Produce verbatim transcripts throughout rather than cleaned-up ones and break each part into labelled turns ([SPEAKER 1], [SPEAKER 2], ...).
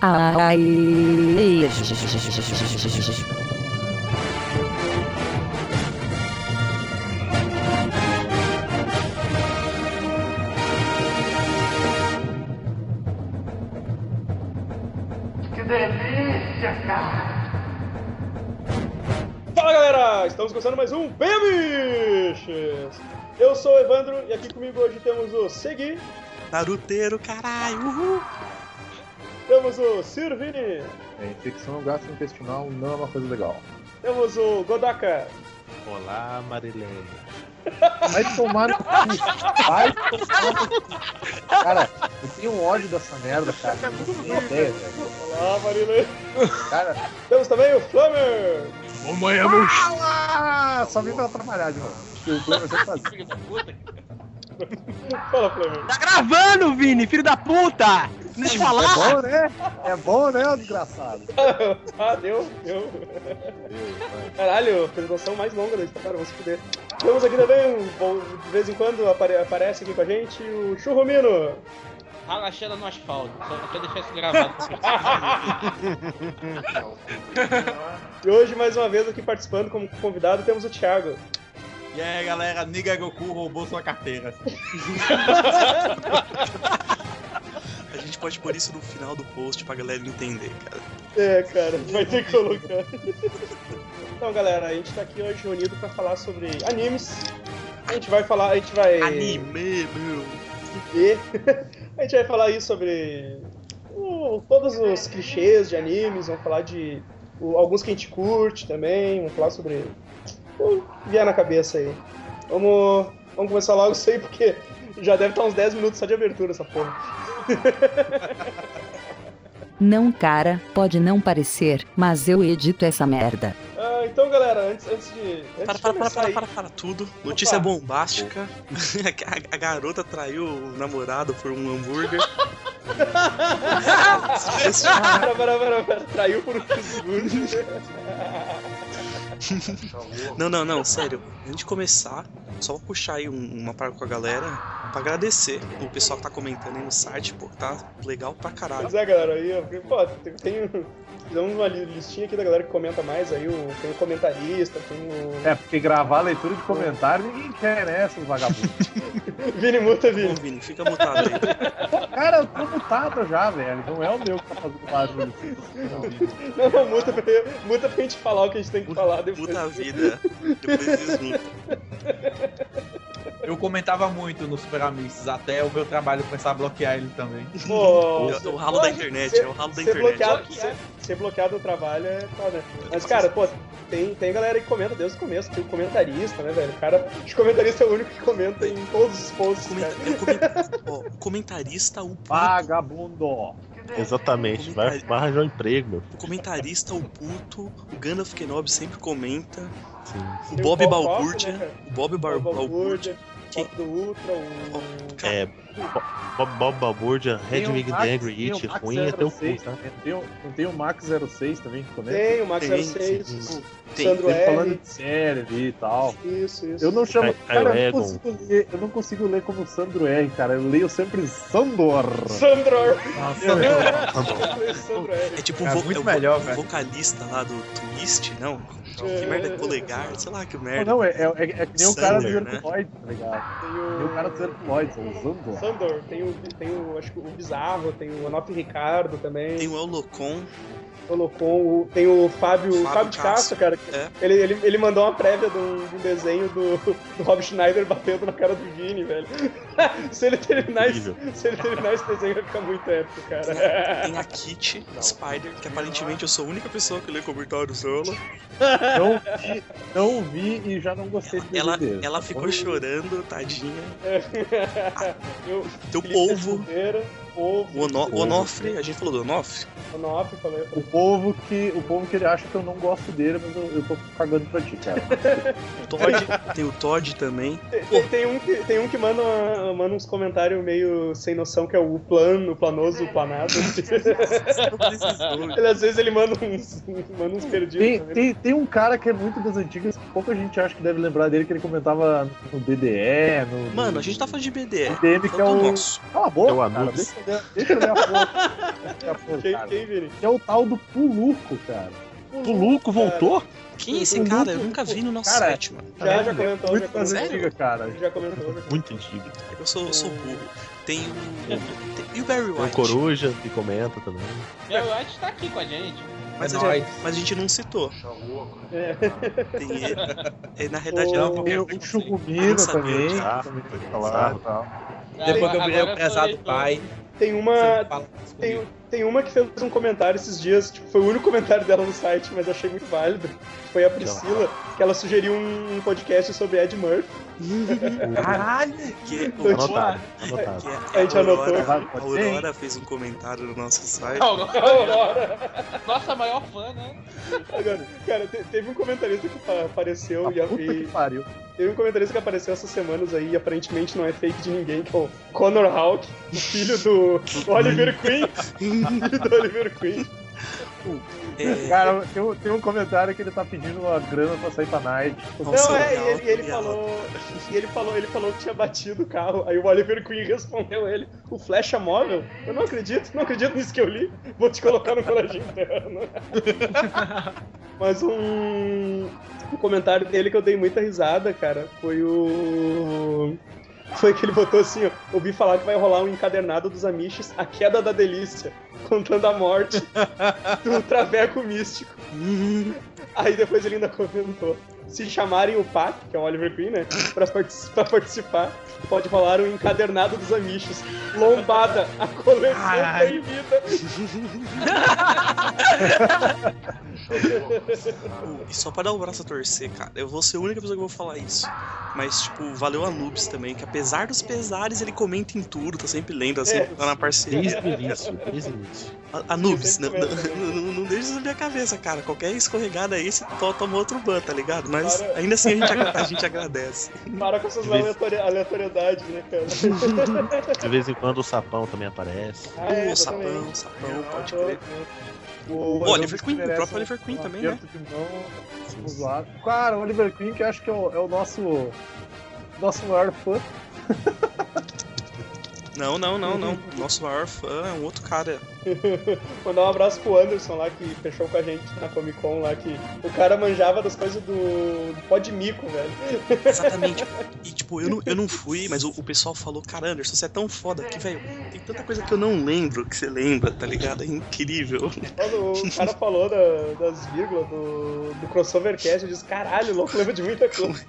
[SPEAKER 1] Ai.
[SPEAKER 2] Que delícia, cara!
[SPEAKER 3] Fala galera, estamos começando mais um Venha Bichos! Eu sou o Evandro e aqui comigo hoje temos o Segui.
[SPEAKER 4] Naruteiro, caralho! Uhul.
[SPEAKER 3] Temos o Sirvini.
[SPEAKER 5] É, infecção gastrointestinal não é uma coisa legal.
[SPEAKER 3] Temos o Godaka.
[SPEAKER 6] Olá, Marilene.
[SPEAKER 5] Vai tomar no cu. Vai tomar no cu. Cara, eu tenho um ódio dessa merda, cara. Não tenho ideia, velho.
[SPEAKER 3] Olá, Marilene.
[SPEAKER 5] Cara,
[SPEAKER 3] temos também o Flamer.
[SPEAKER 5] amanhã, meu. Fala! Só vim pra trabalhar de novo. O Flamer sempre faz.
[SPEAKER 3] Fala, Flamer.
[SPEAKER 7] Tá gravando, Vini, filho da puta! Deixa eu falar!
[SPEAKER 5] É bom, né? É bom, né, desgraçado?
[SPEAKER 3] Ah, deu, deu. Caralho, apresentação mais longa da história, vamos se fuder. Temos aqui também, um, de vez em quando apare- aparece aqui com a gente, o Churrumino.
[SPEAKER 8] Ralachando no asfalto, só pra deixar isso gravado.
[SPEAKER 3] E hoje, mais uma vez, aqui participando como convidado, temos o Thiago.
[SPEAKER 9] E aí galera, Niga Goku roubou sua carteira.
[SPEAKER 4] A gente pode pôr isso no final do post pra galera entender, cara.
[SPEAKER 3] É, cara, vai ter que colocar. Então, galera, a gente tá aqui hoje reunido pra falar sobre animes. A gente vai falar, a gente vai...
[SPEAKER 4] Anime, meu!
[SPEAKER 3] E a gente vai falar aí sobre uh, todos os clichês de animes, vamos falar de uh, alguns que a gente curte também, vamos falar sobre o uh, que vier na cabeça aí. Vamos, vamos começar logo isso aí, porque já deve estar uns dez minutos só de abertura essa porra.
[SPEAKER 1] Não, cara, pode não parecer, mas eu edito essa merda.
[SPEAKER 3] Ah, então, galera, antes, antes de. Antes
[SPEAKER 4] Para,
[SPEAKER 3] de
[SPEAKER 4] para, para,
[SPEAKER 3] começar
[SPEAKER 4] para,
[SPEAKER 3] aí...
[SPEAKER 4] para, para tudo. Notícia
[SPEAKER 3] Opa.
[SPEAKER 4] bombástica. A, a garota traiu o namorado por um hambúrguer.
[SPEAKER 3] para, para, para, para, traiu por um segundo.
[SPEAKER 4] Não, não, não, sério. Antes de começar, só vou puxar aí um, uma parte com a galera pra agradecer o pessoal que tá comentando aí no site, pô, tá legal pra caralho.
[SPEAKER 3] Pois é, galera, aí, ó, pô, tem, tem fizemos uma listinha aqui da galera que comenta mais, aí o, tem o comentarista, tem o...
[SPEAKER 5] É, porque gravar a leitura de comentário ninguém quer, né, seus vagabundos?
[SPEAKER 3] Vini, muta, Vini.
[SPEAKER 4] Ô, Vini, fica mutado aí.
[SPEAKER 5] Cara, eu tô mutado já, velho. Não é o meu que tá fazendo barulho.
[SPEAKER 3] Não, não, muta pra, muta pra gente falar o que a gente tem que
[SPEAKER 4] Puta,
[SPEAKER 3] falar depois.
[SPEAKER 4] puta vida. Depois eles mutam.
[SPEAKER 9] Eu comentava muito nos Super Amigos, até o meu trabalho começar a bloquear ele também.
[SPEAKER 3] Pô,
[SPEAKER 4] É o ralo da internet, é o ralo da
[SPEAKER 3] ser
[SPEAKER 4] internet.
[SPEAKER 3] bloqueado, ser, ser bloqueado no trabalho é foda. Mas, cara, pô, tem, tem galera que comenta desde o começo, tem o comentarista, né, velho? O cara, o comentarista é o único que comenta em todos os posts,
[SPEAKER 4] Comenta,
[SPEAKER 3] cara.
[SPEAKER 4] é o comenta, ó, o comentarista, o puto.
[SPEAKER 5] Vagabundo!
[SPEAKER 6] Exatamente, vai, vai arranjar um emprego, meu.
[SPEAKER 4] O comentarista, o puto, o Gandalf Kenobi sempre comenta.
[SPEAKER 6] Sim.
[SPEAKER 4] O
[SPEAKER 3] Tem
[SPEAKER 4] Bob
[SPEAKER 3] o Bob
[SPEAKER 4] Balbúrdia,
[SPEAKER 3] né, cara?
[SPEAKER 4] o Bob Bar-
[SPEAKER 3] Bob
[SPEAKER 4] Balbúrdia.
[SPEAKER 3] Balbúrdia, Foto do Ultra, o...
[SPEAKER 6] É, Bob, Bob Balbúrdia, Red
[SPEAKER 5] Tem o
[SPEAKER 6] Wing
[SPEAKER 5] Max-
[SPEAKER 6] Dangry,
[SPEAKER 5] tem o
[SPEAKER 6] It,
[SPEAKER 5] Max
[SPEAKER 6] ruim é teu cu,
[SPEAKER 5] zero seis,
[SPEAKER 6] tá?
[SPEAKER 5] Tem o- Não tem o Max zero seis também que comenta?
[SPEAKER 3] Tem o Max
[SPEAKER 4] Tem,
[SPEAKER 3] zero seis,
[SPEAKER 4] sim.
[SPEAKER 3] o
[SPEAKER 4] Tem,
[SPEAKER 3] Sandro
[SPEAKER 5] Ele falando
[SPEAKER 3] R.
[SPEAKER 5] de série ali e tal.
[SPEAKER 3] Isso, isso.
[SPEAKER 5] Eu não chamo.
[SPEAKER 6] Caio
[SPEAKER 5] Cara, eu não,
[SPEAKER 6] Egon.
[SPEAKER 5] consigo ler, eu não consigo ler como Sandro R, cara. Eu leio sempre Sandor.
[SPEAKER 3] Sandro!
[SPEAKER 5] Nossa,
[SPEAKER 3] Sandro R.
[SPEAKER 4] É tipo o
[SPEAKER 9] É
[SPEAKER 4] vo-
[SPEAKER 9] muito
[SPEAKER 4] é o
[SPEAKER 9] melhor,
[SPEAKER 4] vo-
[SPEAKER 9] velho.
[SPEAKER 4] vocalista lá do Twist, não? Que merda é polegar, sei lá que
[SPEAKER 5] não,
[SPEAKER 4] merda.
[SPEAKER 5] não, é, é, é que nem o cara do
[SPEAKER 4] Sandler, né?
[SPEAKER 5] Zerpuloid, tá ligado?
[SPEAKER 3] Tem
[SPEAKER 5] Que nem o cara do Zerpuloid, é o Sandor.
[SPEAKER 3] Sandor, tem o, tem o, acho que o Bizarro, tem o Anof Ricardo também,
[SPEAKER 4] Tem o El Locon.
[SPEAKER 3] o Locon, o- tem o Fábio,
[SPEAKER 4] Fábio
[SPEAKER 3] Fábio de Castro,
[SPEAKER 4] Castro,
[SPEAKER 3] cara.
[SPEAKER 4] é.
[SPEAKER 3] Ele, ele, ele mandou uma prévia de um, de um desenho do, do Rob Schneider batendo na cara do Vini, velho. se, ele terminar esse,
[SPEAKER 6] Incrível.
[SPEAKER 3] se ele terminar esse desenho vai ficar muito épico, cara.
[SPEAKER 4] Tem a Kit Spider, que aparentemente eu sou a única pessoa que lê comentários dela.
[SPEAKER 5] Não vi, não vi e já não gostei do
[SPEAKER 4] Ela,
[SPEAKER 5] dele.
[SPEAKER 4] ela ficou chorando, tadinha.
[SPEAKER 3] Eu,
[SPEAKER 4] Tem o
[SPEAKER 3] Felipe
[SPEAKER 4] Polvo,
[SPEAKER 3] Silveira, Polvo,
[SPEAKER 4] o Ono- o Onofre, a gente falou do Onofre?
[SPEAKER 3] Anof, falei.
[SPEAKER 5] O povo que, o povo que ele acha que eu não gosto dele, mas eu, eu tô cagando pra ti, cara.
[SPEAKER 4] O Todd, tem o Todd também.
[SPEAKER 3] Tem, tem- tem um que, tem um que manda, uma- manda uns comentários meio sem noção, que é o plano, o planoso, o planado.
[SPEAKER 4] Não precisou.
[SPEAKER 3] Ele, às vezes ele manda uns, manda uns perdidos.
[SPEAKER 5] Tem,
[SPEAKER 3] também.
[SPEAKER 5] tem, tem um cara que é muito das antigas, que pouca gente acha que deve lembrar dele, que ele comentava no B D E, no...
[SPEAKER 4] Mano, a gente tá falando de B D E.
[SPEAKER 5] no D M, que é
[SPEAKER 4] Falando do
[SPEAKER 5] o...
[SPEAKER 4] nosso.
[SPEAKER 5] Cala a boca,
[SPEAKER 6] É o
[SPEAKER 5] cara,
[SPEAKER 6] Anubis.
[SPEAKER 5] deixa Deixa eu ver a foto.
[SPEAKER 3] Quem, quem, Vini?
[SPEAKER 5] Que é o tal do Puluco, cara.
[SPEAKER 6] Puluco voltou?
[SPEAKER 4] Quem é esse cara? Eu nunca vi no nosso
[SPEAKER 5] Cara,
[SPEAKER 4] site, mano.
[SPEAKER 3] Já, já comentou, já
[SPEAKER 5] Muito mais
[SPEAKER 3] comentou.
[SPEAKER 5] antiga, cara.
[SPEAKER 3] Já comentou. Já
[SPEAKER 6] Muito antigo.
[SPEAKER 4] É que eu sou, sou burro. Tem o. tem- E o Barry
[SPEAKER 6] Tem o
[SPEAKER 4] White?
[SPEAKER 6] Coruja que comenta também.
[SPEAKER 8] Meu White tá aqui com a gente.
[SPEAKER 4] Mas,
[SPEAKER 9] É
[SPEAKER 4] a
[SPEAKER 9] nóis.
[SPEAKER 4] gente, mas a gente não citou.
[SPEAKER 3] É.
[SPEAKER 4] Tem ele. É, na realidade,
[SPEAKER 3] O-
[SPEAKER 4] não.
[SPEAKER 5] Tem o Chugumino
[SPEAKER 4] Não sabia,
[SPEAKER 5] também.
[SPEAKER 6] já.
[SPEAKER 5] também
[SPEAKER 6] Foi
[SPEAKER 5] falado e tal.
[SPEAKER 9] Depois que eu virei
[SPEAKER 8] Agora
[SPEAKER 9] o prezado
[SPEAKER 8] sou eu,
[SPEAKER 9] pai.
[SPEAKER 3] Tem uma.
[SPEAKER 9] sempre fala isso
[SPEAKER 3] Tem,
[SPEAKER 9] comigo.
[SPEAKER 3] tem uma que fez um comentário esses dias, tipo, foi o único comentário dela no site, mas eu achei muito válido. Foi a Priscila, que ela sugeriu um podcast sobre Ed Murphy.
[SPEAKER 9] Caralho!
[SPEAKER 4] Que é,
[SPEAKER 3] Então,
[SPEAKER 6] Anotado, anotado.
[SPEAKER 4] que é
[SPEAKER 3] A gente
[SPEAKER 4] Aurora,
[SPEAKER 3] anotou.
[SPEAKER 4] a Aurora fez um comentário no nosso site.
[SPEAKER 3] Aurora.
[SPEAKER 8] Nossa maior fã, né?
[SPEAKER 3] Agora, cara, te- teve um comentarista que pa- apareceu
[SPEAKER 5] A
[SPEAKER 3] e,
[SPEAKER 5] puta que
[SPEAKER 3] e
[SPEAKER 5] pariu.
[SPEAKER 3] teve um comentarista que apareceu essas semanas aí e aparentemente não é fake de ninguém, que é o Connor Hawke, o filho do, do Oliver Queen. filho do Oliver Queen.
[SPEAKER 4] É,
[SPEAKER 5] Cara, tem um, tem um comentário que ele tá pedindo uma grana pra sair pra night.
[SPEAKER 4] Nossa,
[SPEAKER 3] Não, é, e
[SPEAKER 4] legal,
[SPEAKER 3] ele, e ele
[SPEAKER 4] legal.
[SPEAKER 3] falou. E ele falou, ele falou que tinha batido o carro. Aí o Oliver Queen respondeu ele, o Flecha móvel? Eu não acredito, não acredito nisso que eu li. Vou te colocar no colégio interno. Mas um, um comentário dele que eu dei muita risada, cara, foi o. Foi que ele botou assim, ó, ouvi falar que vai rolar um encadernado dos Amish, A Queda da Delícia, contando a morte do Traveco Místico. Aí depois ele ainda comentou, se chamarem o Pac, que é o Oliver Queen, né, pra, partici- pra participar, pode rolar um encadernado dos Amish, Lombada, a coleção
[SPEAKER 9] Ai.
[SPEAKER 3] tem vida.
[SPEAKER 4] E só pra dar o braço a torcer, cara, eu vou ser a única pessoa que vou falar isso. Mas, tipo, valeu a Noobs também, que apesar dos pesares, ele comenta em tudo, tá sempre lendo, assim,
[SPEAKER 3] É.
[SPEAKER 4] tá na parceria.
[SPEAKER 6] Desde o início, desde o início.
[SPEAKER 4] A, a Noobs, não,
[SPEAKER 3] sempre
[SPEAKER 4] não,
[SPEAKER 3] comenta, né?
[SPEAKER 4] não, não deixa isso na minha cabeça, cara. Qualquer escorregada aí, você to- toma outro ban, tá ligado? Mas
[SPEAKER 3] Para.
[SPEAKER 4] ainda assim a gente, agra- a gente agradece.
[SPEAKER 3] Para com essas aleatori- aleatoriedades, né, cara?
[SPEAKER 6] De vez em quando o sapão também aparece.
[SPEAKER 3] Ah,
[SPEAKER 4] Pô,
[SPEAKER 3] é,
[SPEAKER 4] sapão,
[SPEAKER 3] exatamente.
[SPEAKER 4] sapão, pode
[SPEAKER 3] Tô-
[SPEAKER 4] crer.
[SPEAKER 3] O
[SPEAKER 4] O Oliver Queen, o próprio Oliver Queen também, né?
[SPEAKER 5] De mão, zoado. Cara, o Oliver Queen, que eu acho que é o, é o nosso, nosso maior fã.
[SPEAKER 4] Não, não, não, não. Nosso maior fã é um outro cara.
[SPEAKER 3] Mandar um abraço pro Anderson lá, que fechou com a gente na Comic Con lá, que o cara manjava das coisas do, do pó de mico, velho.
[SPEAKER 4] Exatamente. E tipo, eu não, eu não fui, mas o, o pessoal falou, cara, Anderson, você é tão foda que, velho, tem tanta coisa que eu não lembro que você lembra, tá ligado? É incrível.
[SPEAKER 3] Quando o cara falou da- das vírgulas do, do crossover cast, eu disse, caralho, o louco lembra de muita coisa.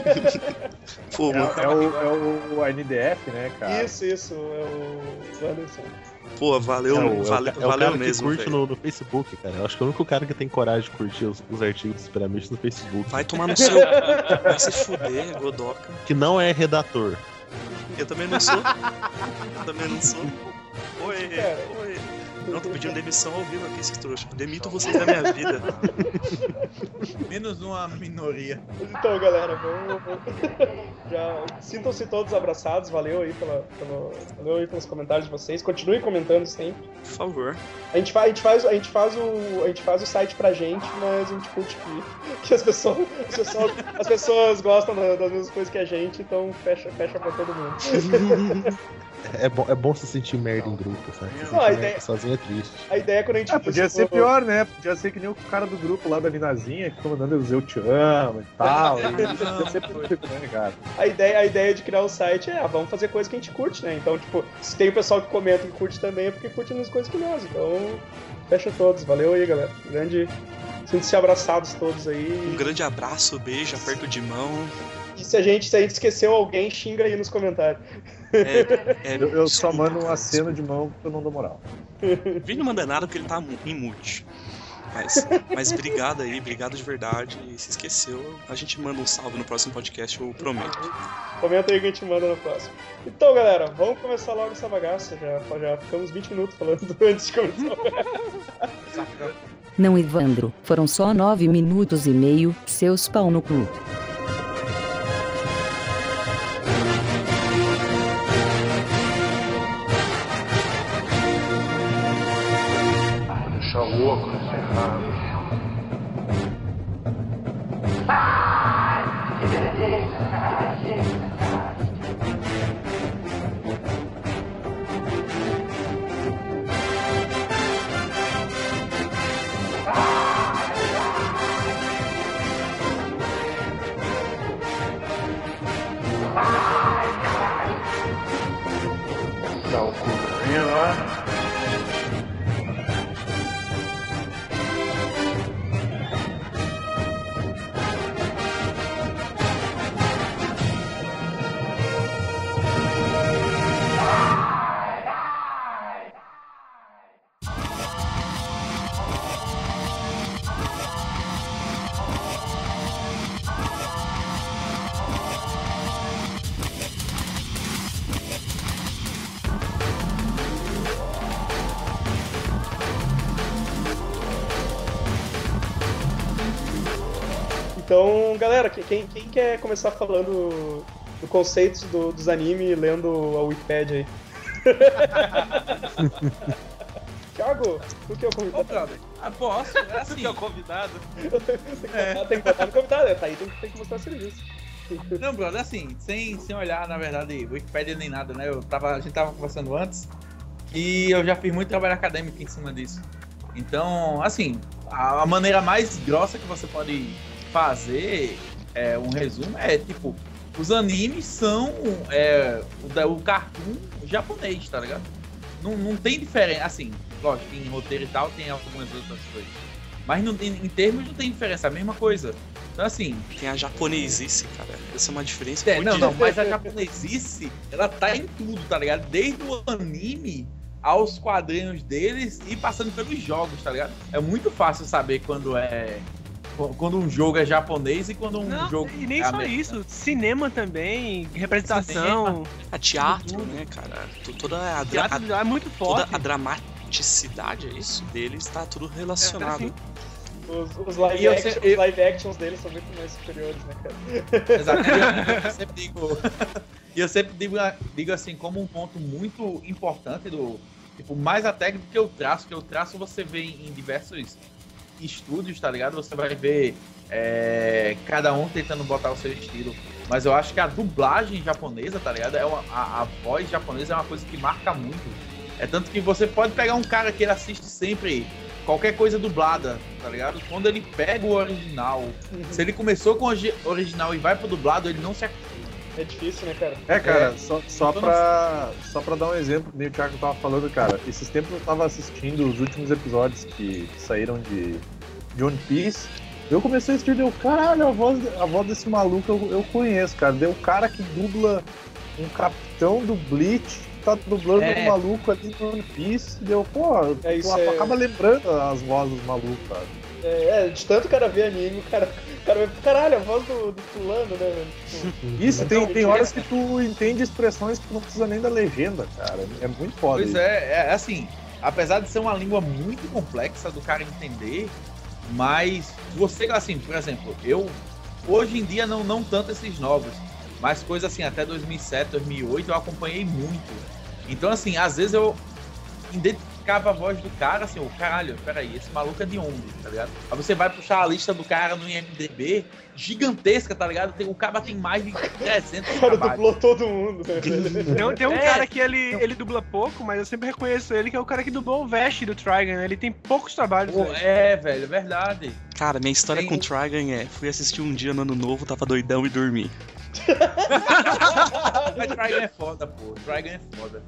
[SPEAKER 4] Pô, mano,
[SPEAKER 5] É, é o, é o N D F, né, cara?
[SPEAKER 3] Isso, isso, é o Anderson.
[SPEAKER 4] pô, valeu,
[SPEAKER 6] É o, é o
[SPEAKER 4] valeu,
[SPEAKER 6] ca- é o
[SPEAKER 4] valeu
[SPEAKER 6] cara
[SPEAKER 4] mesmo,
[SPEAKER 6] que curte
[SPEAKER 4] velho.
[SPEAKER 6] no, no Facebook, cara. Eu acho que é o único cara que tem coragem de curtir os, os artigos dos Pirâmides no Facebook.
[SPEAKER 4] Vai tomar no seu. Vai se fuder, Godoka.
[SPEAKER 6] Que não é redator.
[SPEAKER 4] Eu também não sou. Eu também não sou. Oi,
[SPEAKER 3] Cara.
[SPEAKER 4] oi. Não, tô pedindo demissão ao vivo aqui, esses trouxas. Demito vocês da minha vida.
[SPEAKER 9] Menos uma minoria.
[SPEAKER 3] Então, galera, vamos, vamos- já sintam-se todos abraçados, valeu aí, pela, pela- valeu aí pelos comentários de vocês, continuem comentando sempre.
[SPEAKER 4] Por favor.
[SPEAKER 3] A gente, faz, a, gente faz, a, gente faz o, a gente faz o site pra gente, mas a gente curte que, que as, pessoas, as, pessoas, as pessoas gostam da- das mesmas coisas que a gente, então fecha, fecha pra todo mundo.
[SPEAKER 6] É bom, é bom se sentir merda em grupo, sabe? Se
[SPEAKER 3] Não, a
[SPEAKER 6] sentir
[SPEAKER 3] ideia-
[SPEAKER 6] merda sozinho é triste.
[SPEAKER 3] A ideia é quando a gente...
[SPEAKER 5] Ah, podia ser pior, né? Podia ser que nem o cara do grupo lá da Linazinha que ficou mandando eu te amo e tal. E podia ser perfeito, né, cara?
[SPEAKER 3] A ideia, a ideia de criar o site é, ah, vamos fazer coisa que a gente curte, né? Então, tipo, se tem o pessoal que comenta que curte também, é porque curte as coisas que nós. Então, fecha todos. Valeu aí, galera. Grande... Sintam-se abraçados todos
[SPEAKER 4] Um
[SPEAKER 3] aí.
[SPEAKER 4] grande abraço, beijo, aperto de mão.
[SPEAKER 3] E se a gente, se a gente esqueceu alguém, xinga aí nos comentários.
[SPEAKER 4] É, é,
[SPEAKER 5] Eu, eu só
[SPEAKER 4] desculpa,
[SPEAKER 5] mando um
[SPEAKER 4] cara,
[SPEAKER 5] aceno de mão porque eu não dou moral.
[SPEAKER 4] Vini não manda nada porque ele tá mu- em mute. Mas, mas obrigado aí, obrigado de verdade. E se esqueceu, a gente manda um salve no próximo podcast, eu prometo.
[SPEAKER 3] Comenta aí que a gente manda no próximo. Então, galera, vamos começar logo essa bagaça. Já, já ficamos vinte minutos falando antes de começar.
[SPEAKER 1] Não, Evandro, foram só nove minutos e meio, seus pau no cu.
[SPEAKER 2] Deixa louco, né?
[SPEAKER 3] Então, galera, quem, quem quer começar falando do conceito do, dos animes lendo a Wikipedia aí? Thiago, tu que é o convidado?
[SPEAKER 9] Ô, brother, ah, posso? É
[SPEAKER 8] Tu
[SPEAKER 9] assim.
[SPEAKER 8] que é o convidado?
[SPEAKER 3] É. Tem que botar no convidado, tá aí, tem, tem que mostrar serviço.
[SPEAKER 9] Não, brother, assim, sem, sem olhar, na verdade, Wikipedia nem nada, né? Eu tava, a gente tava conversando antes e eu já fiz muito trabalho acadêmico em cima disso. Então, assim, a, a maneira mais grossa que você pode fazer é, um resumo é, tipo, os animes são é, o, o cartoon japonês, tá ligado? Não, não tem diferença, assim, lógico, em roteiro e tal tem algumas outras coisas. Mas não, em, em termos não tem diferença, é a mesma coisa. Então, assim...
[SPEAKER 4] Tem a japonesice, cara. Essa é uma diferença.
[SPEAKER 9] É, não, não, mas a japonesice, ela tá em tudo, tá ligado? Desde o anime aos quadrinhos deles e passando pelos jogos, tá ligado? É muito fácil saber quando é... Quando um jogo é japonês e quando um
[SPEAKER 7] Não,
[SPEAKER 9] jogo
[SPEAKER 7] e nem
[SPEAKER 9] é
[SPEAKER 7] só
[SPEAKER 9] americano.
[SPEAKER 7] isso, cinema também, representação.
[SPEAKER 4] A teatro, né, cara? T- Toda a, dra-
[SPEAKER 7] Teatro
[SPEAKER 4] a-
[SPEAKER 7] é muito
[SPEAKER 4] toda
[SPEAKER 7] forte.
[SPEAKER 4] a dramaticidade, é isso, deles tá tudo relacionado.
[SPEAKER 7] É, assim.
[SPEAKER 3] Os, os live,
[SPEAKER 9] E eu
[SPEAKER 3] action,
[SPEAKER 9] sei- eu-
[SPEAKER 3] os live actions deles são muito mais superiores, né, cara?
[SPEAKER 9] Exato. E eu sempre digo, e eu sempre digo, digo assim, como um ponto muito importante do, tipo, mais até do que o traço, que o traço você vê em diversos estúdios, tá ligado? Você vai ver é, cada um tentando botar o seu estilo. Mas eu acho que a dublagem japonesa, tá ligado? É uma, a, a voz japonesa é uma coisa que marca muito. É tanto que você pode pegar um cara que ele assiste sempre qualquer coisa dublada, tá ligado? Quando ele pega o original, se ele começou com o origi- original e vai pro dublado, ele não se acostuma.
[SPEAKER 3] É difícil, né, cara?
[SPEAKER 5] É, cara,
[SPEAKER 9] É.
[SPEAKER 5] só, só, pra, só pra dar um exemplo, nem o Thiago tava falando, cara, esses tempos eu tava assistindo os últimos episódios que, que saíram de, de One Piece, eu comecei a assistir e deu, caralho, a voz, a voz desse maluco eu, eu conheço, cara, deu um cara que dubla um capitão do Bleach, tá dublando
[SPEAKER 9] É.
[SPEAKER 5] um maluco ali no One Piece, deu, pô,
[SPEAKER 3] É, isso
[SPEAKER 5] tu
[SPEAKER 3] é-
[SPEAKER 5] acaba lembrando as vozes dos malucos, cara.
[SPEAKER 3] É, é, de tanto cara ver anime, o cara, o cara vai, caralho, a voz do, do fulano, né, velho? Tipo,
[SPEAKER 5] Isso, tem, tem
[SPEAKER 3] Não,
[SPEAKER 5] horas que tu entende expressões que tu não precisa nem da legenda, cara, é muito foda
[SPEAKER 9] Pois
[SPEAKER 5] isso.
[SPEAKER 9] é, é assim, apesar de ser uma língua muito complexa do cara entender, mas você, assim, por exemplo, eu hoje em dia não, não tanto esses novos, mas coisas assim, até dois mil e sete, dois mil e oito eu acompanhei muito. Então, assim, às vezes eu identificava a voz do cara, assim, o caralho, peraí, esse maluco é de onde, tá ligado? Aí você vai puxar a lista do cara no I M D B, gigantesca, tá ligado? Tem, o cara tem mais de trezentos
[SPEAKER 3] O cara
[SPEAKER 9] trabalhos.
[SPEAKER 3] dublou todo mundo, né, velho?
[SPEAKER 7] Tem, tem um
[SPEAKER 9] É.
[SPEAKER 7] cara que ele, ele dubla pouco, mas eu sempre reconheço ele, que é o cara que dublou o Vest do Trigun. Ele tem poucos trabalhos.
[SPEAKER 9] Pô,
[SPEAKER 7] velho.
[SPEAKER 9] é, velho, é verdade.
[SPEAKER 4] Cara, minha história
[SPEAKER 9] Tem-
[SPEAKER 4] com Trigun é: fui assistir um dia no ano novo, tava doidão e dormi.
[SPEAKER 9] Mas Trigun é foda, pô. Trigun é foda.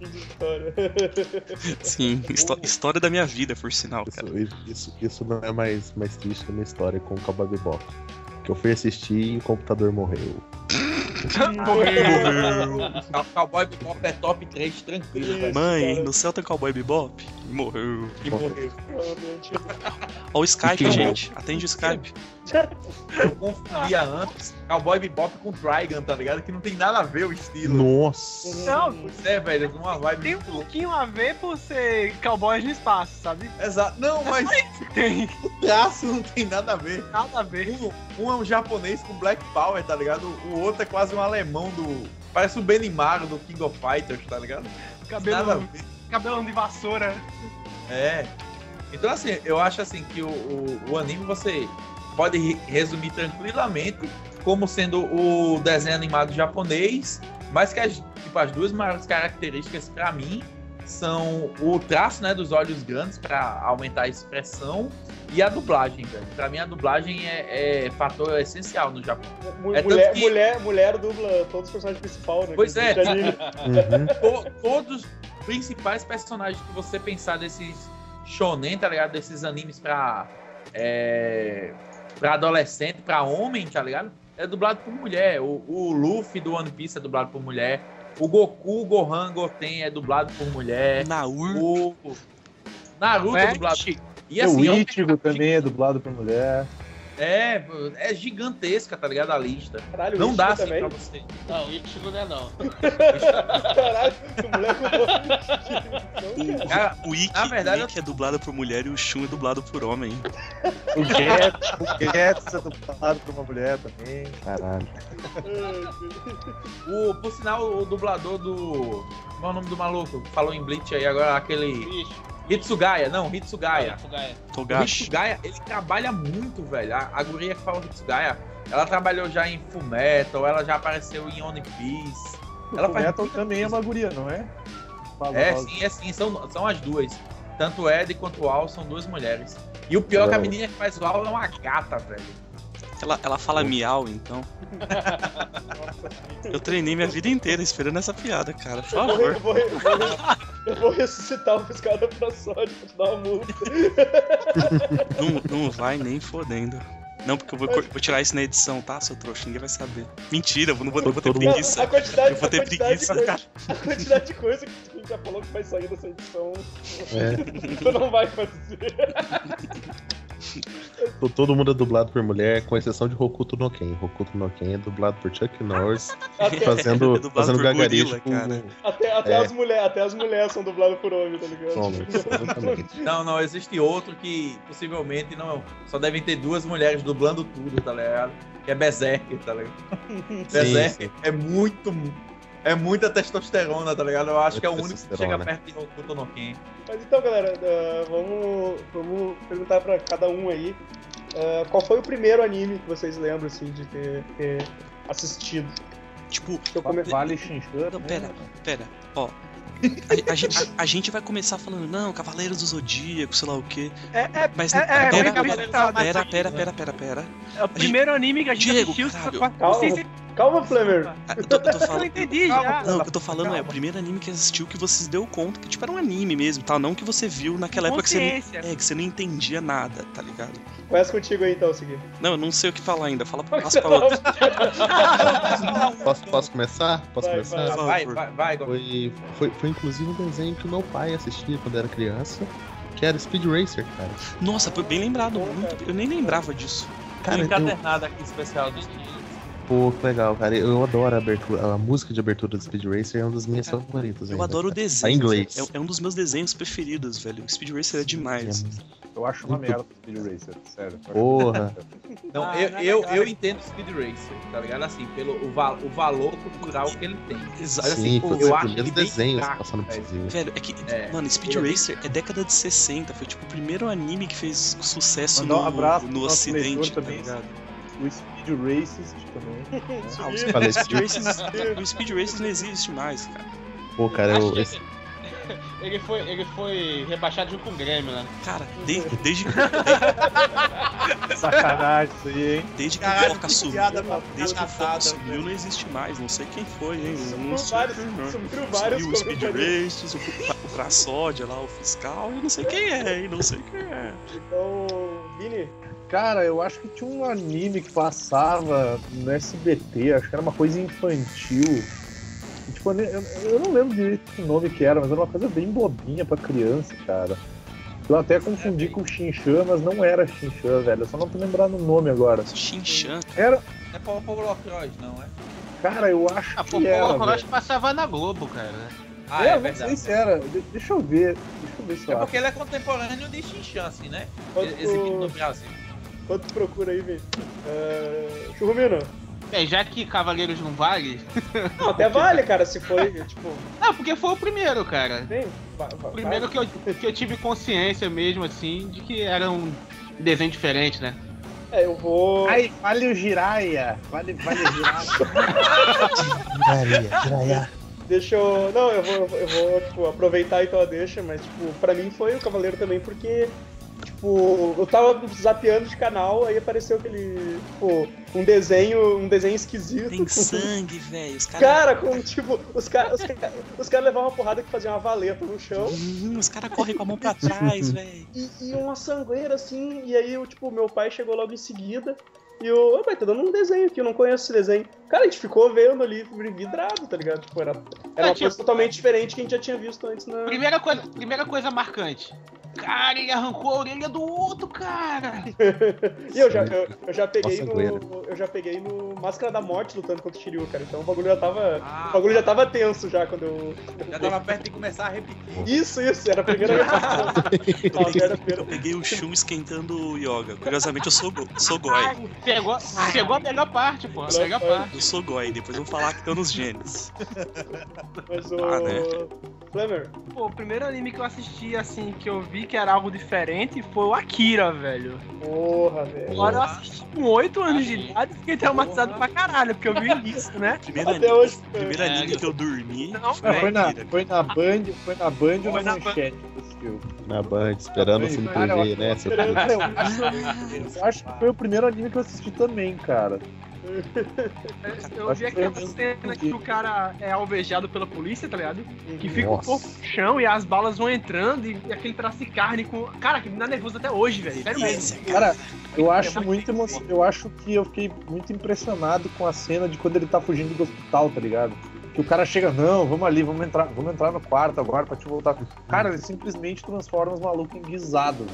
[SPEAKER 4] Sim, histó- história da minha vida, por sinal, cara.
[SPEAKER 6] Isso, isso, isso não é mais, mais triste que a minha história com o Cowboy Bebop. Que eu fui assistir e o computador morreu.
[SPEAKER 9] Cow- Cowboy Bebop é top três, tranquilo, velho.
[SPEAKER 4] Mãe,
[SPEAKER 3] cara.
[SPEAKER 4] no céu tem Cowboy Bebop? E morreu.
[SPEAKER 9] E morreu.
[SPEAKER 4] Ó o Skype, gente. Atende o Skype.
[SPEAKER 9] Eu confundia antes Cowboy Bebop com Trigun, tá ligado? Que não tem nada a ver o estilo.
[SPEAKER 6] Nossa!
[SPEAKER 7] Não,
[SPEAKER 9] Pois é, velho, uma vibe
[SPEAKER 7] tem um
[SPEAKER 9] muito louca.
[SPEAKER 7] pouquinho a ver por ser cowboys no espaço, sabe?
[SPEAKER 9] Exato. Não, mas
[SPEAKER 7] Tem
[SPEAKER 9] o traço não tem nada a ver.
[SPEAKER 7] nada a ver.
[SPEAKER 9] Um, um é um japonês com Black Power, tá ligado? O outro é quase um alemão do... Parece o Benimaru do King of Fighters, tá ligado? Nada a
[SPEAKER 7] Cabelo,
[SPEAKER 9] ver.
[SPEAKER 7] cabelão de vassoura.
[SPEAKER 9] É. Então, assim, eu acho assim que o, o, o anime você pode re- resumir tranquilamente como sendo o desenho animado japonês, mas que as, tipo, as duas maiores características pra mim são o traço, né, dos olhos grandes pra aumentar a expressão e a dublagem, velho. Pra mim a dublagem é, é fator essencial no Japão.
[SPEAKER 3] Mu-
[SPEAKER 9] É tanto
[SPEAKER 3] mulher,
[SPEAKER 9] que-
[SPEAKER 3] mulher, mulher dubla todos os personagens principais, né?
[SPEAKER 9] Pois é.
[SPEAKER 3] De anime.
[SPEAKER 6] Uhum.
[SPEAKER 9] To- todos os principais personagens que você pensar desses shonen, tá ligado? Desses animes pra, é, pra adolescente, pra homem, tá ligado? É dublado por mulher. O, o Luffy do One Piece é dublado por mulher. O Goku, o Gohan, Goten é dublado por mulher.
[SPEAKER 4] Naur.
[SPEAKER 9] O Naruto é dublado.
[SPEAKER 7] Vest.
[SPEAKER 9] E assim,
[SPEAKER 5] o
[SPEAKER 9] é um-
[SPEAKER 5] Ichigo também é dublado por mulher.
[SPEAKER 9] É, é gigantesca, tá ligado? A lista.
[SPEAKER 3] Caralho,
[SPEAKER 9] não
[SPEAKER 3] o
[SPEAKER 9] dá
[SPEAKER 3] Ichigo
[SPEAKER 9] assim
[SPEAKER 3] também?
[SPEAKER 9] pra você.
[SPEAKER 8] Não, o Ichigo não é não.
[SPEAKER 3] Caralho, o moleque não, cara.
[SPEAKER 4] O, o Ikki,
[SPEAKER 9] na verdade,
[SPEAKER 4] o Ikki é dublado por mulher e o Shun é dublado por homem.
[SPEAKER 5] O Getz, o Getz é dublado por uma mulher também.
[SPEAKER 6] Caralho.
[SPEAKER 9] O, por sinal, o dublador do... Qual é o nome do maluco? Falou em Bleach aí agora, aquele...
[SPEAKER 8] Bicho.
[SPEAKER 9] Hitsugaya, não, Hitsugaya.
[SPEAKER 8] Hitsugaya.
[SPEAKER 9] O
[SPEAKER 4] Togashi.
[SPEAKER 9] Hitsugaya, ele trabalha muito, velho. A, a guria que fala o Hitsugaya, ela trabalhou já em Fullmetal, ela já apareceu em One Piece. Ela
[SPEAKER 5] O
[SPEAKER 9] faz
[SPEAKER 5] Metal
[SPEAKER 9] muita
[SPEAKER 5] também é
[SPEAKER 9] coisa.
[SPEAKER 5] uma guria, não é? Fala,
[SPEAKER 9] É,
[SPEAKER 5] fala.
[SPEAKER 9] sim, é sim, são, são as duas. Tanto o Ed quanto o Al são duas mulheres. E o pior é que a menina que faz o Al é uma gata, velho.
[SPEAKER 4] Ela, ela fala miau, então. Eu treinei minha vida inteira esperando essa piada, cara. Por
[SPEAKER 3] Eu vou,
[SPEAKER 4] favor.
[SPEAKER 3] eu, vou, eu, vou, eu vou ressuscitar o fiscal da ProSoja pra te dar uma multa.
[SPEAKER 4] Não, não vai nem fodendo. Não, porque eu vou, cor- vou tirar isso na edição, tá, seu trouxa? Ninguém vai saber. Mentira, eu não vou, eu vou ter
[SPEAKER 6] Todo mundo-
[SPEAKER 4] preguiça.
[SPEAKER 3] A quantidade,
[SPEAKER 4] Eu vou ter
[SPEAKER 3] a quantidade de
[SPEAKER 4] preguiça,
[SPEAKER 3] coisa,
[SPEAKER 4] cara.
[SPEAKER 3] a quantidade de coisa que a gente já falou que vai sair dessa edição,
[SPEAKER 6] É.
[SPEAKER 3] tu não vai fazer.
[SPEAKER 6] To- Todo mundo é dublado por mulher, com exceção de Hokuto no Ken. Hokuto no Ken é dublado por Chuck Norris,
[SPEAKER 3] Até,
[SPEAKER 6] fazendo,
[SPEAKER 4] É dublado
[SPEAKER 6] fazendo
[SPEAKER 4] por
[SPEAKER 6] gagarejo
[SPEAKER 4] gorila,
[SPEAKER 6] com...
[SPEAKER 4] cara.
[SPEAKER 3] até, até,
[SPEAKER 6] É.
[SPEAKER 3] as mulher, até as mulheres são dubladas por homem, tá ligado?
[SPEAKER 6] Homem, exatamente.
[SPEAKER 9] Não, não, existe outro que possivelmente não. Só devem ter duas mulheres dublando tudo, tá ligado? Que é Berserk, tá ligado? Berserk
[SPEAKER 6] sim.
[SPEAKER 9] é muito. É muita testosterona, tá ligado? Eu acho
[SPEAKER 6] Muita
[SPEAKER 9] que é o único que chega
[SPEAKER 6] testosterona.
[SPEAKER 9] perto de Hokuto no Ken.
[SPEAKER 3] Mas então, galera, uh, vamos, vamos perguntar pra cada um aí uh, qual foi o primeiro anime que vocês lembram, assim, de ter, ter assistido.
[SPEAKER 4] Tipo,
[SPEAKER 3] Eu come...
[SPEAKER 5] Vale Shinshan.
[SPEAKER 4] não,
[SPEAKER 5] né?
[SPEAKER 4] pera, pera, ó. A, a gente, a- a gente vai começar falando, não, Cavaleiros do Zodíaco, sei lá o quê.
[SPEAKER 7] É, é,
[SPEAKER 4] Mas
[SPEAKER 7] é, é,
[SPEAKER 4] pera,
[SPEAKER 7] bem
[SPEAKER 4] pera,
[SPEAKER 7] apresentado.
[SPEAKER 4] pera, pera, pera, pera, pera.
[SPEAKER 7] É o primeiro anime que a gente
[SPEAKER 4] Diego,
[SPEAKER 7] assistiu.
[SPEAKER 4] caralho.
[SPEAKER 7] com a
[SPEAKER 3] Calma,
[SPEAKER 7] consciência-
[SPEAKER 3] calma, Flamer.
[SPEAKER 4] Ah, Eu tô, eu tô
[SPEAKER 7] Eu não
[SPEAKER 4] falando.
[SPEAKER 7] entendi
[SPEAKER 9] Calma,
[SPEAKER 7] já.
[SPEAKER 4] Não, o que eu tô falando é o primeiro anime que assistiu que você se deu conta que, tipo, era um anime mesmo, tal. Não que você viu naquela época que você,
[SPEAKER 7] Consciência.
[SPEAKER 4] não, é, que você não entendia nada, tá ligado?
[SPEAKER 3] Começa contigo aí, então, seguinte.
[SPEAKER 4] Não, eu não sei o que falar ainda. Fala passa pra outra.
[SPEAKER 6] Posso, posso começar? Posso
[SPEAKER 3] Vai,
[SPEAKER 6] começar?
[SPEAKER 3] vai.
[SPEAKER 4] Por
[SPEAKER 9] Vai,
[SPEAKER 4] favor.
[SPEAKER 9] vai, vai, Gomes.
[SPEAKER 6] Foi, foi, foi inclusive um desenho que o meu pai assistia quando era criança, que era Speed Racer, cara.
[SPEAKER 4] Nossa, foi bem lembrado. Muito, eu nem lembrava disso.
[SPEAKER 6] Cara, eu,
[SPEAKER 9] Encadernado aqui especial dos
[SPEAKER 6] pô, que legal, cara. Eu adoro a abertura, a música de abertura do Speed Racer é uma das minhas favoritas.
[SPEAKER 4] Eu
[SPEAKER 6] ainda,
[SPEAKER 4] adoro o
[SPEAKER 6] cara.
[SPEAKER 4] desenho.
[SPEAKER 6] Em inglês.
[SPEAKER 4] É, é um dos meus desenhos preferidos, velho. Speed Racer é demais.
[SPEAKER 5] Eu acho uma merda o Speed Racer, sério.
[SPEAKER 6] Porra.
[SPEAKER 9] Não,
[SPEAKER 7] Ah,
[SPEAKER 9] eu,
[SPEAKER 7] não é
[SPEAKER 9] eu,
[SPEAKER 7] legal.
[SPEAKER 9] eu entendo Speed Racer, tá ligado? Assim, pelo o, val, o valor cultural que ele tem.
[SPEAKER 4] Exato.
[SPEAKER 9] Mas, assim,
[SPEAKER 6] Sim,
[SPEAKER 9] pô,
[SPEAKER 6] foi
[SPEAKER 9] eu
[SPEAKER 6] os
[SPEAKER 9] acho
[SPEAKER 6] primeiros
[SPEAKER 9] ele bem
[SPEAKER 6] desenhos
[SPEAKER 9] fraco,
[SPEAKER 6] passando
[SPEAKER 9] velho.
[SPEAKER 6] possível.
[SPEAKER 4] Velho, é que,
[SPEAKER 9] É.
[SPEAKER 4] mano, Speed
[SPEAKER 9] Ele é
[SPEAKER 4] Racer é década de sessenta. Foi tipo o primeiro anime que fez sucesso
[SPEAKER 5] Mandar um
[SPEAKER 4] no,
[SPEAKER 5] abraço pro
[SPEAKER 4] no
[SPEAKER 5] nosso
[SPEAKER 4] ocidente,
[SPEAKER 5] leitor
[SPEAKER 4] tá
[SPEAKER 5] também.
[SPEAKER 4] ligado?
[SPEAKER 5] O Speed Racist também.
[SPEAKER 4] Ah, o
[SPEAKER 6] Falei,
[SPEAKER 4] Speed Races, o Speed Races não existe mais, cara.
[SPEAKER 6] Pô, cara, eu, esse,
[SPEAKER 8] Ele foi, ele foi rebaixado junto com o Grêmio, né?
[SPEAKER 4] Cara, desde, desde,
[SPEAKER 5] Sacanagem isso aí, hein?
[SPEAKER 4] desde que
[SPEAKER 9] Caralho,
[SPEAKER 4] o Foca
[SPEAKER 9] que
[SPEAKER 4] sumiu,
[SPEAKER 9] piada pra
[SPEAKER 4] desde que o
[SPEAKER 9] engraçada,
[SPEAKER 4] Foca sumiu, não existe mais. Não sei quem foi, hein?
[SPEAKER 3] Sumiu
[SPEAKER 4] Não sei
[SPEAKER 3] vários-
[SPEAKER 4] quem, não.
[SPEAKER 3] sumiram vários
[SPEAKER 4] Sumiu o Speed
[SPEAKER 3] comentários.
[SPEAKER 4] Races, o, o Praçódia lá, o fiscal, e não sei quem é, hein? Não sei quem é.
[SPEAKER 3] Então, Vini,
[SPEAKER 5] Cara, eu acho que tinha um anime que passava no S B T, acho que era uma coisa infantil. E, tipo, eu, ne- eu- eu não lembro direito o nome que era, mas era uma coisa bem bobinha pra criança, cara. Eu até confundi com o Shinchan, mas não era Shinchan, velho. Eu só não tô lembrando o nome agora.
[SPEAKER 4] Shinchan.
[SPEAKER 5] Era.
[SPEAKER 9] Não é Popolo Locross, não é?
[SPEAKER 5] Cara, eu acho
[SPEAKER 8] Ah, pô,
[SPEAKER 5] que era.
[SPEAKER 8] o Cross
[SPEAKER 5] velho.
[SPEAKER 8] passava na Globo, cara.
[SPEAKER 9] Ah,
[SPEAKER 5] é,
[SPEAKER 9] é,
[SPEAKER 5] eu não sei
[SPEAKER 9] verdade.
[SPEAKER 5] se era. De- deixa eu ver. Deixa eu ver se
[SPEAKER 9] É
[SPEAKER 5] eu acho.
[SPEAKER 9] porque ele é contemporâneo de Shinchan, assim, né?
[SPEAKER 3] Quanto-
[SPEAKER 9] Exibido no Brasil.
[SPEAKER 3] quanto tu procura aí, Vini? Uh, Churrumino.
[SPEAKER 8] Bem, já que Cavaleiros não vale.
[SPEAKER 3] Não, até vale, cara, se foi, tipo.
[SPEAKER 8] Não, porque foi o primeiro, cara.
[SPEAKER 3] Bem, vai, vai,
[SPEAKER 8] O primeiro que eu, que eu tive consciência mesmo, assim, de que era um desenho diferente, né?
[SPEAKER 3] É, eu vou.
[SPEAKER 5] Ai, vale o Jiraiya. Vale, vale o Jiraiya.
[SPEAKER 6] Jiraiya, Jiraiya.
[SPEAKER 3] Deixa eu. Não, eu vou, eu vou, eu vou, tipo, aproveitar então a deixa, mas, tipo, pra mim foi o Cavaleiro também, porque, tipo, eu tava zapeando de canal, aí apareceu aquele, tipo, um desenho, um desenho esquisito.
[SPEAKER 4] Tem sangue, velho. Os caras.
[SPEAKER 3] Cara, com, tipo, os caras os cara, os cara levavam uma porrada que fazia uma valeta no chão.
[SPEAKER 4] Hum, os caras correm com a mão pra trás, velho.
[SPEAKER 3] E, e uma sangueira assim, e aí, eu, tipo, meu pai chegou logo em seguida. E eu, ô pai, tá dando um desenho aqui, eu não conheço esse desenho. Cara, a gente ficou vendo ali, vidrado, tá ligado? Tipo, era, era
[SPEAKER 8] Ah,
[SPEAKER 3] uma
[SPEAKER 8] tipo-
[SPEAKER 3] coisa totalmente diferente que a gente já tinha visto antes na.
[SPEAKER 8] Primeira coisa, primeira coisa marcante. Cara, ele arrancou a orelha do outro, cara.
[SPEAKER 3] E eu já, eu, eu já peguei
[SPEAKER 6] Nossa,
[SPEAKER 3] no.
[SPEAKER 6] Guerra.
[SPEAKER 3] Eu já peguei no Máscara da Morte lutando contra o Shiryu, cara. Então o bagulho já tava.
[SPEAKER 9] Ah,
[SPEAKER 3] o bagulho já tava tenso já quando eu.
[SPEAKER 9] Já tava perto de começar a repetir.
[SPEAKER 3] Isso, isso, era a primeira vez. Ah, era a primeira.
[SPEAKER 4] Eu peguei o Shun esquentando o Yoga. Curiosamente eu sou, go sou Goi.
[SPEAKER 8] Pegou, pegou a melhor parte, pô. A melhor parte.
[SPEAKER 4] Eu sou Goi, depois vão falar que estão nos genes.
[SPEAKER 3] Mas o.
[SPEAKER 4] Ah, né?
[SPEAKER 3] Flamer.
[SPEAKER 7] Pô, o primeiro anime que eu assisti, assim, que eu vi que era algo diferente foi o Akira, velho.
[SPEAKER 3] Porra, velho.
[SPEAKER 7] Agora eu assisti com oito anos de idade e fiquei traumatizado pra caralho, porque eu vi o início, né?
[SPEAKER 4] Primeiro
[SPEAKER 3] Até
[SPEAKER 4] anime,
[SPEAKER 3] hoje.
[SPEAKER 4] primeiro anime que eu dormi.
[SPEAKER 7] Não,
[SPEAKER 5] Ah, foi,
[SPEAKER 7] velho.
[SPEAKER 5] na, foi na Band, foi na Band ou
[SPEAKER 7] Foi
[SPEAKER 5] na
[SPEAKER 7] na Band.
[SPEAKER 5] Manchete que você assistiu?
[SPEAKER 6] Na Band, esperando o Cine
[SPEAKER 5] Cara,
[SPEAKER 6] T V, né? Seu
[SPEAKER 5] Cara,
[SPEAKER 6] filho?
[SPEAKER 5] eu acho- eu acho que foi o primeiro anime que eu assisti também, cara.
[SPEAKER 7] Eu
[SPEAKER 5] Acho
[SPEAKER 7] vi
[SPEAKER 5] que foi
[SPEAKER 7] aquela
[SPEAKER 5] mesmo
[SPEAKER 7] cena
[SPEAKER 5] que-
[SPEAKER 7] que o cara é alvejado pela polícia, tá ligado? Que fica
[SPEAKER 6] Nossa.
[SPEAKER 7] o corpo no chão e as balas vão entrando e, e aquele pedaço de carne com. Cara, que me dá nervoso até hoje, velho. Sério mesmo.
[SPEAKER 5] Cara, eu acho muito emo... eu acho que eu fiquei muito impressionado com a cena de quando ele tá fugindo do hospital, tá ligado? Que o cara chega, não, vamos ali, vamos entrar, vamos entrar no quarto agora pra te voltar. Cara, ele simplesmente transforma os malucos em guisado,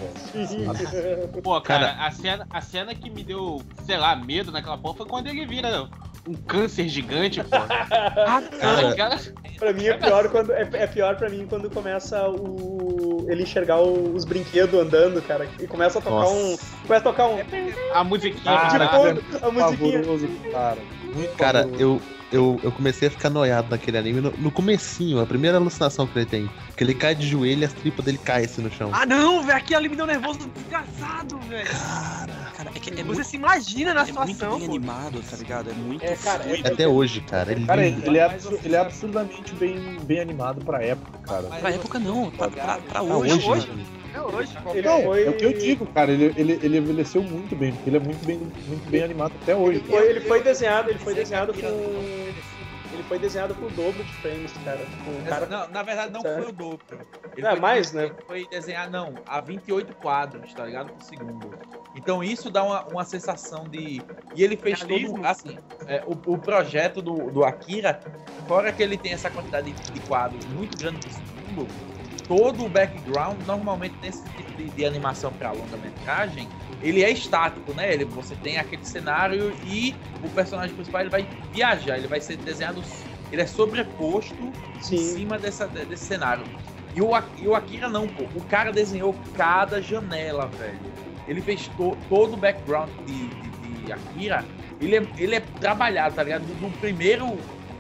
[SPEAKER 5] velho.
[SPEAKER 8] Pô, cara, a cena, a cena que me deu, sei lá, medo naquela porra foi quando ele vira um câncer gigante, pô. Ah,
[SPEAKER 6] Cara,
[SPEAKER 8] cara.
[SPEAKER 3] Pra mim é pior quando. É, é pior pra mim quando começa o. ele enxergar o- os brinquedos andando, cara. E começa a tocar
[SPEAKER 6] Nossa.
[SPEAKER 3] um. Começa a tocar um.
[SPEAKER 8] A musiquinha.
[SPEAKER 5] Cara,
[SPEAKER 3] de fundo, a musiquinha.
[SPEAKER 5] Pavoroso, cara. Muito
[SPEAKER 6] Cara,
[SPEAKER 5] pavoroso.
[SPEAKER 6] eu, eu, eu comecei a ficar noiado naquele anime no, no comecinho, a primeira alucinação que ele tem. Que ele cai de joelho e as tripas dele caem assim no chão.
[SPEAKER 7] Ah, não, velho. Aquilo ali me deu nervoso desgraçado, velho.
[SPEAKER 4] Cara, é que é
[SPEAKER 7] Você
[SPEAKER 4] muito,
[SPEAKER 7] se imagina na
[SPEAKER 4] é muito
[SPEAKER 7] situação,
[SPEAKER 4] bem
[SPEAKER 7] pô.
[SPEAKER 4] animado, tá ligado? É muito
[SPEAKER 3] É, cara, é-
[SPEAKER 4] fluido.
[SPEAKER 6] Até hoje, cara. É lindo.
[SPEAKER 5] Cara, ele, ele é absur- ele é absurdamente bem, bem animado pra época, cara.
[SPEAKER 4] Pra época não, pra, pra, pra
[SPEAKER 6] Ah,
[SPEAKER 4] hoje.
[SPEAKER 6] hoje,
[SPEAKER 7] hoje?
[SPEAKER 6] mano.
[SPEAKER 7] É hoje.
[SPEAKER 3] Ele
[SPEAKER 5] Não,
[SPEAKER 3] foi.
[SPEAKER 5] é o que eu digo, cara. Ele, ele, ele envelheceu muito bem, porque ele é muito bem, muito bem animado até hoje.
[SPEAKER 3] Ele foi, ele foi desenhado, ele foi desenhado com. Ele foi desenhado com o dobro de frames, cara. Com o cara.
[SPEAKER 9] Não, na verdade não
[SPEAKER 3] Sério?
[SPEAKER 9] foi o dobro. Ele
[SPEAKER 3] É,
[SPEAKER 9] foi,
[SPEAKER 3] mais, né?
[SPEAKER 9] Ele foi desenhar, não, a vinte e oito quadros, tá ligado? Por segundo. Então isso dá uma, uma sensação de... E ele fez
[SPEAKER 7] Realismo.
[SPEAKER 9] todo, assim, é, o, o projeto do, do Akira, fora que ele tem essa quantidade de, de quadros muito grande por segundo, todo o background, normalmente nesse tipo de, de animação para longa-metragem, ele é estático, né? Ele, você tem aquele cenário e o personagem principal ele vai viajar, ele vai ser desenhado, ele é sobreposto
[SPEAKER 3] Sim.
[SPEAKER 9] em cima dessa, de- desse cenário. E o, Ak- e o Akira não, pô. O cara desenhou cada janela, velho. Ele fez to- todo o background de, de, de Akira. Ele é, ele é trabalhado, tá ligado? Do, do primeiro.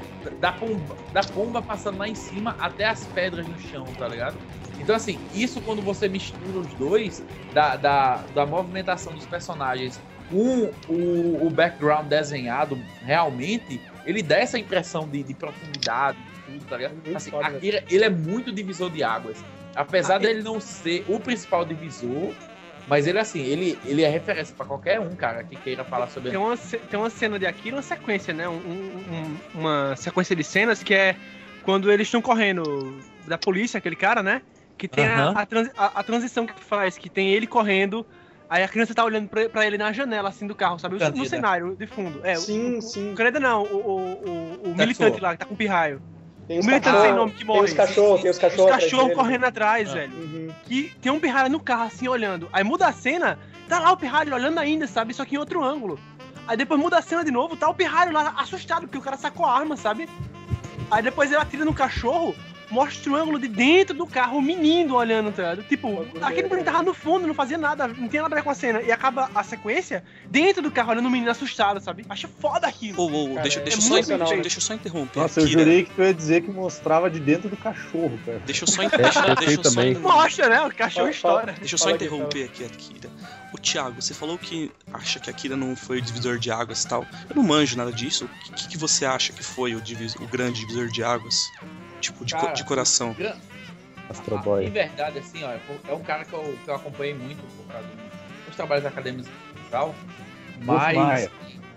[SPEAKER 9] Da pomba, da pomba passando lá em cima até as pedras no chão, tá ligado? Então, assim, isso quando você mistura os dois, da, da, da movimentação dos personagens com o, o background desenhado realmente, ele dá essa impressão de, de profundidade, de tudo, tá ligado?
[SPEAKER 3] Muito
[SPEAKER 9] Assim,
[SPEAKER 3] foda,
[SPEAKER 9] Akira, ele é muito divisor de águas. Apesar dele não ser o principal divisor, mas ele, assim, ele, ele é referência pra qualquer um, cara, que queira falar sobre...
[SPEAKER 7] Tem uma, ce- tem uma cena de Akira, uma sequência, né? Um- um- um- uma sequência de cenas que é quando eles estão correndo da polícia, aquele cara, né? Que tem a-
[SPEAKER 9] Aham.
[SPEAKER 7] a, transi- a- a transição que faz, que tem ele correndo, aí a criança tá olhando pra, pra ele na janela, assim, do carro, sabe? No,
[SPEAKER 9] Candida.
[SPEAKER 7] no cenário, de fundo. É,
[SPEAKER 3] Sim,
[SPEAKER 7] o,
[SPEAKER 3] sim.
[SPEAKER 7] O Caneda não, o, o, o, o
[SPEAKER 9] Tá
[SPEAKER 7] militante
[SPEAKER 9] sua.
[SPEAKER 7] lá, que tá com pirraio.
[SPEAKER 3] Tem
[SPEAKER 7] O
[SPEAKER 3] os
[SPEAKER 7] militante sem nome que
[SPEAKER 3] cachorros. Tem
[SPEAKER 7] morre.
[SPEAKER 3] os cachorros, tem os
[SPEAKER 7] Os
[SPEAKER 3] cachorros. atrás
[SPEAKER 7] cachorros
[SPEAKER 3] dele.
[SPEAKER 7] correndo atrás, velho.
[SPEAKER 3] Uhum.
[SPEAKER 7] Que tem um pirralho no carro, assim, olhando. Aí muda a cena, tá lá o pirralho olhando ainda, sabe? Só que em outro ângulo. Aí depois muda a cena de novo, tá o pirralho lá assustado, porque o cara sacou a arma, sabe? Aí depois ele atira no cachorro, mostra o ângulo de dentro do carro, o menino olhando, tá ligado? Tipo, aquele menino tava no fundo, não fazia nada, não tinha nada a ver com a cena. E acaba a sequência dentro do carro, olhando o menino assustado, sabe? Acho foda aquilo.
[SPEAKER 4] Ô, ô,
[SPEAKER 3] Cara,
[SPEAKER 4] deixa,
[SPEAKER 3] é
[SPEAKER 4] deixa,
[SPEAKER 7] muito
[SPEAKER 4] só,
[SPEAKER 3] sensacional,
[SPEAKER 4] inter-
[SPEAKER 3] né?
[SPEAKER 4] deixa eu só interromper.
[SPEAKER 5] Nossa, eu
[SPEAKER 4] Akira.
[SPEAKER 5] jurei que tu ia dizer que mostrava de dentro do cachorro, cara.
[SPEAKER 4] Deixa eu só, deixa, deixa eu só,
[SPEAKER 6] também.
[SPEAKER 7] Mostra, né? O cachorro
[SPEAKER 3] Fala-
[SPEAKER 7] estoura.
[SPEAKER 4] deixa eu só
[SPEAKER 3] Fala aqui,
[SPEAKER 4] interromper aqui, Akira. O Thiago, você falou que acha que Akira não foi o divisor de águas e tal. Eu não manjo nada disso. O que, que você acha que foi o, divis- o grande divisor de águas? Tipo, de, co-
[SPEAKER 9] Cara,
[SPEAKER 4] de coração.
[SPEAKER 9] Gran-
[SPEAKER 6] Astro
[SPEAKER 9] Ah,
[SPEAKER 6] Boy.
[SPEAKER 9] em verdade, assim, ó, é um cara que eu, que eu acompanhei muito por causa dos trabalhos acadêmicos e tal, mas...
[SPEAKER 5] Maia.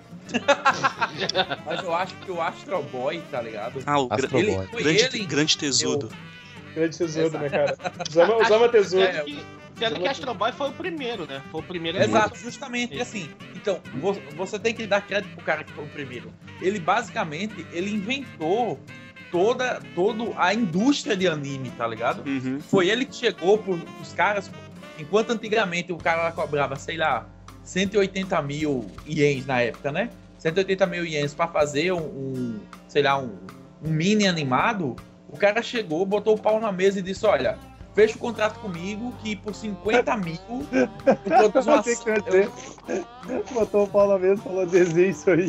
[SPEAKER 9] mas eu acho que o Astro Boy, tá ligado?
[SPEAKER 4] Ah, o gra-
[SPEAKER 6] Astro
[SPEAKER 4] ele,
[SPEAKER 6] Boy.
[SPEAKER 9] Foi
[SPEAKER 4] grande,
[SPEAKER 9] ele,
[SPEAKER 4] grande tesudo.
[SPEAKER 3] Grande tesouro, né, cara? Usama, Usama tesouro.
[SPEAKER 9] É,
[SPEAKER 8] Sendo que, sendo que Astro Boy foi o primeiro, né? Foi o primeiro.
[SPEAKER 9] Exato, justamente, e assim, então, vo- você tem que dar crédito pro cara que foi o primeiro. Ele, basicamente, ele inventou toda, toda a indústria de anime, tá ligado?
[SPEAKER 4] Uhum.
[SPEAKER 9] Foi ele que chegou pros, pros caras, enquanto antigamente o cara cobrava, sei lá, cento e oitenta mil ienes na época, né? cento e oitenta mil ienes pra fazer um, um sei lá, um, um mini animado, o cara chegou, botou o pau na mesa e disse, olha, fecha o contrato comigo que por cinquenta mil eu produzo uma...
[SPEAKER 5] eu... Botou o pau na mesa e falou, desenha isso aí.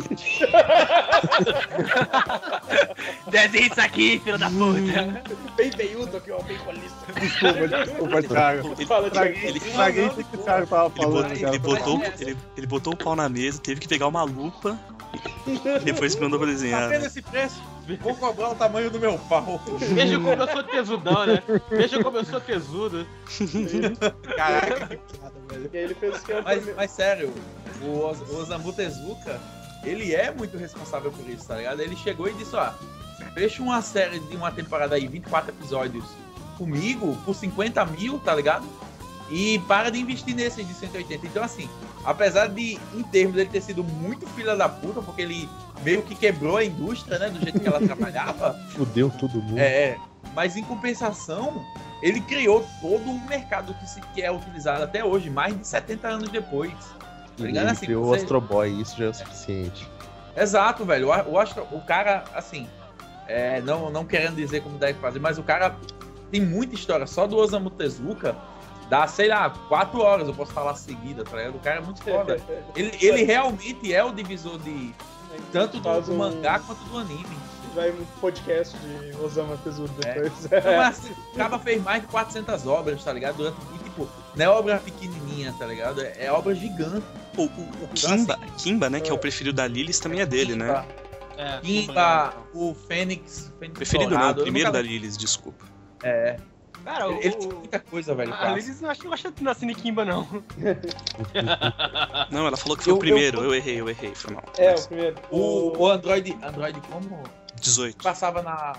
[SPEAKER 7] Desenha isso aqui, filho da puta.
[SPEAKER 3] Bem veiudo aqui, ó, bem colista.
[SPEAKER 5] Desculpa, desculpa, Thiago.
[SPEAKER 4] Ele,
[SPEAKER 3] Fala, Thiago.
[SPEAKER 4] ele,
[SPEAKER 5] Estraguei o que o Thiago tava
[SPEAKER 4] ele,
[SPEAKER 5] falando.
[SPEAKER 4] botou,
[SPEAKER 5] cara.
[SPEAKER 4] ele, botou, ele, ele botou o pau na mesa, teve que pegar uma lupa e depois mandou pra
[SPEAKER 9] Tá
[SPEAKER 4] desenhar.
[SPEAKER 9] vendo
[SPEAKER 4] Né?
[SPEAKER 9] esse preço? Vou cobrar o tamanho do meu pau.
[SPEAKER 8] Veja como eu sou tesudão, né? Veja como eu sou tesudo.
[SPEAKER 9] Caraca, que piada, velho.
[SPEAKER 3] E aí ele fez o que eu
[SPEAKER 9] Mas, mas sério, o, Os- o Osamu Tezuka, ele é muito responsável por isso, tá ligado? Ele chegou e disse, ó, fecha uma série de uma temporada aí, vinte e quatro episódios comigo, por cinquenta mil, tá ligado? E para de investir nesses de cento e oitenta. Então, assim, apesar de, em termos, ele ter sido muito filha da puta, porque ele meio que quebrou a indústria, né, do jeito que ela trabalhava,
[SPEAKER 6] Fudeu todo mundo.
[SPEAKER 9] é, mas em compensação, ele criou todo um mercado que, se, que é utilizado até hoje, mais de setenta anos depois.
[SPEAKER 6] E
[SPEAKER 9] Tá ligado?
[SPEAKER 6] ele
[SPEAKER 9] Assim,
[SPEAKER 6] criou o
[SPEAKER 9] você-
[SPEAKER 6] Astro Boy, isso já é o suficiente.
[SPEAKER 9] Exato, velho. O, o, Astro- o cara, assim, é, não, não querendo dizer como deve fazer, mas o cara tem muita história. Só do Osamu Tezuka dá, sei lá, quatro horas, eu posso falar seguida, tá ligado? O cara é muito foda. Ele, ele realmente é o divisor de tanto do,
[SPEAKER 3] Faz
[SPEAKER 9] do
[SPEAKER 3] um-
[SPEAKER 9] mangá quanto do anime.
[SPEAKER 3] Vai um podcast de Osamu Tezuka
[SPEAKER 9] É.
[SPEAKER 3] depois.
[SPEAKER 9] Então, assim, o cara fez mais de quatrocentas obras, tá ligado? Durante, e, tipo, não é obra pequenininha, tá ligado? É, é obra gigante.
[SPEAKER 4] O, o, o Kimba, Kimba, né, que é o preferido da Lilis, também é dele, né?
[SPEAKER 8] É,
[SPEAKER 9] Kimba, o Fênix, Fênix
[SPEAKER 4] Preferido não,
[SPEAKER 9] Dourado,
[SPEAKER 4] o primeiro
[SPEAKER 9] eu
[SPEAKER 4] da
[SPEAKER 9] nunca-
[SPEAKER 4] Lilis, desculpa.
[SPEAKER 9] É,
[SPEAKER 7] Cara,
[SPEAKER 9] ele,
[SPEAKER 7] o...
[SPEAKER 9] ele tem muita coisa, velho.
[SPEAKER 7] A
[SPEAKER 9] clássico.
[SPEAKER 7] Lilis não acho que gosta de nascer em Kimba, não.
[SPEAKER 4] Não, ela falou que foi
[SPEAKER 9] Eu-
[SPEAKER 4] o primeiro,
[SPEAKER 9] eu-
[SPEAKER 4] eu, errei, eu errei, foi mal.
[SPEAKER 3] É,
[SPEAKER 4] Mas
[SPEAKER 3] o primeiro.
[SPEAKER 9] O, o Android, Android como?
[SPEAKER 4] dezoito.
[SPEAKER 9] Passava na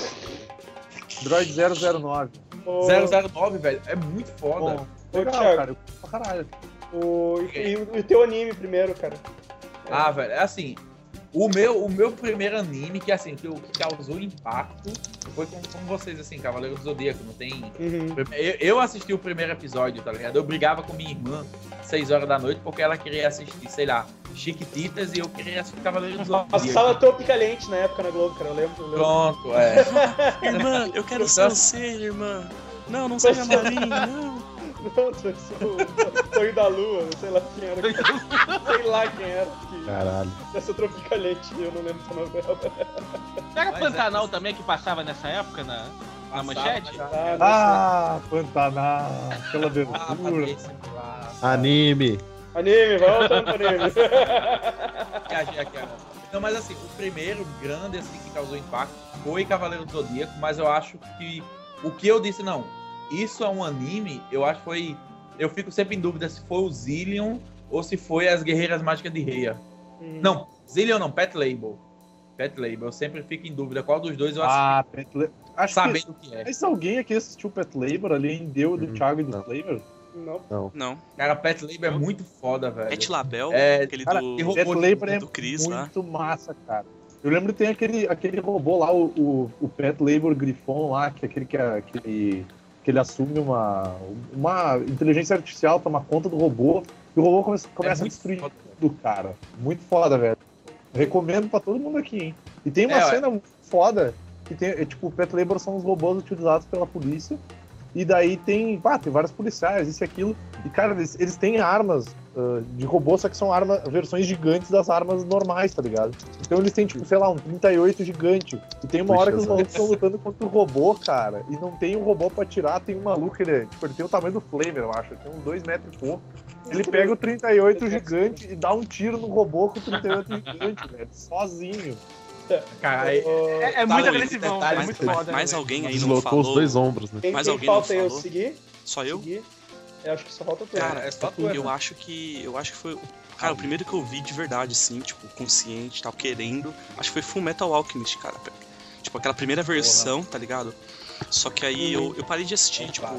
[SPEAKER 5] Android zero zero nove.
[SPEAKER 3] o,
[SPEAKER 9] zero zero nove, velho. É muito foda.
[SPEAKER 5] Bom,
[SPEAKER 3] Ô,
[SPEAKER 5] legal,
[SPEAKER 3] Thiago.
[SPEAKER 5] cara. Eu curto pra caralho.
[SPEAKER 3] o, e, e o teu anime primeiro, cara.
[SPEAKER 9] Ah, velho, é assim. O meu, o meu primeiro anime, que assim, que, o que causou impacto, foi com, com vocês, assim, Cavaleiro do Zodíaco, não tem.
[SPEAKER 3] Uhum.
[SPEAKER 9] Eu, eu assisti o primeiro episódio, tá ligado? Eu brigava com minha irmã seis horas da noite porque ela queria assistir, sei lá, Chiquititas e eu queria assistir Cavaleiro do Zodíaco.
[SPEAKER 3] Passava Tropicalente na época na Globo, cara, eu lembro. Eu lembro.
[SPEAKER 9] Pronto, é.
[SPEAKER 4] Irmã, eu quero ser você, irmã. Não, não seja marinho, não.
[SPEAKER 3] Não, eu sou o Sonho da Lua, sei lá quem era. Sei lá quem era. Que,
[SPEAKER 6] Caralho.
[SPEAKER 3] essa Tropicalente, eu não lembro dessa novela.
[SPEAKER 8] Pega
[SPEAKER 9] Mas
[SPEAKER 8] Pantanal também, que passava nessa época na, na manchete?
[SPEAKER 3] Ah, não
[SPEAKER 5] Ah, Pantanal. Aquela
[SPEAKER 9] Ah,
[SPEAKER 5] abertura.
[SPEAKER 9] paguei esse clássico.
[SPEAKER 6] Anime.
[SPEAKER 3] Anime, vai voltando pro anime.
[SPEAKER 9] Viajei aqui agora. Não, mas assim, o primeiro grande assim que causou impacto foi Cavaleiro do Zodíaco, mas eu acho que o que eu disse, não, isso é um anime, eu acho que foi. Eu fico sempre em dúvida se foi o Zillion ou se foi as Guerreiras Mágicas de Reia.
[SPEAKER 3] Hum.
[SPEAKER 9] Não, Zillion não, Pet Label. Pet Label, eu sempre fico em dúvida qual dos dois eu assisti,
[SPEAKER 5] Ah, Pet Labor. Acho
[SPEAKER 9] sabendo o que é.
[SPEAKER 5] que. Mas alguém aqui assistiu Pet Labor ali em Deu do
[SPEAKER 6] Hum,
[SPEAKER 5] Thiago e do
[SPEAKER 6] não.
[SPEAKER 5] Flavor?
[SPEAKER 3] Não.
[SPEAKER 4] Não.
[SPEAKER 9] Cara, Pet Label é muito foda, velho.
[SPEAKER 4] Pet Label,
[SPEAKER 9] É,
[SPEAKER 4] aquele
[SPEAKER 5] cara,
[SPEAKER 4] do,
[SPEAKER 9] tem
[SPEAKER 5] Pet
[SPEAKER 9] robô
[SPEAKER 5] Labor é
[SPEAKER 4] do Chris lá.
[SPEAKER 5] muito massa, cara. Eu lembro que tem aquele, aquele robô lá, o, o, o Pet Labor Grifon lá, que é aquele que, é, que, que ele assume uma, uma inteligência artificial, toma conta do robô, e o robô começa, começa a
[SPEAKER 9] muito
[SPEAKER 5] destruir
[SPEAKER 9] foda.
[SPEAKER 5] tudo, cara. Muito foda, velho. Recomendo pra todo mundo aqui, hein. E tem uma
[SPEAKER 9] É, ué.
[SPEAKER 5] cena muito foda, que tem, é, tipo, o Pet Labor são os robôs utilizados pela polícia, e daí tem, pá, tem vários policiais, isso e aquilo, e cara, eles, eles têm armas uh, de robô, só que são armas, versões gigantes das armas normais, tá ligado? Então eles têm, tipo, sei lá, um trinta e oito gigante, e tem uma
[SPEAKER 6] Puxa,
[SPEAKER 5] hora que os
[SPEAKER 6] Zé.
[SPEAKER 5] malucos estão lutando contra o robô, cara, e não tem um robô pra atirar, tem um maluco, ele, é, tipo, ele tem o tamanho do Flamer, eu acho, ele tem uns dois metros e pouco, ele pega o trinta e oito gigante e dá um tiro no robô com o trinta e oito gigante, velho, sozinho.
[SPEAKER 9] Cara, aí-
[SPEAKER 7] É, é
[SPEAKER 9] Tá,
[SPEAKER 7] muito
[SPEAKER 9] Luiz,
[SPEAKER 7] agressivão,
[SPEAKER 9] detalhes,
[SPEAKER 7] é muito
[SPEAKER 4] Mas,
[SPEAKER 7] foda.
[SPEAKER 4] mais
[SPEAKER 7] né?
[SPEAKER 4] alguém aí não
[SPEAKER 6] Deslocou
[SPEAKER 4] falou?
[SPEAKER 6] os dois ombros, né?
[SPEAKER 3] Quem,
[SPEAKER 4] Mas
[SPEAKER 3] quem
[SPEAKER 4] alguém não
[SPEAKER 3] falta eu
[SPEAKER 4] falou?
[SPEAKER 3] seguir?
[SPEAKER 4] Só eu?
[SPEAKER 3] Seguir? Eu acho que só falta tu.
[SPEAKER 4] Cara,
[SPEAKER 9] é só tu,
[SPEAKER 4] eu
[SPEAKER 9] né?
[SPEAKER 4] acho que. Eu acho que foi. Cara, o primeiro que eu vi de verdade, assim, tipo, consciente, tal, querendo, acho que foi Full Metal Alchemist, cara. Tipo, aquela primeira versão, tá ligado? Só que aí eu, eu parei de assistir, tipo.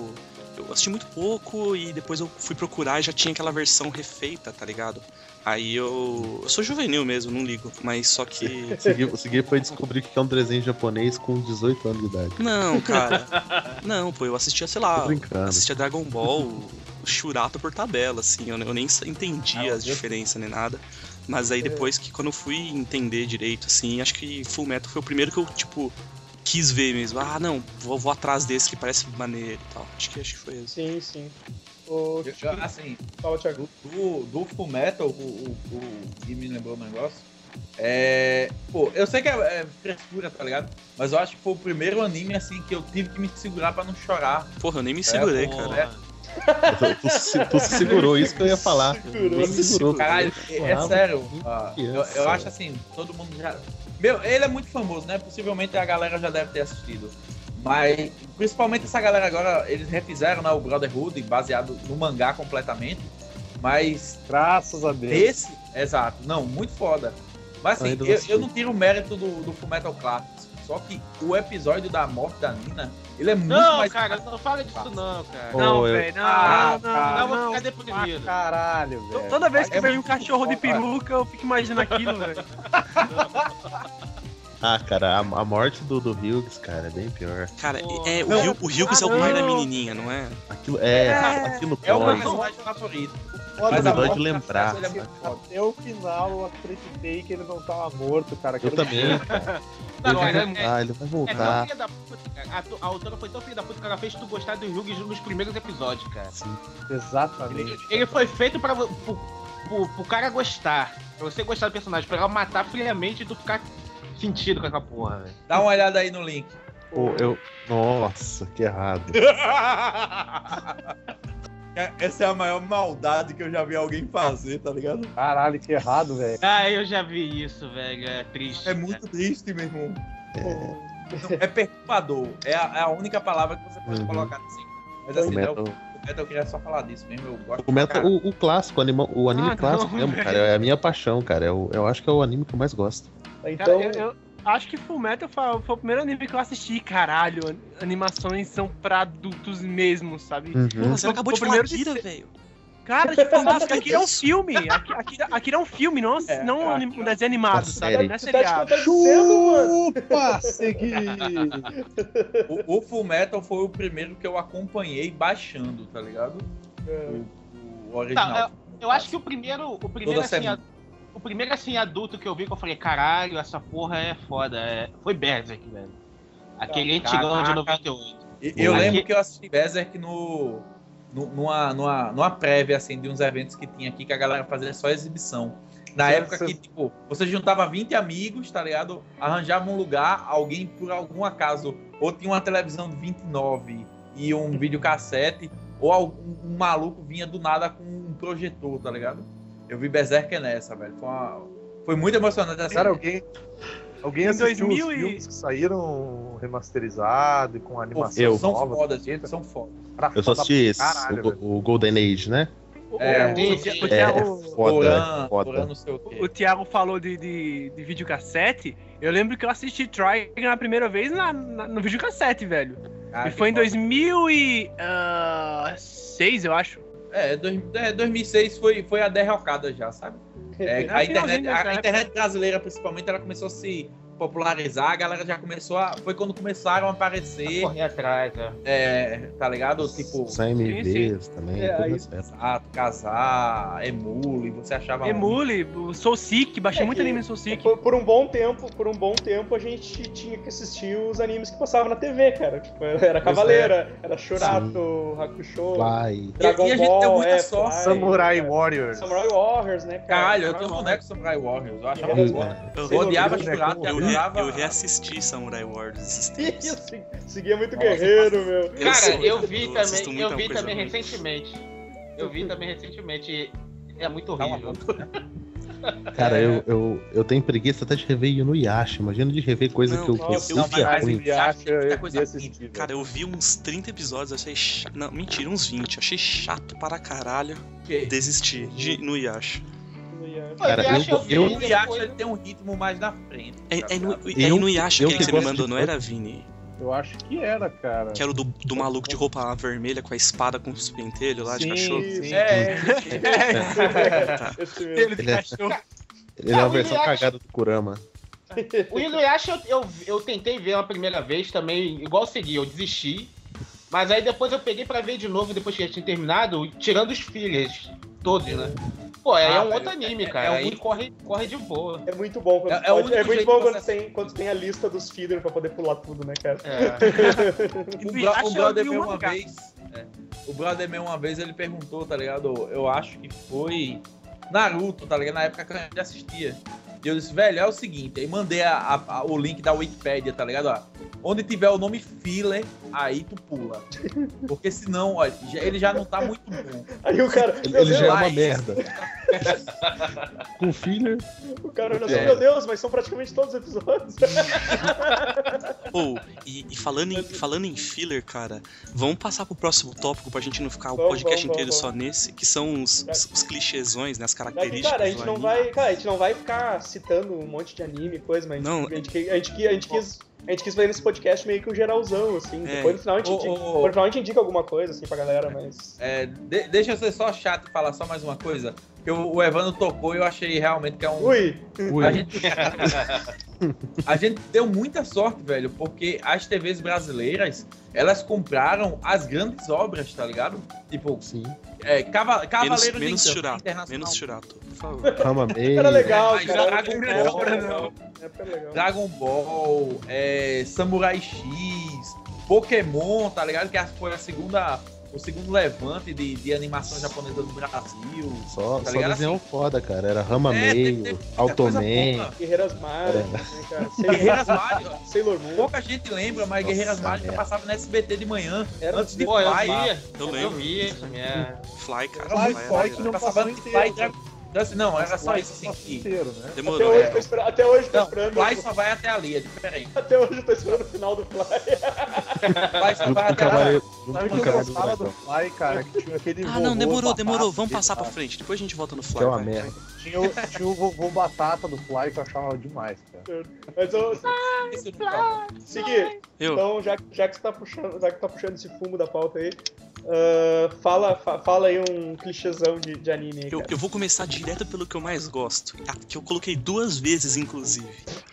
[SPEAKER 4] eu assisti muito pouco e depois eu fui procurar e já tinha aquela versão refeita, tá ligado? Aí eu. Eu sou juvenil mesmo, não ligo. Mas só que.
[SPEAKER 6] O Segui foi descobrir que é um desenho japonês com dezoito anos de idade.
[SPEAKER 4] Não, cara. Não, pô, eu assistia, sei lá.
[SPEAKER 6] Tô brincando.
[SPEAKER 4] Assistia Dragon Ball, o Shurato por tabela, assim. Eu, eu nem entendia
[SPEAKER 5] Ah,
[SPEAKER 4] as diferenças nem nada. Mas aí depois que, quando eu fui entender direito, assim, acho que Fullmetal foi o primeiro que eu, tipo, quis ver mesmo. Ah, não, vou, vou atrás desse que parece maneiro e tal. Acho que, acho que foi isso.
[SPEAKER 3] Sim, sim. O...
[SPEAKER 9] Eu- eu- assim,
[SPEAKER 3] Fala, Thiago.
[SPEAKER 9] do, do Fullmetal, o, o, o Gui me lembrou um negócio. É. Pô, eu sei que é, é frescura, tá ligado? Mas eu acho que foi o primeiro anime, assim, que eu tive que me segurar pra não chorar.
[SPEAKER 4] Porra, eu nem me segurei,
[SPEAKER 9] pô,
[SPEAKER 4] cara.
[SPEAKER 9] é.
[SPEAKER 6] Tu, tu se- tu se segurou, isso que eu ia falar.
[SPEAKER 3] Segurou.
[SPEAKER 6] Tu se segurou.
[SPEAKER 9] Caralho, é, é
[SPEAKER 6] Uau,
[SPEAKER 9] sério.
[SPEAKER 6] que
[SPEAKER 9] ah, eu,
[SPEAKER 6] criança.
[SPEAKER 9] eu acho assim, todo mundo já. Meu, ele é muito famoso, né? Possivelmente a galera já deve ter assistido. Mas, principalmente essa galera agora, eles refizeram, né, o Brotherhood, baseado no mangá completamente. Mas
[SPEAKER 5] Graças a Deus.
[SPEAKER 9] esse, exato, não, muito foda. Mas assim,
[SPEAKER 6] Ainda não
[SPEAKER 9] eu,
[SPEAKER 6] assisti.
[SPEAKER 9] eu não tiro o mérito do, do Fullmetal Classics. Só que o episódio da morte da Nina, ele é muito
[SPEAKER 8] Não,
[SPEAKER 9] mais.
[SPEAKER 8] cara, não fala disso não, cara.
[SPEAKER 6] Ô,
[SPEAKER 7] Não,
[SPEAKER 6] eu-
[SPEAKER 7] velho, não,
[SPEAKER 9] Ah,
[SPEAKER 7] não,
[SPEAKER 9] cara,
[SPEAKER 8] Não, eu vou
[SPEAKER 7] não,
[SPEAKER 8] ficar
[SPEAKER 7] não.
[SPEAKER 8] deprimido.
[SPEAKER 5] Caralho, velho.
[SPEAKER 7] Toda vez que
[SPEAKER 9] É
[SPEAKER 7] eu vejo um
[SPEAKER 9] muito
[SPEAKER 7] cachorro de
[SPEAKER 9] foda.
[SPEAKER 7] peruca, eu fico imaginando aquilo, velho.
[SPEAKER 6] Ah, cara, a, a morte do, do Hughes, cara, é bem pior.
[SPEAKER 4] Cara,
[SPEAKER 8] Pô.
[SPEAKER 4] é, o,
[SPEAKER 9] Não.
[SPEAKER 4] Hugh- o Hughes é o
[SPEAKER 7] Ah,
[SPEAKER 4] pai da
[SPEAKER 7] não.
[SPEAKER 4] menininha, não é?
[SPEAKER 6] Aquilo é,
[SPEAKER 7] É.
[SPEAKER 6] aquilo
[SPEAKER 9] É o meu
[SPEAKER 6] dói.
[SPEAKER 9] personagem favorito.
[SPEAKER 5] Foda,
[SPEAKER 9] Mas
[SPEAKER 6] me
[SPEAKER 9] a
[SPEAKER 6] dói
[SPEAKER 9] morte
[SPEAKER 6] de
[SPEAKER 9] da
[SPEAKER 6] lembrar,
[SPEAKER 9] Ele é muito foda.
[SPEAKER 5] Até o final eu acreditei que ele não tava morto, cara. que
[SPEAKER 6] Eu
[SPEAKER 5] ele-
[SPEAKER 6] também, cara.
[SPEAKER 8] Não,
[SPEAKER 6] Ele vai
[SPEAKER 8] é-
[SPEAKER 6] voltar, ele vai
[SPEAKER 8] É tão
[SPEAKER 6] voltar.
[SPEAKER 8] filha da puta, cara. A, to- a autora foi tão filha da puta que ela fez tu gostar do Hughes nos primeiros episódios, cara.
[SPEAKER 5] Exatamente.
[SPEAKER 8] Ele, ele foi feito pra, vo- pro, pro, pro cara gostar. Pra você gostar do personagem, pra ela matar friamente e tu ficar sentido com aquela porra, velho.
[SPEAKER 9] Dá uma olhada aí no link.
[SPEAKER 6] Pô, eu. Nossa, que errado.
[SPEAKER 9] Essa é a maior maldade que eu já vi alguém fazer, tá ligado?
[SPEAKER 5] Caralho, que errado, velho.
[SPEAKER 8] Ah, eu já vi isso, velho. É triste.
[SPEAKER 9] É muito triste, meu irmão. É perturbador. É a, é a única palavra que você pode
[SPEAKER 6] Uhum.
[SPEAKER 9] colocar assim. Mas assim,
[SPEAKER 6] O
[SPEAKER 9] né,
[SPEAKER 6] Metal,
[SPEAKER 9] o, o Metal eu queria só falar disso mesmo. Eu gosto
[SPEAKER 6] o, Metal,
[SPEAKER 9] pra
[SPEAKER 6] o, o clássico, o, anima, o anime
[SPEAKER 7] Ah,
[SPEAKER 6] clássico
[SPEAKER 7] não,
[SPEAKER 6] mesmo, cara, é a minha paixão, cara. Eu, eu acho que é o anime que eu mais gosto.
[SPEAKER 7] Cara,
[SPEAKER 3] Então,
[SPEAKER 7] eu, eu acho que Fullmetal foi, foi o primeiro anime que eu assisti, caralho. an- Animações são pra adultos mesmo, sabe?
[SPEAKER 6] Uhum.
[SPEAKER 4] Porra, você
[SPEAKER 7] Foi-
[SPEAKER 4] acabou de
[SPEAKER 7] foi
[SPEAKER 4] falar
[SPEAKER 7] o primeiro
[SPEAKER 4] Akira,
[SPEAKER 7] de-
[SPEAKER 4] velho.
[SPEAKER 7] Cara, tipo, nossa, aqui é um filme. Aqui, aqui, aqui é um filme, não,
[SPEAKER 9] É,
[SPEAKER 7] não um, anim- um desenho animado,
[SPEAKER 6] Uma
[SPEAKER 7] sabe?
[SPEAKER 6] série.
[SPEAKER 7] Não é
[SPEAKER 3] você tá te
[SPEAKER 7] seriado.
[SPEAKER 3] contradizendo, mano.
[SPEAKER 5] Chupa, segui!
[SPEAKER 9] O, o Full Metal foi o primeiro que eu acompanhei baixando, tá ligado? O, o original.
[SPEAKER 8] Tá, eu acho que o primeiro, o primeiro
[SPEAKER 9] Toda
[SPEAKER 8] assim,
[SPEAKER 9] semana.
[SPEAKER 8] a- o primeiro assim adulto que eu vi que eu falei, caralho, essa porra é foda, é... foi Berserk, velho. Aquele antigão de noventa e oito.
[SPEAKER 9] E- Eu
[SPEAKER 8] Aqui-
[SPEAKER 9] lembro que eu assisti Berserk no, no, numa, numa, numa prévia, assim, de uns eventos que tinha aqui, que a galera fazia só exibição. Na
[SPEAKER 5] Sim,
[SPEAKER 9] época
[SPEAKER 5] sim.
[SPEAKER 9] que, tipo, você juntava vinte amigos, tá ligado? Arranjava um lugar, alguém, por algum acaso, ou tinha uma televisão de vinte e nove e um videocassete, ou algum, um maluco vinha do nada com um projetor, tá ligado? Eu vi Berserk nessa, velho. Foi, uma- foi muito emocionante. Assim.
[SPEAKER 5] Cara, alguém, alguém
[SPEAKER 7] Em
[SPEAKER 5] assistiu
[SPEAKER 7] dois mil
[SPEAKER 5] os
[SPEAKER 7] e-
[SPEAKER 5] filmes que saíram remasterizados e com
[SPEAKER 9] Pô,
[SPEAKER 5] animação
[SPEAKER 6] Eu.
[SPEAKER 9] são
[SPEAKER 5] nova?
[SPEAKER 9] fodas,
[SPEAKER 5] bonita?
[SPEAKER 9] são fodas.
[SPEAKER 5] Cara,
[SPEAKER 6] Eu só
[SPEAKER 5] foda
[SPEAKER 6] assisti esse,
[SPEAKER 5] pra caralho,
[SPEAKER 6] o,
[SPEAKER 5] velho.
[SPEAKER 6] o Golden Age, né?
[SPEAKER 9] É,
[SPEAKER 7] o,
[SPEAKER 8] sim,
[SPEAKER 7] o,
[SPEAKER 8] sim.
[SPEAKER 7] o,
[SPEAKER 6] É,
[SPEAKER 7] Thiago,
[SPEAKER 6] é foda,
[SPEAKER 9] Oran,
[SPEAKER 6] é foda.
[SPEAKER 9] Oran não sei o quê.
[SPEAKER 7] o Thiago falou de, de, de videocassete. Eu lembro que eu assisti Trigun a primeira vez na, na- no videocassete, velho.
[SPEAKER 9] Ah,
[SPEAKER 7] e
[SPEAKER 9] que
[SPEAKER 7] foi em
[SPEAKER 9] foda.
[SPEAKER 7] dois mil e seis, eu acho.
[SPEAKER 9] É, dois- é, dois mil e seis foi, foi a derrocada já, sabe? É,
[SPEAKER 7] É,
[SPEAKER 9] a,
[SPEAKER 7] finalzinho
[SPEAKER 9] internet,
[SPEAKER 7] dessa
[SPEAKER 9] a, a
[SPEAKER 7] época.
[SPEAKER 9] internet brasileira, principalmente, ela começou a se popularizar, a galera já começou a... Foi quando começaram a aparecer,
[SPEAKER 8] Correr atrás, é.
[SPEAKER 9] é, tá ligado? Tipo,
[SPEAKER 6] Os A M Vs também,
[SPEAKER 3] É,
[SPEAKER 6] tudo
[SPEAKER 3] aí-
[SPEAKER 6] certo.
[SPEAKER 9] exato, casar, emule, você achava...
[SPEAKER 7] Emule, o Soul Seek, baixei
[SPEAKER 3] É
[SPEAKER 7] muito
[SPEAKER 3] que-
[SPEAKER 7] anime no Soul Seek.
[SPEAKER 3] Por, por um bom tempo, por um bom tempo, a gente tinha que assistir os animes que passavam na T V, cara. Tipo, era Cavaleira, era Shurato, Hakusho,
[SPEAKER 6] Fly.
[SPEAKER 3] Dragon
[SPEAKER 9] E a gente
[SPEAKER 3] Ball,
[SPEAKER 9] deu muita
[SPEAKER 3] é,
[SPEAKER 9] sorte.
[SPEAKER 3] Fly,
[SPEAKER 5] Samurai
[SPEAKER 3] cara.
[SPEAKER 5] Warriors.
[SPEAKER 3] Samurai Warriors, né, cara?
[SPEAKER 9] Caralho, eu
[SPEAKER 3] Samurai
[SPEAKER 9] tenho um
[SPEAKER 3] Warriors.
[SPEAKER 9] boneco Samurai Warriors, eu achava
[SPEAKER 3] É,
[SPEAKER 9] foda.
[SPEAKER 4] Eu,
[SPEAKER 9] Eu odiava
[SPEAKER 3] Sim,
[SPEAKER 9] Shurato e
[SPEAKER 4] eu, re,
[SPEAKER 9] adorava...
[SPEAKER 4] eu reassisti Samurai Wars esses tempos.
[SPEAKER 3] Isso, seguia muito
[SPEAKER 9] Nossa,
[SPEAKER 3] guerreiro, meu.
[SPEAKER 4] Eu
[SPEAKER 8] Cara,
[SPEAKER 4] sou-
[SPEAKER 8] eu vi
[SPEAKER 4] eu assisto
[SPEAKER 8] também,
[SPEAKER 4] muita
[SPEAKER 8] eu vi
[SPEAKER 4] coisa
[SPEAKER 8] também
[SPEAKER 4] ruim.
[SPEAKER 8] recentemente. Eu vi também recentemente. É muito
[SPEAKER 9] Dá uma
[SPEAKER 8] horrível.
[SPEAKER 6] Cara, eu, eu, eu tenho preguiça até de rever Inuyasha. Imagina de rever coisa
[SPEAKER 4] Não,
[SPEAKER 6] que eu,
[SPEAKER 3] nossa,
[SPEAKER 6] que eu
[SPEAKER 9] não,
[SPEAKER 6] via
[SPEAKER 9] mas
[SPEAKER 6] ruim.
[SPEAKER 5] Inuyasha, eu
[SPEAKER 9] Muita
[SPEAKER 5] ia
[SPEAKER 9] coisa
[SPEAKER 5] assistir, velho.
[SPEAKER 4] Cara, eu vi uns trinta episódios, achei chato. Não, mentira, uns vinte. Achei chato para caralho.
[SPEAKER 9] Que-
[SPEAKER 4] Desisti de Inuyasha.
[SPEAKER 8] Pô,
[SPEAKER 6] Cara,
[SPEAKER 8] Inuyasha
[SPEAKER 6] eu-
[SPEAKER 8] vi,
[SPEAKER 6] eu-
[SPEAKER 9] O Inuyasha
[SPEAKER 8] depois-
[SPEAKER 9] ele tem um ritmo mais na frente.
[SPEAKER 4] É,
[SPEAKER 9] tá
[SPEAKER 4] é,
[SPEAKER 9] ligado?
[SPEAKER 4] no, é
[SPEAKER 6] Eu-
[SPEAKER 4] Inuyasha
[SPEAKER 6] eu
[SPEAKER 4] aquele
[SPEAKER 6] que
[SPEAKER 4] que você me
[SPEAKER 6] gosto
[SPEAKER 4] mandou,
[SPEAKER 6] de
[SPEAKER 4] não era, Vini?
[SPEAKER 5] Eu acho que era, cara.
[SPEAKER 4] Que era o do, do maluco de roupa vermelha com a espada com os pentelhos lá de
[SPEAKER 5] Sim,
[SPEAKER 4] cachorro.
[SPEAKER 5] sim.
[SPEAKER 9] É,
[SPEAKER 4] Tá.
[SPEAKER 3] Esse mesmo.
[SPEAKER 7] Ele de
[SPEAKER 6] Ele é-
[SPEAKER 7] cachorro.
[SPEAKER 6] Ele é a
[SPEAKER 8] Não,
[SPEAKER 6] versão
[SPEAKER 8] ele acha-
[SPEAKER 6] cagada do Kurama.
[SPEAKER 8] O Inuyasha eu, eu, eu tentei ver uma primeira vez também, igual segui, eu desisti. Mas aí depois eu peguei pra ver de novo, depois que já tinha terminado, tirando os fillers, todos, né? Pô, aí
[SPEAKER 9] Ah,
[SPEAKER 8] é um
[SPEAKER 9] velho,
[SPEAKER 8] outro anime,
[SPEAKER 9] é-
[SPEAKER 8] cara.
[SPEAKER 9] é o
[SPEAKER 8] aí
[SPEAKER 9] único-
[SPEAKER 8] corre, corre de boa.
[SPEAKER 3] É muito bom quando,
[SPEAKER 9] É- é o
[SPEAKER 3] pode-
[SPEAKER 9] único
[SPEAKER 3] é muito
[SPEAKER 9] jeito
[SPEAKER 3] bom
[SPEAKER 9] que
[SPEAKER 3] quando
[SPEAKER 9] você-
[SPEAKER 3] tem, quando tem a lista dos feeders pra poder pular tudo, né, cara?
[SPEAKER 8] É.
[SPEAKER 9] O,
[SPEAKER 7] Inuyasha
[SPEAKER 9] bro, o
[SPEAKER 7] eu
[SPEAKER 9] brother
[SPEAKER 7] vi
[SPEAKER 9] meu
[SPEAKER 7] o
[SPEAKER 9] uma
[SPEAKER 7] mangá.
[SPEAKER 9] vez. é, o brother meu uma vez ele perguntou, tá ligado? Eu acho que foi Naruto, tá ligado? Na época que a gente assistia. E eu disse, velho, é o seguinte, aí mandei a- a- a- o link da Wikipédia, tá ligado? Ó, onde tiver o nome filler, aí tu pula. Porque senão, olha, já- ele já não tá muito bom.
[SPEAKER 3] Aí o cara,
[SPEAKER 6] Ele,
[SPEAKER 3] meu
[SPEAKER 6] ele já é
[SPEAKER 3] Deus,
[SPEAKER 6] uma
[SPEAKER 9] Mas-
[SPEAKER 6] merda. Com filler,
[SPEAKER 3] o cara olha assim,
[SPEAKER 9] É.
[SPEAKER 3] meu Deus, mas são praticamente todos os episódios.
[SPEAKER 4] Ou, e, e falando, em, falando em filler, cara, vamos passar pro próximo tópico pra gente não ficar o
[SPEAKER 3] Vamos,
[SPEAKER 4] podcast
[SPEAKER 3] vamos,
[SPEAKER 4] inteiro
[SPEAKER 3] vamos,
[SPEAKER 4] só nesse, que são os, os, os clichêsões, né, as
[SPEAKER 3] Aqui,
[SPEAKER 4] características
[SPEAKER 3] cara, a gente
[SPEAKER 4] do
[SPEAKER 3] não
[SPEAKER 4] anime.
[SPEAKER 3] vai, cara, a gente não vai ficar citando um monte de anime e coisa, mas
[SPEAKER 4] Não,
[SPEAKER 3] a, gente, a, gente, a, gente, a gente quis a gente quis fazer nesse podcast meio que um geralzão, assim.
[SPEAKER 4] É.
[SPEAKER 3] Depois no final a gente,
[SPEAKER 9] Ô,
[SPEAKER 3] indica,
[SPEAKER 9] ô, ô.
[SPEAKER 3] depois, no final a gente indica alguma coisa, assim, pra galera, mas...
[SPEAKER 9] É, de- deixa eu ser só chato e falar só mais uma coisa. Que o, o Evandro tocou e eu achei realmente que é um.
[SPEAKER 3] Ui!
[SPEAKER 6] ui,
[SPEAKER 9] A gente, a gente deu muita sorte, velho, porque as T Vs brasileiras, elas compraram as grandes obras, tá ligado? Tipo,
[SPEAKER 6] sim.
[SPEAKER 9] é, Cava,
[SPEAKER 4] Menos,
[SPEAKER 9] Cavaleiros
[SPEAKER 4] menos
[SPEAKER 9] do Zodíaco
[SPEAKER 4] churato,
[SPEAKER 9] Internacional.
[SPEAKER 4] menos churato, por favor.
[SPEAKER 6] Rama meio.
[SPEAKER 3] Era legal,
[SPEAKER 9] mas
[SPEAKER 3] cara.
[SPEAKER 9] Dragon
[SPEAKER 3] Era
[SPEAKER 9] Ball,
[SPEAKER 3] legal,
[SPEAKER 9] né?
[SPEAKER 3] legal. Época legal.
[SPEAKER 9] Dragon Ball, é, Samurai X, Pokémon, tá ligado? Que foi a segunda, o segundo levante de, de animação japonesa no Brasil.
[SPEAKER 6] Só,
[SPEAKER 9] Tá
[SPEAKER 6] só
[SPEAKER 9] ligado
[SPEAKER 6] desenhão foda, cara. Era Rama
[SPEAKER 9] É,
[SPEAKER 6] meio,
[SPEAKER 9] teve- teve muita
[SPEAKER 6] Automan.
[SPEAKER 9] coisa boa.
[SPEAKER 3] Guerreiras Mágicas, né, cara? Sailor,
[SPEAKER 9] Guerreiras Mágicas,
[SPEAKER 3] Sailor Moon.
[SPEAKER 9] pouca gente lembra, mas
[SPEAKER 6] Nossa,
[SPEAKER 9] Guerreiras Mágicas
[SPEAKER 6] merda.
[SPEAKER 9] passava no S B T de manhã,
[SPEAKER 3] Era
[SPEAKER 9] antes de
[SPEAKER 8] Pô, eu
[SPEAKER 9] Fly.
[SPEAKER 8] vi,
[SPEAKER 4] Eu
[SPEAKER 8] eu
[SPEAKER 4] lembro.
[SPEAKER 8] vi isso, minha...
[SPEAKER 4] Fly, cara.
[SPEAKER 5] Fly,
[SPEAKER 4] Fly,
[SPEAKER 5] Fly
[SPEAKER 4] era
[SPEAKER 5] que não
[SPEAKER 4] irado.
[SPEAKER 9] Passava
[SPEAKER 5] passou
[SPEAKER 9] antes de
[SPEAKER 5] inteiro.
[SPEAKER 9] Fly Dragon. Então, assim, não, era só isso, assim. Que...
[SPEAKER 5] inteiro, né?
[SPEAKER 3] Até
[SPEAKER 4] Demorou.
[SPEAKER 3] hoje,
[SPEAKER 9] é.
[SPEAKER 3] tô esperando, até hoje tô
[SPEAKER 9] Não,
[SPEAKER 3] esperando.
[SPEAKER 9] Fly só vai até ali, é diferente.
[SPEAKER 3] Até hoje eu tô esperando o final do Fly.
[SPEAKER 9] Fly só
[SPEAKER 6] Junto
[SPEAKER 9] vai
[SPEAKER 6] com o
[SPEAKER 9] até lá.
[SPEAKER 6] Cavaleiro. Junto
[SPEAKER 5] Sabe
[SPEAKER 6] com
[SPEAKER 5] que
[SPEAKER 6] o
[SPEAKER 5] eu
[SPEAKER 6] Cavaleiro do
[SPEAKER 5] gostava do
[SPEAKER 6] Dragão.
[SPEAKER 5] Fly, cara? Que tinha aquele
[SPEAKER 4] Ah,
[SPEAKER 5] vovô
[SPEAKER 4] não, demorou,
[SPEAKER 5] batata
[SPEAKER 4] demorou. Vamos
[SPEAKER 5] dele,
[SPEAKER 4] passar pra
[SPEAKER 5] cara.
[SPEAKER 4] frente. Depois a gente volta no Fly.
[SPEAKER 6] Que é uma
[SPEAKER 4] vai.
[SPEAKER 6] merda.
[SPEAKER 5] Tinha, o- tinha o vovô batata do Fly que eu achava demais, cara.
[SPEAKER 3] Mas eu...
[SPEAKER 9] Esse eu nunca vi.
[SPEAKER 3] Segui.
[SPEAKER 4] Eu,
[SPEAKER 3] Então, já, já que você tá puxando, já que tá puxando esse fumo da pauta aí, ah, fala, fa- fala aí um clichêzão de, de anime aí,
[SPEAKER 4] eu,
[SPEAKER 3] cara.
[SPEAKER 4] eu vou começar direto pelo que eu mais gosto. a- Que eu coloquei duas vezes, inclusive.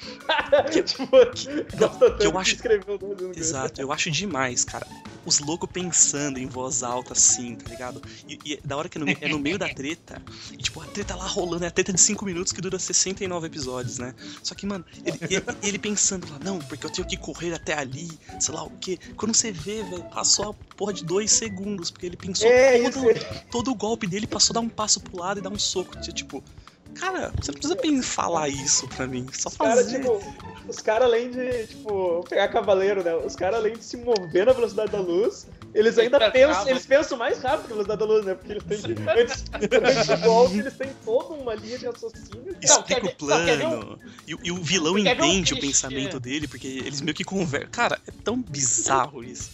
[SPEAKER 3] tipo, gosta tanto
[SPEAKER 4] eu
[SPEAKER 3] que
[SPEAKER 4] acho-
[SPEAKER 3] escreveu duas vezes.
[SPEAKER 4] Exato, eu acho demais, cara. Os loucos pensando em voz alta assim, tá ligado? E, e da hora que é no, me- é no meio da treta, e tipo, a treta lá rolando, é a treta de cinco minutos que dura sessenta e nove episódios, né? Só que, mano, ele, ele, ele pensando lá, não, porque eu tenho que correr até ali, sei lá o quê. Quando você vê, velho, passou a porra de dois segundos, porque ele pensou
[SPEAKER 3] É,
[SPEAKER 4] todo,
[SPEAKER 3] isso.
[SPEAKER 4] todo o golpe dele, passou a dar um passo pro lado e dar um soco. Tipo, cara, você não precisa bem falar isso pra mim, só
[SPEAKER 3] Os caras,
[SPEAKER 4] fazer.
[SPEAKER 3] tipo, os caras além de, tipo, pegar cavaleiro, né? Os caras além de se mover na velocidade da luz, eles ainda
[SPEAKER 8] Eita,
[SPEAKER 3] pensam,
[SPEAKER 8] calma.
[SPEAKER 3] eles pensam mais rápido que a velocidade da luz, né? Porque eles têm, antes, antes do golpe, eles têm toda uma linha de raciocínio.
[SPEAKER 8] Não,
[SPEAKER 4] Explica
[SPEAKER 8] quer
[SPEAKER 4] o
[SPEAKER 8] ver- não, quer ver um-
[SPEAKER 4] plano. E, o- e o vilão
[SPEAKER 8] Quer ver um
[SPEAKER 4] entende o
[SPEAKER 8] clichê?
[SPEAKER 4] pensamento dele, porque eles meio que conversam. Cara, é tão bizarro isso.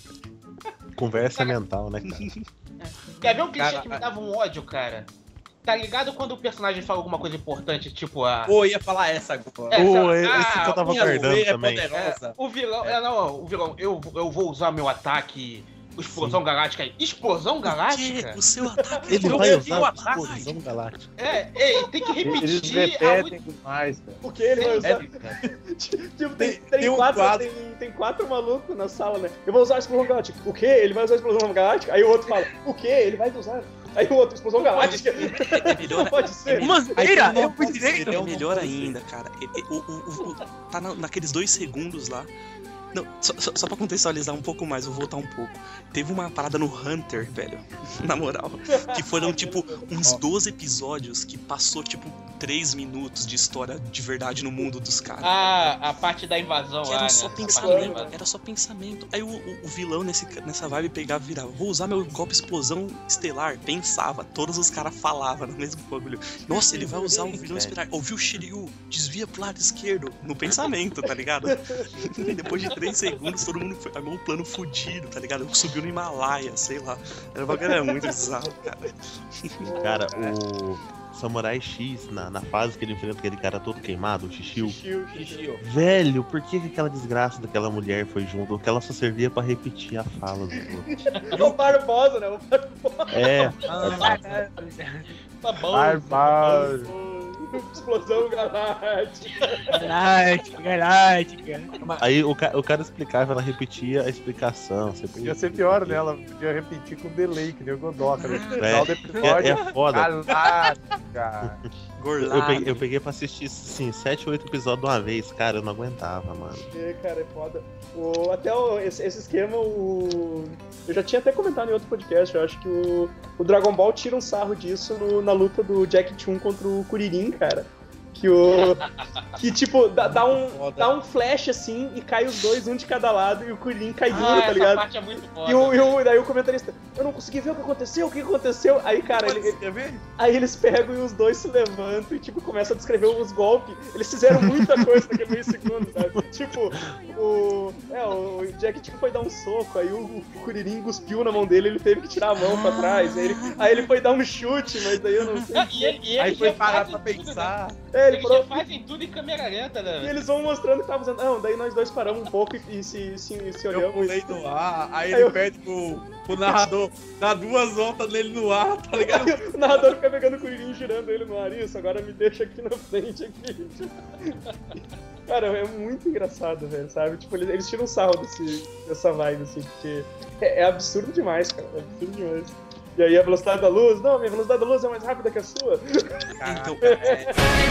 [SPEAKER 6] Conversa mental, né, cara?
[SPEAKER 8] Quer ver um clichê
[SPEAKER 9] Cara,
[SPEAKER 8] que me dava um ódio, cara? Tá ligado quando o personagem fala alguma coisa importante, tipo a...
[SPEAKER 9] Pô, ia falar essa agora.
[SPEAKER 8] É,
[SPEAKER 6] Pô,
[SPEAKER 8] essa-
[SPEAKER 6] esse
[SPEAKER 8] ah,
[SPEAKER 6] que eu tava
[SPEAKER 9] Minha
[SPEAKER 6] guardando
[SPEAKER 9] loira é
[SPEAKER 6] também.
[SPEAKER 9] poderosa.
[SPEAKER 8] O vilão, é, não, o vilão, eu, eu vou usar meu ataque, explosão galáctica aí. Explosão
[SPEAKER 4] Que?
[SPEAKER 8] galáctica?
[SPEAKER 4] O seu ataque
[SPEAKER 6] Ele
[SPEAKER 9] Eu
[SPEAKER 6] vai
[SPEAKER 9] vi o
[SPEAKER 6] usar a
[SPEAKER 9] ataque.
[SPEAKER 6] explosão galáctica.
[SPEAKER 8] É, ei, tem que
[SPEAKER 5] Eles
[SPEAKER 8] repetir a
[SPEAKER 5] repetem demais, cara.
[SPEAKER 3] Porque ele vai usar.
[SPEAKER 9] É,
[SPEAKER 3] Tipo, tem,
[SPEAKER 9] Tem-
[SPEAKER 3] tem,
[SPEAKER 9] tem um
[SPEAKER 3] quatro,
[SPEAKER 9] quadro.
[SPEAKER 3] tem, tem quatro malucos na sala, né? Eu vou usar a explosão galáctica. O quê? Ele vai usar a explosão galáctica? Aí o outro fala, o quê? Ele vai usar. Aí o outro, explosão galáctica.
[SPEAKER 4] É melhor,
[SPEAKER 3] Não pode ser.
[SPEAKER 7] Uma zeira,
[SPEAKER 9] não
[SPEAKER 7] eu fui
[SPEAKER 9] pode
[SPEAKER 7] direito.
[SPEAKER 9] ser.
[SPEAKER 4] é melhor ainda, cara. É- é- o, o- o- tá na- naqueles dois segundos lá. Não, só, só, só pra contextualizar um pouco mais, vou voltar um pouco. Teve uma parada no Hunter, velho, na moral, que foram tipo uns doze episódios que passou tipo três minutos de história de verdade no mundo dos caras.
[SPEAKER 8] Ah, a parte da invasão
[SPEAKER 4] Que
[SPEAKER 8] lá,
[SPEAKER 4] era
[SPEAKER 8] né?
[SPEAKER 4] só
[SPEAKER 8] Essa parte da
[SPEAKER 4] pensamento,
[SPEAKER 8] invasão.
[SPEAKER 4] era só pensamento. Aí o, o- o vilão nesse, nessa vibe pegava e virava, vou usar meu golpe explosão estelar. Pensava, todos os caras falavam no mesmo bagulho. Nossa, ele vai usar o vilão estelar. Ouviu o Shiryu, desvia pro lado esquerdo. No pensamento, tá ligado? E depois de três segundos, todo mundo foi, armou um plano fudido, tá ligado? Subiu no Himalaia, sei lá. Era uma bagulho muito bizarro, cara.
[SPEAKER 6] Cara, o. Samurai X, na, na fase que ele enfrenta aquele cara todo queimado, o Shishio.
[SPEAKER 3] Shishio, Shishio.
[SPEAKER 6] Velho, por que, que aquela desgraça daquela mulher foi junto? Porque ela só servia pra repetir a fala do outro.
[SPEAKER 3] O Barbosa, né? O Barbosa.
[SPEAKER 6] É,
[SPEAKER 8] Tá bom.
[SPEAKER 5] Barbaro.
[SPEAKER 3] Explosão galáctica.
[SPEAKER 7] Galáctica, galáctica.
[SPEAKER 6] aí o, ca- o cara explicava, ela repetia a explicação. Você
[SPEAKER 5] Podia ser pior, né? Ela podia repetir com delay, que nem o Godoka. No
[SPEAKER 6] É,
[SPEAKER 5] final do
[SPEAKER 6] é,
[SPEAKER 5] episódio.
[SPEAKER 6] é foda.
[SPEAKER 5] Galáctica.
[SPEAKER 6] Eu peguei, eu peguei pra assistir, assim, sete, oito episódios de uma vez. Cara, eu não aguentava, mano.
[SPEAKER 3] É, cara, é foda. O, até o, esse, esse esquema, o, eu já tinha até comentado em outro podcast, eu acho que o, o Dragon Ball tira um sarro disso no- na luta do Jack Chun contra o Kuririn, cara. Que o. Que tipo, dá, dá um, dá um flash assim e cai os dois, um de cada lado, e o Kuririn cai duro,
[SPEAKER 8] Ah,
[SPEAKER 3] tá
[SPEAKER 8] essa
[SPEAKER 3] ligado?
[SPEAKER 8] parte é muito foda.
[SPEAKER 3] E, o, e o, daí o comentarista, eu não consegui ver o que aconteceu, o que aconteceu? Aí, cara, ele, ele- aí eles pegam e os dois se levantam e, tipo, começam a descrever os golpes. Eles fizeram muita coisa naquele meio segundo, sabe? Tipo, o... É, o Jack, tipo, foi dar um soco, aí o, o Kuririn cuspiu na mão dele, ele teve que tirar a mão pra trás. Aí ele, aí ele foi dar um chute, mas daí eu não sei.
[SPEAKER 8] E, ele- e
[SPEAKER 5] Aí
[SPEAKER 8] eles
[SPEAKER 5] foi
[SPEAKER 8] já
[SPEAKER 5] parar
[SPEAKER 8] fazem
[SPEAKER 5] pra
[SPEAKER 8] tudo,
[SPEAKER 5] pensar.
[SPEAKER 8] Né?
[SPEAKER 3] É, ele
[SPEAKER 8] Eles
[SPEAKER 3] falou...
[SPEAKER 8] já fazem tudo em câmera lenta,
[SPEAKER 3] E
[SPEAKER 8] né?
[SPEAKER 3] eles vão mostrando que tava fazendo. Não, daí nós dois paramos um pouco e, e se, se, se
[SPEAKER 9] Eu
[SPEAKER 3] olhamos.
[SPEAKER 9] pulei no ar, aí
[SPEAKER 3] Aí
[SPEAKER 9] ele
[SPEAKER 3] eu-
[SPEAKER 9] pede pro, pro narrador dar duas voltas nele no ar, tá ligado?
[SPEAKER 3] Aí o narrador fica pegando o Kuririn, girando ele no ar. Isso, agora me deixa aqui na frente, aqui. Cara, é muito engraçado, velho, sabe? Tipo, eles, eles tiram sarro desse, dessa vibe, assim, porque é, é absurdo demais, cara. É absurdo demais. E aí a velocidade da luz, não, minha velocidade da luz é mais rápida que a sua.
[SPEAKER 4] Então,
[SPEAKER 9] É,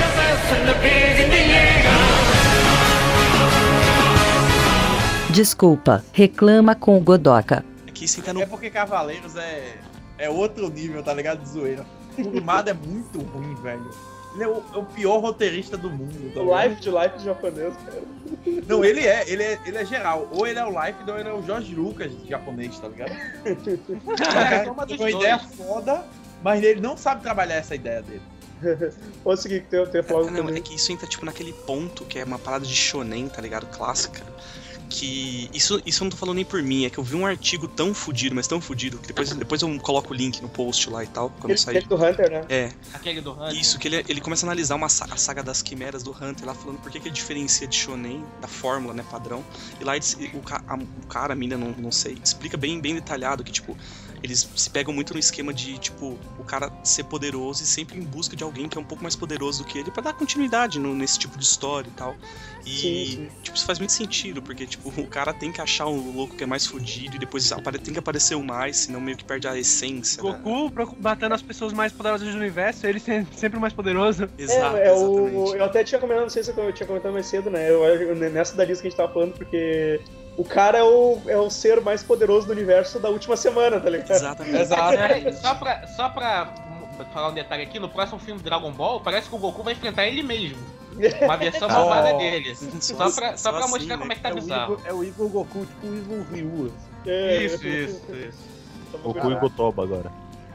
[SPEAKER 1] Desculpa, reclama com o Godoka.
[SPEAKER 4] aqui isso entra no
[SPEAKER 9] é porque Cavaleiros é, é outro nível, tá ligado? De zoeira. O Kurumada é muito ruim, velho. Ele é o, é o pior roteirista do mundo, tá
[SPEAKER 3] O
[SPEAKER 9] ligado?
[SPEAKER 3] life de life de japonês, cara.
[SPEAKER 9] Não, ele é, ele é, ele é geral. Ou ele é o Life, ou ele é o Jorge Lucas japonês, tá ligado? O cara
[SPEAKER 8] Toma dos
[SPEAKER 9] tem uma
[SPEAKER 8] dois.
[SPEAKER 9] ideia foda, mas ele não sabe trabalhar essa ideia dele.
[SPEAKER 3] Vou seguir que tem, tem falado
[SPEAKER 4] Não, é
[SPEAKER 3] também.
[SPEAKER 4] que isso entra tipo naquele ponto que é uma parada de shonen, tá ligado? Clássica. Que. Isso, isso eu não tô falando nem por mim, é que eu vi um artigo tão fudido, mas tão fudido, que depois, depois eu coloco o link no post lá e tal, quando
[SPEAKER 3] Ele,
[SPEAKER 4] sair.
[SPEAKER 3] ele do Hunter, né?
[SPEAKER 4] É,
[SPEAKER 8] Aquele do Hunter.
[SPEAKER 4] isso, que ele, ele começa a analisar uma, sa- a saga das quimeras do Hunter lá, falando por que, que ele diferencia de shonen, da fórmula, né, padrão. E lá eles- o, ca- a- o cara, a mina, não, não sei, explica bem, bem detalhado que, tipo, eles se pegam muito no esquema de, tipo, o cara ser poderoso e sempre em busca de alguém que é um pouco mais poderoso do que ele pra dar continuidade no- nesse tipo de história e tal. E,
[SPEAKER 3] Sim, sim.
[SPEAKER 4] tipo, isso faz muito sentido, porque, tipo, o cara tem que achar um louco que é mais fudido e depois apare- tem que aparecer o mais, senão meio que perde a essência. né?
[SPEAKER 7] Goku preocup- matando as pessoas mais poderosas do universo, ele sem- sempre o mais poderoso.
[SPEAKER 4] Exato,
[SPEAKER 3] é, é o,
[SPEAKER 4] exatamente.
[SPEAKER 3] eu até tinha comentado, não sei se eu tinha comentado mais cedo, né? Eu, eu- nessa da lista que a gente tava falando, porque o cara é o, é o ser mais poderoso do universo da última semana, tá ligado?
[SPEAKER 4] Exatamente.
[SPEAKER 9] Exato.
[SPEAKER 8] É, só pra, só pra falar um detalhe aqui, no próximo filme do Dragon Ball, parece que o Goku vai enfrentar ele mesmo. Uma versão malvada
[SPEAKER 9] Oh.
[SPEAKER 8] dele. Só pra, só pra
[SPEAKER 4] assim,
[SPEAKER 8] mostrar
[SPEAKER 4] né?
[SPEAKER 8] como é que tá
[SPEAKER 5] É o,
[SPEAKER 8] bizarro.
[SPEAKER 5] Evil, é o Evil Goku, tipo o Evil Ryu.
[SPEAKER 3] É,
[SPEAKER 8] Isso, isso, isso.
[SPEAKER 6] Goku e Gotoba agora.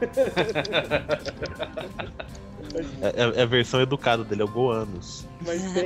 [SPEAKER 6] É, é- é a versão educada dele, é o Goanos.
[SPEAKER 3] Mas tem.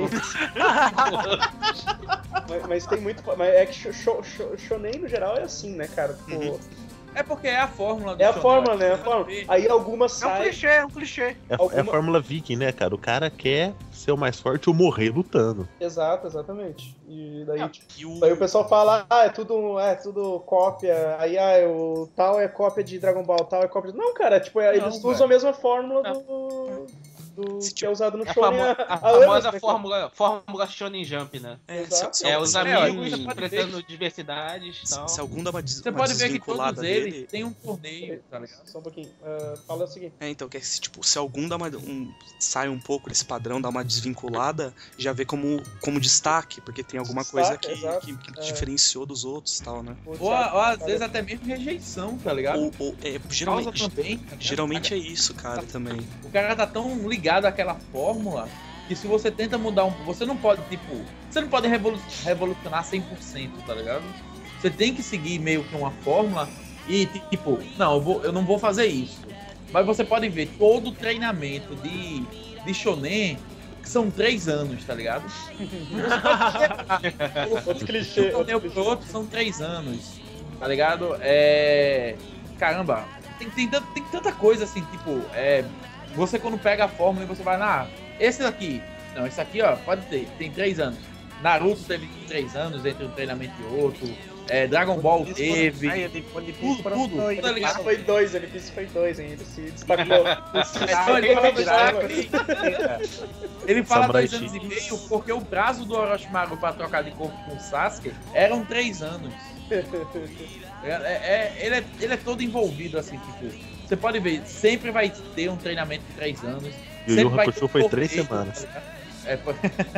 [SPEAKER 3] mas, mas tem muito. Mas é que sho- sho- shonen no geral é assim, né, cara? Tipo,
[SPEAKER 4] Uhum.
[SPEAKER 9] É porque é a fórmula do
[SPEAKER 3] é a
[SPEAKER 9] shonen,
[SPEAKER 3] fórmula, né? É a
[SPEAKER 9] você
[SPEAKER 3] fórmula.
[SPEAKER 9] vai ver.
[SPEAKER 3] Aí algumas
[SPEAKER 7] É um
[SPEAKER 3] saem.
[SPEAKER 7] clichê, é um clichê.
[SPEAKER 6] É, é
[SPEAKER 3] Alguma-
[SPEAKER 6] a fórmula viking, né, cara? O cara quer ser o mais forte ou morrer lutando.
[SPEAKER 3] Exato, exatamente. E daí,
[SPEAKER 8] É.
[SPEAKER 3] tipo,
[SPEAKER 4] E o,
[SPEAKER 3] daí o pessoal fala, ah, é tudo, é tudo cópia. Aí, ah, o tal é cópia de Dragon Ball, tal é cópia de. Não, cara, tipo, é,
[SPEAKER 9] Não,
[SPEAKER 3] eles
[SPEAKER 9] velho.
[SPEAKER 3] usam a mesma fórmula do. do
[SPEAKER 4] Se,
[SPEAKER 3] que é usado no
[SPEAKER 8] A,
[SPEAKER 3] shonen
[SPEAKER 8] famo-
[SPEAKER 3] há-
[SPEAKER 8] a
[SPEAKER 3] há
[SPEAKER 8] famosa
[SPEAKER 3] anos, né,
[SPEAKER 8] fórmula, fórmula Shonen Jump, né?
[SPEAKER 4] é,
[SPEAKER 3] Exato.
[SPEAKER 4] se, se,
[SPEAKER 8] É, os
[SPEAKER 4] se,
[SPEAKER 9] É,
[SPEAKER 8] amigos
[SPEAKER 9] você pode
[SPEAKER 8] enfrentando diversidades e
[SPEAKER 4] se,
[SPEAKER 8] tal.
[SPEAKER 4] se algum dá uma, des,
[SPEAKER 9] Você
[SPEAKER 4] uma
[SPEAKER 9] pode ver que
[SPEAKER 4] desvinculada
[SPEAKER 9] todos eles
[SPEAKER 4] dele.
[SPEAKER 9] têm um torneio, tá ligado?
[SPEAKER 3] Só um pouquinho. Ah, fala o seguinte.
[SPEAKER 4] É, então, que é, se, tipo, se algum dá uma, um, sai um pouco desse padrão, dá uma desvinculada, já vê como, como destaque, porque tem alguma coisa
[SPEAKER 3] Destaque,
[SPEAKER 4] que,
[SPEAKER 3] exato.
[SPEAKER 4] que, que
[SPEAKER 3] É.
[SPEAKER 4] diferenciou dos outros e tal, né?
[SPEAKER 3] o
[SPEAKER 9] Ou,
[SPEAKER 3] Thiago-
[SPEAKER 9] ou às
[SPEAKER 3] cara,
[SPEAKER 9] vezes até mesmo rejeição, tá ligado?
[SPEAKER 4] Ou, ou é,
[SPEAKER 9] Causa
[SPEAKER 4] geralmente,
[SPEAKER 9] também. tá ligado?
[SPEAKER 4] geralmente é isso, cara, também.
[SPEAKER 9] O cara tá tão ligado àquela fórmula que se você tenta mudar um. Você não pode, tipo. Você não pode revolu- revolucionar cem por cento, tá ligado? Você tem que seguir meio que uma fórmula e, tipo, não, eu, vou, eu não vou fazer isso. Mas você pode ver todo o treinamento de, de Shonen, que são três anos, tá ligado?
[SPEAKER 3] Outro clichê.
[SPEAKER 9] Um
[SPEAKER 3] outro
[SPEAKER 9] torneio
[SPEAKER 3] clichê.
[SPEAKER 9] pro outro são três anos, tá ligado? É. Caramba, tem, tem, tan- tem tanta coisa assim, tipo, é. você quando pega a fórmula e você vai, ah, esse daqui, não, esse aqui, ó, pode ter, tem três anos. Naruto teve três anos entre um treinamento e outro. É, Dragon Ball teve.
[SPEAKER 7] Ai, One Piece
[SPEAKER 9] Tudo,
[SPEAKER 7] foram
[SPEAKER 9] tudo,
[SPEAKER 7] dois.
[SPEAKER 9] tudo
[SPEAKER 3] Ele
[SPEAKER 9] ligado.
[SPEAKER 3] foi dois, ele disse foi dois, hein? Ele se destacou.
[SPEAKER 9] Então, ele fala dois anos, ele fala
[SPEAKER 6] Samurai
[SPEAKER 9] dois anos
[SPEAKER 6] X.
[SPEAKER 9] e meio porque o prazo do Orochimaru pra trocar de corpo com o Sasuke eram três anos. É, é- ele, é, ele é todo envolvido assim, tipo. Você pode ver, sempre vai ter um treinamento de três anos.
[SPEAKER 6] E o
[SPEAKER 9] sempre
[SPEAKER 6] Yu
[SPEAKER 9] vai ter
[SPEAKER 6] Hakusho
[SPEAKER 9] um
[SPEAKER 6] foi três
[SPEAKER 9] torneio,
[SPEAKER 6] semanas.
[SPEAKER 9] tá ligado? É, foi-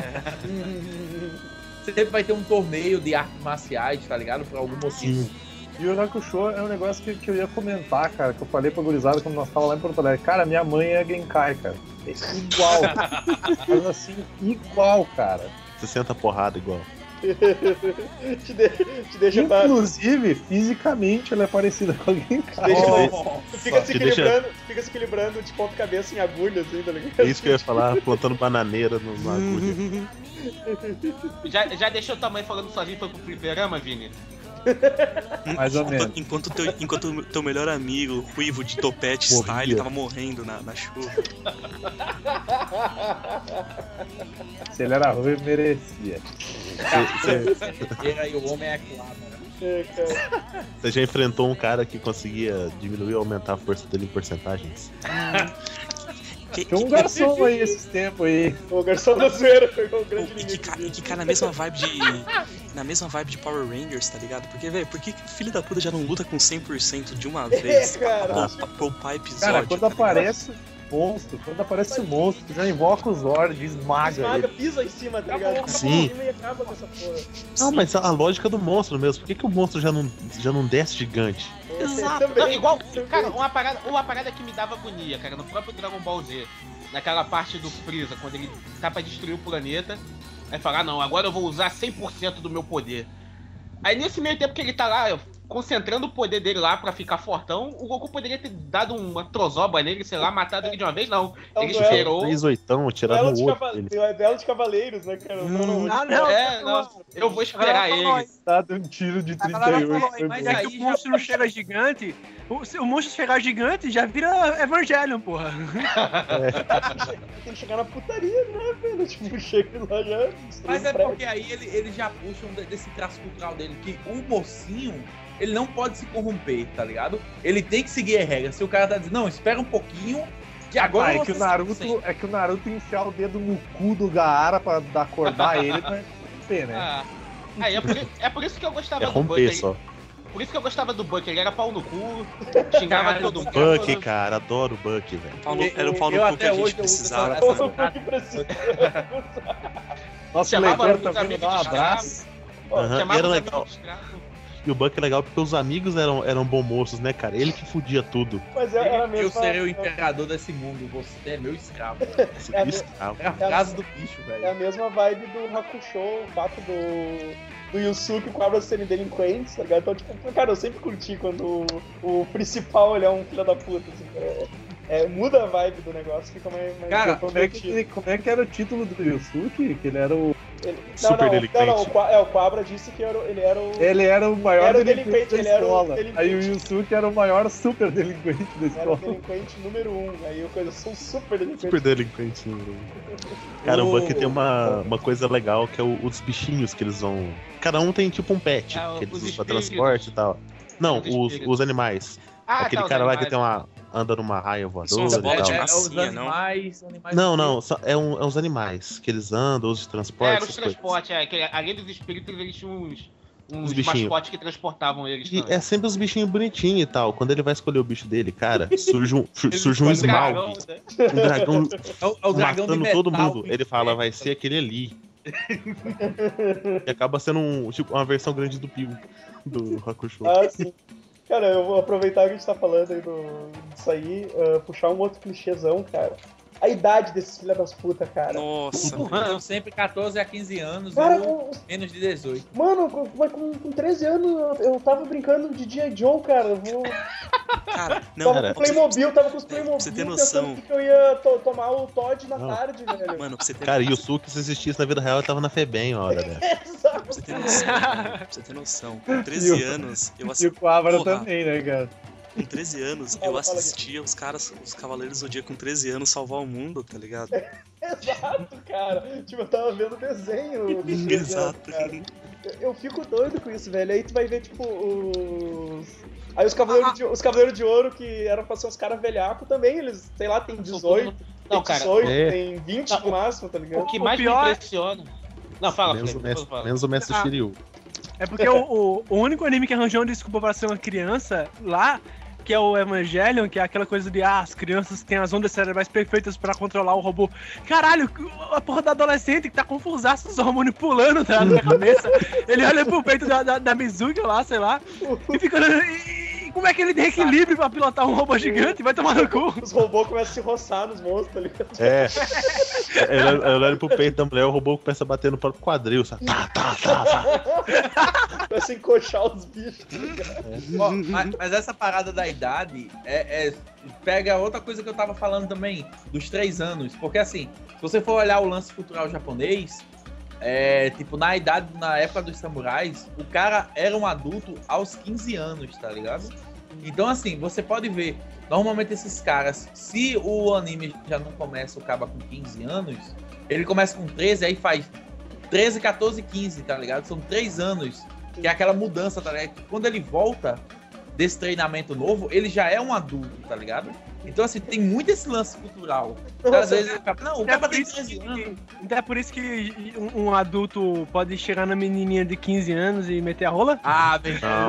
[SPEAKER 9] sempre vai ter um torneio de artes marciais, tá ligado? Por algum motivo.
[SPEAKER 6] Sim.
[SPEAKER 5] E o Hakusho é um negócio que, que eu ia comentar, cara, que eu falei pra gurizada quando nós tava lá em Porto Alegre. Cara, minha mãe é Genkai, cara. É igual. Mas assim, igual, cara.
[SPEAKER 6] sessenta porrada igual.
[SPEAKER 3] te, de, te deixa pra,
[SPEAKER 5] Inclusive, fisicamente ela é parecida com a Genkai.
[SPEAKER 3] deixa,
[SPEAKER 9] Oh,
[SPEAKER 3] tu fica se
[SPEAKER 6] te deixa-
[SPEAKER 3] equilibrando, tu fica se equilibrando de ponta cabeça em agulha, assim, tá ligado?
[SPEAKER 6] É isso que eu ia falar, plantando bananeira no, no agulha.
[SPEAKER 8] Já, já deixou tua mãe falando sozinho e foi pro fliperama, Vini?
[SPEAKER 5] Mais ou menos.
[SPEAKER 4] Enquanto teu, enquanto teu melhor amigo, ruivo de topete
[SPEAKER 6] Morria.
[SPEAKER 4] style, tava morrendo na, na chuva.
[SPEAKER 5] Se ele era ruim, merecia.
[SPEAKER 9] Ele aí, o homem é claro.
[SPEAKER 3] É, cara.
[SPEAKER 6] Você já enfrentou um cara que conseguia diminuir ou aumentar a força dele em porcentagens?
[SPEAKER 4] Que,
[SPEAKER 5] Tinha um
[SPEAKER 4] que-
[SPEAKER 5] garçom aí esses tempos aí.
[SPEAKER 3] O garçom da zoeira pegou o
[SPEAKER 4] Pô,
[SPEAKER 3] grande
[SPEAKER 4] e que,
[SPEAKER 3] inimigo.
[SPEAKER 4] ca- e
[SPEAKER 3] dele.
[SPEAKER 4] que cara, na mesma vibe de. Na mesma vibe de Power Rangers, tá ligado? Porque, velho, por que que o filho da puta já não luta com cem por cento de uma vez?
[SPEAKER 3] cara.
[SPEAKER 4] Pra pra upar episódio.
[SPEAKER 5] Cara, quando
[SPEAKER 4] tá ligado?
[SPEAKER 5] aparece o monstro, quando aparece o monstro, tu já invoca o Zord, esmaga
[SPEAKER 3] Esmaga,
[SPEAKER 5] ele.
[SPEAKER 3] pisa em cima, tá ligado? Acaba
[SPEAKER 6] Sim.
[SPEAKER 3] em cima e acaba com essa porra.
[SPEAKER 6] Não, mas a, a lógica do monstro mesmo. Por que, que o monstro já não, já não desce gigante?
[SPEAKER 3] Exato.
[SPEAKER 8] Não, igual, cara, uma parada, uma parada que me dava agonia, cara, no próprio Dragon Ball Z, naquela parte do Freeza, quando ele tá pra destruir o planeta, aí fala, ah não, agora eu vou usar cem por cento do meu poder. Aí nesse meio tempo que ele tá lá, concentrando o poder dele lá pra ficar fortão, o Goku poderia ter dado uma trozoba nele, sei lá, matado ele de uma vez, não.
[SPEAKER 3] É um
[SPEAKER 8] Ele
[SPEAKER 3] duelo.
[SPEAKER 8] esperou.
[SPEAKER 6] Três oitão, tiraram
[SPEAKER 3] Duelo
[SPEAKER 6] o
[SPEAKER 3] de,
[SPEAKER 6] olho
[SPEAKER 3] cavale...
[SPEAKER 6] dele.
[SPEAKER 3] é duelo de cavaleiros, né, cara?
[SPEAKER 7] Hum.
[SPEAKER 3] Não, não,
[SPEAKER 7] Ah, não.
[SPEAKER 8] É, não, eu vou esperar ele.
[SPEAKER 5] Tá de um tiro de
[SPEAKER 7] A
[SPEAKER 5] trinta
[SPEAKER 7] galera
[SPEAKER 5] e oito.
[SPEAKER 7] falou,
[SPEAKER 5] foi
[SPEAKER 7] mas
[SPEAKER 5] bom.
[SPEAKER 7] é que o monstro não chega gigante. O, se o monstro chegar gigante, já vira Evangelion, porra.
[SPEAKER 3] Tem que chegar na putaria, né, velho? Tipo, chega lá já.
[SPEAKER 9] Mas é
[SPEAKER 3] destrói o
[SPEAKER 9] porque aí ele, ele já puxa um de- desse traço cultural dele, que o mocinho, ele não pode se corromper, tá ligado? Ele tem que seguir a regra. Se o cara tá dizendo, não, espera um pouquinho, que agora
[SPEAKER 5] Ah,
[SPEAKER 9] eu
[SPEAKER 5] é
[SPEAKER 9] vou
[SPEAKER 5] que o
[SPEAKER 9] ser
[SPEAKER 5] Naruto,
[SPEAKER 9] cem por cento.
[SPEAKER 5] é que o Naruto enfiar o dedo no cu do Gaara pra dar- acordar ele não é corromper, né?
[SPEAKER 8] Ah, aí é por, é por isso que eu gostava
[SPEAKER 6] É
[SPEAKER 8] do
[SPEAKER 6] romper
[SPEAKER 8] Buck.
[SPEAKER 6] só.
[SPEAKER 8] Por isso que eu gostava do Buck, ele era pau no cu, xingava
[SPEAKER 9] Cara,
[SPEAKER 8] todo mundo.
[SPEAKER 6] Buck, cara, adoro o Buck, velho.
[SPEAKER 4] Pau no-
[SPEAKER 9] Eu-
[SPEAKER 4] era o pau no
[SPEAKER 9] eu
[SPEAKER 4] cu que
[SPEAKER 9] até
[SPEAKER 4] a
[SPEAKER 9] hoje
[SPEAKER 4] gente
[SPEAKER 9] eu uso
[SPEAKER 4] precisava.
[SPEAKER 9] essa-
[SPEAKER 3] Pau no cu que precisa.
[SPEAKER 5] Nosso
[SPEAKER 8] Chamava
[SPEAKER 5] leitor
[SPEAKER 8] os
[SPEAKER 5] também
[SPEAKER 8] amigos
[SPEAKER 5] dá um
[SPEAKER 8] de
[SPEAKER 5] abraço.
[SPEAKER 3] Ó,
[SPEAKER 6] Aham,
[SPEAKER 8] Chamava
[SPEAKER 6] era
[SPEAKER 8] os
[SPEAKER 6] legal.
[SPEAKER 8] amigos de escravo.
[SPEAKER 6] E o Buck é legal porque os amigos eram, eram bons moços, né, cara? Ele que fudia tudo.
[SPEAKER 3] Mas é, era
[SPEAKER 9] Eu
[SPEAKER 3] mesmo.
[SPEAKER 9] serei o imperador desse mundo, você é meu escravo.
[SPEAKER 6] Esse
[SPEAKER 3] É,
[SPEAKER 6] bicho, ah,
[SPEAKER 9] É a frase do bicho,
[SPEAKER 3] É a
[SPEAKER 9] velho.
[SPEAKER 3] mesma vibe do Hakusho, o fato do, do Yusuke com cabras serem delinquentes, tá ligado? Então, tipo, cara, eu sempre curti quando o, o principal ele é um filho da puta, assim, é, é, muda a vibe do negócio, fica mais... mais
[SPEAKER 9] Cara,
[SPEAKER 5] Como é, que, como é que era o título do Yusuke? Que ele era o.
[SPEAKER 3] Ele,
[SPEAKER 6] Super
[SPEAKER 3] não, não,
[SPEAKER 6] delinquente.
[SPEAKER 3] Não, não, o, Qua- é, o Quabra disse que era, o- ele era o...
[SPEAKER 5] Ele era o maior
[SPEAKER 3] Era o
[SPEAKER 5] delinquente,
[SPEAKER 3] delinquente,
[SPEAKER 5] da
[SPEAKER 3] ele era o
[SPEAKER 5] escola.
[SPEAKER 3] delinquente.
[SPEAKER 5] Aí o Yusuke era o maior super delinquente da
[SPEAKER 3] Era o
[SPEAKER 5] escola.
[SPEAKER 3] delinquente número um, aí eu coisa, eu sou um super delinquente.
[SPEAKER 6] super delinquente. né? Cara, o Buck tem uma, uma coisa legal que é o- os bichinhos que eles vão. Cada um tem tipo um pet,
[SPEAKER 8] Ah,
[SPEAKER 6] que eles
[SPEAKER 8] os
[SPEAKER 6] usam pra
[SPEAKER 8] espíritos.
[SPEAKER 6] transporte e tal. Não,
[SPEAKER 8] Os
[SPEAKER 6] os,
[SPEAKER 8] espíritos.
[SPEAKER 6] os animais.
[SPEAKER 8] Ah,
[SPEAKER 6] Aquele
[SPEAKER 8] tá, os
[SPEAKER 6] cara lá que
[SPEAKER 8] animais.
[SPEAKER 6] tem uma. anda numa raia
[SPEAKER 4] São uns
[SPEAKER 6] voadora e
[SPEAKER 4] bolas de
[SPEAKER 6] tal.
[SPEAKER 9] É, é
[SPEAKER 4] massinha,
[SPEAKER 9] os
[SPEAKER 4] não?
[SPEAKER 9] animais, animais
[SPEAKER 6] Não, não, só- é, um, é uns animais que eles andam, usam de
[SPEAKER 8] É,
[SPEAKER 6] transporte.
[SPEAKER 8] era os
[SPEAKER 6] essas coisas.
[SPEAKER 8] transportes, é, que além dos espíritos, eles tinham uns, uns
[SPEAKER 6] Os bichinhos.
[SPEAKER 8] mascotes que transportavam eles
[SPEAKER 6] E
[SPEAKER 8] também.
[SPEAKER 6] é sempre os bichinhos bonitinhos e tal. Quando ele vai escolher o bicho dele, cara, surge um,
[SPEAKER 9] Ele
[SPEAKER 6] surge um
[SPEAKER 9] escolhe um
[SPEAKER 8] Dragão,
[SPEAKER 6] Smaug,
[SPEAKER 8] né?
[SPEAKER 6] um dragão
[SPEAKER 9] É o, é o dragão de
[SPEAKER 6] matando
[SPEAKER 9] metal,
[SPEAKER 6] todo mundo.
[SPEAKER 9] que-
[SPEAKER 6] Ele fala, vai ser aquele ali. E acaba sendo um, tipo, uma versão grande do Pio, do Hakusho.
[SPEAKER 3] Ah, sim. Cara, eu vou aproveitar que a gente tá falando aí do, disso aí, ah, puxar um outro clichêzão, cara. A idade desses filha das putas, cara.
[SPEAKER 4] Nossa, velho.
[SPEAKER 9] São sempre catorze a quinze anos
[SPEAKER 3] Cara,
[SPEAKER 9] ou
[SPEAKER 3] com-
[SPEAKER 9] menos de dezoito.
[SPEAKER 3] mano, com, mas com, com treze anos eu, eu tava brincando de G I. Joe, cara. Eu vou...
[SPEAKER 4] Cara, não,
[SPEAKER 3] tava
[SPEAKER 6] cara,
[SPEAKER 3] com Playmobil, tava com os
[SPEAKER 4] pra
[SPEAKER 3] Playmobil
[SPEAKER 4] você ter
[SPEAKER 3] pensando
[SPEAKER 4] noção.
[SPEAKER 3] que eu ia to- tomar o Todd na
[SPEAKER 6] Não.
[SPEAKER 3] tarde, velho.
[SPEAKER 4] Mano, pra você ter,
[SPEAKER 6] Cara, e o Suki, se existisse na vida real, ele tava na Febem, uma hora, né?
[SPEAKER 3] Exato.
[SPEAKER 4] pra você ter noção, mano, pra você ter noção. Com treze anos, eu
[SPEAKER 5] E o
[SPEAKER 4] assisti.
[SPEAKER 5] Quabra
[SPEAKER 4] Porra.
[SPEAKER 5] também, né, cara?
[SPEAKER 4] com treze anos,
[SPEAKER 3] Fala,
[SPEAKER 4] eu
[SPEAKER 3] fala
[SPEAKER 4] assistia os caras, os Cavaleiros do Zodíaco com treze anos salvar o mundo, tá ligado?
[SPEAKER 3] Exato, cara. Tipo, eu tava vendo o desenho. do
[SPEAKER 4] Exato.
[SPEAKER 3] cara. Eu, eu fico doido com isso, velho. Aí tu vai ver, tipo, os... Aí os Cavaleiros, de, os Cavaleiros de Ouro, que eram pra ser uns caras velhacos também, eles, sei lá, tem dezoito,
[SPEAKER 8] Não,
[SPEAKER 3] tem
[SPEAKER 8] cara.
[SPEAKER 3] dezoito,
[SPEAKER 6] É.
[SPEAKER 3] tem vinte
[SPEAKER 8] Não,
[SPEAKER 3] no máximo, tá ligado?
[SPEAKER 8] O que
[SPEAKER 7] O
[SPEAKER 8] mais
[SPEAKER 7] pior-
[SPEAKER 8] me impressiona... Não, fala,
[SPEAKER 6] Menos o
[SPEAKER 8] Felipe,
[SPEAKER 6] mestre,
[SPEAKER 8] fala.
[SPEAKER 6] menos o mestre
[SPEAKER 7] Ah.
[SPEAKER 6] Shiryu.
[SPEAKER 7] É porque o, o, o único anime que arranjou uma desculpa pra ser uma criança lá, que é o Evangelion, que é aquela coisa de, ah, as crianças têm as ondas cerebrais perfeitas pra controlar o robô. Caralho, a porra da adolescente que tá confusaço, os hormônios pulando tá, na cabeça. Ele olha pro peito da, da, da Mizuki lá, sei lá, e fica olhando, e, e como é que ele tem equilíbrio pra pilotar um robô gigante? Vai tomar no cu.
[SPEAKER 3] Os robôs começam a se roçar nos monstros, tá ligado?
[SPEAKER 6] É. Eu, eu olho pro peito da mulher, o robô começa a bater no próprio quadril, sabe? Tá, tá, tá, tá.
[SPEAKER 3] Começa a encoxar os bichos, tá ligado?
[SPEAKER 9] Ó, mas, mas essa parada da idade é, é- pega outra coisa que eu tava falando também, dos três anos. Porque assim, se você for olhar o lance cultural japonês, é, tipo, na idade, na época dos samurais, o cara era um adulto aos quinze anos, tá ligado? Então assim, você pode ver, normalmente esses caras, se o anime já não começa o caba com quinze anos, ele começa com treze, aí faz treze, quatorze, quinze, tá ligado? São três anos, que é aquela mudança, tá ligado? Quando ele volta desse treinamento novo, ele já é um adulto, tá ligado? Então, assim, tem muito esse lance cultural. Então, às vezes, o cara, não, o
[SPEAKER 7] Então é,
[SPEAKER 9] cara
[SPEAKER 7] por
[SPEAKER 9] tem
[SPEAKER 7] isso
[SPEAKER 9] treze anos.
[SPEAKER 7] que, então é por isso que um, um adulto pode chegar na menininha de quinze anos e meter a rola?
[SPEAKER 9] Ah, bem,
[SPEAKER 6] Não.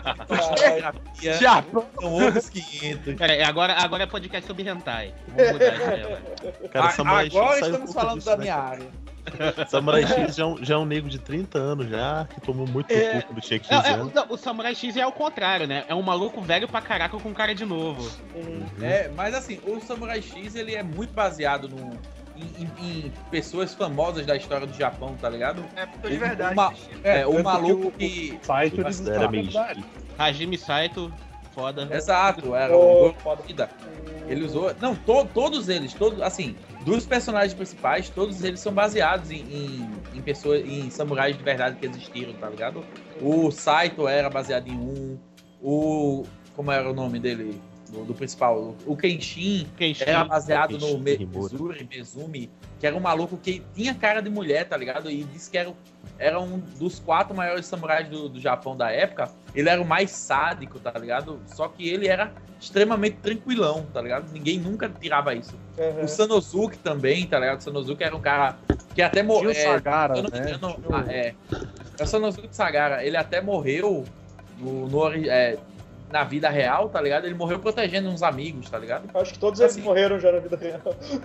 [SPEAKER 9] terapia,
[SPEAKER 7] Já!
[SPEAKER 9] são outros quinhentos.
[SPEAKER 8] Pera aí, agora, agora é podcast sobre hentai. Vamos mudar esse tema.
[SPEAKER 6] Cara,
[SPEAKER 9] A-
[SPEAKER 6] Samurai X
[SPEAKER 9] Agora
[SPEAKER 6] sai um
[SPEAKER 9] estamos
[SPEAKER 6] pouco
[SPEAKER 9] falando
[SPEAKER 6] disso,
[SPEAKER 9] da
[SPEAKER 6] né,
[SPEAKER 9] minha
[SPEAKER 6] cara?
[SPEAKER 9] área.
[SPEAKER 6] Samurai X já é, um, já é um nego de trinta anos já, que tomou muito
[SPEAKER 8] É.
[SPEAKER 6] cu quando tinha
[SPEAKER 8] É,
[SPEAKER 6] quinze
[SPEAKER 8] é,
[SPEAKER 6] anos.
[SPEAKER 8] não, o Samurai X é ao contrário, né? É um maluco velho pra caraca com cara de novo.
[SPEAKER 3] Uhum.
[SPEAKER 9] É, mas assim, o Samurai X, ele é muito baseado no, em, em- em pessoas famosas da história do Japão, tá ligado?
[SPEAKER 7] É de verdade.
[SPEAKER 9] Uma- É, o
[SPEAKER 5] tanto
[SPEAKER 9] maluco
[SPEAKER 5] que
[SPEAKER 9] que...
[SPEAKER 5] Saito ele
[SPEAKER 6] Mas era meio
[SPEAKER 5] verdade.
[SPEAKER 6] chique.
[SPEAKER 8] Hajime Saito, foda.
[SPEAKER 9] Exato, era
[SPEAKER 3] Ô,
[SPEAKER 9] o
[SPEAKER 3] foda.
[SPEAKER 9] Gorida. Ele usou. Não, to- todos eles, todos, assim, dos personagens principais, todos eles são baseados em, em, em pessoas, em samurais de verdade que existiram, tá ligado? O Saito era baseado em um. O. Como era o nome dele? Do, do principal? O Kenshin
[SPEAKER 8] Kenshin.
[SPEAKER 9] era baseado no
[SPEAKER 6] Kenshin
[SPEAKER 9] Me-
[SPEAKER 6] Himura.
[SPEAKER 9] Mizuri, Mezumi, que era um maluco que tinha cara de mulher, tá ligado? E disse que era, era um dos quatro maiores samurais do, do Japão da época. Ele era o mais sádico, tá ligado? Só que ele era extremamente tranquilão, tá ligado? Ninguém nunca tirava isso.
[SPEAKER 3] Uhum.
[SPEAKER 9] O Sanosuke também, tá ligado? O Sanosuke era um cara que até
[SPEAKER 5] Tinha
[SPEAKER 9] morreu.
[SPEAKER 5] o Sagara,
[SPEAKER 9] eu não me
[SPEAKER 5] né?
[SPEAKER 9] engano,
[SPEAKER 5] Tinha o-
[SPEAKER 9] ah, é. O Sanosuke Sagara, ele até morreu no, no ori- é, na vida real, tá ligado? Ele morreu protegendo uns amigos, tá ligado?
[SPEAKER 3] Acho que todos eles
[SPEAKER 9] Assim.
[SPEAKER 3] morreram já na vida real.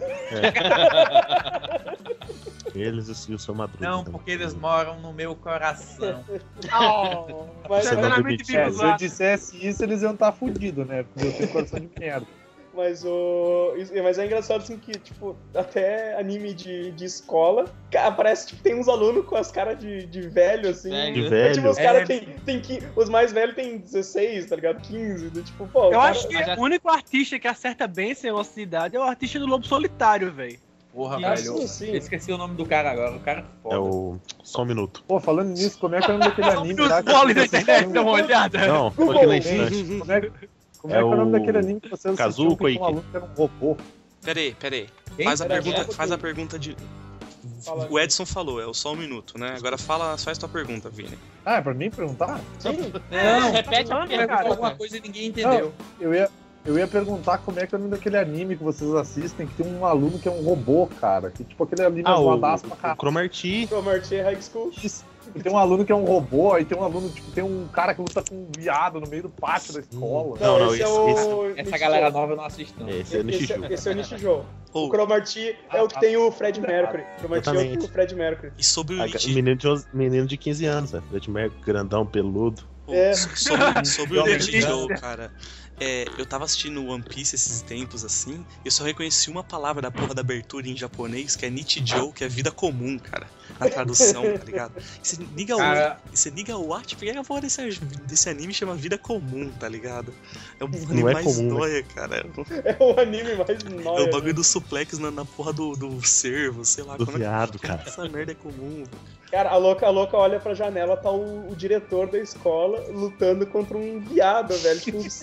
[SPEAKER 6] Eles e o seu Madruga.
[SPEAKER 9] Não,
[SPEAKER 6] também.
[SPEAKER 9] porque eles moram no meu coração.
[SPEAKER 3] Mas,
[SPEAKER 6] Você não
[SPEAKER 3] mas,
[SPEAKER 7] Eternamente
[SPEAKER 6] demitiu.
[SPEAKER 5] É,
[SPEAKER 7] vivos
[SPEAKER 5] se eu
[SPEAKER 7] lá.
[SPEAKER 5] dissesse isso, eles iam estar fudidos, né? Porque eu tenho coração de merda.
[SPEAKER 3] mas o. isso- Mas é engraçado assim que, tipo, até anime de, de escola, cara, parece que tem uns alunos com as caras de, de velho, assim.
[SPEAKER 8] Velho.
[SPEAKER 6] De
[SPEAKER 3] É,
[SPEAKER 6] velho.
[SPEAKER 3] tipo, os caras
[SPEAKER 9] É.
[SPEAKER 3] tem, tem que. Os mais velhos tem dezesseis, tá ligado? quinze. do Tipo, pô. o
[SPEAKER 7] Eu
[SPEAKER 3] cara-
[SPEAKER 7] acho que
[SPEAKER 8] mas é-
[SPEAKER 7] o único artista que acerta bem sem nossa idade é o artista do Lobo Solitário, velho.
[SPEAKER 9] Porra,
[SPEAKER 3] Ah,
[SPEAKER 9] velho.
[SPEAKER 3] sim, sim.
[SPEAKER 9] Eu esqueci o nome do cara agora. O cara é foda.
[SPEAKER 6] É o. Só um minuto.
[SPEAKER 5] Pô, falando nisso, como é que é o nome daquele anime lá?
[SPEAKER 7] Os
[SPEAKER 5] que
[SPEAKER 7] mole da
[SPEAKER 5] vocês
[SPEAKER 7] internet,
[SPEAKER 5] tinham-
[SPEAKER 7] dá uma olhada.
[SPEAKER 6] Não, tô aqui na estante.
[SPEAKER 5] Como é, como é,
[SPEAKER 6] É
[SPEAKER 5] que é o nome
[SPEAKER 6] o
[SPEAKER 5] daquele anime que vocês
[SPEAKER 6] Kazuo
[SPEAKER 5] assistiam que tinha um
[SPEAKER 6] Koike.
[SPEAKER 5] aluno que era um robô?
[SPEAKER 4] Pera aí, pera aí.
[SPEAKER 9] Quem?
[SPEAKER 4] Faz a
[SPEAKER 3] Pera aí,
[SPEAKER 4] pergunta,
[SPEAKER 3] só um
[SPEAKER 4] faz a
[SPEAKER 3] pouquinho.
[SPEAKER 4] pergunta de.
[SPEAKER 3] Fala.
[SPEAKER 4] O Edson falou, é só um minuto, né? Agora fala, faz tua pergunta, Vini.
[SPEAKER 5] Ah, é pra mim perguntar?
[SPEAKER 3] Sim.
[SPEAKER 9] Não,
[SPEAKER 8] repete a
[SPEAKER 7] Mano,
[SPEAKER 8] pergunta,
[SPEAKER 7] cara.
[SPEAKER 9] alguma coisa e ninguém entendeu.
[SPEAKER 5] Eu ia, eu ia perguntar como é que é o nome daquele anime que vocês assistem, que tem um aluno que é um robô, cara. Que tipo aquele anime
[SPEAKER 6] Ah, o,
[SPEAKER 5] zoadaço pra
[SPEAKER 6] o
[SPEAKER 5] caralho.
[SPEAKER 6] Cromarty.
[SPEAKER 3] Pro Marty High School.
[SPEAKER 5] Isso. E tem um aluno que é um robô, aí tem um aluno, tipo, tem um cara que luta com um viado no meio do pátio da escola.
[SPEAKER 6] Não, não,
[SPEAKER 3] esse, é
[SPEAKER 6] esse-
[SPEAKER 3] o.
[SPEAKER 9] Essa
[SPEAKER 3] Nichijou.
[SPEAKER 9] galera nova eu não assisto, não.
[SPEAKER 6] Esse é
[SPEAKER 3] Esse,
[SPEAKER 6] Nishiju.
[SPEAKER 3] é- esse é o Nishijou.
[SPEAKER 4] Ou,
[SPEAKER 3] O Cromarty é
[SPEAKER 5] Ah,
[SPEAKER 3] o que
[SPEAKER 5] ah,
[SPEAKER 3] tem o Fred Mercury. O Cromarty é o
[SPEAKER 6] Exatamente.
[SPEAKER 3] o Fred Mercury.
[SPEAKER 4] e sobre o
[SPEAKER 6] A-
[SPEAKER 4] Lich,
[SPEAKER 6] Menino de, onze- menino de quinze anos, velho. Fred Mercury, grandão, peludo.
[SPEAKER 4] Pô,
[SPEAKER 3] É.
[SPEAKER 4] sobre, sobre o
[SPEAKER 7] Delícia.
[SPEAKER 4] Lich Joe, cara. É, eu tava assistindo One Piece esses tempos assim, e eu só reconheci uma palavra da porra da abertura em japonês, que é Nichijou, que é vida comum, cara. Na tradução, tá ligado? E você liga o.
[SPEAKER 9] Cara-
[SPEAKER 4] e Você liga o What? Por que a porra desse, desse anime chama Vida Comum, tá ligado? É o
[SPEAKER 6] Não
[SPEAKER 4] anime
[SPEAKER 6] é
[SPEAKER 4] mais
[SPEAKER 6] comum, né?
[SPEAKER 4] nóia, cara.
[SPEAKER 3] É o anime mais
[SPEAKER 4] É
[SPEAKER 3] nóia.
[SPEAKER 4] o bagulho do suplex na, na porra do, do cervo, sei lá.
[SPEAKER 6] Do
[SPEAKER 4] como é que-
[SPEAKER 6] viado, cara.
[SPEAKER 4] Essa merda é comum, velho.
[SPEAKER 3] Cara, a louca, a louca olha pra janela, tá o, o diretor da escola lutando contra um viado, velho. Tipo, um cervo,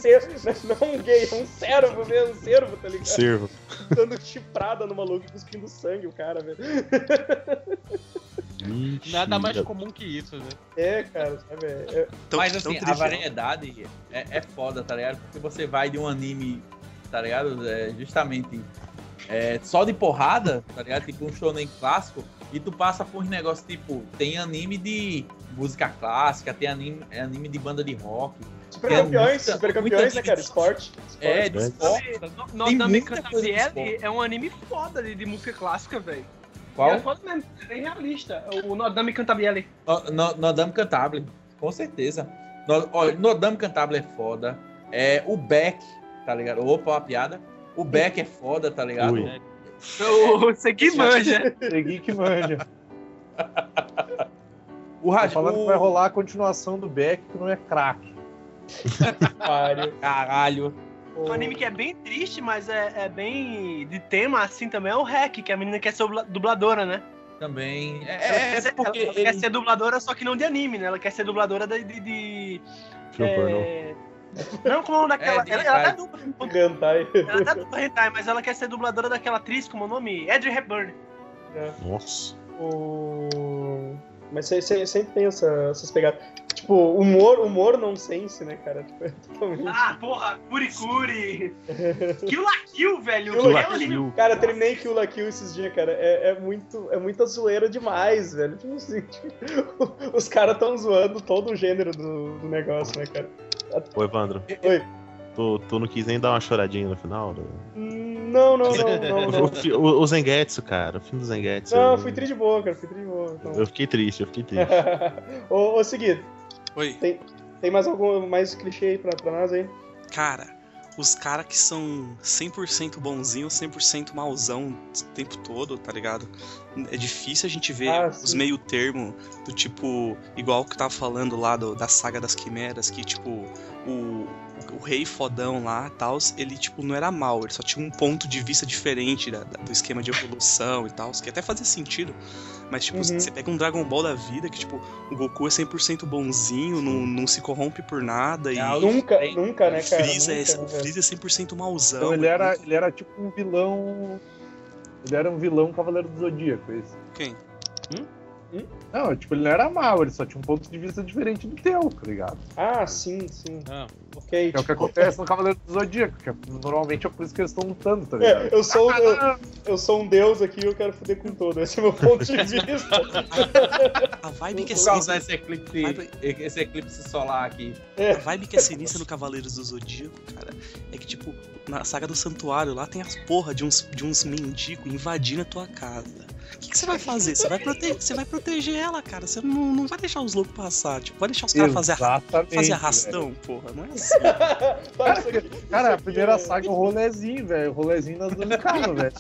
[SPEAKER 3] Não um gay, é um servo mesmo, um servo, tá ligado?
[SPEAKER 6] Servo.
[SPEAKER 3] Dando chifrada no maluco e cuspindo sangue, o cara, velho.
[SPEAKER 8] Nada mais comum que isso, né?
[SPEAKER 3] É, cara, sabe? É...
[SPEAKER 4] Tão-
[SPEAKER 9] Mas
[SPEAKER 4] tão
[SPEAKER 9] assim, a
[SPEAKER 4] trivial.
[SPEAKER 9] variedade é, é foda, tá ligado? Porque você vai de um anime, tá ligado? É, justamente é, só de porrada, tá ligado? Tipo um shonen clássico, e tu passa por uns negócios tipo, tem anime de música clássica, tem anime, é anime de banda de rock.
[SPEAKER 3] Super
[SPEAKER 9] Tem
[SPEAKER 3] campeões,
[SPEAKER 9] muita-
[SPEAKER 3] super campeões,
[SPEAKER 9] muita
[SPEAKER 3] né, cara? Esporte.
[SPEAKER 9] É,
[SPEAKER 3] Esporte.
[SPEAKER 9] de
[SPEAKER 6] É.
[SPEAKER 9] esporte.
[SPEAKER 7] No
[SPEAKER 9] Tem
[SPEAKER 7] Nodame
[SPEAKER 9] muita coisa de
[SPEAKER 7] Cantabrielli
[SPEAKER 9] esporte.
[SPEAKER 7] é um anime foda de, de música clássica, velho.
[SPEAKER 9] Qual?
[SPEAKER 7] É foda mesmo, é bem realista. O Nodame Cantabrielli.
[SPEAKER 9] No, no, Nodame Cantabile, com certeza. No, olha, Nodame Cantabile é foda. É, o Beck, tá ligado? Opa, uma piada. O Beck é foda, tá ligado?
[SPEAKER 6] Ui.
[SPEAKER 7] Você que manja.
[SPEAKER 5] Segui que manja.
[SPEAKER 9] O
[SPEAKER 5] Tô
[SPEAKER 9] Raj...
[SPEAKER 5] falando
[SPEAKER 9] o-
[SPEAKER 5] que vai rolar a continuação do Beck, que não é craque.
[SPEAKER 3] Pariu.
[SPEAKER 9] Caralho.
[SPEAKER 7] Um anime que é bem triste, mas é, é bem de tema assim também é o Hack, que a menina quer ser dubla- dubladora, né?
[SPEAKER 9] Também.
[SPEAKER 7] Ela,
[SPEAKER 9] É,
[SPEAKER 7] quer,
[SPEAKER 9] é
[SPEAKER 7] ser,
[SPEAKER 9] porque
[SPEAKER 7] ela
[SPEAKER 9] ele...
[SPEAKER 7] quer ser dubladora, só que não de anime, né? Ela quer ser dubladora de. de, de
[SPEAKER 6] Filme pornô.
[SPEAKER 7] é... Não, como é o nome daquela.
[SPEAKER 9] É, de
[SPEAKER 7] ela, ela
[SPEAKER 9] hentai.
[SPEAKER 7] até dubla.
[SPEAKER 3] Gantai.
[SPEAKER 7] Ela até dubla hentai, mas ela quer ser dubladora daquela atriz, como é o nome? Audrey Hepburn.
[SPEAKER 6] Nossa.
[SPEAKER 3] O... Mas se- se- sempre tem essa, essas pegadas. Tipo, humor, humor nonsense, né, cara? Tipo, é totalmente...
[SPEAKER 7] Ah, porra, Kurikuri. Kill la Kill, velho.
[SPEAKER 3] Kill
[SPEAKER 7] Que
[SPEAKER 3] la
[SPEAKER 7] é um anime-
[SPEAKER 6] Kill.
[SPEAKER 3] Cara, eu terminei Kill la Kill esses dias, cara. É, é, muito, é muita zoeira demais, velho. Tipo assim, tipo, os caras tão zoando todo o gênero do, do negócio, né, cara?
[SPEAKER 6] Ô, Evandro.
[SPEAKER 3] Oi.
[SPEAKER 6] Tu, tu não quis nem dar uma choradinha no final? Do...
[SPEAKER 3] Não, não, não, não,
[SPEAKER 6] O,
[SPEAKER 3] não.
[SPEAKER 6] fi- o, o Zengetsu, cara. O filme do Zengetsu.
[SPEAKER 3] Não,
[SPEAKER 6] eu,
[SPEAKER 3] fui tri de boa, cara. Fui tri de boa. Então.
[SPEAKER 6] eu fiquei triste, eu fiquei triste.
[SPEAKER 3] ô, ô, seguido,
[SPEAKER 4] Oi.
[SPEAKER 3] tem, tem mais algum mais clichê aí pra, pra nós aí?
[SPEAKER 4] Cara, os caras que são cem por cento bonzinho, cem por cento mauzão o tempo todo, tá ligado? É difícil a gente ver
[SPEAKER 3] Ah,
[SPEAKER 4] os
[SPEAKER 3] sim.
[SPEAKER 4] meio termo do tipo, igual o que eu tava falando lá do, da saga das quimeras, que tipo, o, o rei fodão lá, tal, ele tipo não era mal, ele só tinha um ponto de vista diferente da- da- do esquema de evolução e tal, que até fazia sentido. Mas, tipo,
[SPEAKER 3] Uhum.
[SPEAKER 4] você pega um Dragon Ball da vida que, tipo, o Goku é cem por cento bonzinho, não, não se corrompe por nada. E
[SPEAKER 9] É,
[SPEAKER 3] Nunca,
[SPEAKER 9] tem-
[SPEAKER 3] nunca, né,
[SPEAKER 4] o
[SPEAKER 3] cara?
[SPEAKER 4] Freeza, é,
[SPEAKER 3] Nunca,
[SPEAKER 4] o
[SPEAKER 3] né, velho?
[SPEAKER 4] Freeza é cem por cento mauzão.
[SPEAKER 5] Então ele era, ele era tipo um vilão. Ele era um vilão Cavaleiro do Zodíaco, esse.
[SPEAKER 4] Quem?
[SPEAKER 5] Não, tipo, ele não era mal, ele só tinha um ponto de vista diferente do teu, tá ligado?
[SPEAKER 3] Ah, sim, sim.
[SPEAKER 8] Ah,
[SPEAKER 3] Ok.
[SPEAKER 5] Que é o que acontece no Cavaleiro do Zodíaco, que é, normalmente é por isso que eles estão lutando, tá ligado?
[SPEAKER 3] É, eu sou, eu, eu sou um deus aqui e eu quero foder com todo. Esse é o meu ponto de vista.
[SPEAKER 4] A vibe que é
[SPEAKER 9] Por causa
[SPEAKER 4] sinistra,
[SPEAKER 9] desse eclipse,
[SPEAKER 4] Vai-
[SPEAKER 9] esse eclipse solar aqui.
[SPEAKER 4] a vibe que é sinistra no Cavaleiros do Zodíaco, cara, é que, tipo, na saga do Santuário, lá tem as porra de uns, de uns mendigos invadindo a tua casa. O que, que você vai fazer? Você vai, prote- você vai proteger ela, cara. Você não, não vai deixar os loucos passar. Tipo, vai deixar os caras fazer, arra-
[SPEAKER 5] Exatamente.
[SPEAKER 4] fazer
[SPEAKER 5] velho.
[SPEAKER 4] arrastão, porra. Não é assim.
[SPEAKER 3] Fala isso aqui.
[SPEAKER 5] Cara, a primeira saga é o rolezinho, velho. O rolezinho nas duas carro, velho.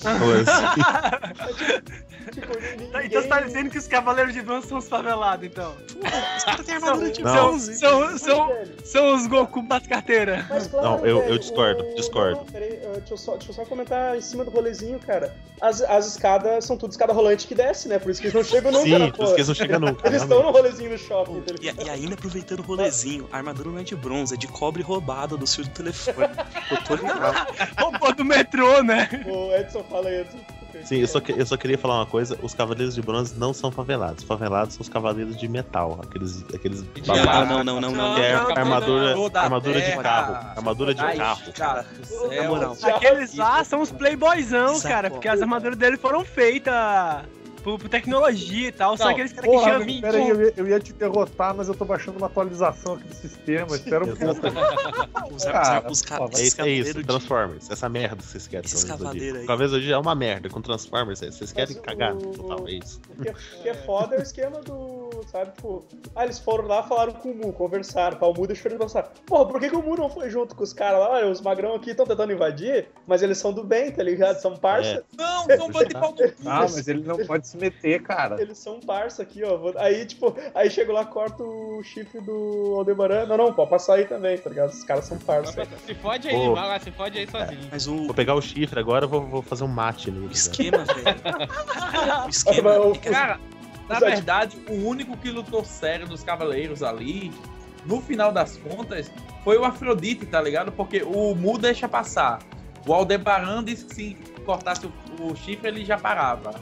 [SPEAKER 3] Tipo, ninguém...
[SPEAKER 7] Então você tá dizendo que os Cavaleiros de Bronze são os favelados, então.
[SPEAKER 4] Os caras têm armadura de
[SPEAKER 6] Não.
[SPEAKER 4] bronze.
[SPEAKER 7] São,
[SPEAKER 3] Mas,
[SPEAKER 7] são,
[SPEAKER 3] velho,
[SPEAKER 7] são os Goku das carteiras.
[SPEAKER 3] mas claro,
[SPEAKER 6] Não, eu- eu
[SPEAKER 3] velho,
[SPEAKER 6] discordo,
[SPEAKER 3] o-
[SPEAKER 6] discordo.
[SPEAKER 3] Não, peraí, uh, deixa, eu só, deixa eu só comentar em cima do rolezinho, cara. As, as escadas são tudo escada rolante que desce, né? Por isso que eles não chegam nunca
[SPEAKER 6] Sim,
[SPEAKER 3] na
[SPEAKER 6] por isso
[SPEAKER 3] porra.
[SPEAKER 6] que eles não chegam nunca.
[SPEAKER 3] Eles estão
[SPEAKER 6] realmente.
[SPEAKER 3] no rolezinho no shopping, tá
[SPEAKER 4] E,
[SPEAKER 3] ligado?
[SPEAKER 4] e ainda aproveitando o rolezinho, a armadura não é de bronze, é de cobre roubado do fio do telefone. Eu tô ligado.
[SPEAKER 7] Roupa do metrô, né?
[SPEAKER 3] O Edson, fala aí, Edson.
[SPEAKER 6] Sim, eu só, que- eu só queria falar uma coisa: os Cavaleiros de Bronze não são favelados. Favelados são os Cavaleiros de Metal, aqueles, aqueles
[SPEAKER 4] Não,
[SPEAKER 6] babacas.
[SPEAKER 4] não, não, não, não.
[SPEAKER 6] Que é
[SPEAKER 7] Não, não,
[SPEAKER 6] armadura,
[SPEAKER 9] não, da
[SPEAKER 6] armadura de
[SPEAKER 9] terra.
[SPEAKER 6] carro. Armadura de
[SPEAKER 9] Ai,
[SPEAKER 6] carro.
[SPEAKER 9] cara do céu.
[SPEAKER 4] Na moral.
[SPEAKER 7] Aqueles lá são os playboyzão,
[SPEAKER 4] Exato.
[SPEAKER 7] cara, porque as armaduras dele foram feitas por, por tecnologia e tal, são
[SPEAKER 8] Não,
[SPEAKER 7] aqueles caras que
[SPEAKER 5] Porra,
[SPEAKER 7] chamam...
[SPEAKER 5] pera aí, eu ia, eu ia te derrotar, mas eu tô baixando uma atualização aqui do sistema. Espera um pouco.
[SPEAKER 4] Os,
[SPEAKER 5] Cara,
[SPEAKER 4] os, ca-
[SPEAKER 5] pô,
[SPEAKER 6] É
[SPEAKER 4] esses
[SPEAKER 6] isso, é isso,
[SPEAKER 4] cavaleiros de-
[SPEAKER 6] Transformers. Essa merda que vocês querem.
[SPEAKER 4] Esses
[SPEAKER 6] Cavaleiros do
[SPEAKER 4] cavaleiros
[SPEAKER 6] Zodíaco.
[SPEAKER 4] aí.
[SPEAKER 6] Cavaleiros do Zodíaco é uma merda. Com Transformers, vocês querem
[SPEAKER 3] Mas
[SPEAKER 6] cagar
[SPEAKER 3] o-
[SPEAKER 6] total, é isso.
[SPEAKER 3] O que, é, o que é foda é o esquema do. Sabe, tipo, ah, eles foram lá, falaram com o Mu, conversaram, tá? O Mu deixou eles passar. Porra, por que, que o Mu não foi junto com os caras lá? Olha, os magrão aqui estão tentando invadir, mas eles são do bem, tá ligado? São parça.
[SPEAKER 9] Não, não bate pau no cu.
[SPEAKER 5] Ah, mas ele não pode se meter, cara.
[SPEAKER 3] Eles são parça aqui, ó. Vou- Aí, tipo, aí chego lá, corto o chifre do Aldebaran. Não, não, pode passar aí também, tá ligado? Os caras são parça.
[SPEAKER 8] Se fode aí,
[SPEAKER 6] Pô.
[SPEAKER 8] vai lá, se fode aí sozinho.
[SPEAKER 4] Mas o,
[SPEAKER 6] Vou pegar o chifre agora, eu vou, vou fazer um mate nele.
[SPEAKER 4] o
[SPEAKER 6] né?
[SPEAKER 4] esquema, velho. O esquema
[SPEAKER 3] Mas o-
[SPEAKER 4] é que
[SPEAKER 9] Cara, na
[SPEAKER 3] Os
[SPEAKER 9] verdade, o único que lutou sério dos Cavaleiros ali, no final das contas, foi o Afrodite, tá ligado? Porque o Mu deixa passar. O Aldebaran disse que se cortasse o, o chifre, ele já parava.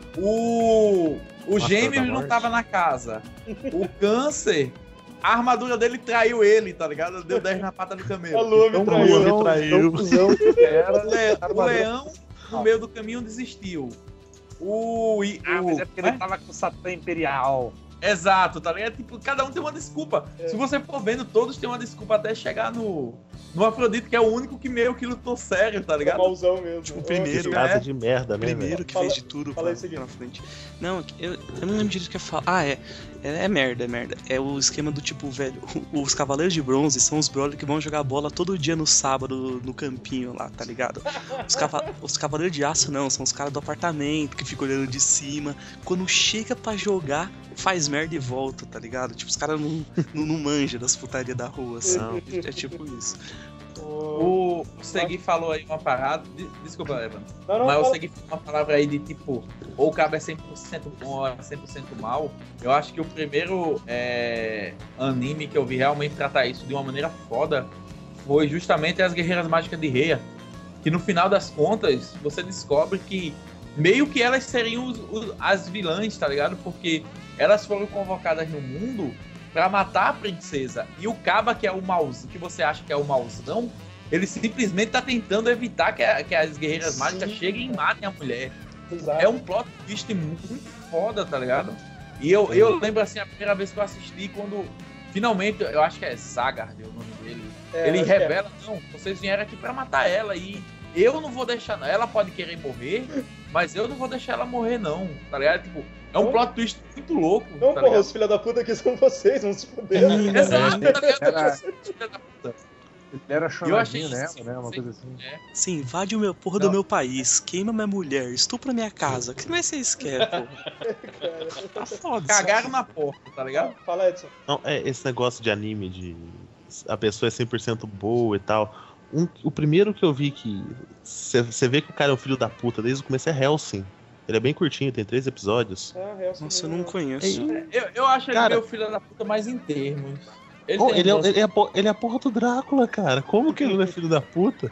[SPEAKER 9] O, o Gêmeos não tava na casa. O Câncer, a armadura dele traiu ele, tá ligado? Deu dez na pata do camelo.
[SPEAKER 3] A Lua me
[SPEAKER 6] Então,
[SPEAKER 3] traiu.
[SPEAKER 6] Lua me traiu.
[SPEAKER 5] Era,
[SPEAKER 9] O, Le- o Leão, no meio do caminho, desistiu. O... e-
[SPEAKER 5] Ah,
[SPEAKER 9] o
[SPEAKER 5] mas é porque
[SPEAKER 9] né?
[SPEAKER 5] ele tava com o Satã Imperial.
[SPEAKER 9] Exato, tá ligado? Tipo, cada um tem uma desculpa.
[SPEAKER 3] É.
[SPEAKER 9] Se você for vendo, todos têm uma desculpa até chegar no, no Afrodite, que é o único que meio que lutou sério, tá
[SPEAKER 3] É
[SPEAKER 9] ligado?
[SPEAKER 3] mauzão mesmo.
[SPEAKER 4] Tipo, o
[SPEAKER 3] Ô,
[SPEAKER 4] primeiro,
[SPEAKER 3] que-
[SPEAKER 6] Casa de merda, né,
[SPEAKER 4] Primeiro
[SPEAKER 6] velho?
[SPEAKER 4] que
[SPEAKER 3] Fala-
[SPEAKER 4] fez de tudo
[SPEAKER 3] fala
[SPEAKER 4] pra,
[SPEAKER 3] aí o seguinte.
[SPEAKER 4] pra frente. Não, eu, eu não lembro direito o que eu falo. Ah, é. É, é merda, é merda. É o esquema do tipo, velho, os Cavaleiros de Bronze são os brothers que vão jogar bola todo dia no sábado no campinho lá, tá ligado? Os, cava os Cavaleiros de Aço não, são os caras do apartamento que ficam olhando de cima. Quando chega pra jogar, faz merda e volta, tá ligado? Tipo, os caras não, não, não manjam das putarias da rua, assim. É tipo isso.
[SPEAKER 3] Ô,
[SPEAKER 9] O Segui falou aí uma parada. de- Desculpa, Evan.
[SPEAKER 3] Não, não,
[SPEAKER 9] Mas o
[SPEAKER 3] fala-
[SPEAKER 9] Segui falou uma palavra aí de tipo, ou o cabo é cem por cento bom ou é cem por cento mal. Eu acho que o primeiro é, anime que eu vi realmente tratar isso de uma maneira foda foi justamente As Guerreiras Mágicas de Reia. Que no final das contas, você descobre que meio que elas seriam os- os- as vilãs, tá ligado? Porque elas foram convocadas no mundo pra matar a princesa. E o Caba, que é o mauzão, que você acha que é o mauzão, ele simplesmente tá tentando evitar que, a- que as guerreiras
[SPEAKER 3] Sim.
[SPEAKER 9] mágicas cheguem e matem a mulher.
[SPEAKER 3] Exato.
[SPEAKER 9] É um plot twist muito foda, tá ligado? E eu, eu lembro assim, a primeira vez que eu assisti, quando finalmente, eu acho que é Zagard o nome dele,
[SPEAKER 3] É,
[SPEAKER 9] ele
[SPEAKER 3] acho que é.
[SPEAKER 9] revela, não, vocês vieram aqui pra matar ela e eu não vou deixar, não. Ela pode querer morrer, mas eu não vou deixar ela morrer, não, tá ligado? Tipo, é um
[SPEAKER 3] Não.
[SPEAKER 9] plot twist muito louco,
[SPEAKER 3] Não,
[SPEAKER 9] tá
[SPEAKER 3] porra,
[SPEAKER 9] ligado?
[SPEAKER 3] os filha da puta que são vocês, vão se fuder.
[SPEAKER 9] Exato, tá ligado?
[SPEAKER 5] Era-
[SPEAKER 9] Filha da puta.
[SPEAKER 5] Ele era
[SPEAKER 9] Eu achei
[SPEAKER 5] chonadinho nela,
[SPEAKER 9] isso,
[SPEAKER 5] né? Uma
[SPEAKER 9] sim.
[SPEAKER 5] coisa assim.
[SPEAKER 4] Sim, invade o meu porra
[SPEAKER 9] Não.
[SPEAKER 4] do meu país, queima minha mulher, estupra minha casa. O que mais vocês querem, pô? Tá foda.
[SPEAKER 9] Cagaram na porta, tá ligado?
[SPEAKER 3] Fala, Edson.
[SPEAKER 6] Não, é esse negócio de anime de a pessoa é cem por cento boa e tal. Um- o primeiro que eu vi que você vê que o cara é um filho da puta desde o começo é Hellsing. Ele é bem curtinho, tem três episódios.
[SPEAKER 3] Ah, Hellsing
[SPEAKER 4] Nossa, eu
[SPEAKER 3] mesmo.
[SPEAKER 4] não conheço.
[SPEAKER 9] Eu, eu acho ele
[SPEAKER 6] Cara-
[SPEAKER 9] meu filho da puta mais em termos. Ele,
[SPEAKER 6] Pô,
[SPEAKER 9] tem
[SPEAKER 6] ele, é,
[SPEAKER 9] doze-
[SPEAKER 6] ele, é a, po- ele é a porra do Drácula, cara. Como que ele não é filho da puta?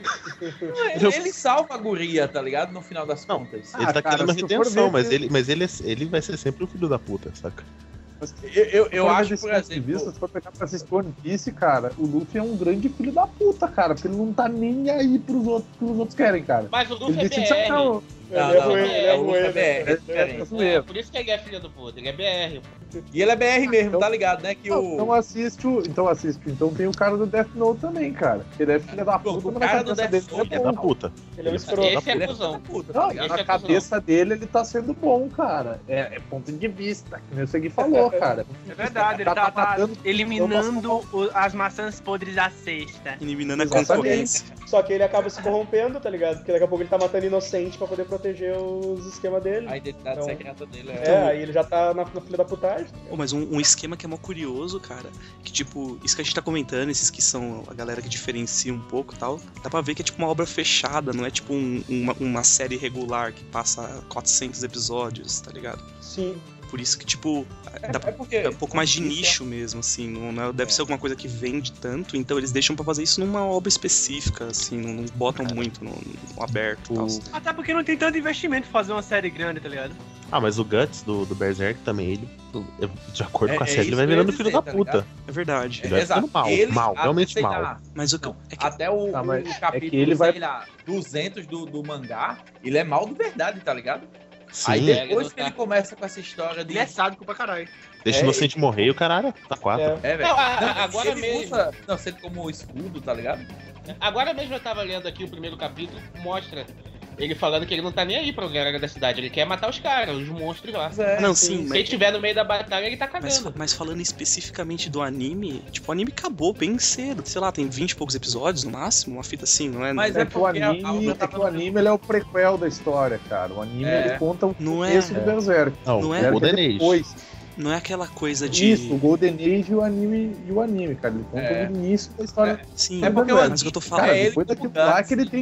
[SPEAKER 9] ele, ele salva a guria, tá ligado? No final das
[SPEAKER 6] Não.
[SPEAKER 9] contas.
[SPEAKER 5] Ah,
[SPEAKER 6] Ele tá
[SPEAKER 5] cara,
[SPEAKER 6] querendo a
[SPEAKER 5] se tu for
[SPEAKER 6] redenção,
[SPEAKER 5] ver
[SPEAKER 6] mas,
[SPEAKER 5] que-
[SPEAKER 6] ele, mas ele, é- ele vai ser sempre o filho da puta, saca?
[SPEAKER 9] Eu, eu, eu
[SPEAKER 5] Fora
[SPEAKER 9] acho,
[SPEAKER 5] desse
[SPEAKER 9] por
[SPEAKER 5] ponto de
[SPEAKER 9] exemplo.
[SPEAKER 5] vista, se for pegar pra assistir One Piece, cara, o Luffy é um grande filho da puta, cara, porque ele não tá nem aí pros outros que os outros querem, cara.
[SPEAKER 8] Mas o Luffy
[SPEAKER 5] Ele
[SPEAKER 8] é
[SPEAKER 5] disse que
[SPEAKER 8] B R.
[SPEAKER 5] não,
[SPEAKER 3] Ele
[SPEAKER 9] Não,
[SPEAKER 3] é
[SPEAKER 9] não,
[SPEAKER 3] ruim,
[SPEAKER 9] não,
[SPEAKER 3] ele é
[SPEAKER 9] o Luffy
[SPEAKER 3] ruim.
[SPEAKER 9] é B R, é
[SPEAKER 5] é
[SPEAKER 9] diferente.
[SPEAKER 8] É, por isso que ele é filho do puto, ele é B R.
[SPEAKER 9] E ele é B R mesmo,
[SPEAKER 5] Então-
[SPEAKER 9] tá ligado, né? Que
[SPEAKER 5] Não,
[SPEAKER 9] o.
[SPEAKER 5] então assiste o. Então assiste. Então tem o cara do Death Note também, cara. Ele é filho da
[SPEAKER 9] Pô,
[SPEAKER 5] puta,
[SPEAKER 9] o
[SPEAKER 5] mas na
[SPEAKER 9] cara do
[SPEAKER 5] cabeça
[SPEAKER 9] Death
[SPEAKER 5] dele
[SPEAKER 9] Note
[SPEAKER 5] ele
[SPEAKER 6] É
[SPEAKER 5] é
[SPEAKER 6] da
[SPEAKER 5] bom.
[SPEAKER 6] puta.
[SPEAKER 3] Ele é um
[SPEAKER 6] Ele-
[SPEAKER 3] escroto.
[SPEAKER 8] Esse é
[SPEAKER 9] Ele é
[SPEAKER 8] cuzão.
[SPEAKER 9] puta, tá
[SPEAKER 5] Não,
[SPEAKER 9] ligado?
[SPEAKER 8] Esse
[SPEAKER 5] na
[SPEAKER 8] é
[SPEAKER 5] cabeça dele ele tá sendo bom, cara. É, é ponto de vista, que nem o Segui falou, cara.
[SPEAKER 7] É verdade, ele tá, tá
[SPEAKER 5] matando-
[SPEAKER 7] eliminando o- as maçãs podres da cesta.
[SPEAKER 4] Eliminando a
[SPEAKER 5] Exatamente.
[SPEAKER 4] concorrência.
[SPEAKER 3] Só que ele acaba se corrompendo, tá ligado? Porque daqui a pouco ele tá matando inocente pra poder proteger os esquemas dele.
[SPEAKER 9] A identidade
[SPEAKER 3] Então-
[SPEAKER 9] secreta dele é.
[SPEAKER 3] É, aí ele já tá na, na filha da putagem.
[SPEAKER 4] Pô, mas um, um esquema que é mó curioso, cara, que tipo, isso que a gente tá comentando, esses que são a galera que diferencia um pouco e tal, dá pra ver que é tipo uma obra fechada, não é tipo um- uma, uma série regular que passa quatrocentos episódios, tá ligado?
[SPEAKER 3] Sim.
[SPEAKER 4] Por isso que, tipo, dá
[SPEAKER 9] É porque.
[SPEAKER 4] é um pouco mais de
[SPEAKER 9] isso é-
[SPEAKER 4] nicho mesmo, assim, não, não- deve
[SPEAKER 9] É.
[SPEAKER 4] ser alguma coisa que vende tanto, então eles deixam pra fazer isso numa obra específica, assim, não, não botam muito no, no aberto e tal.
[SPEAKER 6] O-
[SPEAKER 7] Até porque não tem tanto investimento fazer uma série grande, tá ligado?
[SPEAKER 6] Ah, mas o Guts do, do Berserk também, ele, de acordo
[SPEAKER 9] É-
[SPEAKER 6] com a
[SPEAKER 9] é
[SPEAKER 6] série, ele
[SPEAKER 9] isso
[SPEAKER 6] vai
[SPEAKER 9] que eu ia
[SPEAKER 6] virando filho
[SPEAKER 9] dizer,
[SPEAKER 6] da
[SPEAKER 9] tá
[SPEAKER 6] puta.
[SPEAKER 9] ligado?
[SPEAKER 4] É verdade.
[SPEAKER 6] Ele vai ficando mal, mal, realmente
[SPEAKER 9] sei
[SPEAKER 6] mal.
[SPEAKER 9] lá,
[SPEAKER 4] Mas o que,
[SPEAKER 9] não,
[SPEAKER 4] é que
[SPEAKER 9] até o,
[SPEAKER 5] Tá, mas
[SPEAKER 9] o
[SPEAKER 5] é
[SPEAKER 9] capítulo,
[SPEAKER 5] que ele vai-
[SPEAKER 9] sei lá, duzentos do, do mangá, ele é mal de verdade, tá ligado?
[SPEAKER 6] Sim,
[SPEAKER 9] Aí
[SPEAKER 8] de-
[SPEAKER 9] depois
[SPEAKER 8] ele
[SPEAKER 9] que
[SPEAKER 8] não
[SPEAKER 9] ele
[SPEAKER 8] tá-
[SPEAKER 9] começa com essa história de.
[SPEAKER 7] Ele é sádico pra caralho.
[SPEAKER 6] deixa
[SPEAKER 9] é,
[SPEAKER 6] o inocente morrer e o caralho tá quatro.
[SPEAKER 3] É.
[SPEAKER 9] É, velho.
[SPEAKER 8] Não, a- a-
[SPEAKER 9] Não,
[SPEAKER 8] agora
[SPEAKER 9] ele
[SPEAKER 8] mesmo.
[SPEAKER 9] usa, não, sendo como escudo, tá ligado?
[SPEAKER 8] Agora mesmo eu tava lendo aqui o primeiro capítulo, mostra ele falando que ele não tá nem aí pra galera da cidade, ele quer matar os caras, os monstros lá.
[SPEAKER 9] É,
[SPEAKER 4] Não,
[SPEAKER 3] sim.
[SPEAKER 4] sim,
[SPEAKER 8] Se ele
[SPEAKER 4] mas,
[SPEAKER 8] estiver no meio da batalha, ele tá
[SPEAKER 4] mas,
[SPEAKER 8] cagando.
[SPEAKER 4] mas falando especificamente do anime, tipo, o anime acabou bem cedo. Sei lá, tem vinte e poucos episódios no máximo, uma fita assim, não é?
[SPEAKER 9] Mas
[SPEAKER 5] É,
[SPEAKER 9] é
[SPEAKER 5] que o
[SPEAKER 9] porque a- a
[SPEAKER 5] anime,
[SPEAKER 9] obra
[SPEAKER 5] é
[SPEAKER 9] tava
[SPEAKER 5] que o anime ele é o prequel da história, cara. O anime
[SPEAKER 9] É.
[SPEAKER 5] ele conta o
[SPEAKER 4] Não é-
[SPEAKER 5] começo do Berserk.
[SPEAKER 6] Não,
[SPEAKER 4] Não
[SPEAKER 6] o
[SPEAKER 4] é?
[SPEAKER 5] Berserk
[SPEAKER 6] Golden Age.
[SPEAKER 5] depois.
[SPEAKER 4] Não é aquela coisa de.
[SPEAKER 5] Isso, o Golden Age e o anime, e o anime, cara. Ele conta
[SPEAKER 9] É.
[SPEAKER 5] o início da história.
[SPEAKER 4] Sim,
[SPEAKER 9] É porque
[SPEAKER 5] o
[SPEAKER 4] mas o que eu tô falando.
[SPEAKER 5] Cara,
[SPEAKER 9] É ele
[SPEAKER 5] depois
[SPEAKER 9] como
[SPEAKER 5] daquilo lá
[SPEAKER 9] Guts.
[SPEAKER 5] que ele tem.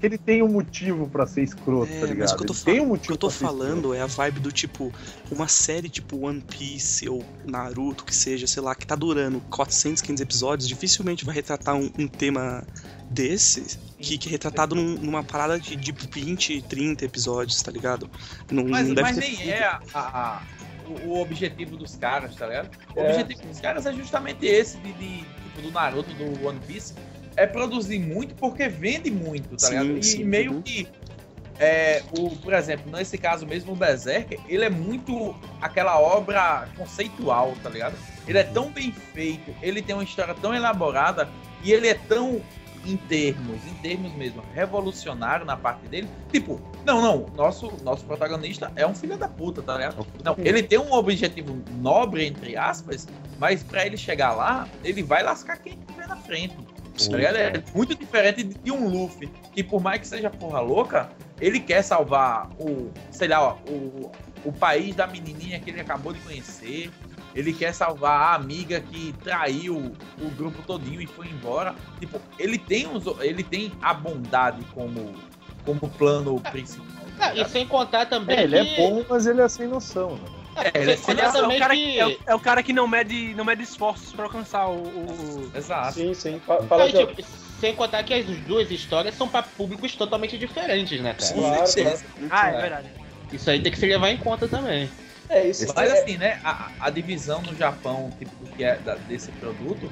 [SPEAKER 5] que ele tem um motivo pra ser escroto,
[SPEAKER 4] É,
[SPEAKER 5] tá ligado?
[SPEAKER 4] mas o que eu tô,
[SPEAKER 5] Ele
[SPEAKER 4] fa-
[SPEAKER 5] tem um
[SPEAKER 4] o
[SPEAKER 5] motivo
[SPEAKER 4] que eu tô
[SPEAKER 5] pra ser escroto.
[SPEAKER 4] falando é a vibe do tipo, uma série tipo One Piece ou Naruto, que seja, sei lá, que tá durando quatrocentos, quinhentos episódios, dificilmente vai retratar um, um tema desse, que, que é retratado num- numa parada de, de vinte, trinta episódios, tá ligado? Não,
[SPEAKER 9] Mas,
[SPEAKER 4] não deve
[SPEAKER 9] mas
[SPEAKER 4] ter
[SPEAKER 9] nem
[SPEAKER 4] sido.
[SPEAKER 9] é a- a- o, o objetivo dos caras, tá ligado? O
[SPEAKER 3] É.
[SPEAKER 9] objetivo dos caras é justamente esse, de, de, tipo, do Naruto, do One Piece, é produzir muito porque vende muito, tá
[SPEAKER 4] Sim,
[SPEAKER 9] ligado? E
[SPEAKER 4] sim,
[SPEAKER 9] meio
[SPEAKER 4] uhum.
[SPEAKER 9] que, é, o, por exemplo, nesse caso mesmo, o Berserker, ele é muito aquela obra conceitual, tá ligado? Ele é tão bem feito, ele tem uma história tão elaborada e ele é tão, em termos, em termos mesmo, revolucionário na parte dele. Tipo, não, não, nosso, nosso protagonista é um filho da puta, tá ligado? Não, ele tem um objetivo nobre, entre aspas, mas pra ele chegar lá, ele vai lascar quem tiver na frente. Tá ligado? É muito diferente de um Luffy, que por mais que seja porra louca, ele quer salvar o, sei lá, ó, o, o país da menininha que ele acabou de conhecer. Ele quer salvar a amiga que traiu o grupo todinho e foi embora. Tipo, ele tem, uns, ele tem a bondade como, como plano principal. tá
[SPEAKER 8] Ah, e
[SPEAKER 9] ligado?
[SPEAKER 8] sem contar também
[SPEAKER 5] É, ele
[SPEAKER 8] que...
[SPEAKER 5] é bom, mas ele é sem noção, né?
[SPEAKER 9] É, ele é
[SPEAKER 8] sem
[SPEAKER 9] sem
[SPEAKER 8] contar
[SPEAKER 9] noção,
[SPEAKER 7] É o,
[SPEAKER 8] também
[SPEAKER 7] cara,
[SPEAKER 8] que...
[SPEAKER 7] que, é, o, é o cara que não mede, não mede esforços pra alcançar o. o- o-
[SPEAKER 9] Exato.
[SPEAKER 3] Sim, sim. Fa- Fala
[SPEAKER 8] Não, e,
[SPEAKER 3] de...
[SPEAKER 8] tipo, sem contar que as duas histórias são pra públicos totalmente diferentes, né, cara?
[SPEAKER 4] Sim,
[SPEAKER 3] Claro,
[SPEAKER 4] sim.
[SPEAKER 3] claro.
[SPEAKER 7] Ah, é
[SPEAKER 8] É.
[SPEAKER 7] verdade.
[SPEAKER 8] Isso aí tem que se levar em conta também.
[SPEAKER 3] É isso.
[SPEAKER 9] Mas
[SPEAKER 3] é-
[SPEAKER 9] assim, né, a, a divisão no Japão, tipo, do que é da- desse produto,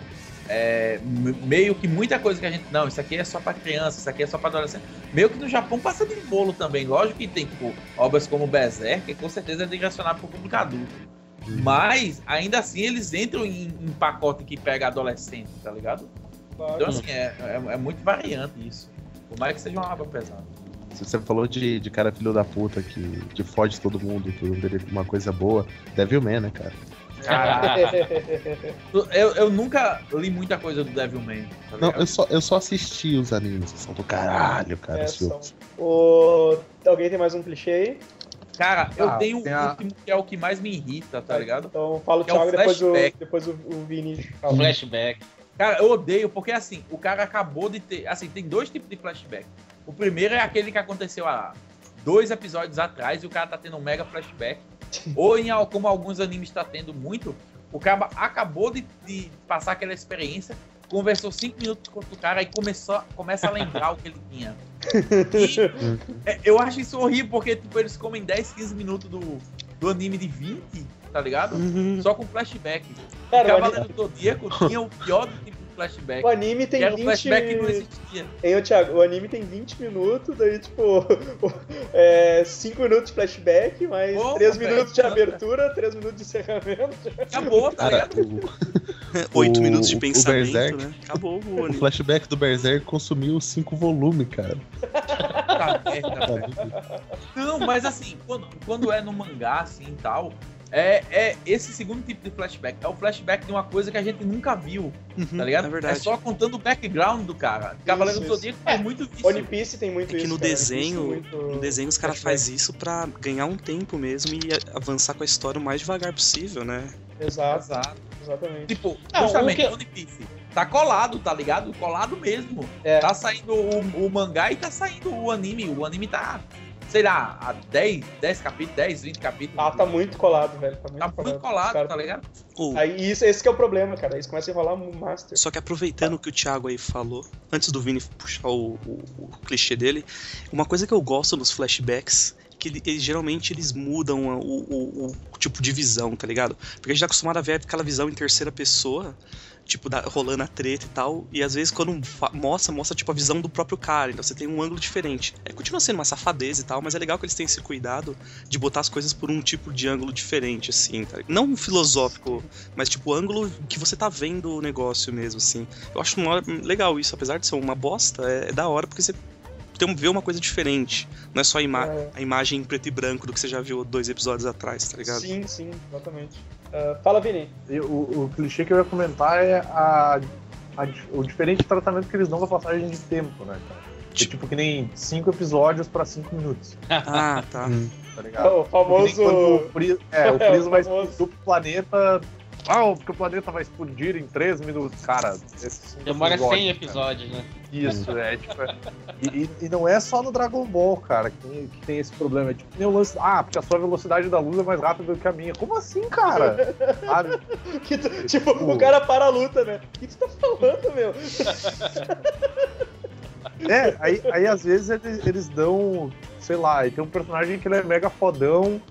[SPEAKER 9] é m- meio que muita coisa que a gente, não, isso aqui é só pra criança, isso aqui é só pra adolescente, meio que no Japão passa de bolo também. Lógico que tem, tipo, obras como Berserk, que com certeza é direcionado pro público adulto. Mas, ainda assim, eles entram em, em pacote que pega adolescente, tá ligado?
[SPEAKER 3] Claro.
[SPEAKER 9] Então, assim, é, é, é muito variante isso. Por mais que seja uma obra pesada.
[SPEAKER 6] Você falou de, de cara filho da puta que, que fode todo mundo por dele uma coisa boa. Devilman, né, cara?
[SPEAKER 9] Eu, eu nunca li muita coisa do Devilman. Tá
[SPEAKER 6] Não,
[SPEAKER 9] ligado?
[SPEAKER 6] eu só, eu só assisti os animes, que são do caralho, cara.
[SPEAKER 3] É,
[SPEAKER 6] esse
[SPEAKER 3] são.
[SPEAKER 6] filme.
[SPEAKER 3] O... Alguém tem mais um clichê aí?
[SPEAKER 9] Cara, eu
[SPEAKER 5] Ah,
[SPEAKER 9] tenho um
[SPEAKER 5] tem a-
[SPEAKER 9] último que é o que mais me irrita, tá ligado?
[SPEAKER 3] Então fala o
[SPEAKER 9] Que é o
[SPEAKER 3] Thiago, depois, o,
[SPEAKER 9] flashback.
[SPEAKER 3] depois o, o Vini.
[SPEAKER 8] O flashback.
[SPEAKER 9] Cara, eu odeio, porque assim, o cara acabou de ter. Assim, tem dois tipos de flashback. O primeiro é aquele que aconteceu há dois episódios atrás e o cara tá tendo um mega flashback. Ou em, al- como alguns animes tá tendo muito, o cara acabou de, de passar aquela experiência, conversou cinco minutos com o cara e começou, começa a lembrar o que ele tinha. E é, eu acho isso horrível, porque tipo, eles comem dez, quinze minutos do, do anime de vinte, tá ligado? Só com flashback. O
[SPEAKER 3] Cara, o
[SPEAKER 9] Cavaleiro
[SPEAKER 3] anime,
[SPEAKER 9] do Zodíaco tinha o pior tipo de flashback.
[SPEAKER 3] o anime tem
[SPEAKER 9] Que era um
[SPEAKER 3] vinte...
[SPEAKER 9] flashback que não existia.
[SPEAKER 3] Hein, ô, Thiago, o anime tem vinte minutos, daí, tipo, é, cinco minutos de flashback, mais
[SPEAKER 9] Pô,
[SPEAKER 3] três
[SPEAKER 9] velho,
[SPEAKER 3] minutos de
[SPEAKER 9] nossa.
[SPEAKER 3] abertura, três minutos de encerramento.
[SPEAKER 9] Acabou, tá
[SPEAKER 6] Cara,
[SPEAKER 9] ligado?
[SPEAKER 6] o,
[SPEAKER 4] Oito
[SPEAKER 6] O-
[SPEAKER 4] minutos de
[SPEAKER 6] o
[SPEAKER 4] pensamento,
[SPEAKER 6] Berserk.
[SPEAKER 4] né? Acabou o
[SPEAKER 6] o
[SPEAKER 4] anime.
[SPEAKER 6] flashback do Berserk consumiu cinco volumes, cara.
[SPEAKER 9] Tá merda, velho. Não, mas assim, quando, quando é no mangá, assim e tal, é, é esse segundo tipo de flashback. É o flashback de uma coisa que a gente nunca viu, tá ligado?
[SPEAKER 4] É verdade.
[SPEAKER 9] só contando o background do cara. Cavaleiro do
[SPEAKER 3] isso.
[SPEAKER 9] Zodíaco faz muito isso.
[SPEAKER 3] One Piece tem muito
[SPEAKER 4] É que
[SPEAKER 3] isso,
[SPEAKER 4] no
[SPEAKER 3] cara. One Piece tem
[SPEAKER 4] desenho,
[SPEAKER 3] muito
[SPEAKER 4] no desenho os caras
[SPEAKER 3] flashback.
[SPEAKER 4] fazem isso pra ganhar um tempo mesmo e a- avançar com a história o mais devagar possível, né?
[SPEAKER 3] Exato,
[SPEAKER 9] Exato.
[SPEAKER 3] exatamente.
[SPEAKER 9] Tipo,
[SPEAKER 8] Não,
[SPEAKER 9] justamente,
[SPEAKER 8] o que-
[SPEAKER 9] One Piece tá colado, tá ligado? Colado mesmo.
[SPEAKER 3] É.
[SPEAKER 9] Tá saindo o, o mangá e tá saindo o anime. O anime tá, sei lá, a dez, dez capítulos, dez, vinte capítulos.
[SPEAKER 3] Ah, tá muito colado, velho. Tá muito
[SPEAKER 9] Tá
[SPEAKER 3] colado.
[SPEAKER 9] muito colado,
[SPEAKER 3] Cara,
[SPEAKER 9] tá ligado?
[SPEAKER 4] Ou,
[SPEAKER 3] Aí isso, esse que é o problema, cara. Isso começa a enrolar um master.
[SPEAKER 4] Só que aproveitando o que o Thiago aí falou, antes do Vini puxar o, o- o clichê dele, uma coisa que eu gosto nos flashbacks que ele- eles, geralmente eles mudam o, o- o tipo de visão, tá ligado? Porque a gente tá acostumado a ver aquela visão em terceira pessoa, tipo, da- rolando a treta e tal, e às vezes quando fa- mostra, mostra tipo a visão do próprio cara, então você tem um ângulo diferente. É, continua sendo uma safadeza e tal, mas é legal que eles têm esse cuidado de botar as coisas por um tipo de ângulo diferente, assim, tá? Não um filosófico, mas tipo, o ângulo que você tá vendo o negócio mesmo, assim. Eu acho uma- legal isso, apesar de ser uma bosta, é, é da hora porque você tem, vê uma coisa diferente. Não é só a, ima-
[SPEAKER 3] É.
[SPEAKER 4] a imagem em preto e branco do que você já viu dois episódios atrás, tá ligado?
[SPEAKER 3] Sim, sim, exatamente. Ah, fala, Vini.
[SPEAKER 5] E o, o clichê que eu ia comentar é a, a di- o diferente tratamento que eles dão pra passagem de tempo, né, cara? Que, tipo, que nem cinco episódios pra cinco minutos,
[SPEAKER 4] Ah, tá.
[SPEAKER 5] tá ligado?
[SPEAKER 3] O famoso.
[SPEAKER 5] Que nem quando o Pri- é, o
[SPEAKER 3] É, o
[SPEAKER 5] Frieza vai
[SPEAKER 3] famoso.
[SPEAKER 5] explodir o planeta Ah, porque o planeta vai explodir em três minutos. Cara, esses
[SPEAKER 8] Demora
[SPEAKER 5] episódios,
[SPEAKER 8] cem
[SPEAKER 5] cara.
[SPEAKER 8] episódios, né?
[SPEAKER 5] Isso, é, tipo... É, e, e- e não é só no Dragon Ball, cara, que tem, que tem esse problema. É tipo, nem o lance... Ah, porque a sua velocidade da luz é mais rápida do que a minha. Como assim, cara? Sabe?
[SPEAKER 3] Que tu- tipo, o cara para a luta, né? O que tu tá falando, meu?
[SPEAKER 5] É, aí, aí às vezes eles, eles dão, sei lá, e tem um personagem que ele é mega fodão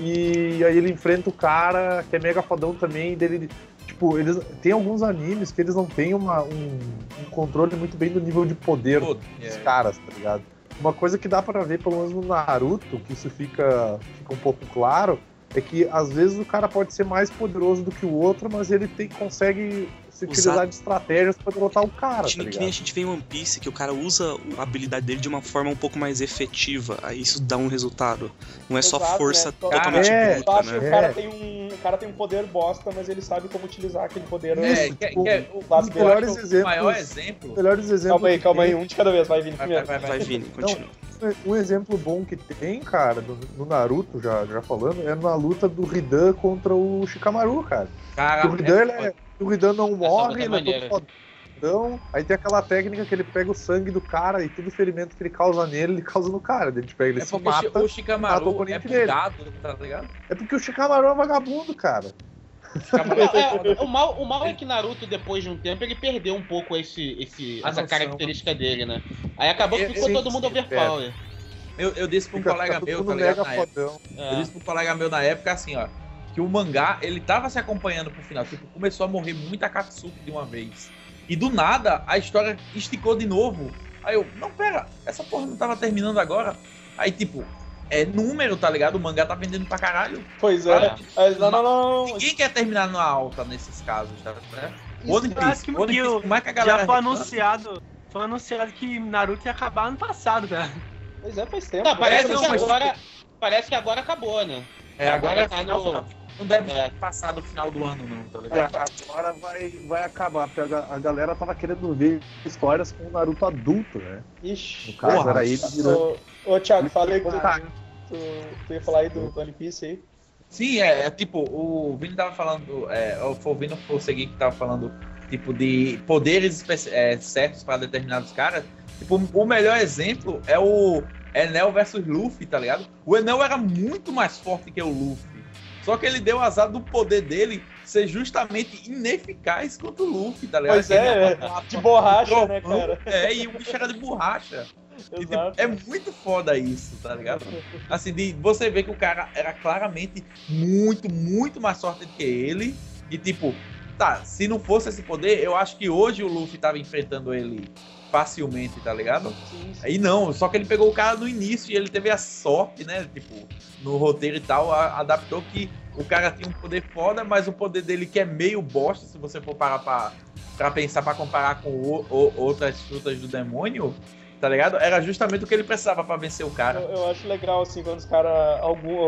[SPEAKER 5] e aí ele enfrenta o cara que é mega fodão também, e dele, tipo, eles tem alguns animes que eles não têm uma, um, um controle muito bem do nível de poder
[SPEAKER 9] Pô,
[SPEAKER 5] dos
[SPEAKER 9] é.
[SPEAKER 5] caras, tá ligado? Uma coisa que dá pra ver, pelo menos no Naruto, que isso fica, fica um pouco claro, é que às vezes o cara pode ser mais poderoso do que o outro, mas ele tem, consegue se utilizar
[SPEAKER 4] Usar-
[SPEAKER 5] de estratégias pra derrotar o cara,
[SPEAKER 4] Que,
[SPEAKER 5] tá
[SPEAKER 4] nem- que nem a
[SPEAKER 5] ligado?
[SPEAKER 4] gente vê em One Piece, que o cara usa a habilidade dele de uma forma um pouco mais efetiva. Aí isso dá um resultado. Não é só
[SPEAKER 3] Exato,
[SPEAKER 4] força
[SPEAKER 3] né? Todo-
[SPEAKER 4] totalmente
[SPEAKER 5] É,
[SPEAKER 3] Eu
[SPEAKER 4] bruta,
[SPEAKER 3] acho que
[SPEAKER 4] né?
[SPEAKER 3] o cara,
[SPEAKER 5] É.
[SPEAKER 3] tem um, o cara tem um poder bosta, mas ele sabe como utilizar aquele poder.
[SPEAKER 9] É,
[SPEAKER 5] Isso,
[SPEAKER 9] que,
[SPEAKER 5] tipo,
[SPEAKER 9] que é o,
[SPEAKER 3] das
[SPEAKER 9] o
[SPEAKER 5] melhores
[SPEAKER 9] acho que o
[SPEAKER 5] exemplos-
[SPEAKER 9] maior exemplo.
[SPEAKER 5] Melhores exemplos.
[SPEAKER 3] Calma aí,
[SPEAKER 5] que
[SPEAKER 3] calma
[SPEAKER 5] tem-
[SPEAKER 3] aí, um de cada vez, vai, Vini,
[SPEAKER 9] Vai,
[SPEAKER 3] primeiro.
[SPEAKER 9] vai, vai,
[SPEAKER 4] Vai, Vini, continua.
[SPEAKER 5] Um exemplo bom que tem, cara, no, no Naruto, já, já falando, é na luta do Hidan contra o Shikamaru, cara.
[SPEAKER 9] Cara,
[SPEAKER 5] o Hidan, ele é- o Hidan não morre,
[SPEAKER 8] luta é
[SPEAKER 5] ele é
[SPEAKER 8] maneira.
[SPEAKER 5] todo fodão. Aí tem aquela técnica que ele pega o sangue do cara e todo ferimento que ele causa nele, ele causa no cara. Daí a gente pega ele
[SPEAKER 9] É
[SPEAKER 5] se
[SPEAKER 9] porque
[SPEAKER 5] mata.
[SPEAKER 9] o
[SPEAKER 5] mata o
[SPEAKER 9] Shikamaru é
[SPEAKER 5] oponente dele.
[SPEAKER 9] bugado, tá ligado?
[SPEAKER 5] É porque o Shikamaru é vagabundo, cara.
[SPEAKER 9] O Shikamaru
[SPEAKER 8] É, é, o, mal, o mal é que Naruto, depois de um tempo, ele perdeu um pouco esse, esse,
[SPEAKER 9] A
[SPEAKER 8] essa
[SPEAKER 9] noção.
[SPEAKER 8] característica dele, né? Aí acabou que
[SPEAKER 9] Eu-
[SPEAKER 8] ficou
[SPEAKER 5] sim,
[SPEAKER 8] todo mundo
[SPEAKER 5] sim,
[SPEAKER 8] overpower.
[SPEAKER 9] Eu, eu disse pra um
[SPEAKER 5] Fica,
[SPEAKER 9] colega
[SPEAKER 5] fica todo
[SPEAKER 9] meu, tá
[SPEAKER 5] mundo
[SPEAKER 9] ligado?
[SPEAKER 5] mega
[SPEAKER 9] Na época.
[SPEAKER 5] fodão.
[SPEAKER 9] Eu
[SPEAKER 8] É.
[SPEAKER 9] disse pra um colega meu na época assim, ó. Que o mangá, ele tava se acompanhando pro final. Tipo, começou a morrer muita Katsuki de uma vez. E do nada, a história esticou de novo. Aí eu, não, pera, essa porra não tava terminando agora? Aí, tipo, é número, tá ligado? O mangá tá vendendo pra caralho.
[SPEAKER 3] Pois é.
[SPEAKER 8] Ah,
[SPEAKER 3] Aí, não, não, não, não.
[SPEAKER 9] Ninguém quer terminar numa alta nesses casos, tá ligado?
[SPEAKER 3] Isso,
[SPEAKER 9] One
[SPEAKER 7] eu acho
[SPEAKER 9] Piece,
[SPEAKER 7] que
[SPEAKER 9] One Piece,
[SPEAKER 7] o-
[SPEAKER 9] como é que a galera
[SPEAKER 7] Já foi
[SPEAKER 9] reclama?
[SPEAKER 7] anunciado. Foi anunciado que Naruto ia acabar ano passado, cara.
[SPEAKER 3] Pois é, faz tempo.
[SPEAKER 8] Não, parece,
[SPEAKER 3] né?
[SPEAKER 9] não,
[SPEAKER 8] que
[SPEAKER 9] mas-
[SPEAKER 8] agora, parece que agora acabou, né?
[SPEAKER 9] É, agora
[SPEAKER 8] tá no...
[SPEAKER 9] não deve
[SPEAKER 8] É.
[SPEAKER 9] passar do final do ano, não, tá
[SPEAKER 5] É,
[SPEAKER 9] ligado?
[SPEAKER 5] agora vai, vai acabar, porque a, ga- a galera tava querendo ver histórias com o Naruto adulto, né?
[SPEAKER 3] Ixi.
[SPEAKER 5] No caso,
[SPEAKER 9] Porra.
[SPEAKER 5] era ele virando.
[SPEAKER 3] Ô, ô Thiago, falei que tu,
[SPEAKER 5] Tá.
[SPEAKER 3] tu, tu ia falar aí do, do One Piece aí.
[SPEAKER 9] Sim, é, é tipo, o Vini tava falando, é, foi o Vini foi o Segui que tava falando, tipo, de poderes espe- é, certos para determinados caras. Tipo, o melhor exemplo é o Enel versus Luffy, tá ligado? O Enel era muito mais forte que o Luffy. Só que ele deu azar do poder dele ser justamente ineficaz contra o Luffy, tá ligado?
[SPEAKER 3] Pois é,
[SPEAKER 9] Que ele-
[SPEAKER 3] é, de borracha, né, cara?
[SPEAKER 9] É, e o bicho era de borracha. E, tipo,
[SPEAKER 3] Exato.
[SPEAKER 9] é muito foda isso, tá ligado? Assim, de você ver que o cara era claramente muito, muito mais forte do que ele. E tipo, tá, se não fosse esse poder, eu acho que hoje o Luffy tava enfrentando ele facilmente, tá ligado?
[SPEAKER 3] Sim, sim.
[SPEAKER 9] Aí não, só que ele pegou o cara no início e ele teve a sorte, né? Tipo, no roteiro e tal, a- adaptou que o cara tinha um poder foda, mas o poder dele que é meio bosta, se você for parar pra, pra pensar, pra comparar com o- o- outras frutas do demônio, tá ligado? Era justamente o que ele precisava pra vencer o cara.
[SPEAKER 3] Eu, eu acho legal, assim, quando os caras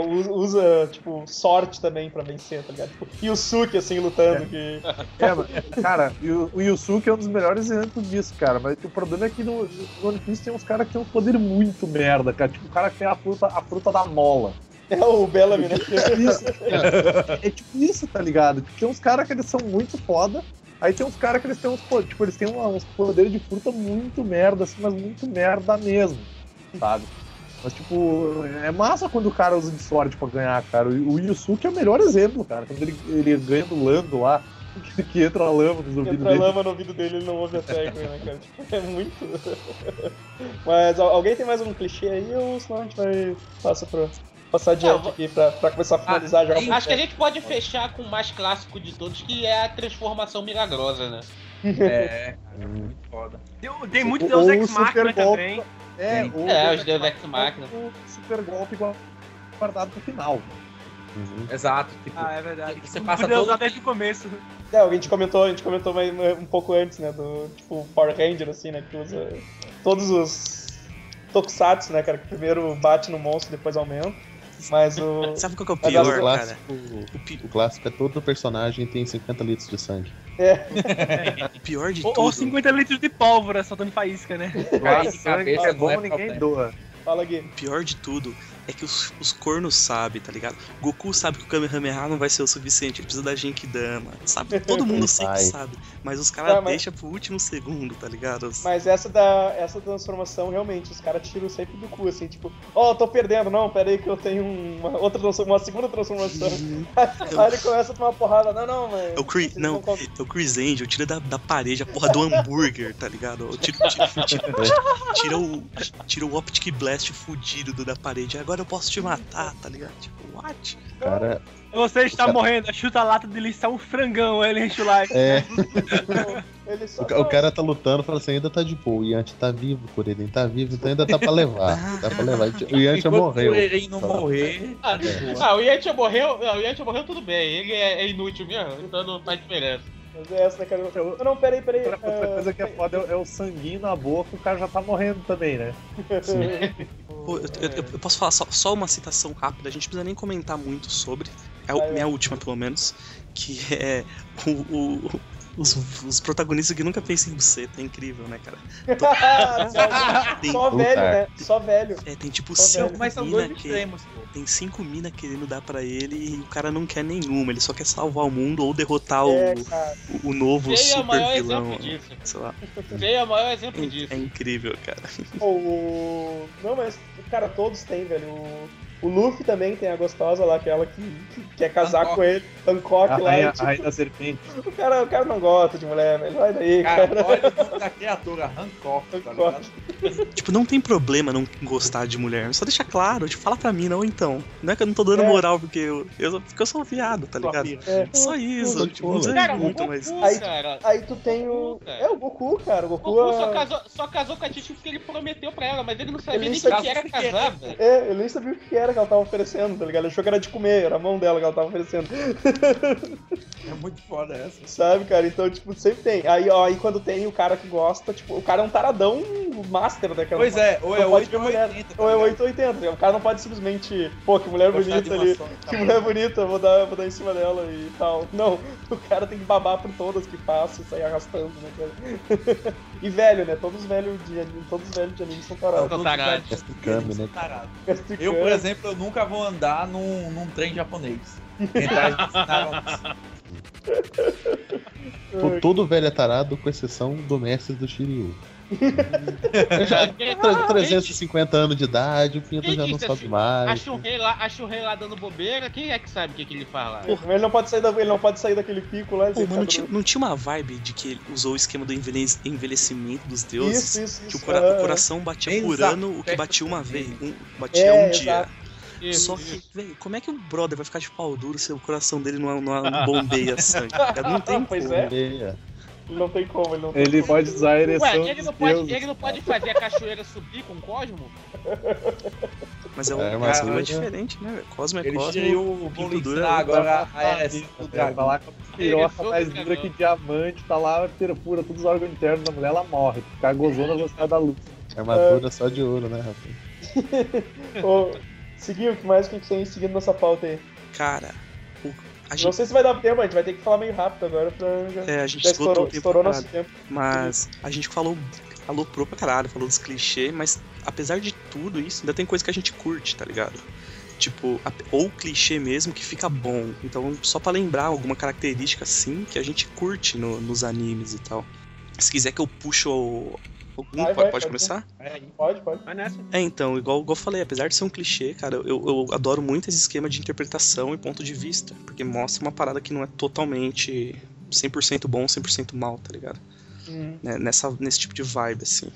[SPEAKER 3] usa, tipo, sorte também pra vencer, tá ligado? Tipo, Yusuke, assim, lutando, que...
[SPEAKER 5] É, mas, cara, e o, o Yusuke é um dos melhores exemplos disso, cara. Mas o problema é que no, no One Piece tem uns caras que tem um poder muito merda, cara. Tipo, o cara que tem a fruta, a fruta da mola.
[SPEAKER 3] É o Bellamy, né?
[SPEAKER 5] Isso, é, é tipo isso, tá ligado? Tipo, tem uns caras que eles são muito foda. Aí tem uns caras que eles têm uns, po- tipo, eles têm uma- uns poderes de fruta muito merda, assim, mas muito merda mesmo, sabe? Mas, tipo, é massa quando o cara usa de sorte pra ganhar, cara. O o Yusuke é o melhor exemplo, cara. Quando ele, ele ganha do Lando lá, que, que entra a lama nos ouvidos
[SPEAKER 3] Entra
[SPEAKER 5] dele.
[SPEAKER 3] lama no ouvido dele, ele não ouve a técnica, né, cara? Tipo, é muito... Mas al- alguém tem mais um clichê aí, ou senão a gente vai passar, pra, passar adiante
[SPEAKER 8] vou-
[SPEAKER 3] aqui pra, pra começar a finalizar já.
[SPEAKER 9] tem-
[SPEAKER 8] Acho que a gente pode fechar com o mais clássico de todos, que é a transformação milagrosa, né?
[SPEAKER 9] É, cara, muito foda.
[SPEAKER 7] Tem, tem muito
[SPEAKER 5] Ou
[SPEAKER 7] Deus
[SPEAKER 5] o
[SPEAKER 7] Ex Machina
[SPEAKER 5] Super Golpe.
[SPEAKER 7] também.
[SPEAKER 5] É,
[SPEAKER 9] Sim.
[SPEAKER 5] o
[SPEAKER 8] É, os Deus Ex Machina.
[SPEAKER 5] O super golpe igual guardado pro final.
[SPEAKER 9] Exato, tipo,
[SPEAKER 7] Ah, é verdade.
[SPEAKER 9] Você
[SPEAKER 7] Você
[SPEAKER 9] passa
[SPEAKER 7] podia
[SPEAKER 9] todo-
[SPEAKER 7] usar desde o começo.
[SPEAKER 3] É, a gente comentou, a gente comentou mais, um pouco antes, né, do, tipo, Power Ranger, assim, né, que usa todos os tokusatsu, né, cara, que primeiro bate no monstro, depois aumenta, mas o...
[SPEAKER 4] Sabe qual que é o
[SPEAKER 3] Mas
[SPEAKER 4] pior,
[SPEAKER 3] o
[SPEAKER 4] cara?
[SPEAKER 6] clássico,
[SPEAKER 4] O, pi-
[SPEAKER 6] o clássico é todo personagem tem cinquenta litros de sangue.
[SPEAKER 4] o pior de
[SPEAKER 7] Ou,
[SPEAKER 4] tudo...
[SPEAKER 7] ou cinquenta litros de pólvora soltando faísca, né?
[SPEAKER 9] Cair de
[SPEAKER 5] Sangue
[SPEAKER 9] cabeça
[SPEAKER 5] é
[SPEAKER 9] não
[SPEAKER 5] bom,
[SPEAKER 9] é
[SPEAKER 5] ninguém
[SPEAKER 9] problema.
[SPEAKER 5] doa.
[SPEAKER 3] Fala, Gui.
[SPEAKER 4] O pior de tudo é que os, os cornos sabem, tá ligado? Goku sabe que o Kamehameha não vai ser o suficiente, ele precisa da Genkidama, sabe? Todo mundo sempre
[SPEAKER 6] Vai.
[SPEAKER 4] sabe, mas os caras
[SPEAKER 3] Tá, mas-
[SPEAKER 4] deixam pro último segundo, tá ligado? Os-
[SPEAKER 3] Mas essa da essa transformação, realmente, os caras tiram sempre do cu, assim, tipo, ó, oh, tô perdendo, não, pera aí que eu tenho uma outra transformação, uma segunda transformação. Aí ele começa a tomar porrada, não, não, mas...
[SPEAKER 4] É o Chris,
[SPEAKER 3] vocês
[SPEAKER 4] não,
[SPEAKER 3] vão-
[SPEAKER 4] é o Chris Angel, tira da, da parede a porra do hambúrguer, tá ligado? Tira, tira, tira, tira, tira o, tira o Optic Blast fudido do- da parede, agora eu posso te matar, tá ligado? Tipo, what?
[SPEAKER 6] Cara,
[SPEAKER 7] Você está
[SPEAKER 6] cara-
[SPEAKER 7] morrendo, chuta a lata dele, está um frangão, aí ele enche o like.
[SPEAKER 6] é.
[SPEAKER 3] Ele só...
[SPEAKER 6] O, ca- o cara tá lutando, fala assim, ainda tá de boa. O Yanti tá vivo, o Kuririn tá vivo, então ainda tá pra levar. Tá pra levar. O Yanti já
[SPEAKER 9] Enquanto
[SPEAKER 6] morreu.
[SPEAKER 9] o Eren não morrer,
[SPEAKER 8] Ah, ah, o Yantia morreu, não, o Yantia morreu tudo bem, ele é, é inútil mesmo, então não faz diferença.
[SPEAKER 3] Mas é essa, né, cara? Não, não, peraí, peraí.
[SPEAKER 5] Outra, outra
[SPEAKER 3] ah,
[SPEAKER 5] coisa que é foda é, o- é o sanguinho na boca, o cara já tá morrendo também, né?
[SPEAKER 4] Pô, eu, eu- eu- eu posso falar só, só uma citação rápida, a gente não precisa nem comentar muito sobre, é a minha última pelo menos, que é o, o- os, os protagonistas que nunca pensam em buceta, é incrível, né, cara? Tem-
[SPEAKER 3] Só velho, né? Só velho.
[SPEAKER 4] É, tem tipo
[SPEAKER 3] Só
[SPEAKER 4] cinco
[SPEAKER 3] velho.
[SPEAKER 9] mas são
[SPEAKER 4] mina
[SPEAKER 9] dois
[SPEAKER 4] que-
[SPEAKER 9] extremos, pô.
[SPEAKER 4] Tem cinco minas querendo dar pra ele e o cara não quer nenhuma, ele só quer salvar o mundo ou derrotar
[SPEAKER 3] É,
[SPEAKER 4] o,
[SPEAKER 3] cara.
[SPEAKER 4] o, o novo
[SPEAKER 8] Jay é o
[SPEAKER 4] super
[SPEAKER 8] maior
[SPEAKER 4] vilão.
[SPEAKER 8] exemplo disso.
[SPEAKER 4] Sei lá.
[SPEAKER 8] Jay é o maior exemplo
[SPEAKER 4] É,
[SPEAKER 8] disso.
[SPEAKER 4] é incrível, cara.
[SPEAKER 3] Pô, o... Não, mas, cara, todos têm, velho. O, o Luffy também tem a gostosa lá, aquela que, que quer casar
[SPEAKER 9] Hancock.
[SPEAKER 3] com ele. Hancock
[SPEAKER 5] A
[SPEAKER 3] lá.
[SPEAKER 5] rainha,
[SPEAKER 3] e,
[SPEAKER 5] a
[SPEAKER 3] tipo,
[SPEAKER 5] rainha da serpente.
[SPEAKER 3] o, cara, o cara não gosta de mulher, velho. Vai daí, cara.
[SPEAKER 9] Cara, olha o nome da criatura, Hancock, tá ligado?
[SPEAKER 4] Tipo, não tem problema não gostar de mulher, só deixa claro, tipo, fala pra mim, não, então. Não é que eu não tô dando
[SPEAKER 3] É.
[SPEAKER 4] moral porque eu, eu, porque eu sou viado, tá ligado?
[SPEAKER 3] É.
[SPEAKER 4] Só isso, tipo, não precisa
[SPEAKER 8] Cara,
[SPEAKER 4] de
[SPEAKER 8] o
[SPEAKER 4] muito,
[SPEAKER 8] Goku,
[SPEAKER 4] mas.
[SPEAKER 3] Aí-
[SPEAKER 8] cara,
[SPEAKER 3] Aí tu tem o.
[SPEAKER 8] Goku, cara.
[SPEAKER 3] É, o Goku, cara. O
[SPEAKER 8] o
[SPEAKER 3] Goku.
[SPEAKER 8] Goku só
[SPEAKER 3] ah,
[SPEAKER 8] casou, só casou com a Titi porque ele prometeu pra ela, mas ele não sabia
[SPEAKER 3] Ele
[SPEAKER 8] nem
[SPEAKER 3] só-
[SPEAKER 8] que era casar, velho.
[SPEAKER 3] É, ele nem sabia o que era que ela tava oferecendo, tá ligado? Ele achou que era de comer, era a mão dela que ela tava oferecendo.
[SPEAKER 9] É muito foda essa.
[SPEAKER 3] Sabe, cara? Então, tipo, sempre tem. Aí, ó, aí quando tem o cara que gosta, tipo, o cara é um taradão master daquela.
[SPEAKER 9] Pois é, ou é
[SPEAKER 3] Não pode
[SPEAKER 9] oito
[SPEAKER 3] ver
[SPEAKER 9] ou
[SPEAKER 3] mulher.
[SPEAKER 9] oitenta. tá
[SPEAKER 3] Ou é
[SPEAKER 9] ligado?
[SPEAKER 3] oito ou oitenta. O cara não pode simplesmente, pô, que mulher
[SPEAKER 9] Gostar de
[SPEAKER 3] bonita
[SPEAKER 9] uma
[SPEAKER 3] ali.
[SPEAKER 9] só, tá
[SPEAKER 3] Que
[SPEAKER 9] bom.
[SPEAKER 3] mulher bonita, vou dar, vou dar em cima dela e tal. Não, o cara tem que babar por todas que passa e sair arrastando, né, cara? E velho, né? Todos os velhos de anime, todos os velhos de anime são tarados.
[SPEAKER 8] Tô tarado.
[SPEAKER 6] Kami, né?
[SPEAKER 9] Tarado. Eu, por exemplo, eu nunca vou andar num, num trem japonês. Hentai me ensinaram isso.
[SPEAKER 6] To- Todo velho é tarado, com exceção do mestre do Shiryu.
[SPEAKER 8] Já,
[SPEAKER 6] Tre- trezentos e cinquenta anos de idade, o pinto
[SPEAKER 8] Quem
[SPEAKER 6] já não
[SPEAKER 8] disse
[SPEAKER 6] sobe
[SPEAKER 8] assim?
[SPEAKER 6] mais.
[SPEAKER 8] Acha o rei lá, acha o rei lá dando bobeira, quem é que sabe o que, que ele faz lá?
[SPEAKER 3] Mas ele não pode sair da, ele não pode sair daquele pico lá.
[SPEAKER 4] Pô,
[SPEAKER 3] ele
[SPEAKER 4] mano, não
[SPEAKER 3] fica
[SPEAKER 4] tinha, não tinha uma vibe de que ele usou o esquema do envelhe- envelhecimento dos
[SPEAKER 3] do-
[SPEAKER 4] deuses?
[SPEAKER 3] Isso, isso,
[SPEAKER 4] Que o,
[SPEAKER 3] isso.
[SPEAKER 4] cora-
[SPEAKER 3] é.
[SPEAKER 4] o coração batia por
[SPEAKER 9] Exato.
[SPEAKER 4] ano o que batia uma vez. Um, batia
[SPEAKER 3] É,
[SPEAKER 4] um dia.
[SPEAKER 3] exato.
[SPEAKER 8] Isso,
[SPEAKER 4] Só
[SPEAKER 8] isso.
[SPEAKER 4] que, velho, como é que o brother vai ficar de pau duro se o coração dele não, não, não bombeia sangue? Cara, não tem
[SPEAKER 3] Pois
[SPEAKER 4] como.
[SPEAKER 3] é.
[SPEAKER 6] É.
[SPEAKER 3] Não tem como, ele não tem
[SPEAKER 5] Ele
[SPEAKER 3] como.
[SPEAKER 5] pode usar a ereção
[SPEAKER 8] Ué, ele não,
[SPEAKER 5] dos
[SPEAKER 8] pode,
[SPEAKER 5] deuses.
[SPEAKER 8] ele não pode fazer a cachoeira subir com o Cosmo?
[SPEAKER 4] Mas é, o
[SPEAKER 6] É,
[SPEAKER 4] o
[SPEAKER 6] mas
[SPEAKER 4] Cosmo é
[SPEAKER 5] cara,
[SPEAKER 4] diferente, né, velho? Cosmo é
[SPEAKER 9] Eles
[SPEAKER 4] Cosmo.
[SPEAKER 9] tiram o vou
[SPEAKER 4] pinto
[SPEAKER 9] lhe
[SPEAKER 4] duro
[SPEAKER 9] ensinar
[SPEAKER 4] é-
[SPEAKER 9] agora a ereção do
[SPEAKER 5] Vai
[SPEAKER 9] dragão.
[SPEAKER 5] falar com a piroca
[SPEAKER 8] Ele
[SPEAKER 5] mais
[SPEAKER 8] foi
[SPEAKER 5] dura
[SPEAKER 8] do
[SPEAKER 5] que
[SPEAKER 8] dragão.
[SPEAKER 5] diamante, tá lá, perfura todos os órgãos internos da mulher, ela morre. Ficar gozando a velocidade da luz.
[SPEAKER 6] Armadura só de ouro, né, rapaz?
[SPEAKER 3] Ô, seguiu, o que mais que a gente tem seguindo nossa pauta aí?
[SPEAKER 4] Cara, o- a
[SPEAKER 3] Não
[SPEAKER 4] gente,
[SPEAKER 3] sei se vai dar tempo, a gente vai ter que falar meio rápido agora pra. Já,
[SPEAKER 4] é, a gente
[SPEAKER 3] já
[SPEAKER 4] esgotou
[SPEAKER 3] estourou,
[SPEAKER 4] o tempo
[SPEAKER 3] estourou
[SPEAKER 4] pra
[SPEAKER 3] nosso
[SPEAKER 4] caralho.
[SPEAKER 3] tempo.
[SPEAKER 4] Mas a gente falou, aloprou pra caralho, falou dos clichês, mas apesar de tudo isso, ainda tem coisa que a gente curte, tá ligado? Tipo, a- ou clichê mesmo que fica bom. Então, só pra lembrar alguma característica assim que a gente curte no- nos animes e tal. Se quiser que eu puxo o- algum,
[SPEAKER 3] Vai,
[SPEAKER 4] pode,
[SPEAKER 3] vai,
[SPEAKER 4] pode
[SPEAKER 3] pode
[SPEAKER 4] começar?
[SPEAKER 9] É,
[SPEAKER 3] Pode, pode.
[SPEAKER 7] Vai nessa.
[SPEAKER 4] É, então, igual, igual eu falei, apesar de ser um clichê, cara, eu, eu adoro muito esse esquema de interpretação e ponto de vista. Porque mostra uma parada que não é totalmente cem por cento bom, cem por cento mal, tá ligado?
[SPEAKER 3] Hum.
[SPEAKER 4] Né, Nessa, nesse tipo de vibe, assim.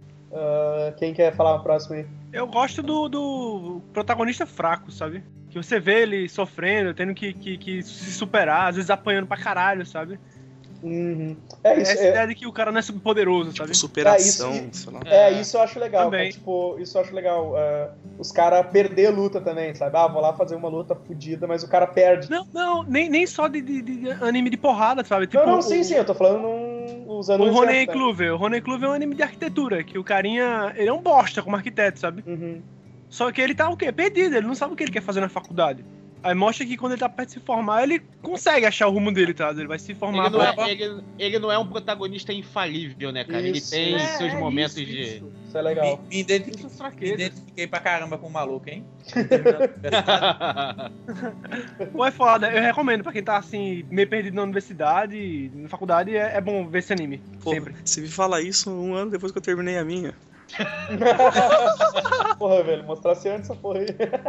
[SPEAKER 3] Ah, quem quer falar o próximo aí?
[SPEAKER 7] Eu gosto do, do protagonista fraco, sabe? Que você vê ele sofrendo, tendo que, que, que se superar, às vezes apanhando pra caralho, sabe?
[SPEAKER 3] Uhum. É isso,
[SPEAKER 7] Essa
[SPEAKER 3] é,
[SPEAKER 7] ideia de que o cara não é super poderoso, sabe?
[SPEAKER 4] Tipo, superação,
[SPEAKER 3] Ah, isso-
[SPEAKER 4] sei lá.
[SPEAKER 3] é, isso eu acho legal,
[SPEAKER 7] Também.
[SPEAKER 3] cara. Tipo, isso eu acho legal. ah, os caras perder luta também, sabe? Ah, vou lá fazer uma luta fodida, mas o cara perde.
[SPEAKER 7] Não, não, nem, nem só de, de- de anime de porrada, sabe? Tipo,
[SPEAKER 3] não, não,
[SPEAKER 7] o-
[SPEAKER 3] sim, sim, eu tô falando num, usando
[SPEAKER 7] O
[SPEAKER 3] um
[SPEAKER 7] Ronen
[SPEAKER 3] exemplo, né?
[SPEAKER 7] Clover. O Ronen Clover é um anime de arquitetura, que o carinha, ele é um bosta como arquiteto, sabe?
[SPEAKER 3] Uhum.
[SPEAKER 7] Só que ele tá o quê? Perdido, ele não sabe o que ele quer fazer na faculdade. Aí mostra que quando ele tá perto de se formar, ele consegue achar o rumo dele, tá? Ele vai se formar.
[SPEAKER 8] Ele não,
[SPEAKER 7] pra-
[SPEAKER 8] é, ele, ele não é um protagonista infalível, né, cara?
[SPEAKER 3] Isso.
[SPEAKER 8] Ele tem
[SPEAKER 7] É,
[SPEAKER 8] seus
[SPEAKER 7] é
[SPEAKER 8] momentos
[SPEAKER 7] isso,
[SPEAKER 8] de.
[SPEAKER 7] isso.
[SPEAKER 3] Isso é legal.
[SPEAKER 9] Me, me identifiquei,
[SPEAKER 7] Isso é
[SPEAKER 9] me
[SPEAKER 7] fraqueza.
[SPEAKER 9] identifiquei pra caramba com o maluco, hein?
[SPEAKER 7] Pô, é foda. Eu recomendo pra quem tá assim, meio perdido na universidade, na faculdade, é, é bom ver esse anime.
[SPEAKER 4] Pô,
[SPEAKER 7] Sempre.
[SPEAKER 4] você me fala isso um ano depois que eu terminei a minha.
[SPEAKER 3] Porra, velho, mostrasse antes essa porra aí.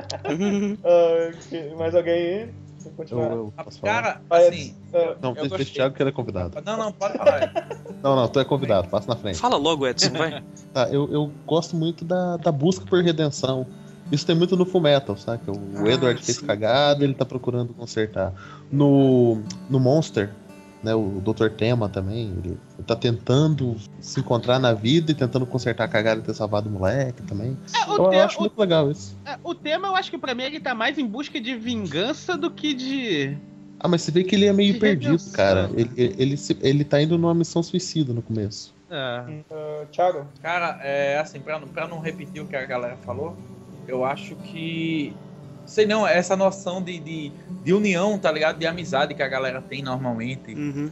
[SPEAKER 3] Ah, que- mais alguém aí? Vou
[SPEAKER 6] Eu,
[SPEAKER 3] continuar.
[SPEAKER 6] eu posso falar?
[SPEAKER 9] Cara,
[SPEAKER 3] Ah,
[SPEAKER 9] assim.
[SPEAKER 3] ah,
[SPEAKER 6] Não,
[SPEAKER 9] eu
[SPEAKER 6] deixa deixa
[SPEAKER 9] gostei.
[SPEAKER 6] o Thiago que ele é convidado.
[SPEAKER 9] Não, não, pode falar.
[SPEAKER 6] Não, não, tu é convidado, passa na frente.
[SPEAKER 4] Fala logo, Edson, vai.
[SPEAKER 6] Tá, eu, eu gosto muito da, da busca por redenção. Isso tem muito no Fullmetal, sabe? O
[SPEAKER 4] Ah,
[SPEAKER 6] Edward fez
[SPEAKER 4] sim.
[SPEAKER 6] cagada, ele tá procurando consertar. No, no Monster, né, o doutor Tema também, ele, ele tá tentando se encontrar na vida e tentando consertar a cagada e ter salvado o moleque também.
[SPEAKER 8] É, o,
[SPEAKER 6] Eu,
[SPEAKER 8] te-
[SPEAKER 6] acho
[SPEAKER 8] o-
[SPEAKER 6] muito legal isso.
[SPEAKER 8] é, o tema, eu acho que pra mim ele tá mais em busca de vingança do que de.
[SPEAKER 6] Ah, mas você vê que ele é meio
[SPEAKER 8] Que
[SPEAKER 6] perdido,
[SPEAKER 8] redenção.
[SPEAKER 6] cara. Ele, ele, ele, se- ele tá indo numa missão suicida no começo.
[SPEAKER 8] É.
[SPEAKER 3] ah, Thiago?
[SPEAKER 9] Cara, é assim, pra, não- pra não repetir o que a galera falou, eu acho que. Sei não, essa noção de, de, de união, tá ligado? De amizade que a galera tem normalmente.
[SPEAKER 4] Uhum.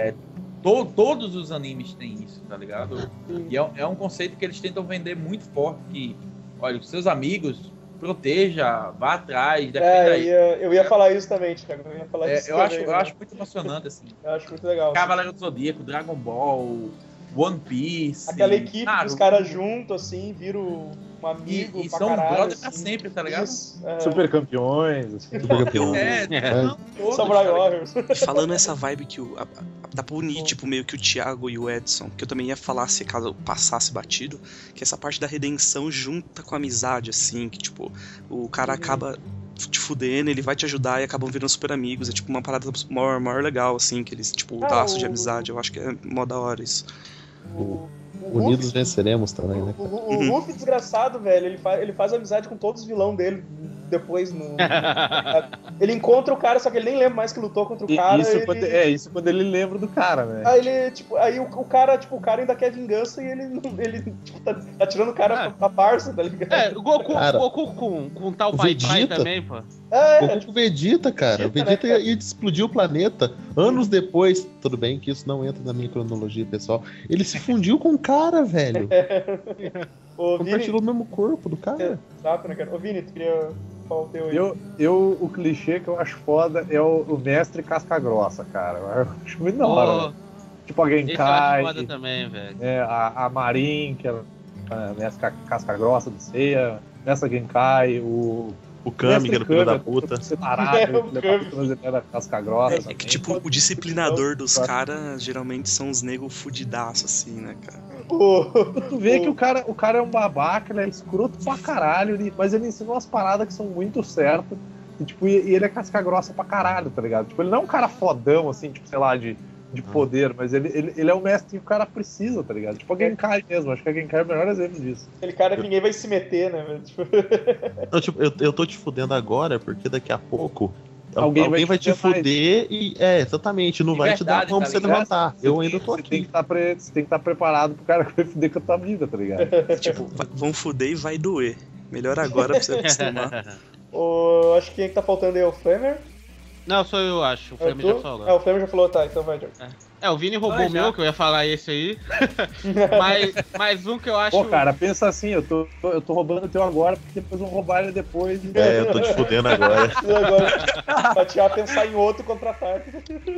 [SPEAKER 9] To- todos os animes têm isso, tá ligado? E é, é um conceito que eles tentam vender muito forte, que, olha, os seus amigos, proteja, vá atrás, defenda
[SPEAKER 3] É, eu
[SPEAKER 9] aí.
[SPEAKER 3] ia, eu ia falar isso também, Thiago. Eu ia falar
[SPEAKER 9] É,
[SPEAKER 3] isso
[SPEAKER 9] eu,
[SPEAKER 3] também,
[SPEAKER 9] acho, eu
[SPEAKER 3] né?
[SPEAKER 9] acho muito emocionante, assim.
[SPEAKER 3] Eu acho muito legal.
[SPEAKER 9] Cavaleiro do Zodíaco, Dragon Ball, One Piece.
[SPEAKER 3] Aquela equipe que
[SPEAKER 9] Naruto.
[SPEAKER 3] os caras juntos, assim, viram um amigo
[SPEAKER 9] E, e
[SPEAKER 3] pra
[SPEAKER 9] são
[SPEAKER 3] caralho,
[SPEAKER 9] brother pra
[SPEAKER 3] assim.
[SPEAKER 9] sempre, tá ligado?
[SPEAKER 3] Isso, é.
[SPEAKER 5] Super campeões, assim.
[SPEAKER 6] Super campeão.
[SPEAKER 9] É, não, todos,
[SPEAKER 3] Samurai
[SPEAKER 9] tá ligado?
[SPEAKER 3] Warriors.
[SPEAKER 4] E falando essa vibe que o. a- a- dá pra unir, tipo, meio que o Thiago e o Edson, que eu também ia falar se caso passasse batido, que essa parte da redenção junta com a amizade, assim, que, tipo, o cara acaba te fudendo, ele vai te ajudar e acabam virando super amigos. É tipo uma parada maior, maior legal, assim, que eles, tipo, o
[SPEAKER 3] Ah,
[SPEAKER 4] laço de
[SPEAKER 3] o-
[SPEAKER 4] amizade. Eu acho que é mó da hora isso.
[SPEAKER 3] O, o
[SPEAKER 6] Unidos
[SPEAKER 3] Luffy,
[SPEAKER 6] venceremos também, né?
[SPEAKER 3] o, o, o Luffy desgraçado, velho, ele, fa, ele faz amizade com todos os vilões dele depois no. Ele encontra o cara, só que ele nem lembra mais que lutou contra o
[SPEAKER 5] E
[SPEAKER 3] cara.
[SPEAKER 5] isso
[SPEAKER 3] ele...
[SPEAKER 5] quando, é isso quando ele lembra do cara, né?
[SPEAKER 3] Aí ele, tipo, aí o, o cara, tipo, o cara ainda quer vingança e ele, não- ele tipo, tá, tá tirando o cara
[SPEAKER 8] Ah.
[SPEAKER 3] pra, pra parça, tá ligado?
[SPEAKER 8] É, o Goku,
[SPEAKER 6] Cara,
[SPEAKER 8] Goku com, com tal
[SPEAKER 6] o
[SPEAKER 8] Pai Pai
[SPEAKER 6] Vegeta-
[SPEAKER 8] também, pô.
[SPEAKER 3] É,
[SPEAKER 6] Goku com o Vegeta, cara. O
[SPEAKER 3] Vegeta,
[SPEAKER 6] Vegeta
[SPEAKER 3] né,
[SPEAKER 6] ia,
[SPEAKER 3] cara?
[SPEAKER 6] ia explodir o planeta anos depois. Tudo bem que isso não entra na minha cronologia pessoal. Ele se fundiu com o cara, velho.
[SPEAKER 3] Ô, Vini,
[SPEAKER 6] Compartilhou o mesmo corpo do cara.
[SPEAKER 3] exato, né, cara? Ô, Vini, tu queria falar o teu aí?
[SPEAKER 5] Eu, eu, o clichê que eu acho foda é o, o mestre casca grossa, cara. Eu acho muito da hora.
[SPEAKER 8] Pô,
[SPEAKER 5] velho. Tipo a
[SPEAKER 8] esse eu acho
[SPEAKER 5] Genkai,
[SPEAKER 8] foda também, velho.
[SPEAKER 5] é, a, a Marin, que é a mestre ca- casca grossa do Seiya, nessa Genkai, o.
[SPEAKER 6] O Kami, que era o filho da
[SPEAKER 5] Kami,
[SPEAKER 6] puta.
[SPEAKER 5] Separado,
[SPEAKER 3] É, o
[SPEAKER 5] filho da
[SPEAKER 3] Kami.
[SPEAKER 5] puta, mas ele era casca grossa
[SPEAKER 4] É,
[SPEAKER 5] também.
[SPEAKER 4] que, tipo, o disciplinador dos
[SPEAKER 5] Então,
[SPEAKER 4] caras geralmente são os negros fudidaços, assim, né, cara?
[SPEAKER 3] O-
[SPEAKER 5] Tu vê
[SPEAKER 3] o-
[SPEAKER 5] que o cara, o cara é um babaca, ele é escroto pra caralho, ele- mas ele ensina umas paradas que são muito certas. E, tipo, e, e ele é casca grossa pra caralho, tá ligado? Tipo, ele não é um cara fodão, assim, tipo, sei lá, de, de poder, mas ele, ele, ele é o mestre que o cara precisa, tá ligado? Tipo a Genkai mesmo, acho que a Genkai é o melhor exemplo disso.
[SPEAKER 3] Aquele cara que ninguém vai se meter, né? velho? Tipo,
[SPEAKER 6] Não, tipo, eu, eu tô te fudendo agora porque daqui a pouco
[SPEAKER 5] Alguém
[SPEAKER 6] alguém,
[SPEAKER 5] vai
[SPEAKER 6] vai
[SPEAKER 5] te
[SPEAKER 6] te
[SPEAKER 5] fuder
[SPEAKER 6] fuder e. É, exatamente, não
[SPEAKER 9] De
[SPEAKER 6] vai te dar
[SPEAKER 9] verdade,
[SPEAKER 6] como
[SPEAKER 9] tá
[SPEAKER 6] pra você
[SPEAKER 9] ligado?
[SPEAKER 6] levantar. Eu ainda tô
[SPEAKER 5] Você tem que
[SPEAKER 6] aqui.
[SPEAKER 5] estar pre... você tem que estar preparado pro cara que vai fuder com a tua vida, tá ligado?
[SPEAKER 4] Tipo, vai- vão fuder e vai doer. Melhor agora pra você acostumar.
[SPEAKER 3] o, acho que quem que tá faltando aí é o Flamer.
[SPEAKER 8] Não, sou eu, acho. O
[SPEAKER 3] É,
[SPEAKER 8] Flamengo
[SPEAKER 3] tu?
[SPEAKER 8] já falou.
[SPEAKER 3] É, o Flamer já falou, tá, então vai, Diogo.
[SPEAKER 8] É, o Vini roubou
[SPEAKER 7] Ah,
[SPEAKER 8] o
[SPEAKER 7] já.
[SPEAKER 8] meu, que eu ia falar esse aí. mas, mas um que eu acho.
[SPEAKER 5] Pô, cara, pensa assim, eu tô, tô- eu tô roubando o teu agora, porque depois vão roubar ele depois. E...
[SPEAKER 6] É, eu tô te fudendo agora.
[SPEAKER 3] E agora, pra tirar, pensar em outro contra-ataque.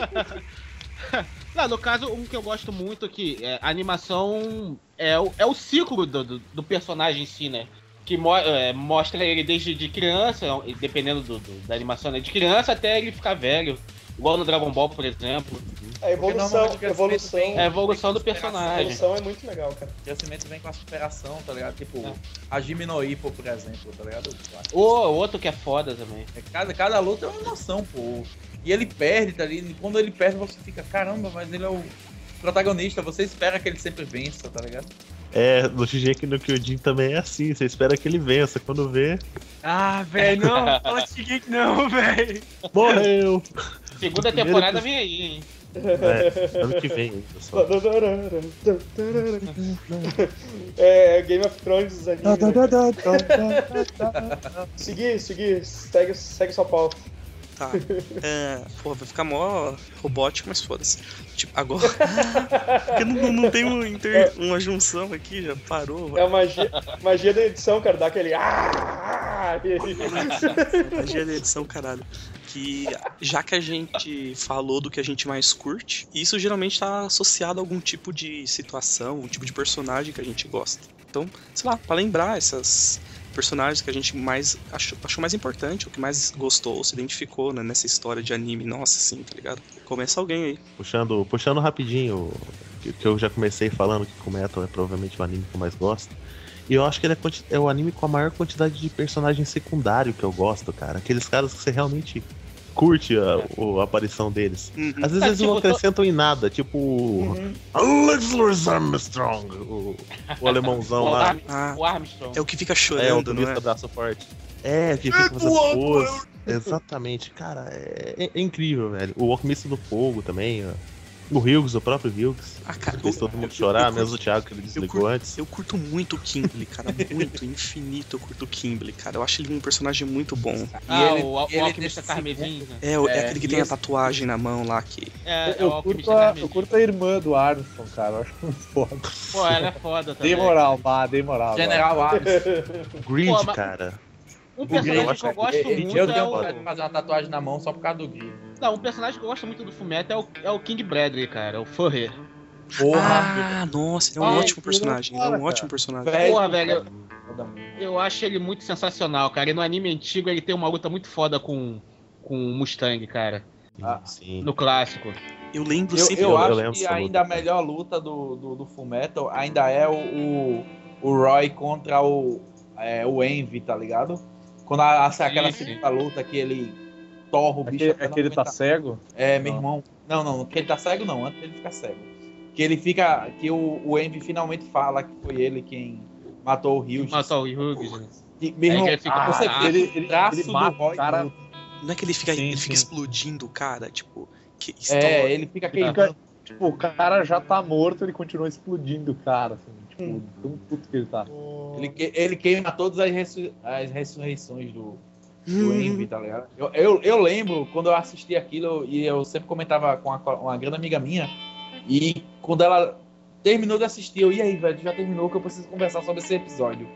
[SPEAKER 8] Não, no caso, um que eu gosto muito que é, a animação é o, é o ciclo do, do, do personagem em si, né? Que mo é, mostra ele desde de criança, dependendo do, do- da animação, né? De criança até ele ficar velho. Igual no Dragon Ball, por exemplo.
[SPEAKER 3] A evolução,
[SPEAKER 9] normalmente o
[SPEAKER 3] evolução,
[SPEAKER 9] crescimento
[SPEAKER 8] É a evolução do
[SPEAKER 3] a
[SPEAKER 8] personagem.
[SPEAKER 3] evolução é muito legal, cara.
[SPEAKER 9] O crescimento vem com a superação, tá ligado? Tipo,
[SPEAKER 8] É.
[SPEAKER 9] a Jimmy no Ippo, por exemplo, tá ligado?
[SPEAKER 8] O outro que é foda também.
[SPEAKER 9] É, Cada, cada luta é uma emoção, pô. E ele perde, tá ligado? E quando ele perde, você fica, caramba, mas ele é o protagonista, você espera que ele sempre vença, tá ligado?
[SPEAKER 6] É, no Shingeki no Kyojin também é assim, você espera que ele vença. Quando vê,
[SPEAKER 7] Ah, velho, não. Fala de Shingeki não, velho.
[SPEAKER 6] morreu.
[SPEAKER 8] Segunda
[SPEAKER 6] Primeiro
[SPEAKER 8] temporada
[SPEAKER 6] que-
[SPEAKER 8] vem aí, hein?
[SPEAKER 6] É, ano que vem ainda só.
[SPEAKER 3] É Game of Thrones dos animes. Né? Seguir, seguir, segue, segue sua pauta.
[SPEAKER 4] Tá. É, pô, vai ficar mó robótico, mas foda-se. Tipo, agora. Porque não, não tem um inter... uma junção aqui, já parou.
[SPEAKER 3] É a magia, magia da edição, cara, dá aquele. Ah!
[SPEAKER 4] Magia da edição, caralho. Que já que a gente falou do que a gente mais curte, isso geralmente tá associado a algum tipo de situação, um tipo de personagem que a gente gosta. Então, sei lá, pra lembrar essas personagens que a gente mais achou, achou mais importante, ou que mais gostou, se identificou, né, nessa história de anime, nossa, assim, tá ligado? Começa alguém aí.
[SPEAKER 6] Puxando, puxando rapidinho, que, que eu já comecei falando que o Metal é provavelmente o anime que eu mais gosto. E eu acho que ele é, é o anime com a maior quantidade de personagem secundário que eu gosto, cara. Aqueles caras que você realmente curte a, a aparição deles.
[SPEAKER 4] Uhum.
[SPEAKER 6] Às vezes eles não acrescentam em nada, tipo
[SPEAKER 3] Uhum.
[SPEAKER 6] Alexander Armstrong, o, o alemãozão
[SPEAKER 8] O,
[SPEAKER 6] lá.
[SPEAKER 8] Arm,
[SPEAKER 4] Ah,
[SPEAKER 8] o Armstrong.
[SPEAKER 4] é o que fica
[SPEAKER 6] É, o
[SPEAKER 4] chorando, não
[SPEAKER 6] turista
[SPEAKER 4] é?
[SPEAKER 6] braço forte. É, que fica fazendo pose. Exatamente, cara, é, é- é incrível, velho. O Alquimista do Fogo também, ó. O Hughes, o próprio Hughes.
[SPEAKER 4] Ah, cara,
[SPEAKER 6] Fez
[SPEAKER 4] eu-
[SPEAKER 6] todo mundo
[SPEAKER 4] eu-
[SPEAKER 6] chorar,
[SPEAKER 4] eu
[SPEAKER 6] menos o
[SPEAKER 4] curto-
[SPEAKER 6] Thiago que ele
[SPEAKER 4] Eu
[SPEAKER 6] desligou
[SPEAKER 4] curto,
[SPEAKER 6] antes.
[SPEAKER 4] eu curto muito o Kimberly, cara, muito, infinito eu curto o Kimberly, cara. Eu acho ele um personagem muito bom.
[SPEAKER 8] Ah,
[SPEAKER 9] E ele-
[SPEAKER 8] o, o
[SPEAKER 9] ele
[SPEAKER 8] alquimista
[SPEAKER 9] nesse
[SPEAKER 8] carmesim, né?
[SPEAKER 4] É, o- é
[SPEAKER 9] É,
[SPEAKER 4] aquele que
[SPEAKER 9] e
[SPEAKER 4] tem a
[SPEAKER 9] esse-
[SPEAKER 4] tatuagem na mão lá que.
[SPEAKER 8] É, é o
[SPEAKER 5] Eu
[SPEAKER 8] alquimista
[SPEAKER 5] curto, a,
[SPEAKER 8] carmesim.
[SPEAKER 5] eu curto a irmã do Armstrong, cara. Eu acho muito foda.
[SPEAKER 8] Pô, ela é foda também.
[SPEAKER 5] Dei moral, vá, dei moral.
[SPEAKER 9] General Armstrong.
[SPEAKER 6] O Grid,
[SPEAKER 8] Pô, mas-
[SPEAKER 6] cara.
[SPEAKER 8] Um personagem
[SPEAKER 6] eu acho
[SPEAKER 8] que eu
[SPEAKER 6] que-
[SPEAKER 8] gosto
[SPEAKER 9] Eu
[SPEAKER 8] muito
[SPEAKER 9] tenho
[SPEAKER 8] é o...
[SPEAKER 9] vontade de fazer uma tatuagem na mão só por causa do Gui.
[SPEAKER 8] Não, um personagem que eu gosto muito do Fullmetal é o, é o King Bradley, cara. O Furry.
[SPEAKER 9] Porra.
[SPEAKER 4] Ah, nossa, ele é um
[SPEAKER 8] Ai,
[SPEAKER 4] ótimo personagem. Ele é um
[SPEAKER 5] cara.
[SPEAKER 4] ótimo personagem.
[SPEAKER 9] Velho,
[SPEAKER 8] Porra, velho.
[SPEAKER 9] foda.
[SPEAKER 8] Eu acho ele muito sensacional, cara. E no anime antigo ele tem uma luta muito foda com, com o Mustang, cara.
[SPEAKER 9] Ah,
[SPEAKER 6] Sim.
[SPEAKER 8] No clássico.
[SPEAKER 4] Eu lembro
[SPEAKER 9] Eu,
[SPEAKER 4] sempre.
[SPEAKER 9] eu
[SPEAKER 6] eu
[SPEAKER 9] acho
[SPEAKER 6] lembro
[SPEAKER 9] que
[SPEAKER 6] dessa
[SPEAKER 9] ainda
[SPEAKER 6] luta.
[SPEAKER 9] a melhor luta do, do, do Fullmetal ainda é o, o, o Roy contra o, é, o Envy, tá ligado? Quando a, a- aquela
[SPEAKER 8] Sim, sim.
[SPEAKER 9] segunda luta que ele torra o
[SPEAKER 5] É
[SPEAKER 9] bicho.
[SPEAKER 5] que,
[SPEAKER 9] até
[SPEAKER 5] é
[SPEAKER 9] não
[SPEAKER 5] que ele tá
[SPEAKER 9] aguentar.
[SPEAKER 5] cego?
[SPEAKER 9] É, meu
[SPEAKER 5] Não.
[SPEAKER 9] irmão. Não, não, que ele tá cego não, antes dele ficar cego. Que ele fica. Que o, o Envy finalmente fala que foi ele quem matou o Hughes.
[SPEAKER 8] Matou o Hughes. né?
[SPEAKER 9] E, meu
[SPEAKER 8] Aí
[SPEAKER 9] irmão,
[SPEAKER 8] que ele fica
[SPEAKER 9] ah, você
[SPEAKER 8] parado.
[SPEAKER 9] vê
[SPEAKER 5] ele-
[SPEAKER 9] ele,
[SPEAKER 5] ele-
[SPEAKER 9] traço
[SPEAKER 5] ele mata
[SPEAKER 9] do Roy
[SPEAKER 5] o cara-
[SPEAKER 9] no-
[SPEAKER 4] Não é que ele fica,
[SPEAKER 5] Sim,
[SPEAKER 4] ele fica
[SPEAKER 5] sim.
[SPEAKER 4] explodindo o cara, tipo. Que
[SPEAKER 9] É,
[SPEAKER 4] estoura.
[SPEAKER 9] ele fica
[SPEAKER 5] Fica-
[SPEAKER 9] queimando.
[SPEAKER 5] Tipo, o cara já tá morto, ele continua explodindo o cara, assim. Tipo,
[SPEAKER 3] Hum.
[SPEAKER 5] tão puto que ele tá.
[SPEAKER 9] Ele, que- ele queima todas as, ressu- as ressurreições do, do
[SPEAKER 4] Hum.
[SPEAKER 9] Envy, tá ligado? Eu, eu, eu lembro quando eu assisti aquilo e eu sempre comentava com uma, uma grande amiga minha. E quando ela terminou de assistir, eu, e aí, velho, já terminou que eu preciso conversar sobre esse episódio.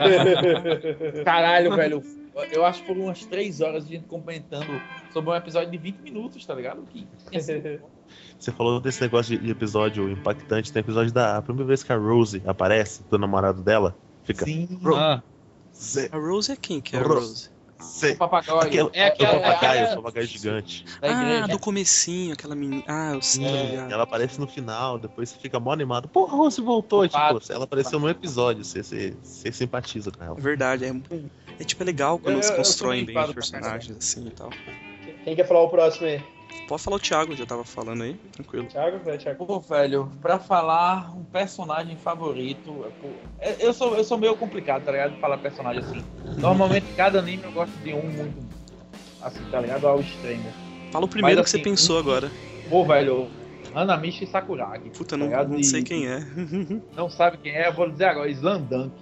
[SPEAKER 9] Caralho, velho. Eu acho que foram umas três horas de gente comentando sobre um episódio de vinte minutos, tá ligado? Que tinha sido-
[SPEAKER 6] Você falou desse negócio de, de episódio impactante. Tem episódio da a primeira vez que a Rose aparece, do namorado dela. Fica.
[SPEAKER 9] Sim,
[SPEAKER 6] Ro-
[SPEAKER 8] Ah,
[SPEAKER 6] Zé,
[SPEAKER 4] A Rose é quem que é a
[SPEAKER 6] Ro-
[SPEAKER 4] Rose?
[SPEAKER 6] Zé.
[SPEAKER 9] o papagaio.
[SPEAKER 6] Aquela-
[SPEAKER 8] É aquela-
[SPEAKER 6] o papagaio,
[SPEAKER 8] aquela-
[SPEAKER 6] o papagaio gigante.
[SPEAKER 9] da
[SPEAKER 4] Ah,
[SPEAKER 9] igreja.
[SPEAKER 4] do comecinho, aquela menina. Ah, eu sei, tô
[SPEAKER 9] É.
[SPEAKER 4] ligado.
[SPEAKER 6] Ela aparece no final, depois você fica mó animado. Pô, a Rose voltou. Tipo,
[SPEAKER 9] Fato.
[SPEAKER 6] ela apareceu no episódio, você, você, você simpatiza com ela.
[SPEAKER 4] É verdade, é, é tipo é legal quando
[SPEAKER 9] Eu-
[SPEAKER 4] eles
[SPEAKER 9] eu- eu sou
[SPEAKER 4] constroem
[SPEAKER 9] meio
[SPEAKER 4] bem
[SPEAKER 9] fado
[SPEAKER 4] os
[SPEAKER 9] pra
[SPEAKER 4] personagens assim e tal.
[SPEAKER 3] Quem quer falar o próximo aí?
[SPEAKER 4] Pode falar o Thiago, já tava falando aí, tranquilo.
[SPEAKER 3] Thiago? Vai, Thiago.
[SPEAKER 9] Pô, velho, pra falar um personagem favorito, pô, é- eu sou, eu sou meio complicado, tá ligado? De falar personagem assim. Normalmente, cada anime eu gosto de um muito, assim, tá ligado? Ao extremo.
[SPEAKER 4] Fala o primeiro
[SPEAKER 9] Mas,
[SPEAKER 4] que você
[SPEAKER 9] assim,
[SPEAKER 4] pensou
[SPEAKER 9] um-
[SPEAKER 4] agora.
[SPEAKER 9] Pô, velho, Hanamichi Sakuragi.
[SPEAKER 4] Puta,
[SPEAKER 9] tá
[SPEAKER 4] não,
[SPEAKER 9] ligado?
[SPEAKER 4] não
[SPEAKER 9] E-
[SPEAKER 4] sei quem é.
[SPEAKER 9] Não sabe quem é, eu vou dizer agora, Slandunk.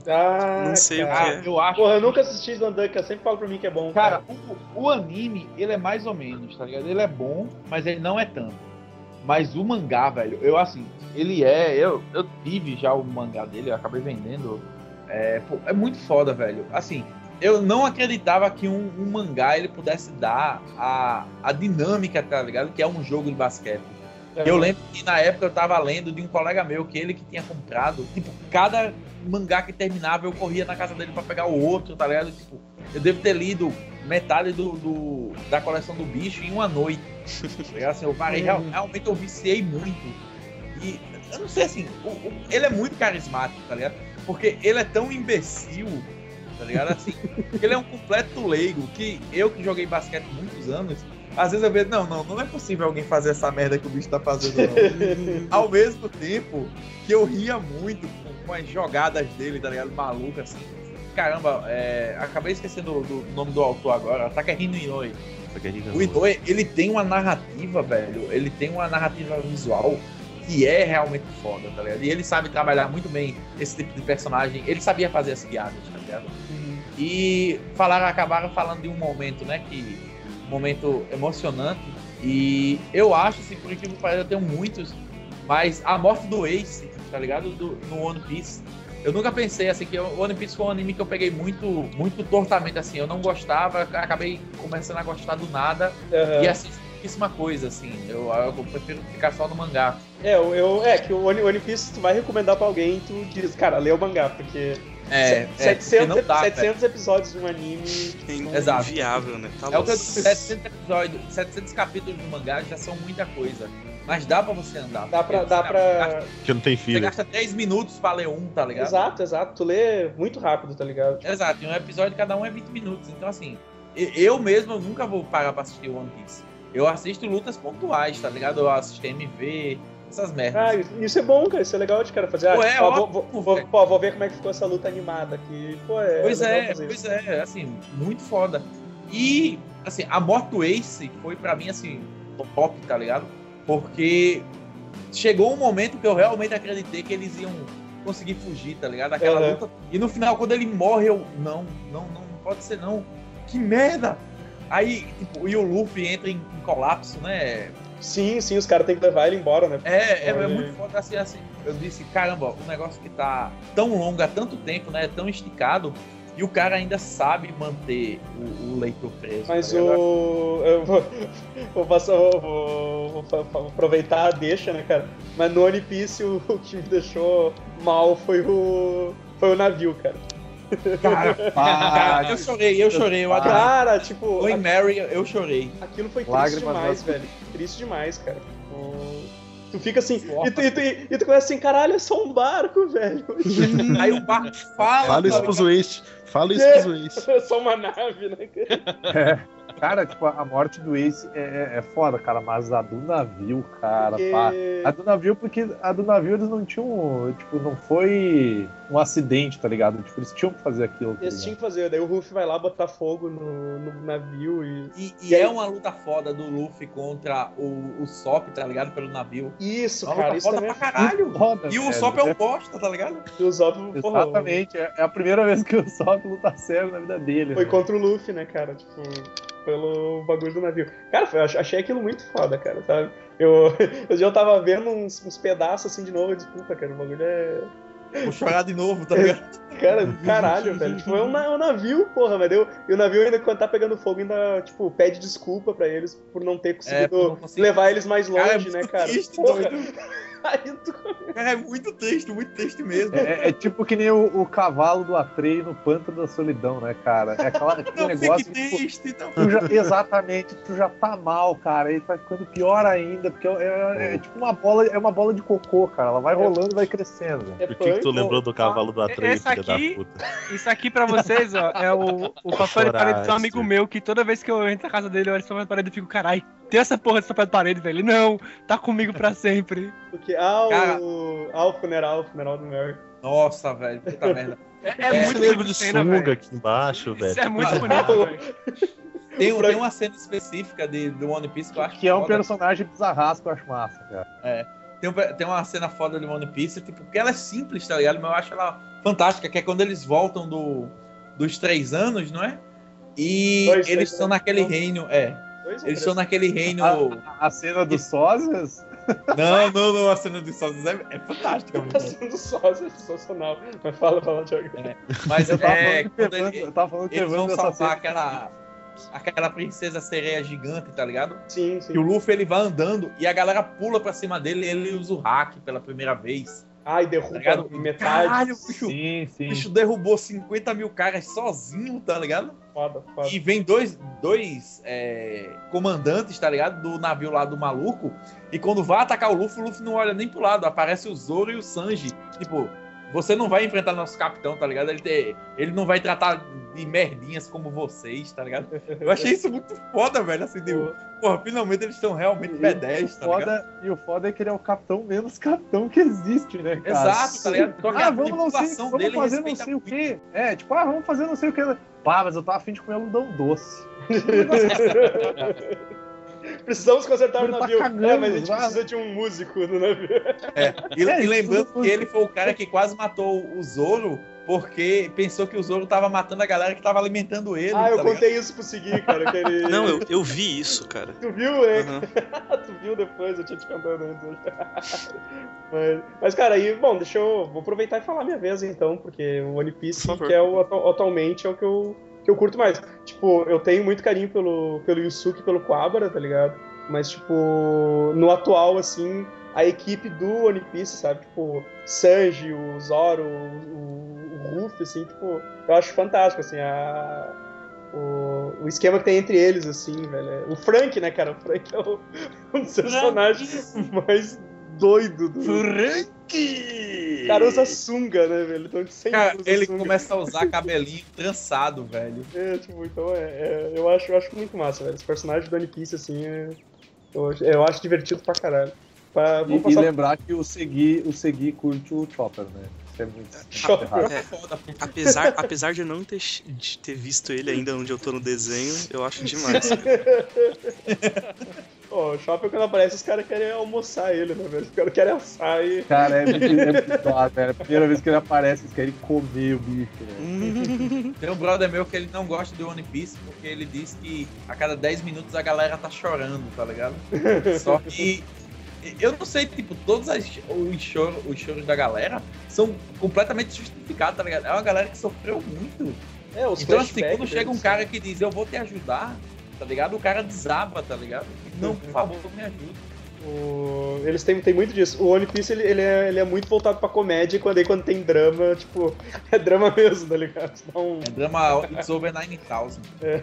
[SPEAKER 3] Ah,
[SPEAKER 4] Não sei o
[SPEAKER 3] cara.
[SPEAKER 4] que é.
[SPEAKER 9] Ah, eu acho.
[SPEAKER 3] Porra, eu nunca assisti Slandunk, sempre falo pra mim que é bom.
[SPEAKER 9] Cara, o, o anime, ele é mais ou menos, tá ligado? Ele é bom, mas ele não é tanto. Mas o mangá, velho, eu assim, ele é. Eu, eu tive já o mangá dele, eu acabei vendendo. É, pô, é muito foda, velho. Assim, eu não acreditava que um, um mangá ele pudesse dar a, a dinâmica, tá ligado? Que é um jogo de basquete. Eu lembro que na época eu tava lendo de um colega meu que ele que tinha comprado, tipo, cada mangá que terminava eu corria na casa dele pra pegar o outro, tá ligado? Tipo, eu devo ter lido metade do, do- da coleção do bicho em uma noite. Tá ligado? Assim, eu parei, real- realmente eu viciei muito. E eu não sei assim, o- o- ele é muito carismático, tá ligado? Porque ele é tão imbecil, tá ligado? Assim, ele é um completo leigo que eu que joguei basquete muitos anos. Às vezes eu vejo, não, não, não é possível alguém fazer essa merda que o bicho tá fazendo, não. Ao mesmo tempo que eu ria muito com, com as jogadas dele, tá ligado? Maluco, assim. Caramba, é, acabei esquecendo do, do nome do autor agora, Takahiro Inoue.
[SPEAKER 6] Só que a gente
[SPEAKER 9] O Inoue, ele tem uma narrativa, velho, ele tem uma narrativa visual que é realmente foda, tá ligado? E ele sabe trabalhar muito bem esse tipo de personagem, ele sabia fazer as piadas, tá ligado? E falaram, acabaram falando de um momento, né, que momento emocionante. E eu acho, assim, por incrível que pareça, eu tenho muitos, mas a morte do Ace, tá ligado? Do, no One Piece. Eu nunca pensei, assim, que o One Piece foi um anime que eu peguei muito, muito tortamente, assim. Eu não gostava, acabei começando a gostar do nada
[SPEAKER 3] Uhum.
[SPEAKER 9] e assisti pouquíssima coisa, assim. Eu, eu prefiro ficar só no mangá.
[SPEAKER 3] É, eu, eu- é que o One, One Piece tu vai recomendar pra alguém, tu diz, cara, lê o mangá, porque
[SPEAKER 9] É,
[SPEAKER 3] se-
[SPEAKER 9] é, porque não
[SPEAKER 3] setecentos,
[SPEAKER 9] dá,
[SPEAKER 3] setecentos episódios de um anime.
[SPEAKER 4] É
[SPEAKER 9] Exato.
[SPEAKER 4] inviável, né? Tá
[SPEAKER 9] É o que eu
[SPEAKER 4] louco.
[SPEAKER 9] digo, setecentos episódios, setecentos capítulos do mangá já são muita coisa. Mas dá pra você andar.
[SPEAKER 3] Dá pra.
[SPEAKER 9] Porque
[SPEAKER 3] Dá
[SPEAKER 9] você
[SPEAKER 3] pra...
[SPEAKER 9] gasta-
[SPEAKER 6] Que não tem
[SPEAKER 9] Você
[SPEAKER 6] filho.
[SPEAKER 9] gasta três minutos pra ler um, tá ligado?
[SPEAKER 3] Exato, exato. Tu lê muito rápido, tá ligado?
[SPEAKER 9] Exato, e um episódio cada um é vinte minutos. Então, assim, e- eu mesmo eu nunca vou parar pra assistir One Piece. Eu assisto lutas pontuais, tá ligado? Eu assisto M V, essas merdas.
[SPEAKER 3] Ah, isso é bom, cara. Isso é legal de cara fazer. Ah,
[SPEAKER 9] Pô, é
[SPEAKER 3] ó, vou,
[SPEAKER 9] ótimo,
[SPEAKER 3] vou, vou,
[SPEAKER 9] velho.
[SPEAKER 3] pô, vou ver como é que ficou essa luta animada aqui. Pô, é.
[SPEAKER 9] pois
[SPEAKER 3] legal
[SPEAKER 9] é,
[SPEAKER 3] fazer
[SPEAKER 9] pois
[SPEAKER 3] isso.
[SPEAKER 9] é, assim, muito foda. E, assim, a morte do Ace foi pra mim, assim, top, tá ligado? Porque chegou um momento que eu realmente acreditei que eles iam conseguir fugir, tá ligado? Aquela
[SPEAKER 3] Uhum.
[SPEAKER 9] luta. E no final, quando ele morre, eu. Não, não, não, não pode ser não. Que merda! Aí, tipo, e o Luffy entra em, em colapso, né?
[SPEAKER 3] Sim, sim, os caras têm que levar ele embora, né?
[SPEAKER 9] É, é, é
[SPEAKER 3] Olha.
[SPEAKER 9] muito foda assim, assim. Eu disse, caramba, um negócio que tá tão longo há tanto tempo, né? Tão esticado, e o cara ainda sabe manter o, o leitor preso.
[SPEAKER 3] Mas
[SPEAKER 9] tá ligado?
[SPEAKER 3] o. Eu vou, vou, passar, vou, vou- vou fa- fa- aproveitar a deixa, né, cara? Mas no One Piece o, o que me deixou mal foi o. Foi o navio, cara.
[SPEAKER 9] Cara, cara, eu chorei, eu chorei, eu adorei.
[SPEAKER 3] Cara, tipo.
[SPEAKER 9] Oi,
[SPEAKER 3] a-
[SPEAKER 9] Mary, eu chorei.
[SPEAKER 3] Aquilo foi triste
[SPEAKER 5] Lágrimas
[SPEAKER 3] demais,
[SPEAKER 5] das-
[SPEAKER 3] velho. Triste demais, cara. O- Tu fica assim.
[SPEAKER 9] Nossa.
[SPEAKER 3] E tu, e, tu, e tu começa assim, caralho, é só um barco, velho.
[SPEAKER 9] Aí o barco fala.
[SPEAKER 6] Fala isso
[SPEAKER 9] tá
[SPEAKER 6] pro
[SPEAKER 9] ligado?
[SPEAKER 6] Zwist. Fala isso
[SPEAKER 3] É.
[SPEAKER 6] pro Zwist.
[SPEAKER 3] É só uma nave, né, cara?
[SPEAKER 5] Cara, tipo, a morte do Ace é, é, é foda, cara, mas a do navio, cara,
[SPEAKER 3] Porque-
[SPEAKER 5] pá. A do navio, porque a do navio eles não tinham, tipo, não foi um acidente, tá ligado? Tipo, eles tinham que fazer aquilo. Tá
[SPEAKER 3] Eles
[SPEAKER 5] ligado?
[SPEAKER 3] tinham que fazer, daí o Ruff vai lá botar fogo no, no navio e.
[SPEAKER 9] E, e é uma luta foda do Luffy contra o, o Sop, tá ligado? Pelo navio.
[SPEAKER 3] Isso,
[SPEAKER 9] Uma
[SPEAKER 3] cara,
[SPEAKER 9] luta
[SPEAKER 3] isso
[SPEAKER 9] foda
[SPEAKER 3] também
[SPEAKER 9] pra caralho.
[SPEAKER 5] Foda,
[SPEAKER 9] E o
[SPEAKER 5] velho.
[SPEAKER 9] Sop é um bosta, tá ligado?
[SPEAKER 3] é os óbvios, porra,
[SPEAKER 5] Exatamente, é é a primeira vez que o Sop luta sério na vida dele.
[SPEAKER 3] Foi
[SPEAKER 5] né?
[SPEAKER 3] contra o Luffy, né, cara? Tipo, pelo bagulho do navio. Cara, foi- eu ach- achei aquilo muito foda, cara, sabe? Eu, eu já tava vendo uns, uns pedaços assim de novo, eu disse, puta, cara, o bagulho é.
[SPEAKER 9] Vou chorar de novo, tá ligado?
[SPEAKER 3] Cara, caralho, velho. Tipo, é um, na- é um navio, porra, mas deu. E o navio ainda, quando tá pegando fogo, ainda, tipo, pede desculpa pra eles por não ter conseguido
[SPEAKER 9] É, por não conseguir-
[SPEAKER 3] levar eles mais
[SPEAKER 9] Cara, é
[SPEAKER 3] longe, né,
[SPEAKER 9] muito
[SPEAKER 3] cara?
[SPEAKER 9] triste,
[SPEAKER 3] Porra.
[SPEAKER 9] doido.
[SPEAKER 3] Aí tu...
[SPEAKER 9] Cara, é muito texto, muito texto mesmo.
[SPEAKER 5] É, é tipo que nem o, o cavalo do Atreio no Pântano da Solidão, né, cara? É aquela, aquele
[SPEAKER 9] Não
[SPEAKER 5] negócio
[SPEAKER 9] fique
[SPEAKER 5] que, tipo,
[SPEAKER 9] triste, então.
[SPEAKER 5] tu já, exatamente, tu já tá mal, cara, e vai ficando pior ainda, porque é, é- é tipo uma bola, é uma bola de cocô, cara, ela vai rolando e vai crescendo.
[SPEAKER 3] É
[SPEAKER 6] Por que, que tu
[SPEAKER 3] punk,
[SPEAKER 6] lembrou do cavalo do Atreio,
[SPEAKER 7] Essa
[SPEAKER 6] filha
[SPEAKER 7] aqui-
[SPEAKER 6] da puta?
[SPEAKER 7] Isso aqui pra vocês, ó, é o, o papel de parede de um amigo
[SPEAKER 6] Choraste.
[SPEAKER 7] meu, que toda vez que eu entro na casa dele, eu olho esse papel de parede e fico, carai, tem essa porra desse papel de parede, velho. Ele, não, tá comigo pra sempre.
[SPEAKER 3] Porque, ah, o,
[SPEAKER 9] Cara.
[SPEAKER 3] ah, o funeral, o funeral do Mary.
[SPEAKER 9] Nossa, velho, puta merda.
[SPEAKER 7] É,
[SPEAKER 9] É,
[SPEAKER 7] é
[SPEAKER 6] Esse
[SPEAKER 7] muito
[SPEAKER 6] livro
[SPEAKER 7] bonita
[SPEAKER 6] de
[SPEAKER 7] a cena,
[SPEAKER 6] sunga
[SPEAKER 7] velho.
[SPEAKER 6] aqui embaixo, velho.
[SPEAKER 7] Isso é muito
[SPEAKER 9] Ah,
[SPEAKER 7] bonito, velho.
[SPEAKER 9] Tem, um- tem uma cena específica de, do One Piece que eu acho
[SPEAKER 5] Que é um
[SPEAKER 9] foda.
[SPEAKER 5] personagem bizarrasco, eu acho massa, cara.
[SPEAKER 9] Tem, um, tem uma cena foda de One Piece, tipo, porque ela é simples, tá ligado? Mas eu acho ela fantástica, que é quando eles voltam do, dos três anos, não é? E
[SPEAKER 3] Dois,
[SPEAKER 9] eles
[SPEAKER 3] três
[SPEAKER 9] estão
[SPEAKER 3] anos.
[SPEAKER 9] naquele reino, é.
[SPEAKER 3] Dois ou
[SPEAKER 9] Eles
[SPEAKER 3] três?
[SPEAKER 9] estão naquele reino.
[SPEAKER 5] A, a cena dos sósias,
[SPEAKER 9] Não, não, não, a cena de sócios é, é fantástica,
[SPEAKER 3] Tá
[SPEAKER 9] mano.
[SPEAKER 3] sendo sócio, é sensacional. Mas fala, fala, Thiago.
[SPEAKER 9] Mas
[SPEAKER 5] eu tava
[SPEAKER 9] é
[SPEAKER 5] falando que
[SPEAKER 9] quando
[SPEAKER 5] Evandro-
[SPEAKER 9] ele-
[SPEAKER 5] eu tava falando que
[SPEAKER 9] eles vão
[SPEAKER 5] Evandro essa
[SPEAKER 9] salvar
[SPEAKER 5] cena.
[SPEAKER 9] aquela, aquela princesa sereia gigante, tá ligado?
[SPEAKER 3] Sim, sim.
[SPEAKER 9] E o Luffy ele vai andando e a galera pula pra cima dele e ele usa o hack pela primeira vez.
[SPEAKER 3] Ai,
[SPEAKER 9] Tá
[SPEAKER 3] derruba
[SPEAKER 9] ligado?
[SPEAKER 3] metade.
[SPEAKER 9] Caralho, o bicho,
[SPEAKER 5] Sim,
[SPEAKER 9] o
[SPEAKER 5] sim.
[SPEAKER 9] bicho derrubou cinquenta mil caras sozinho, tá ligado?
[SPEAKER 3] Foda, foda.
[SPEAKER 9] E vem dois, dois é, comandantes, tá ligado? Do navio lá do maluco. E quando vai atacar o Luffy, o Luffy não olha nem pro lado. Aparece o Zoro e o Sanji. Tipo, você não vai enfrentar nosso capitão, tá ligado? Ele, te- ele não vai tratar de merdinhas como vocês, tá ligado? Eu achei isso muito foda, velho. Assim, de, porra, finalmente eles estão realmente B dez,
[SPEAKER 5] o
[SPEAKER 9] tá ligado?
[SPEAKER 5] foda, e o foda é que ele é o capitão menos capitão que existe, né, cara?
[SPEAKER 9] Exato, tá ligado? Só que
[SPEAKER 5] Ah,
[SPEAKER 9] a
[SPEAKER 5] vamos não sei,
[SPEAKER 9] tripulação
[SPEAKER 5] vamos
[SPEAKER 9] dele
[SPEAKER 5] fazer não
[SPEAKER 9] respeita
[SPEAKER 5] sei o
[SPEAKER 9] muito.
[SPEAKER 5] quê. É, tipo, ah, vamos fazer não sei o quê. Pá, mas eu tava afim de comer algodão doce.
[SPEAKER 3] Precisamos consertar o
[SPEAKER 5] Ele tá
[SPEAKER 3] navio.
[SPEAKER 5] cagando,
[SPEAKER 3] é, mas a gente
[SPEAKER 5] vai.
[SPEAKER 3] precisa de um músico no navio.
[SPEAKER 9] É, e,
[SPEAKER 5] É,
[SPEAKER 9] e lembrando
[SPEAKER 5] tudo-
[SPEAKER 9] que ele foi o cara que quase matou o Zoro porque pensou que o Zoro tava matando a galera que tava alimentando ele.
[SPEAKER 3] Ah, eu
[SPEAKER 9] tá
[SPEAKER 3] contei
[SPEAKER 9] ligado?
[SPEAKER 3] isso pro Segui, cara. Que ele...
[SPEAKER 4] Não, eu, eu vi isso, cara.
[SPEAKER 3] Tu viu, né?
[SPEAKER 4] Uhum.
[SPEAKER 3] Tu viu depois, eu tinha te contado antes. mas, mas, cara, aí, bom, deixa eu... Vou aproveitar e falar minha vez, então, porque o One Piece, que é o, atualmente, é o que eu, que eu curto mais. Tipo, eu tenho muito carinho pelo, pelo Yusuke e pelo Quabara, tá ligado? Mas, tipo, no atual, assim, a equipe do One Piece, sabe? Tipo, Sanji, o Zoro, o, o Ruffy, assim, tipo, eu acho fantástico, assim, a... O, o esquema que tem entre eles, assim, velho. O Frank, né, cara? O Frank é o, um dos personagens mais doido do...
[SPEAKER 9] Frank!
[SPEAKER 3] O cara usa sunga, né, velho? Então, sempre
[SPEAKER 9] Cara,
[SPEAKER 3] usa
[SPEAKER 9] ele
[SPEAKER 3] sunga.
[SPEAKER 9] começa a usar cabelinho trançado, velho.
[SPEAKER 3] É, tipo, então, é, é, eu, acho, eu acho muito massa, velho. Esse personagem do One Piece, assim, é, eu, eu acho divertido pra caralho. Pra,
[SPEAKER 5] E,
[SPEAKER 3] passar...
[SPEAKER 5] e lembrar que o Segui, o Segui curte o Chopper, né? Isso é muito, muito
[SPEAKER 3] Chopper.
[SPEAKER 5] errado.
[SPEAKER 4] É, apesar, apesar de eu não ter, de ter visto ele ainda onde eu tô no desenho, eu acho demais.
[SPEAKER 3] Pô, o Chopper, quando aparece, os caras querem almoçar ele, né, velho? Os caras querem assar e...
[SPEAKER 5] Cara, é muito, é muito dó, velho. A primeira vez que ele aparece, eles querem comer o bicho, velho.
[SPEAKER 9] Tem um brother meu que ele não gosta de One Piece porque ele diz que a cada dez minutos a galera tá chorando, tá ligado? Só que eu não sei, tipo, todos as, os, choros, os choros da galera são completamente justificados, tá ligado? É uma galera que sofreu muito.
[SPEAKER 3] É, os
[SPEAKER 9] Então, assim,
[SPEAKER 3] flashbacks
[SPEAKER 9] quando chega um
[SPEAKER 3] deles,
[SPEAKER 9] cara que diz, eu vou te ajudar, tá ligado? O cara desaba, tá ligado? Não, por favor, me ajuda.
[SPEAKER 3] O... Eles têm, têm muito disso. O One Piece, ele, ele, é, ele é muito voltado pra comédia, e quando, aí, quando tem drama, tipo, é drama mesmo, tá ligado? Então...
[SPEAKER 9] É drama It's Over nine thousand.
[SPEAKER 3] É.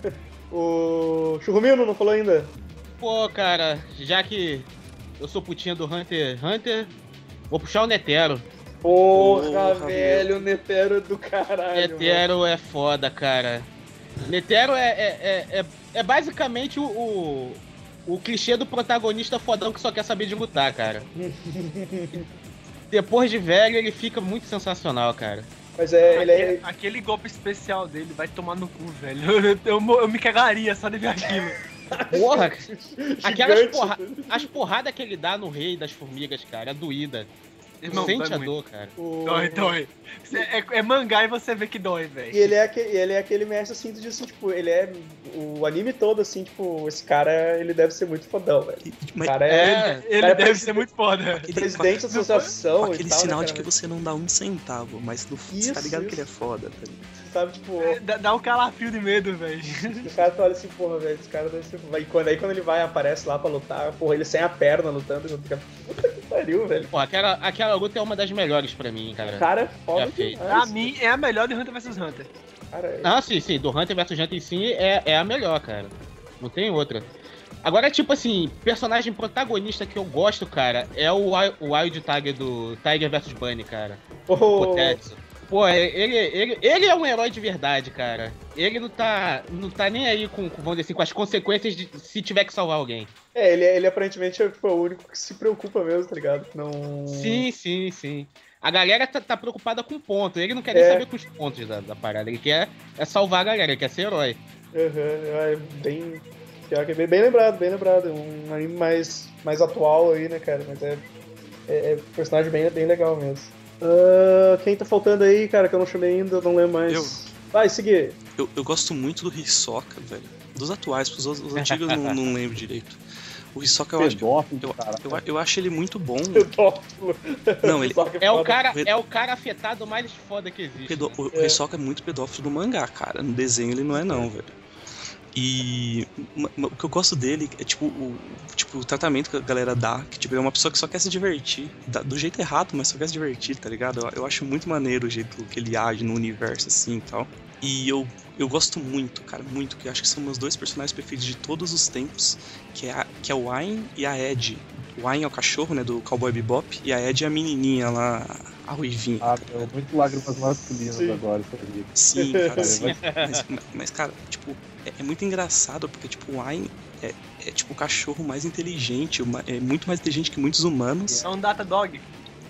[SPEAKER 3] O Churrumino não falou ainda?
[SPEAKER 8] Pô, cara, já que eu sou putinha do Hunter x Hunter, vou puxar o Netero.
[SPEAKER 3] Porra,
[SPEAKER 4] Porra,
[SPEAKER 3] velho, o Netero é do caralho.
[SPEAKER 8] Netero é foda, cara. Netero é, é, é, é, é basicamente o, o, o clichê do protagonista fodão que só quer saber de lutar, cara. Depois de velho, ele fica muito sensacional, cara.
[SPEAKER 3] Mas é, ele é...
[SPEAKER 7] Aquele, aquele golpe especial dele vai tomar no cu, velho. Eu, eu, eu me cagaria só de ver aquilo.
[SPEAKER 8] Porra, aquelas
[SPEAKER 3] Gigante.
[SPEAKER 8] porra, as porradas que ele dá no Rei das Formigas, cara, é doída.
[SPEAKER 7] Irmão,
[SPEAKER 8] Sente
[SPEAKER 7] dói
[SPEAKER 8] a
[SPEAKER 7] muito.
[SPEAKER 8] dor, cara.
[SPEAKER 3] O...
[SPEAKER 7] Dói, dói. É, é mangá e você vê que dói, velho.
[SPEAKER 3] E ele é, aquele, ele é aquele mestre, assim, de, assim, tipo, ele é... O anime todo, assim, tipo, esse cara, ele deve ser muito fodão, velho. O
[SPEAKER 4] Mas
[SPEAKER 3] cara é...
[SPEAKER 8] É,
[SPEAKER 7] Ele
[SPEAKER 3] cara,
[SPEAKER 7] deve
[SPEAKER 3] parece-
[SPEAKER 7] ser muito foda.
[SPEAKER 4] aquele,
[SPEAKER 3] presidente da
[SPEAKER 4] com
[SPEAKER 3] associação e
[SPEAKER 4] aquele
[SPEAKER 3] tal,
[SPEAKER 4] sinal
[SPEAKER 3] né,
[SPEAKER 4] de
[SPEAKER 3] cara?
[SPEAKER 4] que você não dá um centavo, mas no fundo você tá
[SPEAKER 3] Isso,
[SPEAKER 4] ligado
[SPEAKER 3] isso.
[SPEAKER 4] que ele é foda, tá ligado?
[SPEAKER 3] Sabe, tipo...
[SPEAKER 7] Dá, dá um calafrio de medo, velho.
[SPEAKER 3] O cara tu olha assim, porra, velho, esse cara deve ser... Vai, quando, aí quando ele vai, aparece lá pra lutar, porra, ele sem a perna lutando, fica... Puta que pariu, velho.
[SPEAKER 8] Pô, aquela, aquela luta é uma das melhores pra mim,
[SPEAKER 3] O
[SPEAKER 8] cara.
[SPEAKER 3] cara é foda
[SPEAKER 8] Já fez.
[SPEAKER 3] demais.
[SPEAKER 7] Pra mim, é a melhor de Hunter versus Hunter.
[SPEAKER 3] Cara, é...
[SPEAKER 8] Ah, sim, sim, do Hunter versus Hunter em si é, é a melhor, cara. Não tem outra. Agora, tipo assim, personagem protagonista que eu gosto, cara, é o, Wi- o Wild Tiger do Tiger versus Bunny, cara.
[SPEAKER 3] Oh,
[SPEAKER 8] O Tetsu. Pô, ele, ele, ele é um herói de verdade, cara. Ele não tá, não tá nem aí com, com, vamos dizer assim, com as consequências de se tiver que salvar alguém.
[SPEAKER 3] é, ele, ele aparentemente é tipo, o único que se preocupa mesmo, tá ligado? Não...
[SPEAKER 8] Sim, sim, sim. A galera tá, tá preocupada com ponto. Ele não quer nem
[SPEAKER 3] É.
[SPEAKER 8] saber com os pontos da, da parada. Ele quer é salvar a galera, ele quer ser herói.
[SPEAKER 3] Uhum, é bem... Pior que é bem, bem lembrado, bem lembrado. É um anime mais, mais atual aí, né, cara? Mas é, é, é um personagem bem, bem legal mesmo. Ah, quem tá faltando aí, cara, que eu não chamei ainda, não lembro mais.
[SPEAKER 4] Eu.
[SPEAKER 3] Vai, seguir.
[SPEAKER 4] Eu, eu gosto muito do Hisoka, velho. Dos atuais, porque os, os antigos eu não, não lembro direito. O Hisoka eu acho,
[SPEAKER 5] Pedófilo,
[SPEAKER 4] eu,
[SPEAKER 5] cara.
[SPEAKER 4] eu, eu acho ele muito bom.
[SPEAKER 3] Pedófilo.
[SPEAKER 4] Não, ele-
[SPEAKER 3] Só que
[SPEAKER 8] É o,
[SPEAKER 3] foda.
[SPEAKER 8] cara,
[SPEAKER 4] Red-
[SPEAKER 8] é o cara afetado mais foda que existe.
[SPEAKER 4] Pedo-
[SPEAKER 8] né?
[SPEAKER 4] o, o
[SPEAKER 3] É.
[SPEAKER 4] Hisoka é muito pedófilo no mangá, cara. No desenho ele não é não, velho. E ma- ma- o que eu gosto dele é tipo o, tipo o tratamento que a galera dá, que tipo, ele é uma pessoa que só quer se divertir, da- do jeito errado, mas só quer se divertir, tá ligado? Eu, eu acho muito maneiro o jeito que ele age no universo assim e tal. E eu, eu gosto muito, cara, muito, que eu acho que são meus dois personagens preferidos de todos os tempos, que é, a, que é o Ain e a Ed. O Ain é o cachorro, né, do Cowboy Bebop, e a Ed é a menininha lá, a ruivinha.
[SPEAKER 5] Ah, meu, muito lágrimas masculinas
[SPEAKER 3] Sim.
[SPEAKER 5] agora, sabia?
[SPEAKER 4] Sim, cara, sim.
[SPEAKER 5] Vai-
[SPEAKER 4] Mas, mas, cara, tipo, é, é muito engraçado, porque, tipo, o Ain é, é, tipo, o cachorro mais inteligente, uma- é muito mais inteligente que muitos humanos.
[SPEAKER 7] É um Data Dog.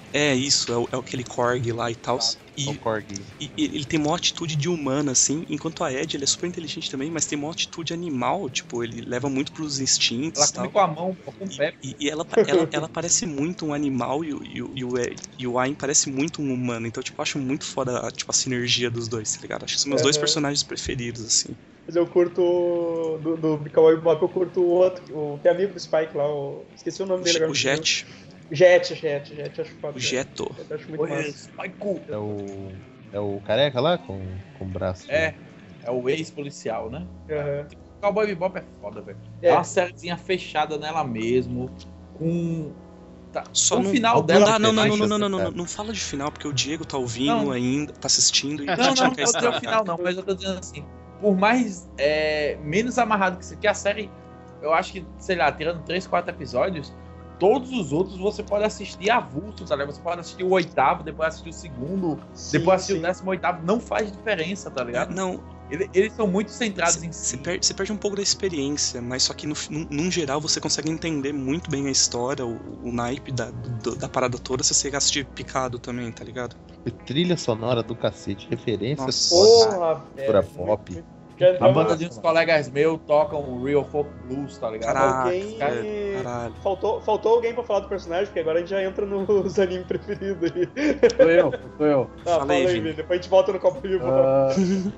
[SPEAKER 4] É isso, é, o, é aquele Korg lá e tal. E,
[SPEAKER 6] O Corgi.
[SPEAKER 4] e- e ele tem uma atitude de humano, assim, enquanto a Ed, ele é super inteligente também, mas tem uma atitude animal, tipo, ele leva muito pros instintos
[SPEAKER 9] Ela
[SPEAKER 4] e tal.
[SPEAKER 9] come com a mão, com o pé.
[SPEAKER 4] E, e ela, ela, ela parece muito um animal e, o- e, o- e, o, e o Ayn parece muito um humano. Então, tipo, eu acho muito foda tipo, a sinergia dos dois, tá ligado? Acho que são meus dois
[SPEAKER 3] Uhum.
[SPEAKER 4] personagens preferidos, assim.
[SPEAKER 3] Mas eu curto. Do, do Cowboy Bebop, eu curto o outro, o que é amigo do Spike lá, o. Esqueci o nome
[SPEAKER 4] O,
[SPEAKER 3] dele
[SPEAKER 4] Je-
[SPEAKER 3] agora.
[SPEAKER 4] o Jet,
[SPEAKER 3] Jet, Jet, Jet, eu acho foda.
[SPEAKER 4] o Jeto.
[SPEAKER 3] Eu acho muito massa.
[SPEAKER 6] É o. É o careca lá com, com o braço.
[SPEAKER 9] É, é o ex-policial, né?
[SPEAKER 3] Aham.
[SPEAKER 9] Cowboy Bebop é foda, velho.
[SPEAKER 3] É.
[SPEAKER 9] É uma sériezinha fechada nela mesmo, com... Tá.
[SPEAKER 4] Só
[SPEAKER 9] o
[SPEAKER 4] não,
[SPEAKER 9] final
[SPEAKER 4] não,
[SPEAKER 9] dela...
[SPEAKER 4] dá, não, não, não,
[SPEAKER 6] fecha
[SPEAKER 4] não, não,
[SPEAKER 6] essa
[SPEAKER 4] não, não,
[SPEAKER 6] cara.
[SPEAKER 4] não fala de final, porque o Diego tá ouvindo
[SPEAKER 9] Não.
[SPEAKER 4] ainda, tá assistindo e
[SPEAKER 9] Não,
[SPEAKER 4] a gente
[SPEAKER 9] não,
[SPEAKER 4] não
[SPEAKER 9] não
[SPEAKER 4] quer
[SPEAKER 9] vou dizer o
[SPEAKER 4] estragar.
[SPEAKER 9] final não, mas eu tô dizendo assim, por mais é, menos amarrado que isso aqui, a série, eu acho que, sei lá, tirando três, quatro episódios, todos os outros você pode assistir avulso, tá ligado? Você pode assistir o oitavo, depois assistir o segundo,
[SPEAKER 3] Sim,
[SPEAKER 9] depois assistir
[SPEAKER 3] sim.
[SPEAKER 9] o décimo oitavo, não faz diferença, tá ligado?
[SPEAKER 4] Não,
[SPEAKER 9] Ele- Eles são muito centrados em
[SPEAKER 4] você
[SPEAKER 9] si.
[SPEAKER 4] perde, você perde um pouco da experiência, mas só que no, num, num geral você consegue entender muito bem a história, o, o naipe da, do- da parada toda, se você assistir picado também, tá ligado?
[SPEAKER 6] Trilha sonora do cacete. Referências
[SPEAKER 4] Nossa.
[SPEAKER 6] foda.
[SPEAKER 3] Porra,
[SPEAKER 6] Cultura
[SPEAKER 3] velho.
[SPEAKER 6] pop.
[SPEAKER 3] muito- muito- Já
[SPEAKER 9] A
[SPEAKER 3] entramos-
[SPEAKER 9] banda de uns colegas meus tocam o Real Folk Blues, tá ligado?
[SPEAKER 4] Caraca,
[SPEAKER 3] Alguém.
[SPEAKER 4] caralho.
[SPEAKER 3] Faltou, faltou alguém pra falar do personagem, porque agora a gente já entra nos animes preferidos aí.
[SPEAKER 5] Sou eu, sou eu.
[SPEAKER 3] Ah,
[SPEAKER 4] Fala
[SPEAKER 3] fala
[SPEAKER 4] aí,
[SPEAKER 3] aí,
[SPEAKER 4] Vini.
[SPEAKER 3] Vini. Depois a gente volta no Copo Vivo.
[SPEAKER 5] Ah,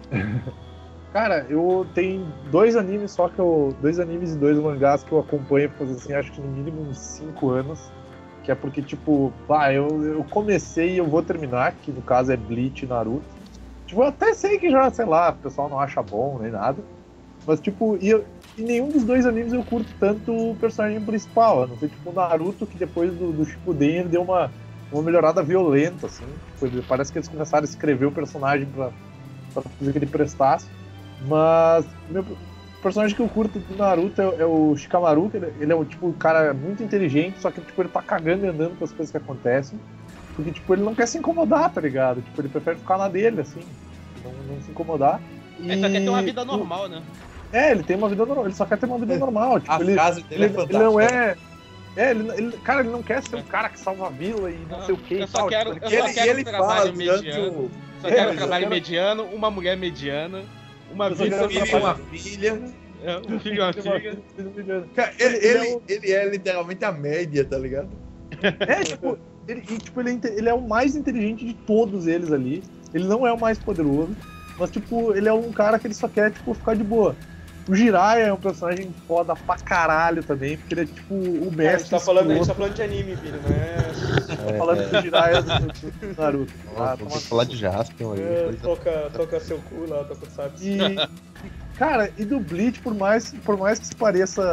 [SPEAKER 5] cara, eu tenho dois animes só que eu. Dois animes e dois mangás que eu acompanho faz assim, acho que no mínimo uns cinco anos. Que é porque, tipo, pá, eu, eu comecei e eu vou terminar, que no caso é Bleach e Naruto. Tipo, eu até sei que já, sei lá, o pessoal não acha bom nem nada. Mas, tipo, e, eu, e nenhum dos dois animes eu curto tanto o personagem principal. A não ser, tipo, o Naruto, que depois do, do Shippuden ele deu uma, uma melhorada violenta, assim. Tipo, ele- parece que eles começaram a escrever o personagem pra, pra fazer que ele prestasse. Mas meu, o personagem que eu curto do Naruto é, é o Shikamaru, que ele, ele é um tipo um cara muito inteligente, só que tipo, ele tá cagando e andando com as coisas que acontecem. Porque tipo, ele não quer se incomodar, tá ligado? Tipo, ele prefere ficar na dele, assim, não, não se incomodar.
[SPEAKER 8] Ele só quer ter uma vida
[SPEAKER 5] o-
[SPEAKER 8] normal, né?
[SPEAKER 5] É, ele tem uma vida normal, ele só quer ter uma vida normal. Tipo,
[SPEAKER 9] A
[SPEAKER 5] ele,
[SPEAKER 9] frase dele
[SPEAKER 5] ele,
[SPEAKER 9] é
[SPEAKER 5] ele
[SPEAKER 9] fantástica.
[SPEAKER 5] não é. É, ele, ele- cara, ele não quer ser um cara que salva a vila e não,
[SPEAKER 8] Não,
[SPEAKER 5] sei o que
[SPEAKER 8] eu
[SPEAKER 5] e
[SPEAKER 8] só
[SPEAKER 5] tal.
[SPEAKER 8] quero-
[SPEAKER 5] tipo,
[SPEAKER 8] eu
[SPEAKER 5] ele
[SPEAKER 8] só
[SPEAKER 5] quer-
[SPEAKER 8] quero
[SPEAKER 5] e ele
[SPEAKER 8] trabalho
[SPEAKER 5] fala
[SPEAKER 8] mediano.
[SPEAKER 9] mediano.
[SPEAKER 8] Só
[SPEAKER 5] É,
[SPEAKER 8] quero
[SPEAKER 5] eu
[SPEAKER 8] um
[SPEAKER 5] só
[SPEAKER 8] trabalho
[SPEAKER 5] quero-
[SPEAKER 8] mediano, uma mulher mediana, uma
[SPEAKER 5] Eu só
[SPEAKER 8] vida
[SPEAKER 5] quero
[SPEAKER 9] Filho e
[SPEAKER 5] trabalho-
[SPEAKER 9] uma filha.
[SPEAKER 8] é, um filho e uma filha.
[SPEAKER 9] Cara,
[SPEAKER 5] Ele-
[SPEAKER 9] ele,
[SPEAKER 5] ele é
[SPEAKER 9] ele,
[SPEAKER 5] o-
[SPEAKER 9] ele é literalmente a média, tá ligado?
[SPEAKER 5] É, tipo, ele, e, tipo, ele, é, inte- ele é o mais inteligente de todos eles ali. Ele não é o mais poderoso, mas, tipo, ele é um cara que ele só quer, tipo, ficar de boa. O Jiraiya é um personagem foda pra caralho também, porque ele é, tipo, o
[SPEAKER 3] É,
[SPEAKER 5] mestre.
[SPEAKER 3] a, gente tá falando, a gente tá
[SPEAKER 5] escroto.
[SPEAKER 3] falando de anime, Vini, não é?
[SPEAKER 5] Tá falando do Jiraiya do, do Naruto. Ah,
[SPEAKER 6] Nossa,
[SPEAKER 5] toma-
[SPEAKER 6] vamos falar de Jaspion aí.
[SPEAKER 3] É,
[SPEAKER 6] coisa-
[SPEAKER 3] toca, toca seu cu lá, toca o sabe.
[SPEAKER 5] E, e, cara, e do Bleach, por mais, por mais que se pareça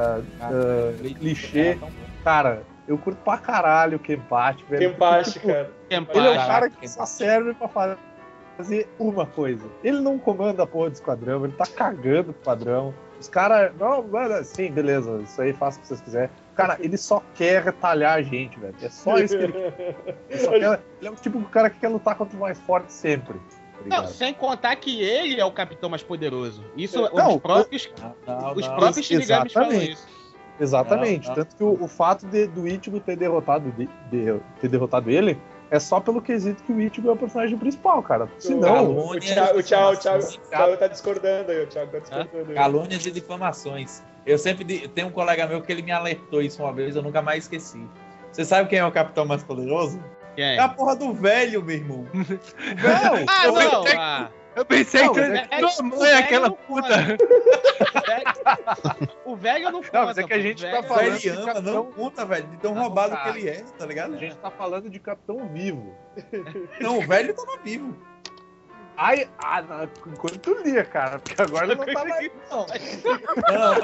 [SPEAKER 5] ah, clichê, cara, eu curto pra caralho o Kenpachi, velho.
[SPEAKER 3] Kenpachi,
[SPEAKER 5] Porque, tipo,
[SPEAKER 3] cara.
[SPEAKER 5] Ele é um
[SPEAKER 8] Kenpachi.
[SPEAKER 5] cara que só serve pra fa- fazer uma coisa. Ele não comanda a porra do esquadrão, ele tá cagando pro padrão. Os caras, não, mano, sim, beleza, isso aí faça o que vocês quiserem. Cara, ele só quer retalhar a gente, velho. É só isso que ele quer. Ele, só quer- ele é o tipo de cara que quer lutar contra o mais forte sempre. Tá ligado?
[SPEAKER 8] Não, sem contar que ele é o capitão mais poderoso. Isso,
[SPEAKER 5] Não,
[SPEAKER 8] os próprios,
[SPEAKER 9] Não,
[SPEAKER 8] os
[SPEAKER 9] não.
[SPEAKER 8] próprios Shinigamis falam
[SPEAKER 5] exatamente.
[SPEAKER 8] isso.
[SPEAKER 5] Exatamente.
[SPEAKER 9] Não, não.
[SPEAKER 5] Tanto que o, o fato de, do Ichigo ter derrotado, de- de- ter derrotado ele é só pelo quesito que o Ichigo é o personagem principal, cara. Se
[SPEAKER 3] O-
[SPEAKER 5] não,
[SPEAKER 3] o Thiago, o Thiago, o Thiago,
[SPEAKER 9] Sim,
[SPEAKER 3] o Thiago tá discordando aí, o Thiago tá discordando aí.
[SPEAKER 9] Calúnias e difamações. Eu sempre di- tem um colega meu que ele me alertou isso uma vez, eu nunca mais esqueci. Você sabe quem é o capitão mais poderoso?
[SPEAKER 8] Quem
[SPEAKER 9] É
[SPEAKER 8] é?
[SPEAKER 9] a porra do velho, meu irmão.
[SPEAKER 5] não,
[SPEAKER 8] Ah,
[SPEAKER 9] eu
[SPEAKER 8] não!
[SPEAKER 9] pensei-
[SPEAKER 8] ah.
[SPEAKER 7] Eu pensei
[SPEAKER 5] Não,
[SPEAKER 7] que
[SPEAKER 5] mas
[SPEAKER 7] tu-
[SPEAKER 5] é
[SPEAKER 8] que-
[SPEAKER 7] tua
[SPEAKER 8] o
[SPEAKER 7] mãe
[SPEAKER 8] velho
[SPEAKER 7] é aquela
[SPEAKER 8] não
[SPEAKER 7] puta.
[SPEAKER 8] O velho- O velho não conta.
[SPEAKER 5] Não, mas é que a
[SPEAKER 8] pô,
[SPEAKER 5] gente
[SPEAKER 8] o
[SPEAKER 5] tá
[SPEAKER 8] velho-
[SPEAKER 5] falando-
[SPEAKER 9] Velho
[SPEAKER 5] de
[SPEAKER 9] ama,
[SPEAKER 5] capitão-
[SPEAKER 9] não conta, velho, de tão
[SPEAKER 5] Não,
[SPEAKER 9] roubado
[SPEAKER 5] cara.
[SPEAKER 9] que ele é, tá ligado?
[SPEAKER 5] a gente tá falando de Capitão Vivo.
[SPEAKER 9] Não, o velho tava vivo.
[SPEAKER 5] Ai, ah, não, enquanto tu lia, cara, porque agora ele não tá mais. Não.
[SPEAKER 9] Não,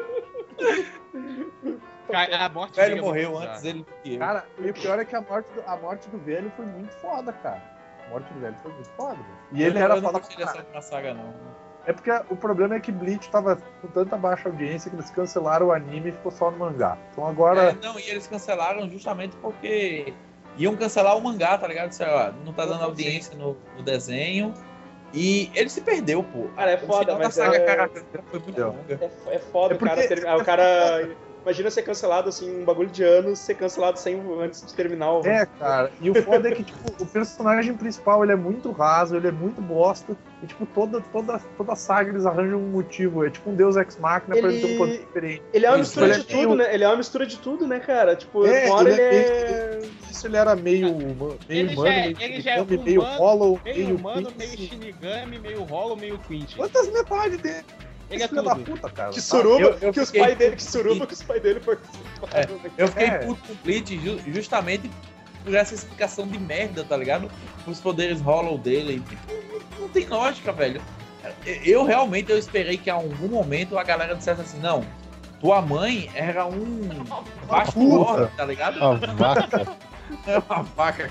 [SPEAKER 9] mas
[SPEAKER 8] Ca- A morte
[SPEAKER 9] o velho
[SPEAKER 8] dele é
[SPEAKER 9] morreu
[SPEAKER 8] muito
[SPEAKER 9] antes
[SPEAKER 8] bizarra.
[SPEAKER 9] dele do que eu.
[SPEAKER 5] Cara, e o pior é que a morte, do, a morte do velho foi muito foda, cara. A morte do velho foi muito foda. velho. E ele
[SPEAKER 9] Eu
[SPEAKER 5] era
[SPEAKER 9] não
[SPEAKER 5] foda
[SPEAKER 9] gostei
[SPEAKER 5] pra
[SPEAKER 9] dessa
[SPEAKER 5] caralho.
[SPEAKER 9] última saga, não.
[SPEAKER 5] É porque o problema é que Bleach tava com tanta baixa audiência que eles cancelaram o anime e ficou só no mangá. Então agora.
[SPEAKER 9] É, não, e eles cancelaram justamente porque iam cancelar o mangá, tá ligado? Sei lá, não tá dando audiência no, no desenho. E ele se perdeu, pô.
[SPEAKER 3] Cara, é
[SPEAKER 9] O
[SPEAKER 3] foda,
[SPEAKER 9] final da
[SPEAKER 3] mas
[SPEAKER 9] saga
[SPEAKER 3] é-
[SPEAKER 9] Karakura foi muito
[SPEAKER 5] É.
[SPEAKER 9] longa.
[SPEAKER 3] É, é foda,
[SPEAKER 5] É
[SPEAKER 3] o cara.
[SPEAKER 5] porque-
[SPEAKER 3] ter- ah, o cara imagina ser cancelado, assim, um bagulho de anos, ser cancelado sem, antes de terminar o...
[SPEAKER 5] É, cara, e o foda é que, tipo, o personagem principal, ele é muito raso, ele é muito bosta, e, tipo, toda, toda, toda saga eles arranjam um motivo, é tipo um Deus Ex Machina pra ele ter um poder diferente.
[SPEAKER 3] Ele é uma
[SPEAKER 5] Isso,
[SPEAKER 3] mistura
[SPEAKER 5] ele
[SPEAKER 3] de
[SPEAKER 5] é
[SPEAKER 3] tudo,
[SPEAKER 5] meio-
[SPEAKER 3] né? Ele é uma mistura de tudo, né, cara? Tipo,
[SPEAKER 5] É,
[SPEAKER 3] uma hora
[SPEAKER 5] ele
[SPEAKER 3] ele
[SPEAKER 5] é
[SPEAKER 3] é...
[SPEAKER 5] Isso ele era meio, meio
[SPEAKER 8] Ele
[SPEAKER 5] humano,
[SPEAKER 8] já é-
[SPEAKER 5] meio
[SPEAKER 8] ele já é
[SPEAKER 5] Shinigami, meio
[SPEAKER 8] humano,
[SPEAKER 5] hollow,
[SPEAKER 8] Meio
[SPEAKER 5] meio
[SPEAKER 8] humano,
[SPEAKER 5] Quincy.
[SPEAKER 8] meio Shinigami, meio Hollow, meio Quint.
[SPEAKER 5] Quantas metades dele?
[SPEAKER 8] Ele é
[SPEAKER 5] Filho da
[SPEAKER 8] tudo.
[SPEAKER 5] puta, cara.
[SPEAKER 3] Que
[SPEAKER 5] tá?
[SPEAKER 3] suruba,
[SPEAKER 9] eu- eu
[SPEAKER 3] que os
[SPEAKER 9] fiquei
[SPEAKER 3] pais dele, que
[SPEAKER 9] puto
[SPEAKER 3] suruba,
[SPEAKER 9] com
[SPEAKER 3] que os pais dele foram...
[SPEAKER 9] Eu fiquei
[SPEAKER 5] É.
[SPEAKER 9] puto com o Bleach ju- justamente por essa explicação de merda, tá ligado? Os poderes Hollow dele. Tipo, não, não tem lógica, velho. Eu realmente eu esperei que em algum momento a galera dissesse assim, não, tua mãe era um baixo
[SPEAKER 5] puta.
[SPEAKER 9] tá ligado?
[SPEAKER 6] A vaca.
[SPEAKER 9] É uma vaca.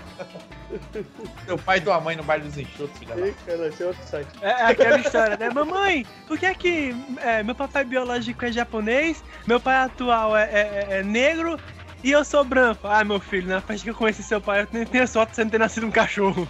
[SPEAKER 9] Teu pai e tua mãe no baile dos enxutos, filha da...
[SPEAKER 3] Ih, cara, esse é outro site.
[SPEAKER 7] É, é aquela história, né? Mamãe, por que é que é, meu papai biológico é japonês, meu pai atual é, é- é negro e eu sou branco? Ah, meu filho, na festa que eu conheci seu pai, eu nem tenho sorte de você não ter nascido um cachorro.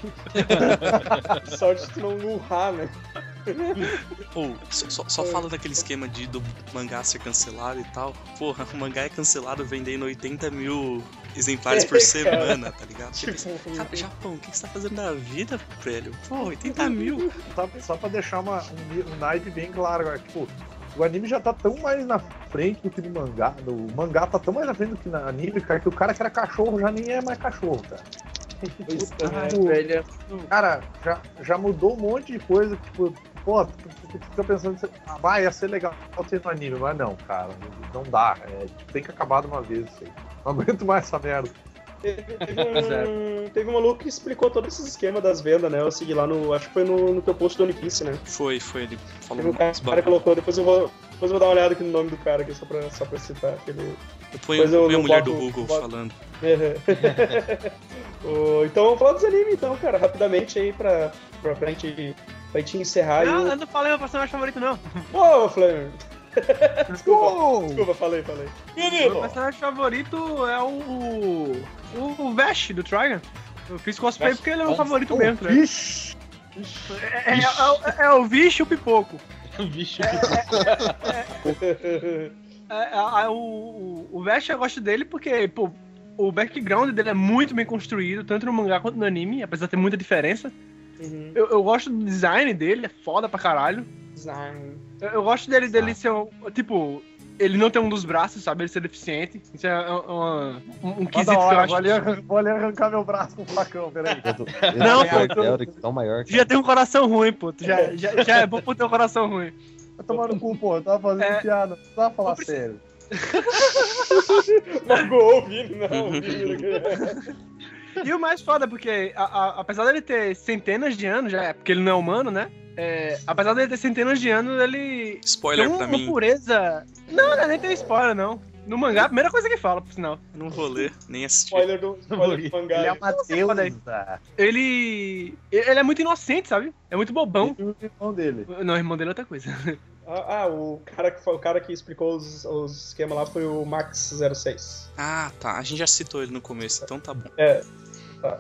[SPEAKER 3] Sorte de tu não urrar, né?
[SPEAKER 4] Pô, só, só, só fala daquele esquema de do mangá ser cancelado e tal. Porra, o mangá é cancelado vendendo oitenta mil exemplares por semana, tá ligado? Você pensa, cara, Japão, o que você tá fazendo da vida, velho? Pô, oitenta mil.
[SPEAKER 5] Só, só pra deixar uma, um, um naipe bem claro agora, tipo, o anime já tá tão mais na frente do que no mangá. O mangá tá tão mais na frente do que no anime, cara, que o cara que era cachorro já nem é mais cachorro, cara.
[SPEAKER 9] Ai, velho.
[SPEAKER 5] Cara, já, já mudou um monte de coisa, tipo, pô, tu, tu, tu fica pensando, ah, vai, ia ser legal ter no anime, mas não, cara, não dá, é, tipo, tem que acabar de uma vez isso aí. Não aguento mais essa merda.
[SPEAKER 3] Teve, teve um, teve um maluco que explicou todo esse esquema das vendas, né? Eu segui lá no... Acho que foi no, no teu post do One Piece, né?
[SPEAKER 4] Foi, foi, ele falou
[SPEAKER 3] Teve um cara,
[SPEAKER 4] uns
[SPEAKER 3] o cara
[SPEAKER 4] bagulho.
[SPEAKER 3] colocou, depois eu vou... Depois eu vou dar uma olhada aqui no nome do cara aqui, só pra, só pra citar aquele...
[SPEAKER 4] Eu ponho,
[SPEAKER 3] Depois eu
[SPEAKER 4] eu ponho a
[SPEAKER 3] não
[SPEAKER 4] mulher
[SPEAKER 3] boto-
[SPEAKER 4] do Google
[SPEAKER 3] boto-
[SPEAKER 4] falando.
[SPEAKER 3] O- então vamos falar dos animes então, cara, rapidamente aí pra, pra, pra, gente, pra gente encerrar.
[SPEAKER 7] Não,
[SPEAKER 3] e
[SPEAKER 7] eu não falei meu personagem favorito, não.
[SPEAKER 3] o... Ô, Flamer! Desculpa,
[SPEAKER 5] Uou!
[SPEAKER 3] desculpa, falei, falei.
[SPEAKER 7] Meu personagem favorito é o. O, o Vash do Trigon. Eu fiz cosplay
[SPEAKER 9] Vash.
[SPEAKER 7] porque ele é meu
[SPEAKER 9] Oh,
[SPEAKER 7] favorito
[SPEAKER 5] Oh,
[SPEAKER 7] mesmo, né?
[SPEAKER 5] Vixe!
[SPEAKER 7] É, é, é, é o Vish e o Pipoco.
[SPEAKER 8] Bicho.
[SPEAKER 7] É, é, é, o, o, o Vash eu gosto dele porque, pô, o background dele é muito bem construído, tanto no mangá quanto no anime, apesar de ter muita diferença.
[SPEAKER 3] Uhum.
[SPEAKER 7] Eu, eu gosto do design dele, é foda pra caralho.
[SPEAKER 3] Design.
[SPEAKER 7] Eu, eu gosto dele, dele ser, um, tipo, ele não tem um dos braços, sabe? Ele ser deficiente. Isso é uma, um, um
[SPEAKER 5] Ó,
[SPEAKER 7] quesito
[SPEAKER 5] da
[SPEAKER 7] que eu
[SPEAKER 5] hora,
[SPEAKER 7] acho.
[SPEAKER 5] vou, ali, arran- vou ali arrancar meu braço com o facão, peraí.
[SPEAKER 7] Não,
[SPEAKER 6] Não,
[SPEAKER 7] pô,
[SPEAKER 6] pô, é tão maior.
[SPEAKER 7] Tu já tem um coração ruim, pô. Tu já, já, já é bom por ter um coração ruim.
[SPEAKER 5] Vai tomar no cu, pô, eu tava fazendo
[SPEAKER 7] É.
[SPEAKER 5] piada, não tava falar sério.
[SPEAKER 3] Magoou o Vini, não, o Vini.
[SPEAKER 7] E o mais foda, porque a- a- apesar dele ter centenas de anos, já é porque ele não é humano, né? É, apesar dele ter centenas de anos, ele
[SPEAKER 4] Spoiler
[SPEAKER 7] tem
[SPEAKER 4] pra
[SPEAKER 7] uma
[SPEAKER 4] mim.
[SPEAKER 7] pureza. Não, não, nem tem spoiler, não. No mangá, a primeira coisa que fala, por sinal.
[SPEAKER 4] Eu não vou ler, nem assistir.
[SPEAKER 3] Spoiler do, spoiler do mangá.
[SPEAKER 5] Ele é uma
[SPEAKER 7] foda aí.
[SPEAKER 5] deusa.
[SPEAKER 7] Ele. Ele é muito inocente, sabe? É muito bobão.
[SPEAKER 5] E o irmão dele.
[SPEAKER 7] Não, o irmão dele é outra coisa.
[SPEAKER 3] Ah, ah, o, cara que, foi- o cara que explicou os, os esquemas lá foi o Max zero seis.
[SPEAKER 4] Ah, tá. A gente já citou ele no começo, então tá bom.
[SPEAKER 3] Ah,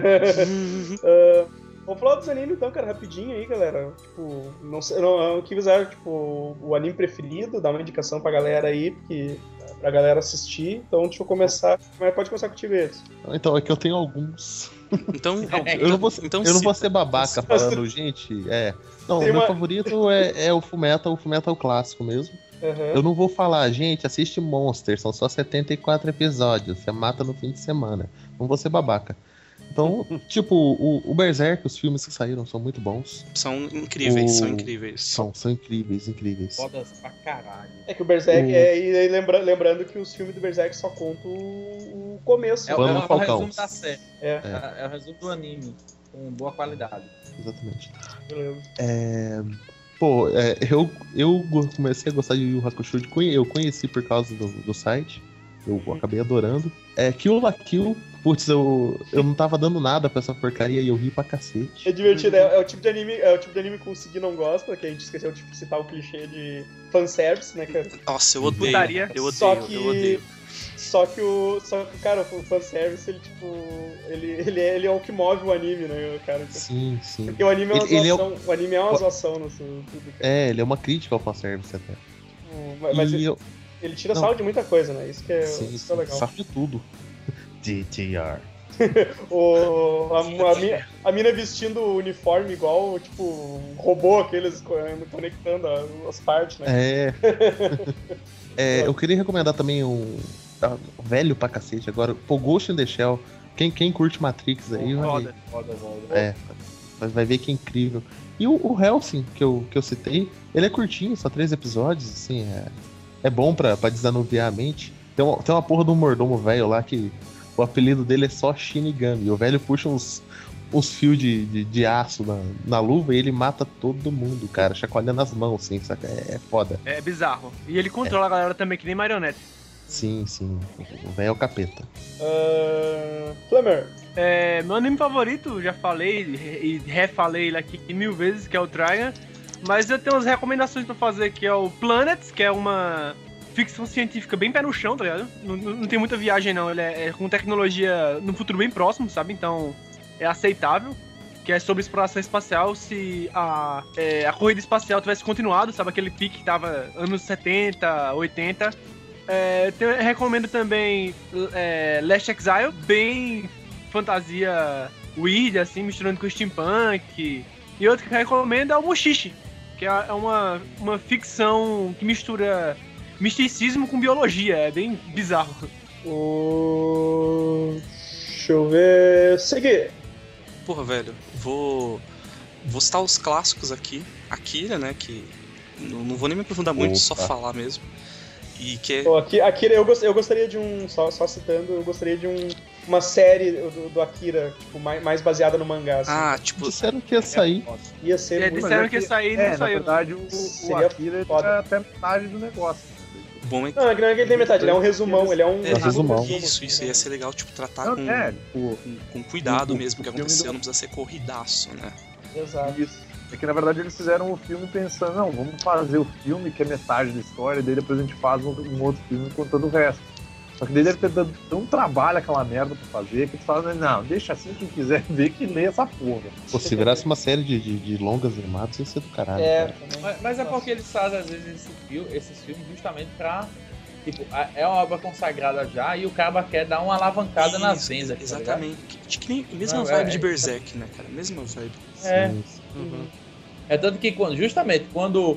[SPEAKER 3] vamos falar dos animes então, cara, rapidinho aí, galera. Tipo, não sei, não, o que fizeram, tipo, o anime preferido, dá uma indicação pra galera aí, porque, pra galera assistir. Então deixa eu começar. Mas pode começar contigo, eles.
[SPEAKER 6] Então, é que eu tenho alguns.
[SPEAKER 4] Então,
[SPEAKER 6] Eu não vou,
[SPEAKER 4] então
[SPEAKER 6] eu não vou
[SPEAKER 4] cita.
[SPEAKER 6] ser babaca falando, gente. É. Não,
[SPEAKER 3] Tem
[SPEAKER 6] meu
[SPEAKER 3] uma-
[SPEAKER 6] favorito é, é o Fullmetal, o Fullmetal clássico mesmo.
[SPEAKER 3] Uhum.
[SPEAKER 6] Eu não vou falar, gente, assiste Monster, são só setenta e quatro episódios, você mata no fim de semana. Não vou ser babaca. Então, tipo, o, o Berserk, os filmes que saíram são muito bons.
[SPEAKER 4] São incríveis,
[SPEAKER 6] O-
[SPEAKER 4] são incríveis.
[SPEAKER 6] São, são incríveis, incríveis.
[SPEAKER 9] Fodas pra caralho.
[SPEAKER 3] É que o Berserk,
[SPEAKER 6] O-
[SPEAKER 3] é, e aí lembra, lembrando que os filmes do Berserk só contam o, o começo.
[SPEAKER 9] É, o-
[SPEAKER 6] Vamos
[SPEAKER 9] é
[SPEAKER 6] no
[SPEAKER 9] o
[SPEAKER 6] Falcão.
[SPEAKER 9] resumo da série.
[SPEAKER 3] É.
[SPEAKER 9] É. é o resumo do anime. Com boa qualidade.
[SPEAKER 6] Exatamente.
[SPEAKER 3] Beleza.
[SPEAKER 6] É, pô, é, eu, eu comecei a gostar de Yu Yu Hakusho, de conhe- eu conheci por causa do, do site, eu acabei adorando. É, Kill la Kill, putz, eu, eu não tava dando nada pra essa porcaria e eu ri pra cacete.
[SPEAKER 3] É divertido, é, é o tipo de anime, é o tipo de anime que o Segui não gosta, que a gente esqueceu de citar o clichê de fanservice, né, cara?
[SPEAKER 4] Nossa, eu odeio.
[SPEAKER 7] Putaria.
[SPEAKER 4] Eu odeio,
[SPEAKER 3] Só que,
[SPEAKER 4] eu odeio.
[SPEAKER 3] só que o, só que, cara, o fanservice, ele, tipo, ele, ele, é, ele é o que move o anime, né, cara?
[SPEAKER 6] Sim, sim.
[SPEAKER 3] Porque o anime é uma
[SPEAKER 6] Ele- ele é o-
[SPEAKER 3] zoação, o anime é uma zoação no tudo, cara.
[SPEAKER 6] É, ele é uma crítica ao fanservice até.
[SPEAKER 3] Tipo, mas,
[SPEAKER 6] E eu,
[SPEAKER 3] Ele tira
[SPEAKER 6] Não.
[SPEAKER 3] sarro de muita coisa, né? Isso que é,
[SPEAKER 6] Sim,
[SPEAKER 3] isso que é
[SPEAKER 6] sim,
[SPEAKER 3] legal.
[SPEAKER 6] sarro de tudo. D T R.
[SPEAKER 3] O, a, a, mina, a mina vestindo o uniforme igual, tipo, robô aqueles co- conectando a- as partes, né?
[SPEAKER 6] É. É, eu queria recomendar também um tá, velho pra cacete agora, pô, Ghost in the Shell. Quem, quem curte Matrix aí vai,
[SPEAKER 7] Foda.
[SPEAKER 9] Foda, foda.
[SPEAKER 6] é, vai, vai ver que é incrível. E o, o Hellsing, que eu, que eu citei, ele é curtinho, só três episódios, assim, é, é bom pra, pra desanuviar a mente. Tem uma, tem uma porra do mordomo velho lá que o apelido dele é só Shinigami. O velho puxa uns, uns fios de, de, de aço na, na luva e ele mata todo mundo, cara, chacoalhando as mãos, assim, saca? É, é foda.
[SPEAKER 7] É bizarro. E ele controla a galera também, que nem marionete.
[SPEAKER 6] Sim, sim. O velho é o capeta.
[SPEAKER 3] Uh, Flamer,
[SPEAKER 7] É, meu anime favorito, já falei e refalei ele aqui mil vezes, que é o Trigun. Mas eu tenho umas recomendações pra fazer, que é o Planets, que é uma ficção científica bem pé no chão, tá ligado? Não, não não tem muita viagem, não. Ele é, é com tecnologia no futuro bem próximo, sabe? Então é aceitável. Que é sobre exploração espacial, se a, é, a corrida espacial tivesse continuado, sabe? Aquele pique que tava anos setenta, oitenta. É, tem- eu recomendo também é, Last Exile, bem fantasia weird, assim, misturando com steampunk. E outro que eu recomendo é o Mushishi, que é é uma, uma ficção que mistura misticismo com biologia, é bem bizarro.
[SPEAKER 3] o... deixa eu ver... Segui.
[SPEAKER 4] Porra, velho, vou. Vou citar os clássicos aqui. Akira, né? Que não, não vou nem me aprofundar muito, só
[SPEAKER 6] Opa.
[SPEAKER 4] falar mesmo. E que é.
[SPEAKER 3] Pô, aqui, Akira, eu, gost- eu gostaria de um, só, só citando, eu gostaria de um, uma série do, do Akira, tipo, mais, mais baseada no mangá, assim.
[SPEAKER 4] Ah, tipo.
[SPEAKER 6] Disseram que ia sair.
[SPEAKER 3] Ia ser
[SPEAKER 7] E
[SPEAKER 3] muito...
[SPEAKER 7] disseram
[SPEAKER 5] é
[SPEAKER 7] que ia
[SPEAKER 5] que-
[SPEAKER 7] sair e
[SPEAKER 5] É,
[SPEAKER 7] não
[SPEAKER 5] na
[SPEAKER 7] saiu.
[SPEAKER 5] verdade, o, o
[SPEAKER 3] Seria
[SPEAKER 5] Akira ele
[SPEAKER 3] foda.
[SPEAKER 5] é até metade do negócio.
[SPEAKER 4] Bom é que.
[SPEAKER 3] Não, é que não é que ele tem metade, ele é um resumão, ele é um...
[SPEAKER 4] É,
[SPEAKER 6] resumão.
[SPEAKER 4] Isso, isso ia ser legal, tipo, tratar
[SPEAKER 5] Não,
[SPEAKER 4] com,
[SPEAKER 5] é, tipo,
[SPEAKER 4] com, com cuidado
[SPEAKER 5] o-
[SPEAKER 4] mesmo o que
[SPEAKER 5] o filme
[SPEAKER 4] aconteceu,
[SPEAKER 5] do-
[SPEAKER 4] não precisa ser corridaço, né?
[SPEAKER 3] Exato.
[SPEAKER 5] isso. É que na verdade eles fizeram o filme pensando, não, vamos fazer o filme que é metade da história, e daí depois a gente faz um, um outro filme contando o resto. Só que daí deve ter dado tão trabalho aquela merda pra fazer que tu fala, não, deixa assim, quem quiser ver que lê essa porra.
[SPEAKER 6] Pô, se virasse uma série de, de, de longas animadas, ia ser do caralho.
[SPEAKER 3] É,
[SPEAKER 6] cara.
[SPEAKER 3] também.
[SPEAKER 9] Mas, mas é porque eles fazem, às vezes, esse fil- esses filmes justamente pra. Tipo, a- é uma obra consagrada já e o cara quer dar uma alavancada nas
[SPEAKER 4] Isso,
[SPEAKER 9] vendas. tá ligado?
[SPEAKER 4] Exatamente. Que, que nem, mesma
[SPEAKER 9] Não,
[SPEAKER 4] vibe
[SPEAKER 9] é-
[SPEAKER 4] de Berserk, né, cara? Mesma vibe.
[SPEAKER 9] É.
[SPEAKER 6] Sim, sim.
[SPEAKER 7] Uhum.
[SPEAKER 9] É tanto que quando, justamente quando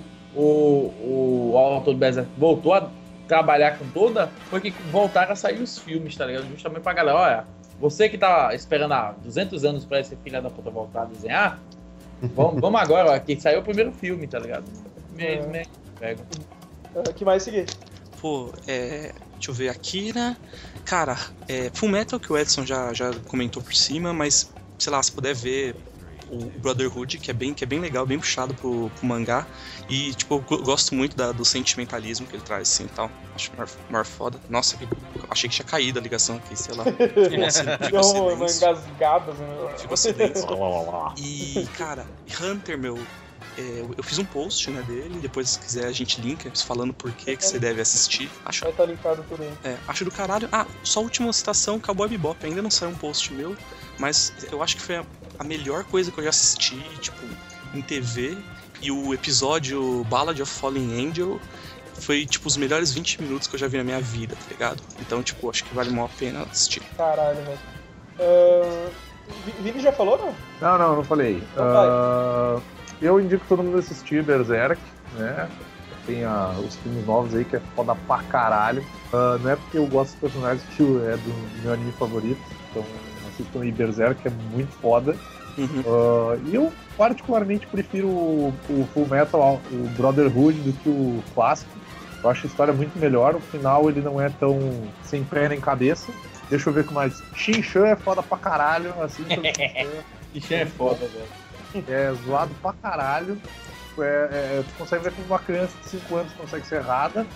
[SPEAKER 9] o, o autor do Berserk voltou a trabalhar com toda, foi que voltaram a sair os filmes, tá ligado? Justamente pra galera, olha, você que tá esperando há duzentos anos pra esse filho da puta voltar a desenhar, vamos, vamos agora, ó, que saiu o primeiro filme, tá ligado? Me,
[SPEAKER 3] É.
[SPEAKER 9] me, pego.
[SPEAKER 3] O que mais seguir?
[SPEAKER 4] Pô, é. Deixa eu ver, Akira. Cara, é. Fullmetal que o Edson já, já comentou por cima, mas, sei lá, se puder ver o Brotherhood, que é bem, que é bem legal, bem puxado pro, pro mangá. E, tipo, eu go- gosto muito da- do sentimentalismo que ele traz, assim e tal. Acho maior, maior foda. Nossa, que- achei que tinha caído a ligação aqui, sei lá. Ficou, sil- ficou
[SPEAKER 3] Deu uma
[SPEAKER 4] silêncio.
[SPEAKER 3] engasgada, né?
[SPEAKER 4] Ficou silêncio. E, cara, Hunter, meu, é, eu- eu fiz um post, né, dele, depois se quiser a gente linka, falando por que, que você deve assistir. Acho,
[SPEAKER 3] Vai estar linkado tudo aí.
[SPEAKER 4] é, acho do caralho. Ah, só a última citação, Cowboy Bebop, ainda não saiu um post meu, mas eu acho que foi a, a melhor coisa que eu já assisti, tipo, em T V, e o episódio Ballad of Fallen Angel foi, tipo, os melhores vinte minutos que eu já vi na minha vida, tá ligado? Então, tipo, acho que vale mó a pena assistir.
[SPEAKER 3] Caralho, velho. Uh, Vi- Vini já falou, não?
[SPEAKER 5] Não, não, não falei.
[SPEAKER 3] Então vai.
[SPEAKER 5] Ah, eu indico todo mundo assistir Berserk, né? Tem ah, os filmes novos aí que é foda pra caralho. Ah, não é porque eu gosto dos personagens que é do, do meu anime favorito, então assistam aí Berserk, que é muito foda.
[SPEAKER 4] Uhum.
[SPEAKER 5] Ah, e eu particularmente prefiro o, o Full Metal, o Brotherhood, do que o clássico. Eu acho a história muito melhor, o final ele não é tão sem pé nem cabeça. Deixa eu ver o que mais. Shin-Chan é foda pra caralho, assim.
[SPEAKER 9] Isso é foda, velho.
[SPEAKER 5] É zoado pra caralho. É, é, tu consegue ver como uma criança de cinco anos consegue ser errada.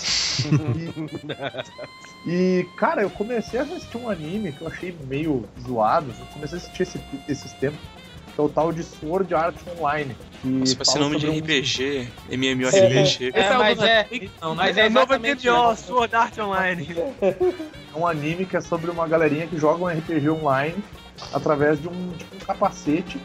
[SPEAKER 5] E, e, cara, eu comecei a assistir um anime que eu achei meio zoado. Eu comecei a assistir esse, esses tempos, que é o tal de Sword Art Online. Que
[SPEAKER 4] Nossa, vai ser
[SPEAKER 5] fala
[SPEAKER 4] nome de
[SPEAKER 5] sobre um-
[SPEAKER 4] R P G, MMORPG.
[SPEAKER 8] É, mas é.
[SPEAKER 7] Não,
[SPEAKER 8] Mas
[SPEAKER 7] é
[SPEAKER 8] é
[SPEAKER 7] o novo
[SPEAKER 8] exatamente
[SPEAKER 7] M M O,
[SPEAKER 8] isso.
[SPEAKER 7] Sword Art Online.
[SPEAKER 5] É um anime que é sobre uma galerinha que joga um R P G online através de um, tipo, um capacete.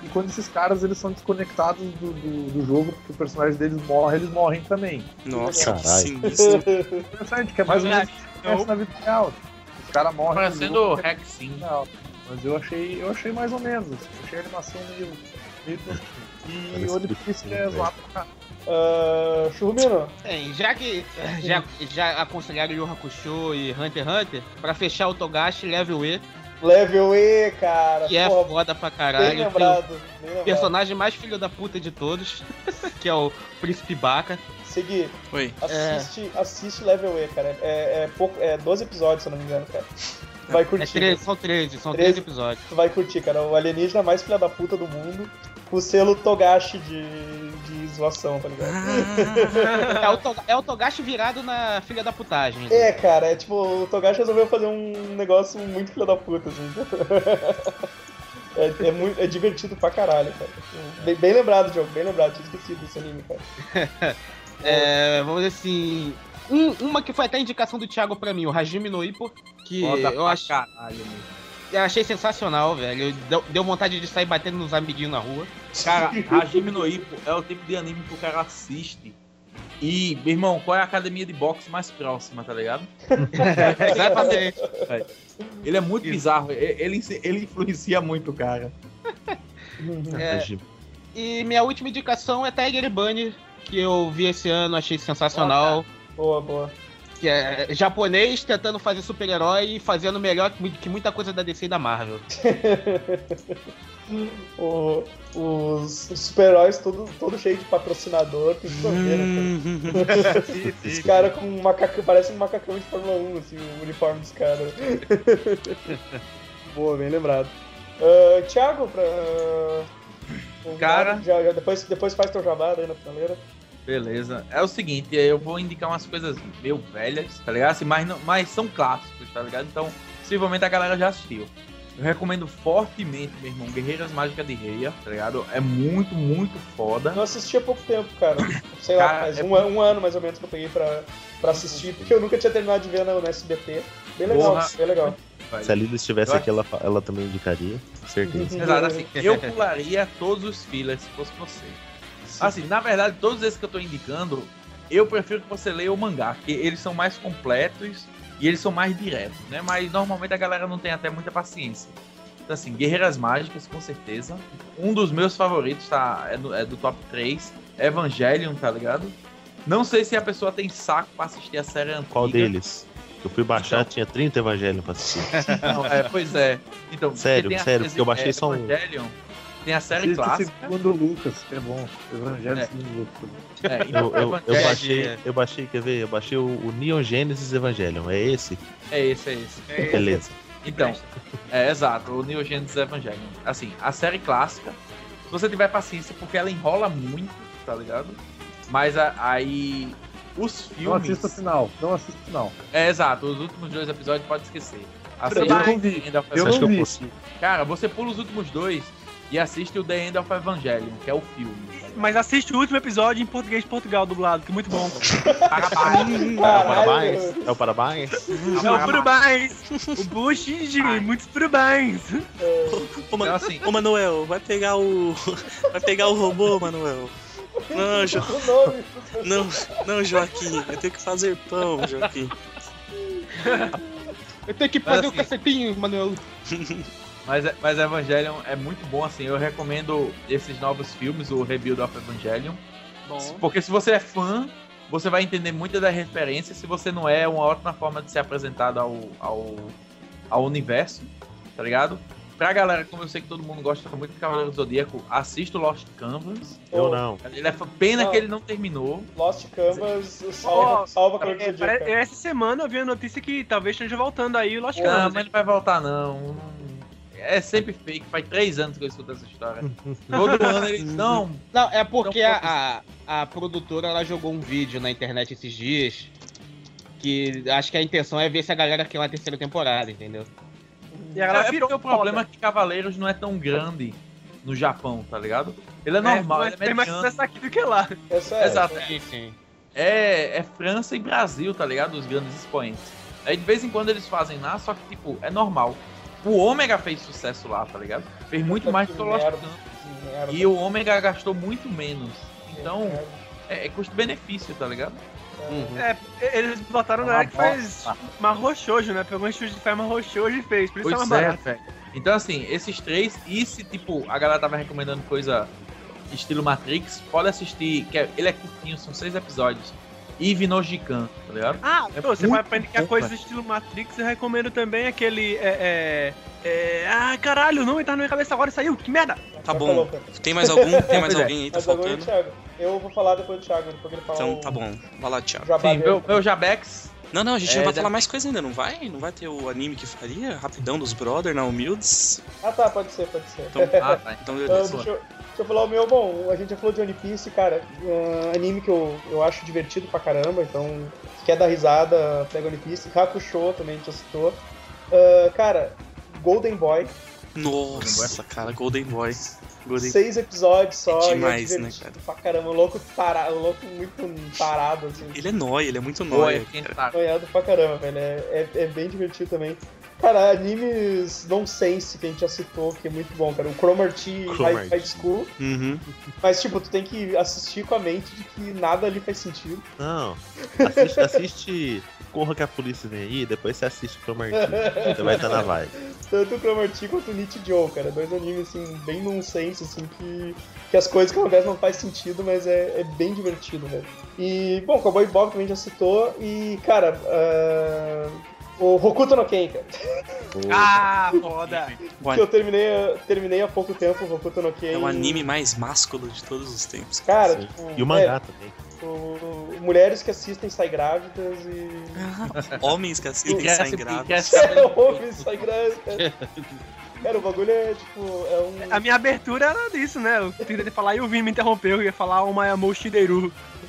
[SPEAKER 5] E quando esses caras eles são desconectados do, do, do jogo, porque o personagem deles morre, eles morrem também.
[SPEAKER 4] Nossa, que
[SPEAKER 6] Caralho.
[SPEAKER 4] sinistro.
[SPEAKER 5] Interessante, que é mais ou menos o que acontece na vida real. Os caras morrem. no
[SPEAKER 9] Parecendo
[SPEAKER 5] jogo,
[SPEAKER 9] hack sim.
[SPEAKER 5] real. Mas eu achei, eu achei mais ou menos. Assim, eu achei a animação meio. meio tosquinha. E
[SPEAKER 6] Parece
[SPEAKER 5] One
[SPEAKER 6] que
[SPEAKER 5] Piece
[SPEAKER 6] sim,
[SPEAKER 5] é
[SPEAKER 6] velho.
[SPEAKER 5] zoado pra caralho.
[SPEAKER 3] Uh, Churrumino,
[SPEAKER 8] Bem, já que já, já aconselharam Yu Hakusho e Hunter x Hunter, pra fechar o Togashi Level E,
[SPEAKER 3] Level E, cara.
[SPEAKER 8] que é
[SPEAKER 3] Porra,
[SPEAKER 8] foda pra
[SPEAKER 3] bem
[SPEAKER 8] caralho. Tem
[SPEAKER 3] lembrado. Bem
[SPEAKER 8] o
[SPEAKER 3] lembrado.
[SPEAKER 8] personagem mais filho da puta de todos, que é o Príncipe Baka.
[SPEAKER 3] Segui,
[SPEAKER 4] Oi.
[SPEAKER 3] assiste, assiste Level E, cara. É, é, pouco, é doze episódios, se eu não me engano, cara. Tu vai
[SPEAKER 8] É
[SPEAKER 3] curtir.
[SPEAKER 8] treze, são treze, são
[SPEAKER 3] treze.
[SPEAKER 8] treze episódios.
[SPEAKER 3] Tu vai curtir, cara. O alienígena mais filha da puta do mundo. Com o selo Togashi de, de zoação, tá ligado?
[SPEAKER 8] É o, Toga- é o Togashi virado na filha da putagem.
[SPEAKER 3] É, cara, é tipo, o Togashi resolveu fazer um negócio muito filha da puta, assim. É, é, muito, é divertido pra caralho, cara. Bem, bem lembrado, Diogo, bem lembrado. Tinha esquecido desse anime, cara.
[SPEAKER 8] É, vamos dizer assim. Um- uma que foi até indicação do Thiago pra mim, o Hajime no Ippo, que
[SPEAKER 9] Foda
[SPEAKER 8] eu,
[SPEAKER 9] pra
[SPEAKER 8] ach,
[SPEAKER 9] caralho, meu.
[SPEAKER 8] eu achei sensacional, velho. Deu, deu vontade de sair batendo nos amiguinhos na rua.
[SPEAKER 9] Cara, Hajime no Ippo é o tipo de anime que o cara assiste. E, meu irmão, qual é a academia de boxe mais próxima, tá ligado?
[SPEAKER 8] Exatamente.
[SPEAKER 9] Ele é muito bizarro, ele, ele, ele influencia muito o cara.
[SPEAKER 8] É, e minha última indicação é Tiger Bunny, que eu vi esse ano, achei sensacional.
[SPEAKER 3] Boa, boa.
[SPEAKER 8] Que é japonês tentando fazer super-herói e fazendo melhor que, que muita coisa da D C e da Marvel.
[SPEAKER 3] O- os os super-heróis todo, todo cheio de patrocinador, tem que ver, né, cara? Os caras com um macacão, parece um macacão de Fórmula um, assim, o uniforme dos caras. Boa, bem lembrado. Uh, Thiago, pra. o
[SPEAKER 9] Cara.
[SPEAKER 3] Já, já, depois, depois faz teu jabá aí na finaleira.
[SPEAKER 9] Beleza. É o seguinte, eu vou indicar umas coisas meio velhas, tá ligado? Assim, mas, não, mas são clássicos, tá ligado? Então, possivelmente a galera já assistiu. Eu recomendo fortemente, meu irmão, Guerreiras Mágicas de Reia, tá ligado? É muito, muito foda.
[SPEAKER 3] Eu assisti há pouco tempo, cara. Sei lá,
[SPEAKER 9] Cara,
[SPEAKER 3] faz
[SPEAKER 9] é
[SPEAKER 3] um, an- um ano mais ou menos que eu peguei pra, pra assistir, porque eu nunca tinha terminado de ver no, no S B T. Bem legal,
[SPEAKER 9] Porra.
[SPEAKER 3] bem legal.
[SPEAKER 6] Se a Lida estivesse
[SPEAKER 9] Eu
[SPEAKER 6] aqui, ela, fa- ela também indicaria, com certeza.
[SPEAKER 9] Exato, assim, eu pularia todos os fillers se fosse você. Assim, na verdade, todos esses que eu tô indicando, eu prefiro que você leia o mangá, que eles são mais completos e eles são mais diretos, né? Mas normalmente a galera não tem até muita paciência. Então, assim, Guerreiras Mágicas, com certeza. Um dos meus favoritos, tá? É do, é do top três. Evangelion, tá ligado? Não sei se a pessoa tem saco pra assistir a série antiga.
[SPEAKER 6] Qual deles? Eu fui baixar,
[SPEAKER 9] Então.
[SPEAKER 6] tinha trinta Evangelho pra assistir.
[SPEAKER 9] Não, é, pois é. Então,
[SPEAKER 6] Sério,
[SPEAKER 9] porque tem a
[SPEAKER 6] sério,
[SPEAKER 9] série-
[SPEAKER 6] porque eu baixei
[SPEAKER 9] é,
[SPEAKER 6] só um.
[SPEAKER 9] Evangelion, tem a série
[SPEAKER 5] Assista
[SPEAKER 9] clássica.
[SPEAKER 5] segundo Lucas, que é bom. Evangelho
[SPEAKER 9] É.
[SPEAKER 5] segundo Lucas.
[SPEAKER 9] É, então,
[SPEAKER 6] Eu, eu, eu
[SPEAKER 9] Evangelion
[SPEAKER 6] baixei, eu baixei, quer ver? Eu baixei o, o Neon Genesis Evangelion. É esse?
[SPEAKER 9] É esse, é esse.
[SPEAKER 6] Beleza.
[SPEAKER 9] Então, é exato, o Neon Genesis Evangelion. Assim, a série clássica, se você tiver paciência, porque ela enrola muito, tá ligado? Mas a- aí os
[SPEAKER 5] Não
[SPEAKER 9] filmes.
[SPEAKER 5] assista o final, não assista o final.
[SPEAKER 9] É exato, os últimos dois episódios pode esquecer.
[SPEAKER 5] Eu
[SPEAKER 9] Assiste
[SPEAKER 5] não
[SPEAKER 9] o
[SPEAKER 5] vi,
[SPEAKER 9] The End of
[SPEAKER 5] eu
[SPEAKER 6] Você acha
[SPEAKER 5] não
[SPEAKER 6] que eu
[SPEAKER 5] vi.
[SPEAKER 6] consigo?
[SPEAKER 9] Cara, você pula os últimos dois e assiste o The End of Evangelion, que é o filme. tá ligado?
[SPEAKER 7] Mas assiste o último episódio em português de Portugal, dublado, que é muito bom.
[SPEAKER 6] É o parabéns? É o parabéns?
[SPEAKER 7] Não, parabéns! O Bush de muitos parabéns!
[SPEAKER 4] Ô, Ma-
[SPEAKER 9] Então, assim,
[SPEAKER 4] ô, Manuel, vai pegar o. Vai pegar o robô, Manuel. Não, jo...
[SPEAKER 3] O nome.
[SPEAKER 4] não, não, Joaquim. Eu tenho que fazer pão, Joaquim.
[SPEAKER 8] Eu tenho que
[SPEAKER 9] Mas
[SPEAKER 8] fazer
[SPEAKER 9] assim-
[SPEAKER 8] o cacetinho, Manuel.
[SPEAKER 9] Mas, mas Evangelion é muito bom, assim. Eu recomendo esses novos filmes, o Rebuild of Evangelion.
[SPEAKER 8] Bom.
[SPEAKER 9] Porque se você é fã, você vai entender muita da referência. Se você não é, é uma ótima forma de ser apresentado ao, ao, ao universo, tá ligado? Pra galera, como eu sei que todo mundo gosta muito de Cavaleiro do Zodíaco, assista o Lost Canvas.
[SPEAKER 6] Eu não.
[SPEAKER 9] Ele é fã- pena
[SPEAKER 3] Não.
[SPEAKER 9] que ele não terminou.
[SPEAKER 3] Lost Canvas salva,
[SPEAKER 7] Ó,
[SPEAKER 3] salva a Cavaleiro
[SPEAKER 7] É,
[SPEAKER 3] do Zodíaco,
[SPEAKER 7] pare-
[SPEAKER 3] cara.
[SPEAKER 7] essa semana eu vi a notícia que talvez esteja voltando aí o Lost
[SPEAKER 9] Não,
[SPEAKER 7] Canvas.
[SPEAKER 9] mas não vai voltar, não. Não- É sempre fake. Faz três anos que eu escuto essa história. Todo ano eles não.
[SPEAKER 8] Não, é porque
[SPEAKER 9] Então,
[SPEAKER 8] a, a, a produtora ela jogou um vídeo na internet esses dias que acho que a intenção é ver se a galera quer uma terceira temporada, entendeu?
[SPEAKER 7] E a
[SPEAKER 9] É,
[SPEAKER 7] galera
[SPEAKER 9] é
[SPEAKER 7] virou
[SPEAKER 9] porque o problema é que Cavaleiros não é tão grande no Japão, tá ligado? Ele é normal,
[SPEAKER 7] mas
[SPEAKER 9] ele é
[SPEAKER 7] tem mais
[SPEAKER 9] mediano.
[SPEAKER 7] sucesso aqui do que lá.
[SPEAKER 3] Essa é.
[SPEAKER 9] Exato.
[SPEAKER 8] Sim, sim.
[SPEAKER 9] É, é França e Brasil, tá ligado? Os grandes expoentes. Aí de vez em quando eles fazem lá, só que tipo, é normal. O Ômega fez sucesso lá, tá ligado? Fez muito
[SPEAKER 3] Puta
[SPEAKER 9] mais
[SPEAKER 3] que
[SPEAKER 9] do que o Lost
[SPEAKER 3] merda.
[SPEAKER 9] Canvas.
[SPEAKER 3] Era
[SPEAKER 9] E o Ômega gastou muito menos. Então, é, é custo-benefício, tá ligado?
[SPEAKER 8] Uhum.
[SPEAKER 7] É, eles botaram
[SPEAKER 9] É
[SPEAKER 7] na
[SPEAKER 9] uma
[SPEAKER 7] galera que faz Mahou Shoujo, né? Pegou um estúdio que faz Mahou Shoujo e fez, por isso
[SPEAKER 9] Pois
[SPEAKER 7] é mais
[SPEAKER 9] é,
[SPEAKER 7] barato.
[SPEAKER 9] velho. Então, assim, esses três, e se, tipo, a galera tava recomendando coisa estilo Matrix, pode assistir, que é- ele é curtinho, são seis episódios. Eve no Jikan, tá ligado?
[SPEAKER 7] Ah,
[SPEAKER 9] É
[SPEAKER 7] pô, você
[SPEAKER 9] muito
[SPEAKER 7] vai pra indicar
[SPEAKER 9] bom,
[SPEAKER 7] coisas
[SPEAKER 9] velho.
[SPEAKER 7] estilo Matrix, eu recomendo também aquele. É, é, é... Ah, caralho, o nome tá na minha cabeça agora, saiu, que merda!
[SPEAKER 4] Tá
[SPEAKER 3] Já
[SPEAKER 4] bom.
[SPEAKER 3] falou, cara.
[SPEAKER 4] Tem mais algum? Tem mais
[SPEAKER 9] Pois é.
[SPEAKER 4] alguém aí? Tá
[SPEAKER 3] Mas agora é o
[SPEAKER 4] faltando?
[SPEAKER 3] Thiago. Eu vou falar depois do Thiago, depois que ele falar
[SPEAKER 4] Então
[SPEAKER 3] o
[SPEAKER 4] tá bom. Vai lá, Thiago.
[SPEAKER 3] jabá
[SPEAKER 9] Sim,
[SPEAKER 3] dele.
[SPEAKER 9] meu, meu Jabex.
[SPEAKER 4] Não, não, a gente
[SPEAKER 9] É,
[SPEAKER 4] não vai
[SPEAKER 9] da-
[SPEAKER 4] falar mais coisa ainda, não vai? Não vai ter o anime que faria? Rapidão dos brother na Humildes?
[SPEAKER 3] Ah tá, pode ser, pode ser.
[SPEAKER 4] Então,
[SPEAKER 9] Ah, tá.
[SPEAKER 4] então
[SPEAKER 3] Ah,
[SPEAKER 4] beleza.
[SPEAKER 3] deixa, eu, deixa eu falar o meu. Bom, a gente já falou de One Piece, cara. Uh, anime que eu, eu acho divertido pra caramba. Então, se quer dar risada, pega One Piece. Hakusho também a gente já citou. Uh, cara, Golden Boy.
[SPEAKER 4] Nossa, cara, Golden Boy. Golden
[SPEAKER 3] Seis episódios só.
[SPEAKER 4] É
[SPEAKER 3] e
[SPEAKER 4] demais,
[SPEAKER 3] é
[SPEAKER 4] né,
[SPEAKER 3] divertido pra caramba. O louco, para, o louco muito parado, assim.
[SPEAKER 4] Ele é nóia, ele é muito
[SPEAKER 9] Boa,
[SPEAKER 4] nóia.
[SPEAKER 9] quem
[SPEAKER 4] cara.
[SPEAKER 9] tá.
[SPEAKER 3] Noiado pra caramba, velho. É, é, é bem divertido também. Cara, animes nonsense que a gente já citou, que é muito bom, cara. O Cromarty High,
[SPEAKER 6] Cromarty.
[SPEAKER 3] High School.
[SPEAKER 4] Uhum.
[SPEAKER 3] Mas, tipo, tu tem que assistir com a mente de que nada ali faz sentido.
[SPEAKER 6] Não. Assiste, assiste Corra que a Polícia Vem Aí, depois você assiste Pro Martins. Você vai estar na vibe.
[SPEAKER 3] Tanto o Cromarty quanto o Nichijou, cara. Dois animes, assim, bem nonsense, assim, que, que as coisas que acontecem não faz sentido, mas é, é bem divertido, velho. E, bom, Cowboy Bob também já citou. E, cara, ah, o Hokuto no Ken, cara.
[SPEAKER 7] Ah, foda!
[SPEAKER 3] Que eu terminei, terminei há pouco tempo o Hokuto no Ken.
[SPEAKER 4] É o anime mais másculo de todos os tempos.
[SPEAKER 3] Cara,
[SPEAKER 6] Sim.
[SPEAKER 3] tipo,
[SPEAKER 6] E o mangá
[SPEAKER 3] é,
[SPEAKER 6] também.
[SPEAKER 3] o- mulheres que assistem saem grávidas e.
[SPEAKER 4] Homens que assistem
[SPEAKER 9] quer
[SPEAKER 4] saem
[SPEAKER 9] se-
[SPEAKER 4] grávidos.
[SPEAKER 9] quer saber-
[SPEAKER 3] Homens saem grávidas, cara. Cara, o bagulho é tipo. É um.
[SPEAKER 7] A minha abertura era disso, né? Eu tentei falar e o Vini me interrompeu, eu ia falar o Mayamo Shideru.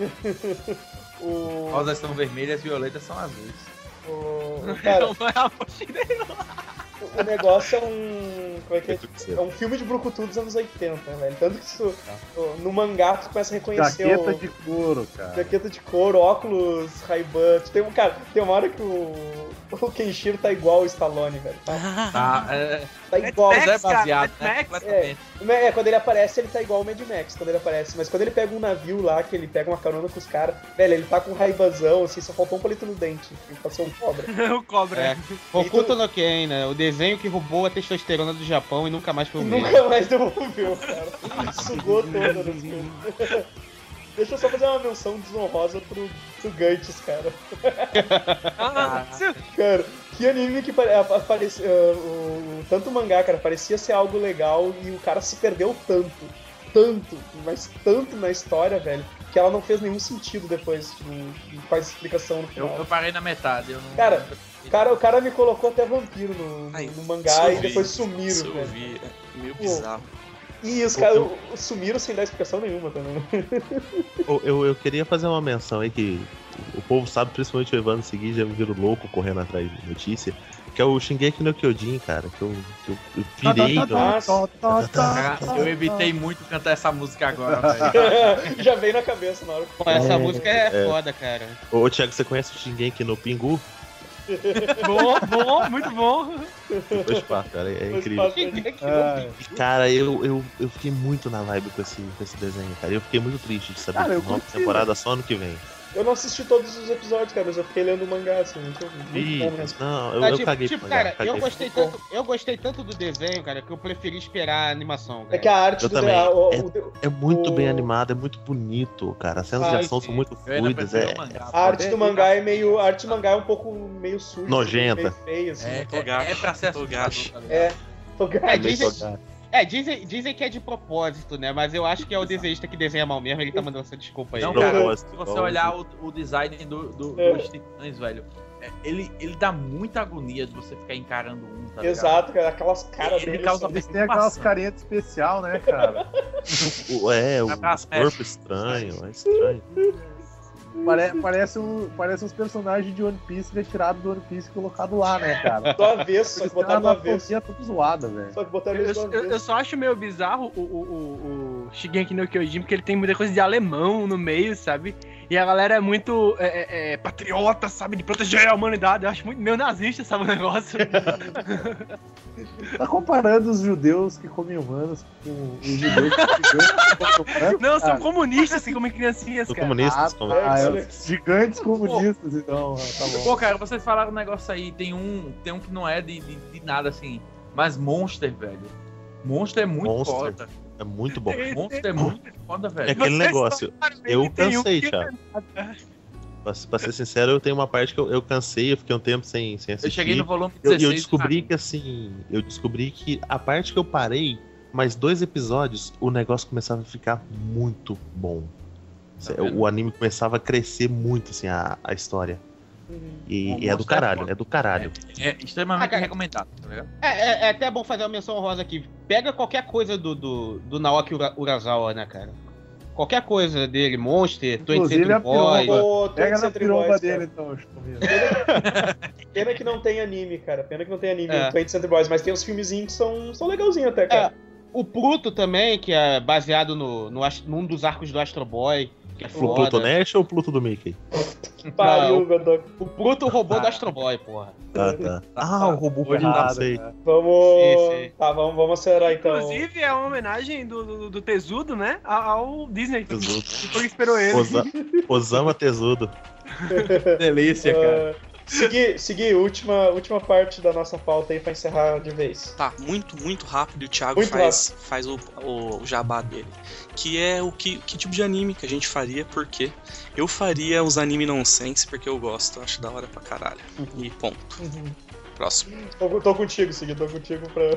[SPEAKER 3] O,
[SPEAKER 9] Rosas são vermelhas, violetas são azuis.
[SPEAKER 3] o, cara,
[SPEAKER 7] O Mayamo Shideru.
[SPEAKER 3] o negócio é um. Como é que é? É um filme de brucutu dos anos oitenta, né, velho? Tanto que isso, no mangá tu começa a reconhecer
[SPEAKER 5] Jaqueta
[SPEAKER 3] o.
[SPEAKER 5] de couro, cara.
[SPEAKER 3] Jaqueta de couro, óculos, Ray-Ban. Tem um cara, tem uma hora que o, o Kenshiro tá igual o Stallone, velho. Tá,
[SPEAKER 9] Tá, é,
[SPEAKER 3] tá igual.
[SPEAKER 7] Max,
[SPEAKER 9] mas é
[SPEAKER 7] cara,
[SPEAKER 9] baseado,
[SPEAKER 7] Mad
[SPEAKER 9] né?
[SPEAKER 7] Max.
[SPEAKER 9] Completamente.
[SPEAKER 3] É, quando ele aparece, ele tá igual o Mad Max, quando ele aparece. Mas quando ele pega um navio lá, que ele pega uma carona com os caras, velho, ele tá com um raibazão, assim, só faltou um palito no dente. Ele passou um cobra.
[SPEAKER 7] o Cobra.
[SPEAKER 8] É. Hokuto no Ken, né? O desenho que roubou a testosterona do Japão e nunca mais foi o mesmo.
[SPEAKER 3] Nunca mais devolveu, cara. Sugou toda nas coisas. Deixa eu só fazer uma menção desonrosa pro, pro Gantz, cara.
[SPEAKER 7] Ah, se-
[SPEAKER 3] Cara, que anime que pare- aparecia. Uh, o, tanto o mangá, cara, parecia ser algo legal e o cara se perdeu tanto. Tanto, mas tanto na história, velho, que ela não fez nenhum sentido depois. Tipo, não faz explicação no
[SPEAKER 9] Eu,
[SPEAKER 3] final.
[SPEAKER 9] eu parei na metade. Eu não,
[SPEAKER 3] Cara, O cara, o cara me colocou até vampiro no,
[SPEAKER 4] Ai,
[SPEAKER 3] no
[SPEAKER 4] isso
[SPEAKER 3] mangá
[SPEAKER 4] eu
[SPEAKER 3] e
[SPEAKER 4] vi,
[SPEAKER 3] depois
[SPEAKER 4] isso
[SPEAKER 3] sumiram,
[SPEAKER 4] eu
[SPEAKER 3] velho.
[SPEAKER 4] vi, é meio
[SPEAKER 3] Pô.
[SPEAKER 4] bizarro.
[SPEAKER 3] E os caras sumiram sem dar explicação nenhuma também.
[SPEAKER 6] Eu, eu, eu queria fazer uma menção aí que o povo sabe, principalmente o Evandro seguir, já me viram louco correndo atrás de notícia, que é o Shingeki no Kyojin, cara, que eu, que eu, eu pirei. no-
[SPEAKER 3] Nossa,
[SPEAKER 9] Cara, eu evitei muito cantar essa música agora, velho.
[SPEAKER 3] já veio na cabeça na hora.
[SPEAKER 8] Pô, essa
[SPEAKER 6] É,
[SPEAKER 8] música é,
[SPEAKER 6] é.
[SPEAKER 8] foda, cara.
[SPEAKER 6] Ô, Thiago, você conhece o Shingeki no Pingu?
[SPEAKER 7] bom, bom, muito bom.
[SPEAKER 6] Depois pá, cara, é
[SPEAKER 3] Mas
[SPEAKER 6] incrível.
[SPEAKER 3] passa-
[SPEAKER 5] Ah,
[SPEAKER 6] E, cara, eu, eu, eu fiquei muito na vibe com esse, com esse desenho, cara. Eu fiquei muito triste de saber
[SPEAKER 5] Cara, eu
[SPEAKER 6] que nova
[SPEAKER 5] curti,
[SPEAKER 6] temporada só ano que vem.
[SPEAKER 3] Eu não assisti todos os episódios, cara, mas eu fiquei lendo o mangá, assim, muito, muito
[SPEAKER 6] Ih,
[SPEAKER 3] bom mesmo.
[SPEAKER 6] não, eu,
[SPEAKER 8] Mas,
[SPEAKER 6] eu
[SPEAKER 8] tipo,
[SPEAKER 6] caguei
[SPEAKER 8] tipo,
[SPEAKER 6] pro
[SPEAKER 8] cara,
[SPEAKER 6] mangá, caguei
[SPEAKER 8] eu gostei,
[SPEAKER 3] pro-
[SPEAKER 8] tanto, eu gostei tanto do desenho, cara, que eu preferi esperar a animação, cara.
[SPEAKER 3] É que a arte
[SPEAKER 6] Eu
[SPEAKER 3] do
[SPEAKER 6] também.
[SPEAKER 3] a- o-
[SPEAKER 6] É-
[SPEAKER 3] o-
[SPEAKER 6] É muito
[SPEAKER 3] o-
[SPEAKER 6] bem animado, é muito bonito, cara. As cenas de
[SPEAKER 3] Ai,
[SPEAKER 6] ação
[SPEAKER 8] sim.
[SPEAKER 6] são muito
[SPEAKER 9] Eu ainda
[SPEAKER 6] fluidas,
[SPEAKER 9] prefiro
[SPEAKER 6] é,
[SPEAKER 9] o mangá.
[SPEAKER 3] a arte do mangá é meio. A arte do mangá é um pouco meio suja.
[SPEAKER 6] Nojenta.
[SPEAKER 3] Meio feia, assim.
[SPEAKER 9] É,
[SPEAKER 4] Tô
[SPEAKER 9] é,
[SPEAKER 4] gacho,
[SPEAKER 9] é pra ser
[SPEAKER 4] tô
[SPEAKER 9] assustador,
[SPEAKER 4] gacho.
[SPEAKER 9] tá ligado?
[SPEAKER 3] É. Tô
[SPEAKER 8] É,
[SPEAKER 3] gato.
[SPEAKER 8] dizem,
[SPEAKER 6] jogado.
[SPEAKER 8] é dizem, dizem que é de propósito, né? Mas eu acho que é o desenhista que desenha mal mesmo, ele tá mandando essa desculpa aí.
[SPEAKER 9] Não,
[SPEAKER 6] Não,
[SPEAKER 9] cara,
[SPEAKER 6] propósito,
[SPEAKER 9] se você
[SPEAKER 6] igual-
[SPEAKER 9] olhar o, o design do, do-
[SPEAKER 3] É.
[SPEAKER 9] dos titãs, velho, é, ele, ele dá muita agonia de você ficar encarando um, tá ligado?
[SPEAKER 3] Exato, cara. Aquelas caras
[SPEAKER 9] Ele
[SPEAKER 3] dele.
[SPEAKER 9] causa
[SPEAKER 3] assim.
[SPEAKER 5] eles têm aquelas caretas especial, né, cara?
[SPEAKER 6] O- É, o
[SPEAKER 9] Abraço,
[SPEAKER 6] corpo estranho, é estranho.
[SPEAKER 5] Pare- parece, um, parece uns personagens de One Piece retirados do One Piece e colocado lá, né, cara?
[SPEAKER 3] Do avesso, só
[SPEAKER 5] Eles
[SPEAKER 3] que
[SPEAKER 5] têm
[SPEAKER 3] botaram do
[SPEAKER 5] uma
[SPEAKER 3] avesso.
[SPEAKER 5] anatomia toda zoada, velho.
[SPEAKER 3] Só que botaram
[SPEAKER 7] Eu,
[SPEAKER 3] eles do
[SPEAKER 7] eu- eu
[SPEAKER 3] avesso.
[SPEAKER 7] só acho meio bizarro o, o, o, o Shingeki no Kyojin, porque ele tem muita coisa de alemão no meio, sabe? E a galera é muito é, é, é, patriota, sabe? De proteger a humanidade. Eu acho muito meio nazista, sabe o negócio?
[SPEAKER 5] Tá comparando os judeus que comem humanos com os judeus que comem humanos?
[SPEAKER 7] Não, são comunistas que comem criancinhas,
[SPEAKER 6] São
[SPEAKER 7] cara.
[SPEAKER 6] comunistas.
[SPEAKER 5] Ah,
[SPEAKER 6] como-
[SPEAKER 5] ah, é, gigantes comunistas, então. Tá bom.
[SPEAKER 9] Pô, cara, vocês falaram um negócio aí, tem um, tem um que não é de, de, de nada assim, mas Monster, velho. Monster é muito
[SPEAKER 6] Monster.
[SPEAKER 9] foda.
[SPEAKER 6] É muito bom.
[SPEAKER 9] Monster é muito foda,
[SPEAKER 6] É
[SPEAKER 9] velho.
[SPEAKER 6] aquele
[SPEAKER 7] Vocês
[SPEAKER 6] negócio.
[SPEAKER 7] falaram,
[SPEAKER 6] Eu
[SPEAKER 7] ele tem um
[SPEAKER 6] cansei,
[SPEAKER 7] que-
[SPEAKER 6] Thiago. Pra, pra ser sincero, eu tenho uma parte que eu, eu cansei, eu fiquei um tempo sem, sem assistir.
[SPEAKER 9] Eu cheguei no volume
[SPEAKER 6] Eu,
[SPEAKER 9] dezesseis.
[SPEAKER 6] eu descobri que assim, eu descobri que a parte que eu parei, mais dois episódios, o negócio começava a ficar muito bom.
[SPEAKER 9] Tá vendo?
[SPEAKER 6] O anime começava a crescer muito, assim, a, a história. E,
[SPEAKER 9] O
[SPEAKER 6] e é do
[SPEAKER 9] Monster é
[SPEAKER 6] caralho,
[SPEAKER 9] foda.
[SPEAKER 6] é do caralho.
[SPEAKER 9] É extremamente
[SPEAKER 8] Ah, cara.
[SPEAKER 9] recomendado, tá ligado?
[SPEAKER 8] É, é- é até bom fazer uma menção honrosa aqui. Pega qualquer coisa do, do, do Naoki Ura- Urasawa, né, cara? Qualquer coisa dele, Monster, Twenty
[SPEAKER 5] Inclusive
[SPEAKER 8] Century
[SPEAKER 5] a
[SPEAKER 8] Boy.
[SPEAKER 5] piromba.
[SPEAKER 3] Pô,
[SPEAKER 5] Pega na
[SPEAKER 3] Century
[SPEAKER 5] piromba
[SPEAKER 3] Boys,
[SPEAKER 5] dele,
[SPEAKER 3] cara.
[SPEAKER 5] então, Chico.
[SPEAKER 3] Pena que não tem anime, cara. Pena que não tem anime,
[SPEAKER 8] É.
[SPEAKER 3] o Twenty Century Boys, mas tem uns filmezinhos que são, são legalzinhos até, cara.
[SPEAKER 8] O Pluto também, que é baseado no, no, ast- num dos arcos do Astro Boy, que é
[SPEAKER 6] O
[SPEAKER 8] foda.
[SPEAKER 6] Pluto Nash ou o Pluto do Mickey?
[SPEAKER 3] Pariu,
[SPEAKER 8] Não.
[SPEAKER 3] Godok.
[SPEAKER 8] O Pluto, o robô do Astro Boy, porra.
[SPEAKER 6] Ah, tá. Ah, o robô
[SPEAKER 5] Foi
[SPEAKER 6] errado,
[SPEAKER 5] errado,
[SPEAKER 6] sei.
[SPEAKER 5] né?
[SPEAKER 3] Vamos.
[SPEAKER 8] Sim, sim.
[SPEAKER 3] Tá, vamos, vamos acelerar então.
[SPEAKER 7] Inclusive, é uma homenagem do, do, do Tesudo, né? Ao Disney.
[SPEAKER 6] Tesudo.
[SPEAKER 7] Que foi que esperou ele.
[SPEAKER 6] Osa- Osama Tesudo.
[SPEAKER 9] Delícia, cara.
[SPEAKER 3] Uh, seguir, seguir última, última parte da nossa pauta aí pra encerrar de vez.
[SPEAKER 4] Tá, muito, muito rápido. E o Thiago
[SPEAKER 3] Muito
[SPEAKER 4] faz, faz o, o, o jabá dele. Que é o que, que tipo de anime que a gente faria, porque eu faria os anime nonsense porque eu gosto, eu acho da hora pra caralho. E ponto. Próximo.
[SPEAKER 3] Tô, tô contigo, Segui, tô contigo pra.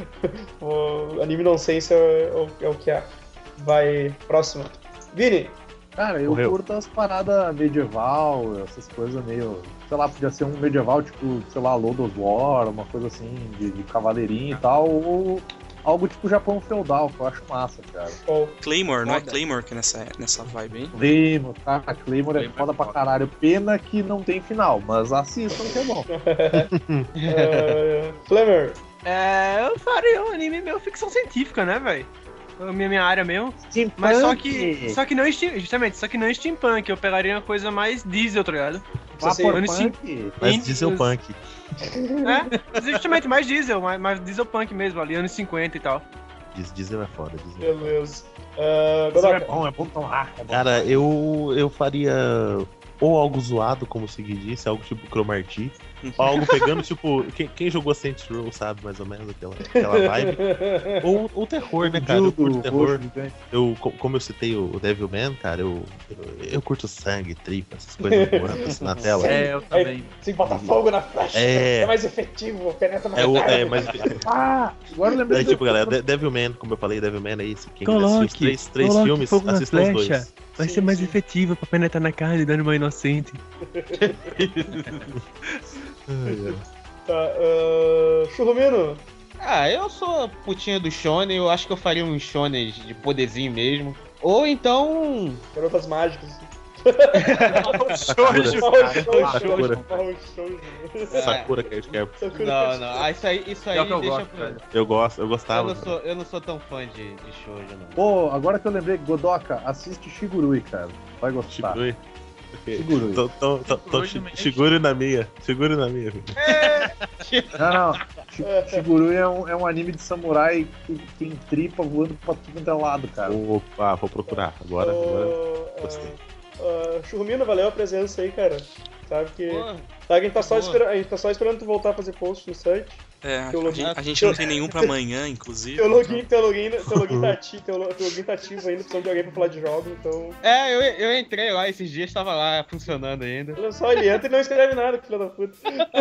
[SPEAKER 3] O anime nonsense é, o- é o que é. Vai, próximo. Vini,
[SPEAKER 5] Cara, eu
[SPEAKER 6] Morreu.
[SPEAKER 5] curto as paradas medieval, essas coisas meio. Sei lá, podia ser um medieval tipo, sei lá, Lord of War, uma coisa assim, de, de cavaleirinho e tal, ou algo tipo Japão feudal, que eu acho massa, cara.
[SPEAKER 3] qual?
[SPEAKER 4] Claymore, não é
[SPEAKER 8] Foda.
[SPEAKER 4] Claymore que é nessa, nessa vibe, hein?
[SPEAKER 5] Claymore, tá? Claymore é
[SPEAKER 9] Claymore
[SPEAKER 5] foda
[SPEAKER 9] é
[SPEAKER 5] pra
[SPEAKER 9] foda.
[SPEAKER 5] caralho. Pena que não tem final, mas assistam que é bom.
[SPEAKER 3] Uh, Flamer,
[SPEAKER 7] É, eu faria um anime meio ficção científica, né, velho? A minha, minha área mesmo. Mas só que. Só que não steam, justamente, só que não steampunk. Eu pegaria uma coisa mais diesel, tá ligado?
[SPEAKER 5] Vaporpunk.
[SPEAKER 6] Mas
[SPEAKER 7] Sim.
[SPEAKER 6] diesel punk.
[SPEAKER 7] É, justamente mais diesel, mais, mais diesel punk mesmo, ali, anos cinquenta e tal.
[SPEAKER 6] Diz- Diesel é foda. Diesel.
[SPEAKER 3] beleza. Uh,
[SPEAKER 5] É
[SPEAKER 3] Godoka,
[SPEAKER 5] bom, é bom tomar. É bom.
[SPEAKER 6] Cara, eu, eu faria ou algo zoado, como o Segui disse, algo tipo Cromarty, ou algo pegando, tipo, quem, quem jogou Saints Row sabe mais ou menos aquela, aquela vibe. Ou o terror, né, cara? Eu curto
[SPEAKER 5] Dildo,
[SPEAKER 6] terror.
[SPEAKER 5] roxo, gigante.
[SPEAKER 6] Eu, co- como eu citei o Devilman, cara, eu, eu, eu curto sangue, tripa, essas coisas voando assim na tela.
[SPEAKER 9] É, eu também.
[SPEAKER 3] Tem que botar fogo na flecha.
[SPEAKER 6] É.
[SPEAKER 3] É mais efetivo, penetra mais
[SPEAKER 6] É, o,
[SPEAKER 3] rápido.
[SPEAKER 6] é mas
[SPEAKER 5] Ah, agora eu lembrei.
[SPEAKER 6] é,
[SPEAKER 5] do-
[SPEAKER 6] tipo, galera, De- Devilman, como eu falei, Devilman é isso. Quem
[SPEAKER 7] Coloque,
[SPEAKER 6] assistiu os três, três
[SPEAKER 7] coloque
[SPEAKER 6] filmes,
[SPEAKER 7] fogo na
[SPEAKER 6] assistam os
[SPEAKER 7] flecha.
[SPEAKER 6] dois.
[SPEAKER 7] Vai
[SPEAKER 3] Sim,
[SPEAKER 7] ser mais
[SPEAKER 3] sim.
[SPEAKER 7] efetivo pra penetrar na carne do animal inocente.
[SPEAKER 3] Tá, uh, Churrumino,
[SPEAKER 8] Ah, eu sou putinha do shonen, eu acho que eu faria uns shonen de poderzinho mesmo. Ou então...
[SPEAKER 3] garotas mágicas.
[SPEAKER 7] Shoujo.
[SPEAKER 6] Sakura.
[SPEAKER 3] Shoujo.
[SPEAKER 6] Sakura Card Captor.
[SPEAKER 8] Não, não, ah, isso aí, isso aí
[SPEAKER 9] Pior que eu
[SPEAKER 8] deixa
[SPEAKER 9] gosto,
[SPEAKER 8] pro...
[SPEAKER 9] velho.
[SPEAKER 6] Eu gosto, eu
[SPEAKER 8] Eu
[SPEAKER 6] gostava.
[SPEAKER 8] não, sou, eu não sou tão fã de, de shoujo, não.
[SPEAKER 5] Pô, agora que eu lembrei, Godoka, assiste Shigurui, cara. Vai gostar.
[SPEAKER 6] Shigurui. Ok.
[SPEAKER 5] Shigurui.
[SPEAKER 6] Tô, tô, tô, tô,
[SPEAKER 9] Shigurui também.
[SPEAKER 6] segure na minha. Segure na minha. filho.
[SPEAKER 5] Não, não. Shi- Shigurui é um, é um anime de samurai que tem tripa voando pra tudo quanto é lado, cara.
[SPEAKER 6] Opa, vou procurar. Agora, agora.
[SPEAKER 3] Uh,
[SPEAKER 6] Gostei.
[SPEAKER 3] uh, Churrumino, valeu a presença aí, cara. Sabe que.
[SPEAKER 8] Pô,
[SPEAKER 3] Sabe que a gente tá só,
[SPEAKER 8] Boa.
[SPEAKER 3] espera- a gente tá só esperando tu voltar a fazer post no site.
[SPEAKER 4] É,
[SPEAKER 3] Teu
[SPEAKER 4] a,
[SPEAKER 3] login-
[SPEAKER 4] gente, a gente não tem nenhum pra amanhã, inclusive.
[SPEAKER 3] Teu login, teu login, teu login tá ativo, teu, lo- teu login tá ativo ainda, precisamos de alguém pra falar de jogos, então.
[SPEAKER 8] É, eu, eu entrei lá esses dias, tava lá funcionando ainda.
[SPEAKER 3] Olha só, ele entra e não escreve nada, filho da puta.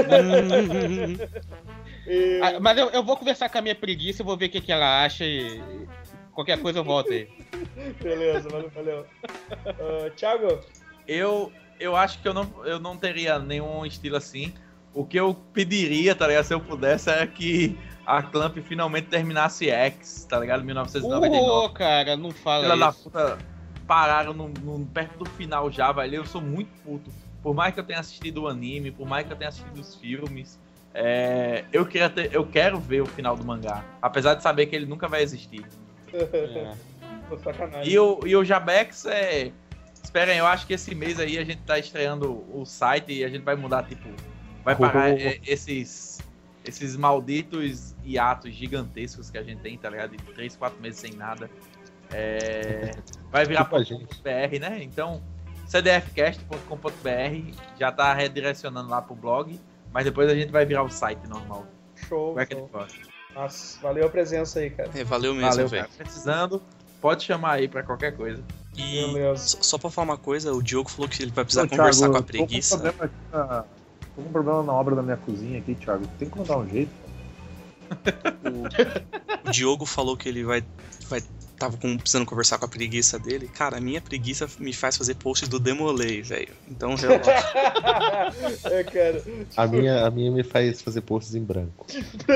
[SPEAKER 3] E-
[SPEAKER 8] Ah, mas eu, eu vou conversar com a minha preguiça, eu vou ver o que, que ela acha e qualquer coisa eu volto aí.
[SPEAKER 3] Beleza, valeu, valeu. Uh, Thiago,
[SPEAKER 9] Eu, eu acho que eu não, eu não teria nenhum estilo assim. O que eu pediria, tá ligado, se eu pudesse, era que a Clamp finalmente terminasse X, tá ligado? mil novecentos e noventa e nove.
[SPEAKER 8] Ô, cara, não fala
[SPEAKER 9] Filha da
[SPEAKER 8] isso.
[SPEAKER 9] puta, pararam no, no- perto do final já, velho. Eu sou muito puto. Por mais que eu tenha assistido o anime, por mais que eu tenha assistido os filmes, é, eu, queria ter, eu quero ver o final do mangá. Apesar de saber que ele nunca vai existir.
[SPEAKER 8] É.
[SPEAKER 3] Pô, sacanagem.
[SPEAKER 9] E o, e o Jabex é. Esperem, eu acho que esse mês aí a gente tá estreando o site e a gente vai mudar, tipo, vai parar
[SPEAKER 6] Oh.
[SPEAKER 9] é, esses, esses malditos hiatos gigantescos que a gente tem, tá ligado? De três, quatro meses sem nada. É, vai virar
[SPEAKER 6] Tipo a gente.
[SPEAKER 9] .br, né? Então, c d f cast ponto com ponto b r já tá redirecionando lá pro blog, mas depois a gente vai virar o site normal.
[SPEAKER 3] Show,
[SPEAKER 9] Como é que
[SPEAKER 3] show.
[SPEAKER 9] ele pode?
[SPEAKER 3] Nossa, valeu a presença aí, cara.
[SPEAKER 4] É, valeu mesmo,
[SPEAKER 9] Valeu,
[SPEAKER 4] velho.
[SPEAKER 9] cara. Precisando, pode chamar aí pra qualquer coisa.
[SPEAKER 4] E
[SPEAKER 3] Beleza.
[SPEAKER 4] só, só pra falar uma coisa, o Diogo falou que ele vai precisar
[SPEAKER 5] Ô,
[SPEAKER 4] conversar
[SPEAKER 5] Thiago,
[SPEAKER 4] com a
[SPEAKER 5] tô com um
[SPEAKER 4] preguiça.
[SPEAKER 5] problema aqui na- Tô com um problema na obra da minha cozinha aqui, Thiago. Tem como dar um jeito?
[SPEAKER 4] O, o Diogo falou que ele vai. vai tava com- precisando conversar com a preguiça dele. Cara, a minha preguiça me faz fazer post do Demolei, velho. Então relaxa.
[SPEAKER 3] É, cara.
[SPEAKER 6] A minha, a minha me faz fazer posts em branco.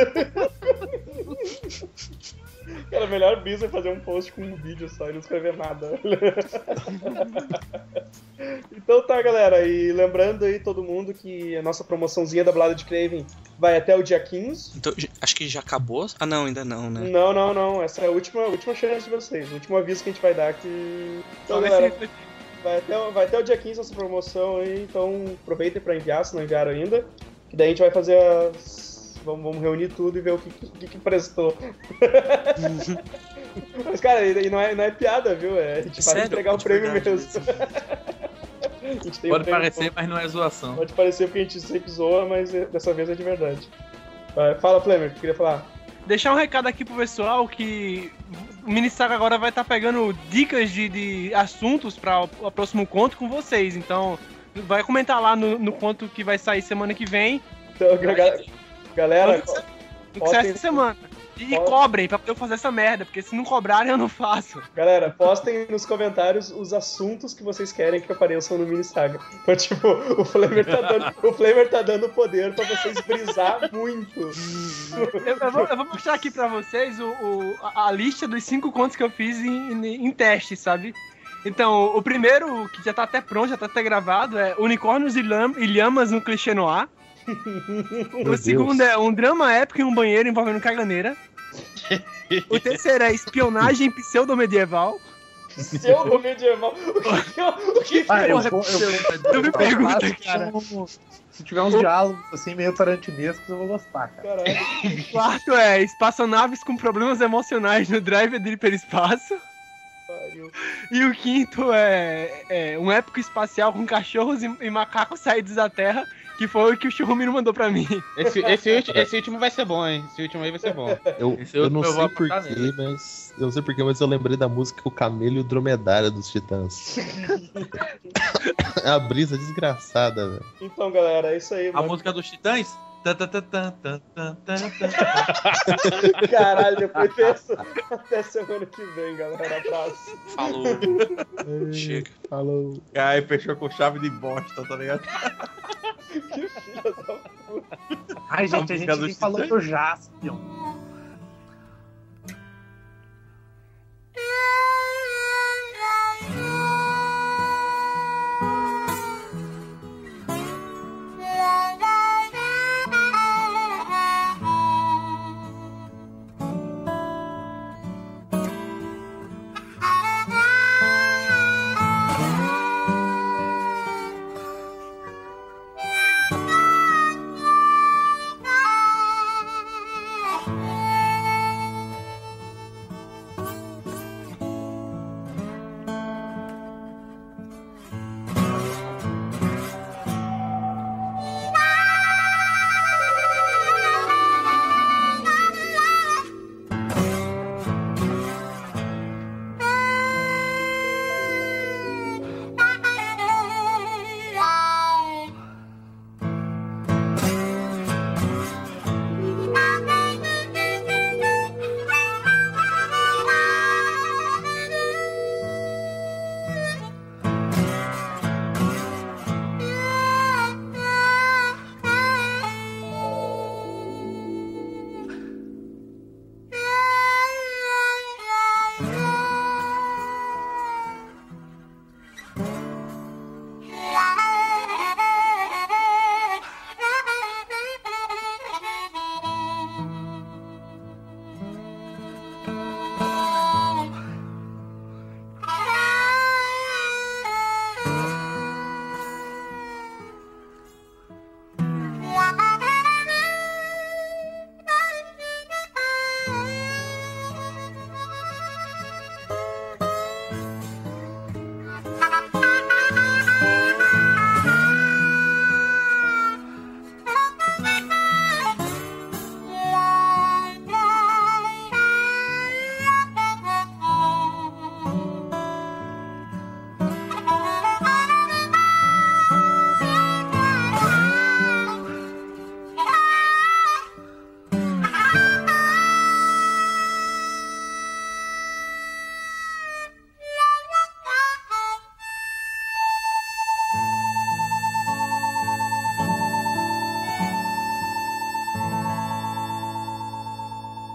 [SPEAKER 3] Cara, a melhor brisa é fazer um post com um vídeo só e não escrever nada. Então tá, galera. E lembrando aí todo mundo que a nossa promoçãozinha da Balada de Craven vai até o dia quinze.
[SPEAKER 4] Então, j- acho que já acabou. Ah, não, ainda não, né?
[SPEAKER 3] Não, não, não. Essa é a última, a última chance de vocês. O último aviso que a gente vai dar aqui. Então,
[SPEAKER 7] Só vai
[SPEAKER 3] galera,
[SPEAKER 7] ser-
[SPEAKER 3] vai até, o- vai até o dia quinze essa promoção aí. Então aproveitem pra enviar, se não enviaram ainda. Que daí a gente vai fazer as... Vamos, vamos reunir tudo e ver o que, que, que prestou. Mas, cara, e e não é, não é piada, viu? É, a gente vai
[SPEAKER 4] Sério?
[SPEAKER 3] entregar o
[SPEAKER 4] De
[SPEAKER 3] prêmio
[SPEAKER 4] verdade
[SPEAKER 3] mesmo. A gente tem um
[SPEAKER 9] Pode
[SPEAKER 3] prêmio
[SPEAKER 9] parecer, mas não é zoação.
[SPEAKER 3] Pode parecer porque a gente sempre zoa, mas é- dessa vez é de verdade. Vai, fala, Flamer, o que queria falar?
[SPEAKER 7] Deixar um recado aqui pro pessoal que o Minisaga agora vai estar pegando dicas de, de assuntos para o, o próximo conto com vocês. Então, vai comentar lá no, no conto que vai sair semana que vem.
[SPEAKER 3] Então, ga- galera,
[SPEAKER 7] Quando que
[SPEAKER 3] postem-
[SPEAKER 7] sai essa semana. E
[SPEAKER 3] Postem-
[SPEAKER 7] cobrem pra eu fazer essa merda, porque se não cobrarem eu não faço.
[SPEAKER 3] galera, postem nos comentários os assuntos que vocês querem que apareçam no Minisaga. Então, tipo, o Flamer tá dando, o Flamer tá dando poder pra vocês brisar muito.
[SPEAKER 7] Eu, eu vou, eu vou mostrar aqui pra vocês o, o- a, a lista dos cinco contos que eu fiz em, em, em teste, sabe? Então, o primeiro, que já tá até pronto, já tá até gravado, é Unicórnios e, lam, e Lhamas no Clichê Noir.
[SPEAKER 6] Meu
[SPEAKER 7] O segundo
[SPEAKER 6] Deus.
[SPEAKER 7] é um drama épico em um banheiro envolvendo caganeira. O terceiro é espionagem pseudo-medieval.
[SPEAKER 3] Pseudo medieval. O que que é o que que
[SPEAKER 5] Ah,
[SPEAKER 3] é
[SPEAKER 5] eu
[SPEAKER 3] o-
[SPEAKER 5] vou, eu vou,
[SPEAKER 7] Tu me pergunta, cara.
[SPEAKER 5] Se tiver uns diálogos assim meio tarantinescos, eu vou gostar, cara.
[SPEAKER 3] Caralho.
[SPEAKER 7] O quarto é espaçonaves com problemas emocionais no drive do hiperespaço.
[SPEAKER 3] Pariu.
[SPEAKER 7] E o quinto é, é um épico espacial com cachorros e, e macacos saídos da Terra, que foi o que o Churrumino mandou pra mim.
[SPEAKER 8] Esse, esse, ulti- esse último vai ser bom, hein? Esse último aí vai ser bom.
[SPEAKER 6] Eu,
[SPEAKER 9] Esse
[SPEAKER 6] eu
[SPEAKER 9] último
[SPEAKER 6] não
[SPEAKER 9] eu vou
[SPEAKER 6] sei
[SPEAKER 9] apontar
[SPEAKER 6] porquê,
[SPEAKER 9] nele.
[SPEAKER 6] mas. Eu não sei porquê, mas eu lembrei da música O Camelo e o Dromedário dos Titãs. É uma brisa desgraçada, velho.
[SPEAKER 3] Então, galera, é isso aí.
[SPEAKER 9] A
[SPEAKER 3] mano.
[SPEAKER 9] música dos Titãs? Tan, tan, tan, tan, tan, tan, tan, tan.
[SPEAKER 3] Caralho, depois dessa. Até semana que vem, galera. Abraço.
[SPEAKER 4] Falou. Chega.
[SPEAKER 6] Falou.
[SPEAKER 9] Aí fechou com chave de bosta, tá ligado?
[SPEAKER 3] Que filha da puta.
[SPEAKER 5] Ai, gente, a
[SPEAKER 9] música
[SPEAKER 5] gente
[SPEAKER 9] dos
[SPEAKER 5] nem falou
[SPEAKER 9] Titãs?
[SPEAKER 5] do Jaspion.